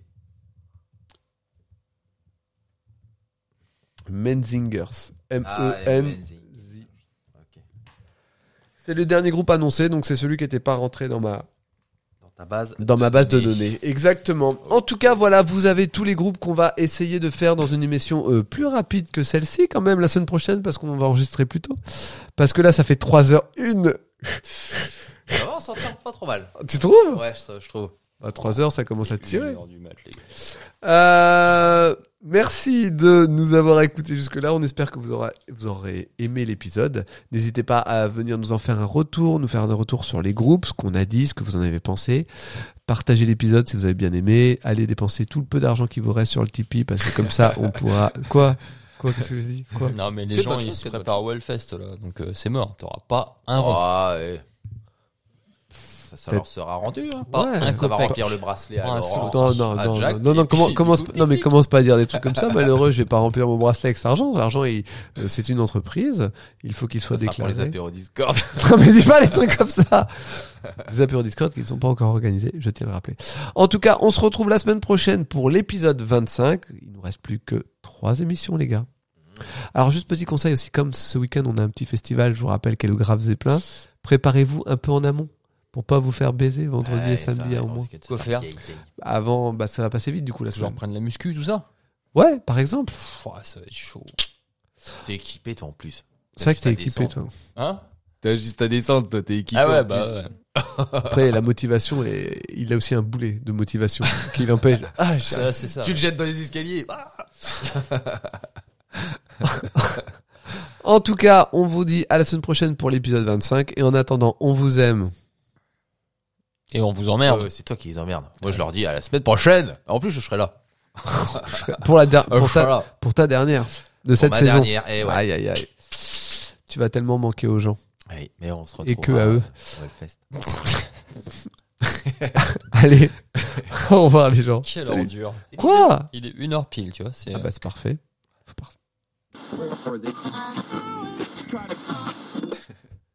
Menzingers. Ah, M-E-N-Z. Ok. C'est le dernier groupe annoncé, donc c'est celui qui n'était pas rentré dans ma Dans ma base de données. Exactement. En tout cas, voilà, vous avez tous les groupes qu'on va essayer de faire dans une émission plus rapide que celle-ci, quand même, la semaine prochaine, parce qu'on va enregistrer plus tôt. Parce que là, ça fait 3h01. Ça va, on s'en tire pas trop mal. Tu trouves? Ouais, je trouve. À 3h, ça commence à tirer. 1h du mat, les gars. Merci de nous avoir écoutés jusque-là. On espère que vous aurez aimé l'épisode. N'hésitez pas à venir nous en faire un retour, nous faire un retour sur les groupes, ce qu'on a dit, ce que vous en avez pensé. Partagez l'épisode si vous avez bien aimé. Allez dépenser tout le peu d'argent qui vous reste sur le Tipeee, parce que comme ça, on pourra... Quoi? Qu'est-ce que j'ai dit? Quoi? Non, mais les Que de gens, bonnes ils choses, se que de bonnes préparent au Hellfest, là. Donc, c'est mort. T'auras pas un rond. Ah, ouais. Ça leur sera rendu. Hein. Pas Ouais, un Ça va copain. remplir le bracelet à Pas un Laurent. Non, à Jack, non, et puis, commence pas à dire des trucs comme ça. Malheureux, je vais pas remplir mon bracelet avec cet argent. L'argent, c'est une entreprise. Il faut qu'il soit Ça sera pour les déclaré. apéros Discord. Non, mais dis pas les trucs comme ça. Les apéros Discord qui ne sont pas encore organisés, je tiens à le rappeler. En tout cas, on se retrouve la semaine prochaine pour l'épisode 25. Il nous reste plus que 3 émissions, les gars. Alors juste petit conseil aussi, comme ce week-end on a un petit festival, je vous rappelle qu'est le Grave Zeppelin, préparez-vous un peu en amont pour pas vous faire baiser vendredi et samedi au moins. Quoi faire Avant, bah ça va passer vite du coup la Genre semaine. prendre la muscu, tout ça. Ouais, par exemple. Pff, ouais, ça va être chaud. T'es équipé toi en plus. C'est vrai que t'es juste à équipé descendre. toi. Hein? T'as juste à descendre, toi, t'es équipé. Ah ouais, en bah plus. ouais. Après la motivation, il a aussi un boulet de motivation qui l'empêche. Ah, Ça, c'est ça. Tu le jettes dans les escaliers. En tout cas, on vous dit à la semaine prochaine pour l'épisode 25 et en attendant, on vous aime. Et on vous emmerde. C'est toi qui les emmerdes. Moi, je leur dis à la semaine prochaine. En plus, je serai là. Pour Je serai là. pour ta dernière de Pour cette ma saison. dernière. Eh ouais. Aïe aïe aïe. Tu vas tellement manquer aux gens. Oui, mais on se retrouve. Et que à eux. Au Hellfest. Allez, au revoir les gens. Quelle Salut. ordure. Quoi? Il est 1h pile, tu vois. C'est Ah bah c'est parfait. Faut partir. Try to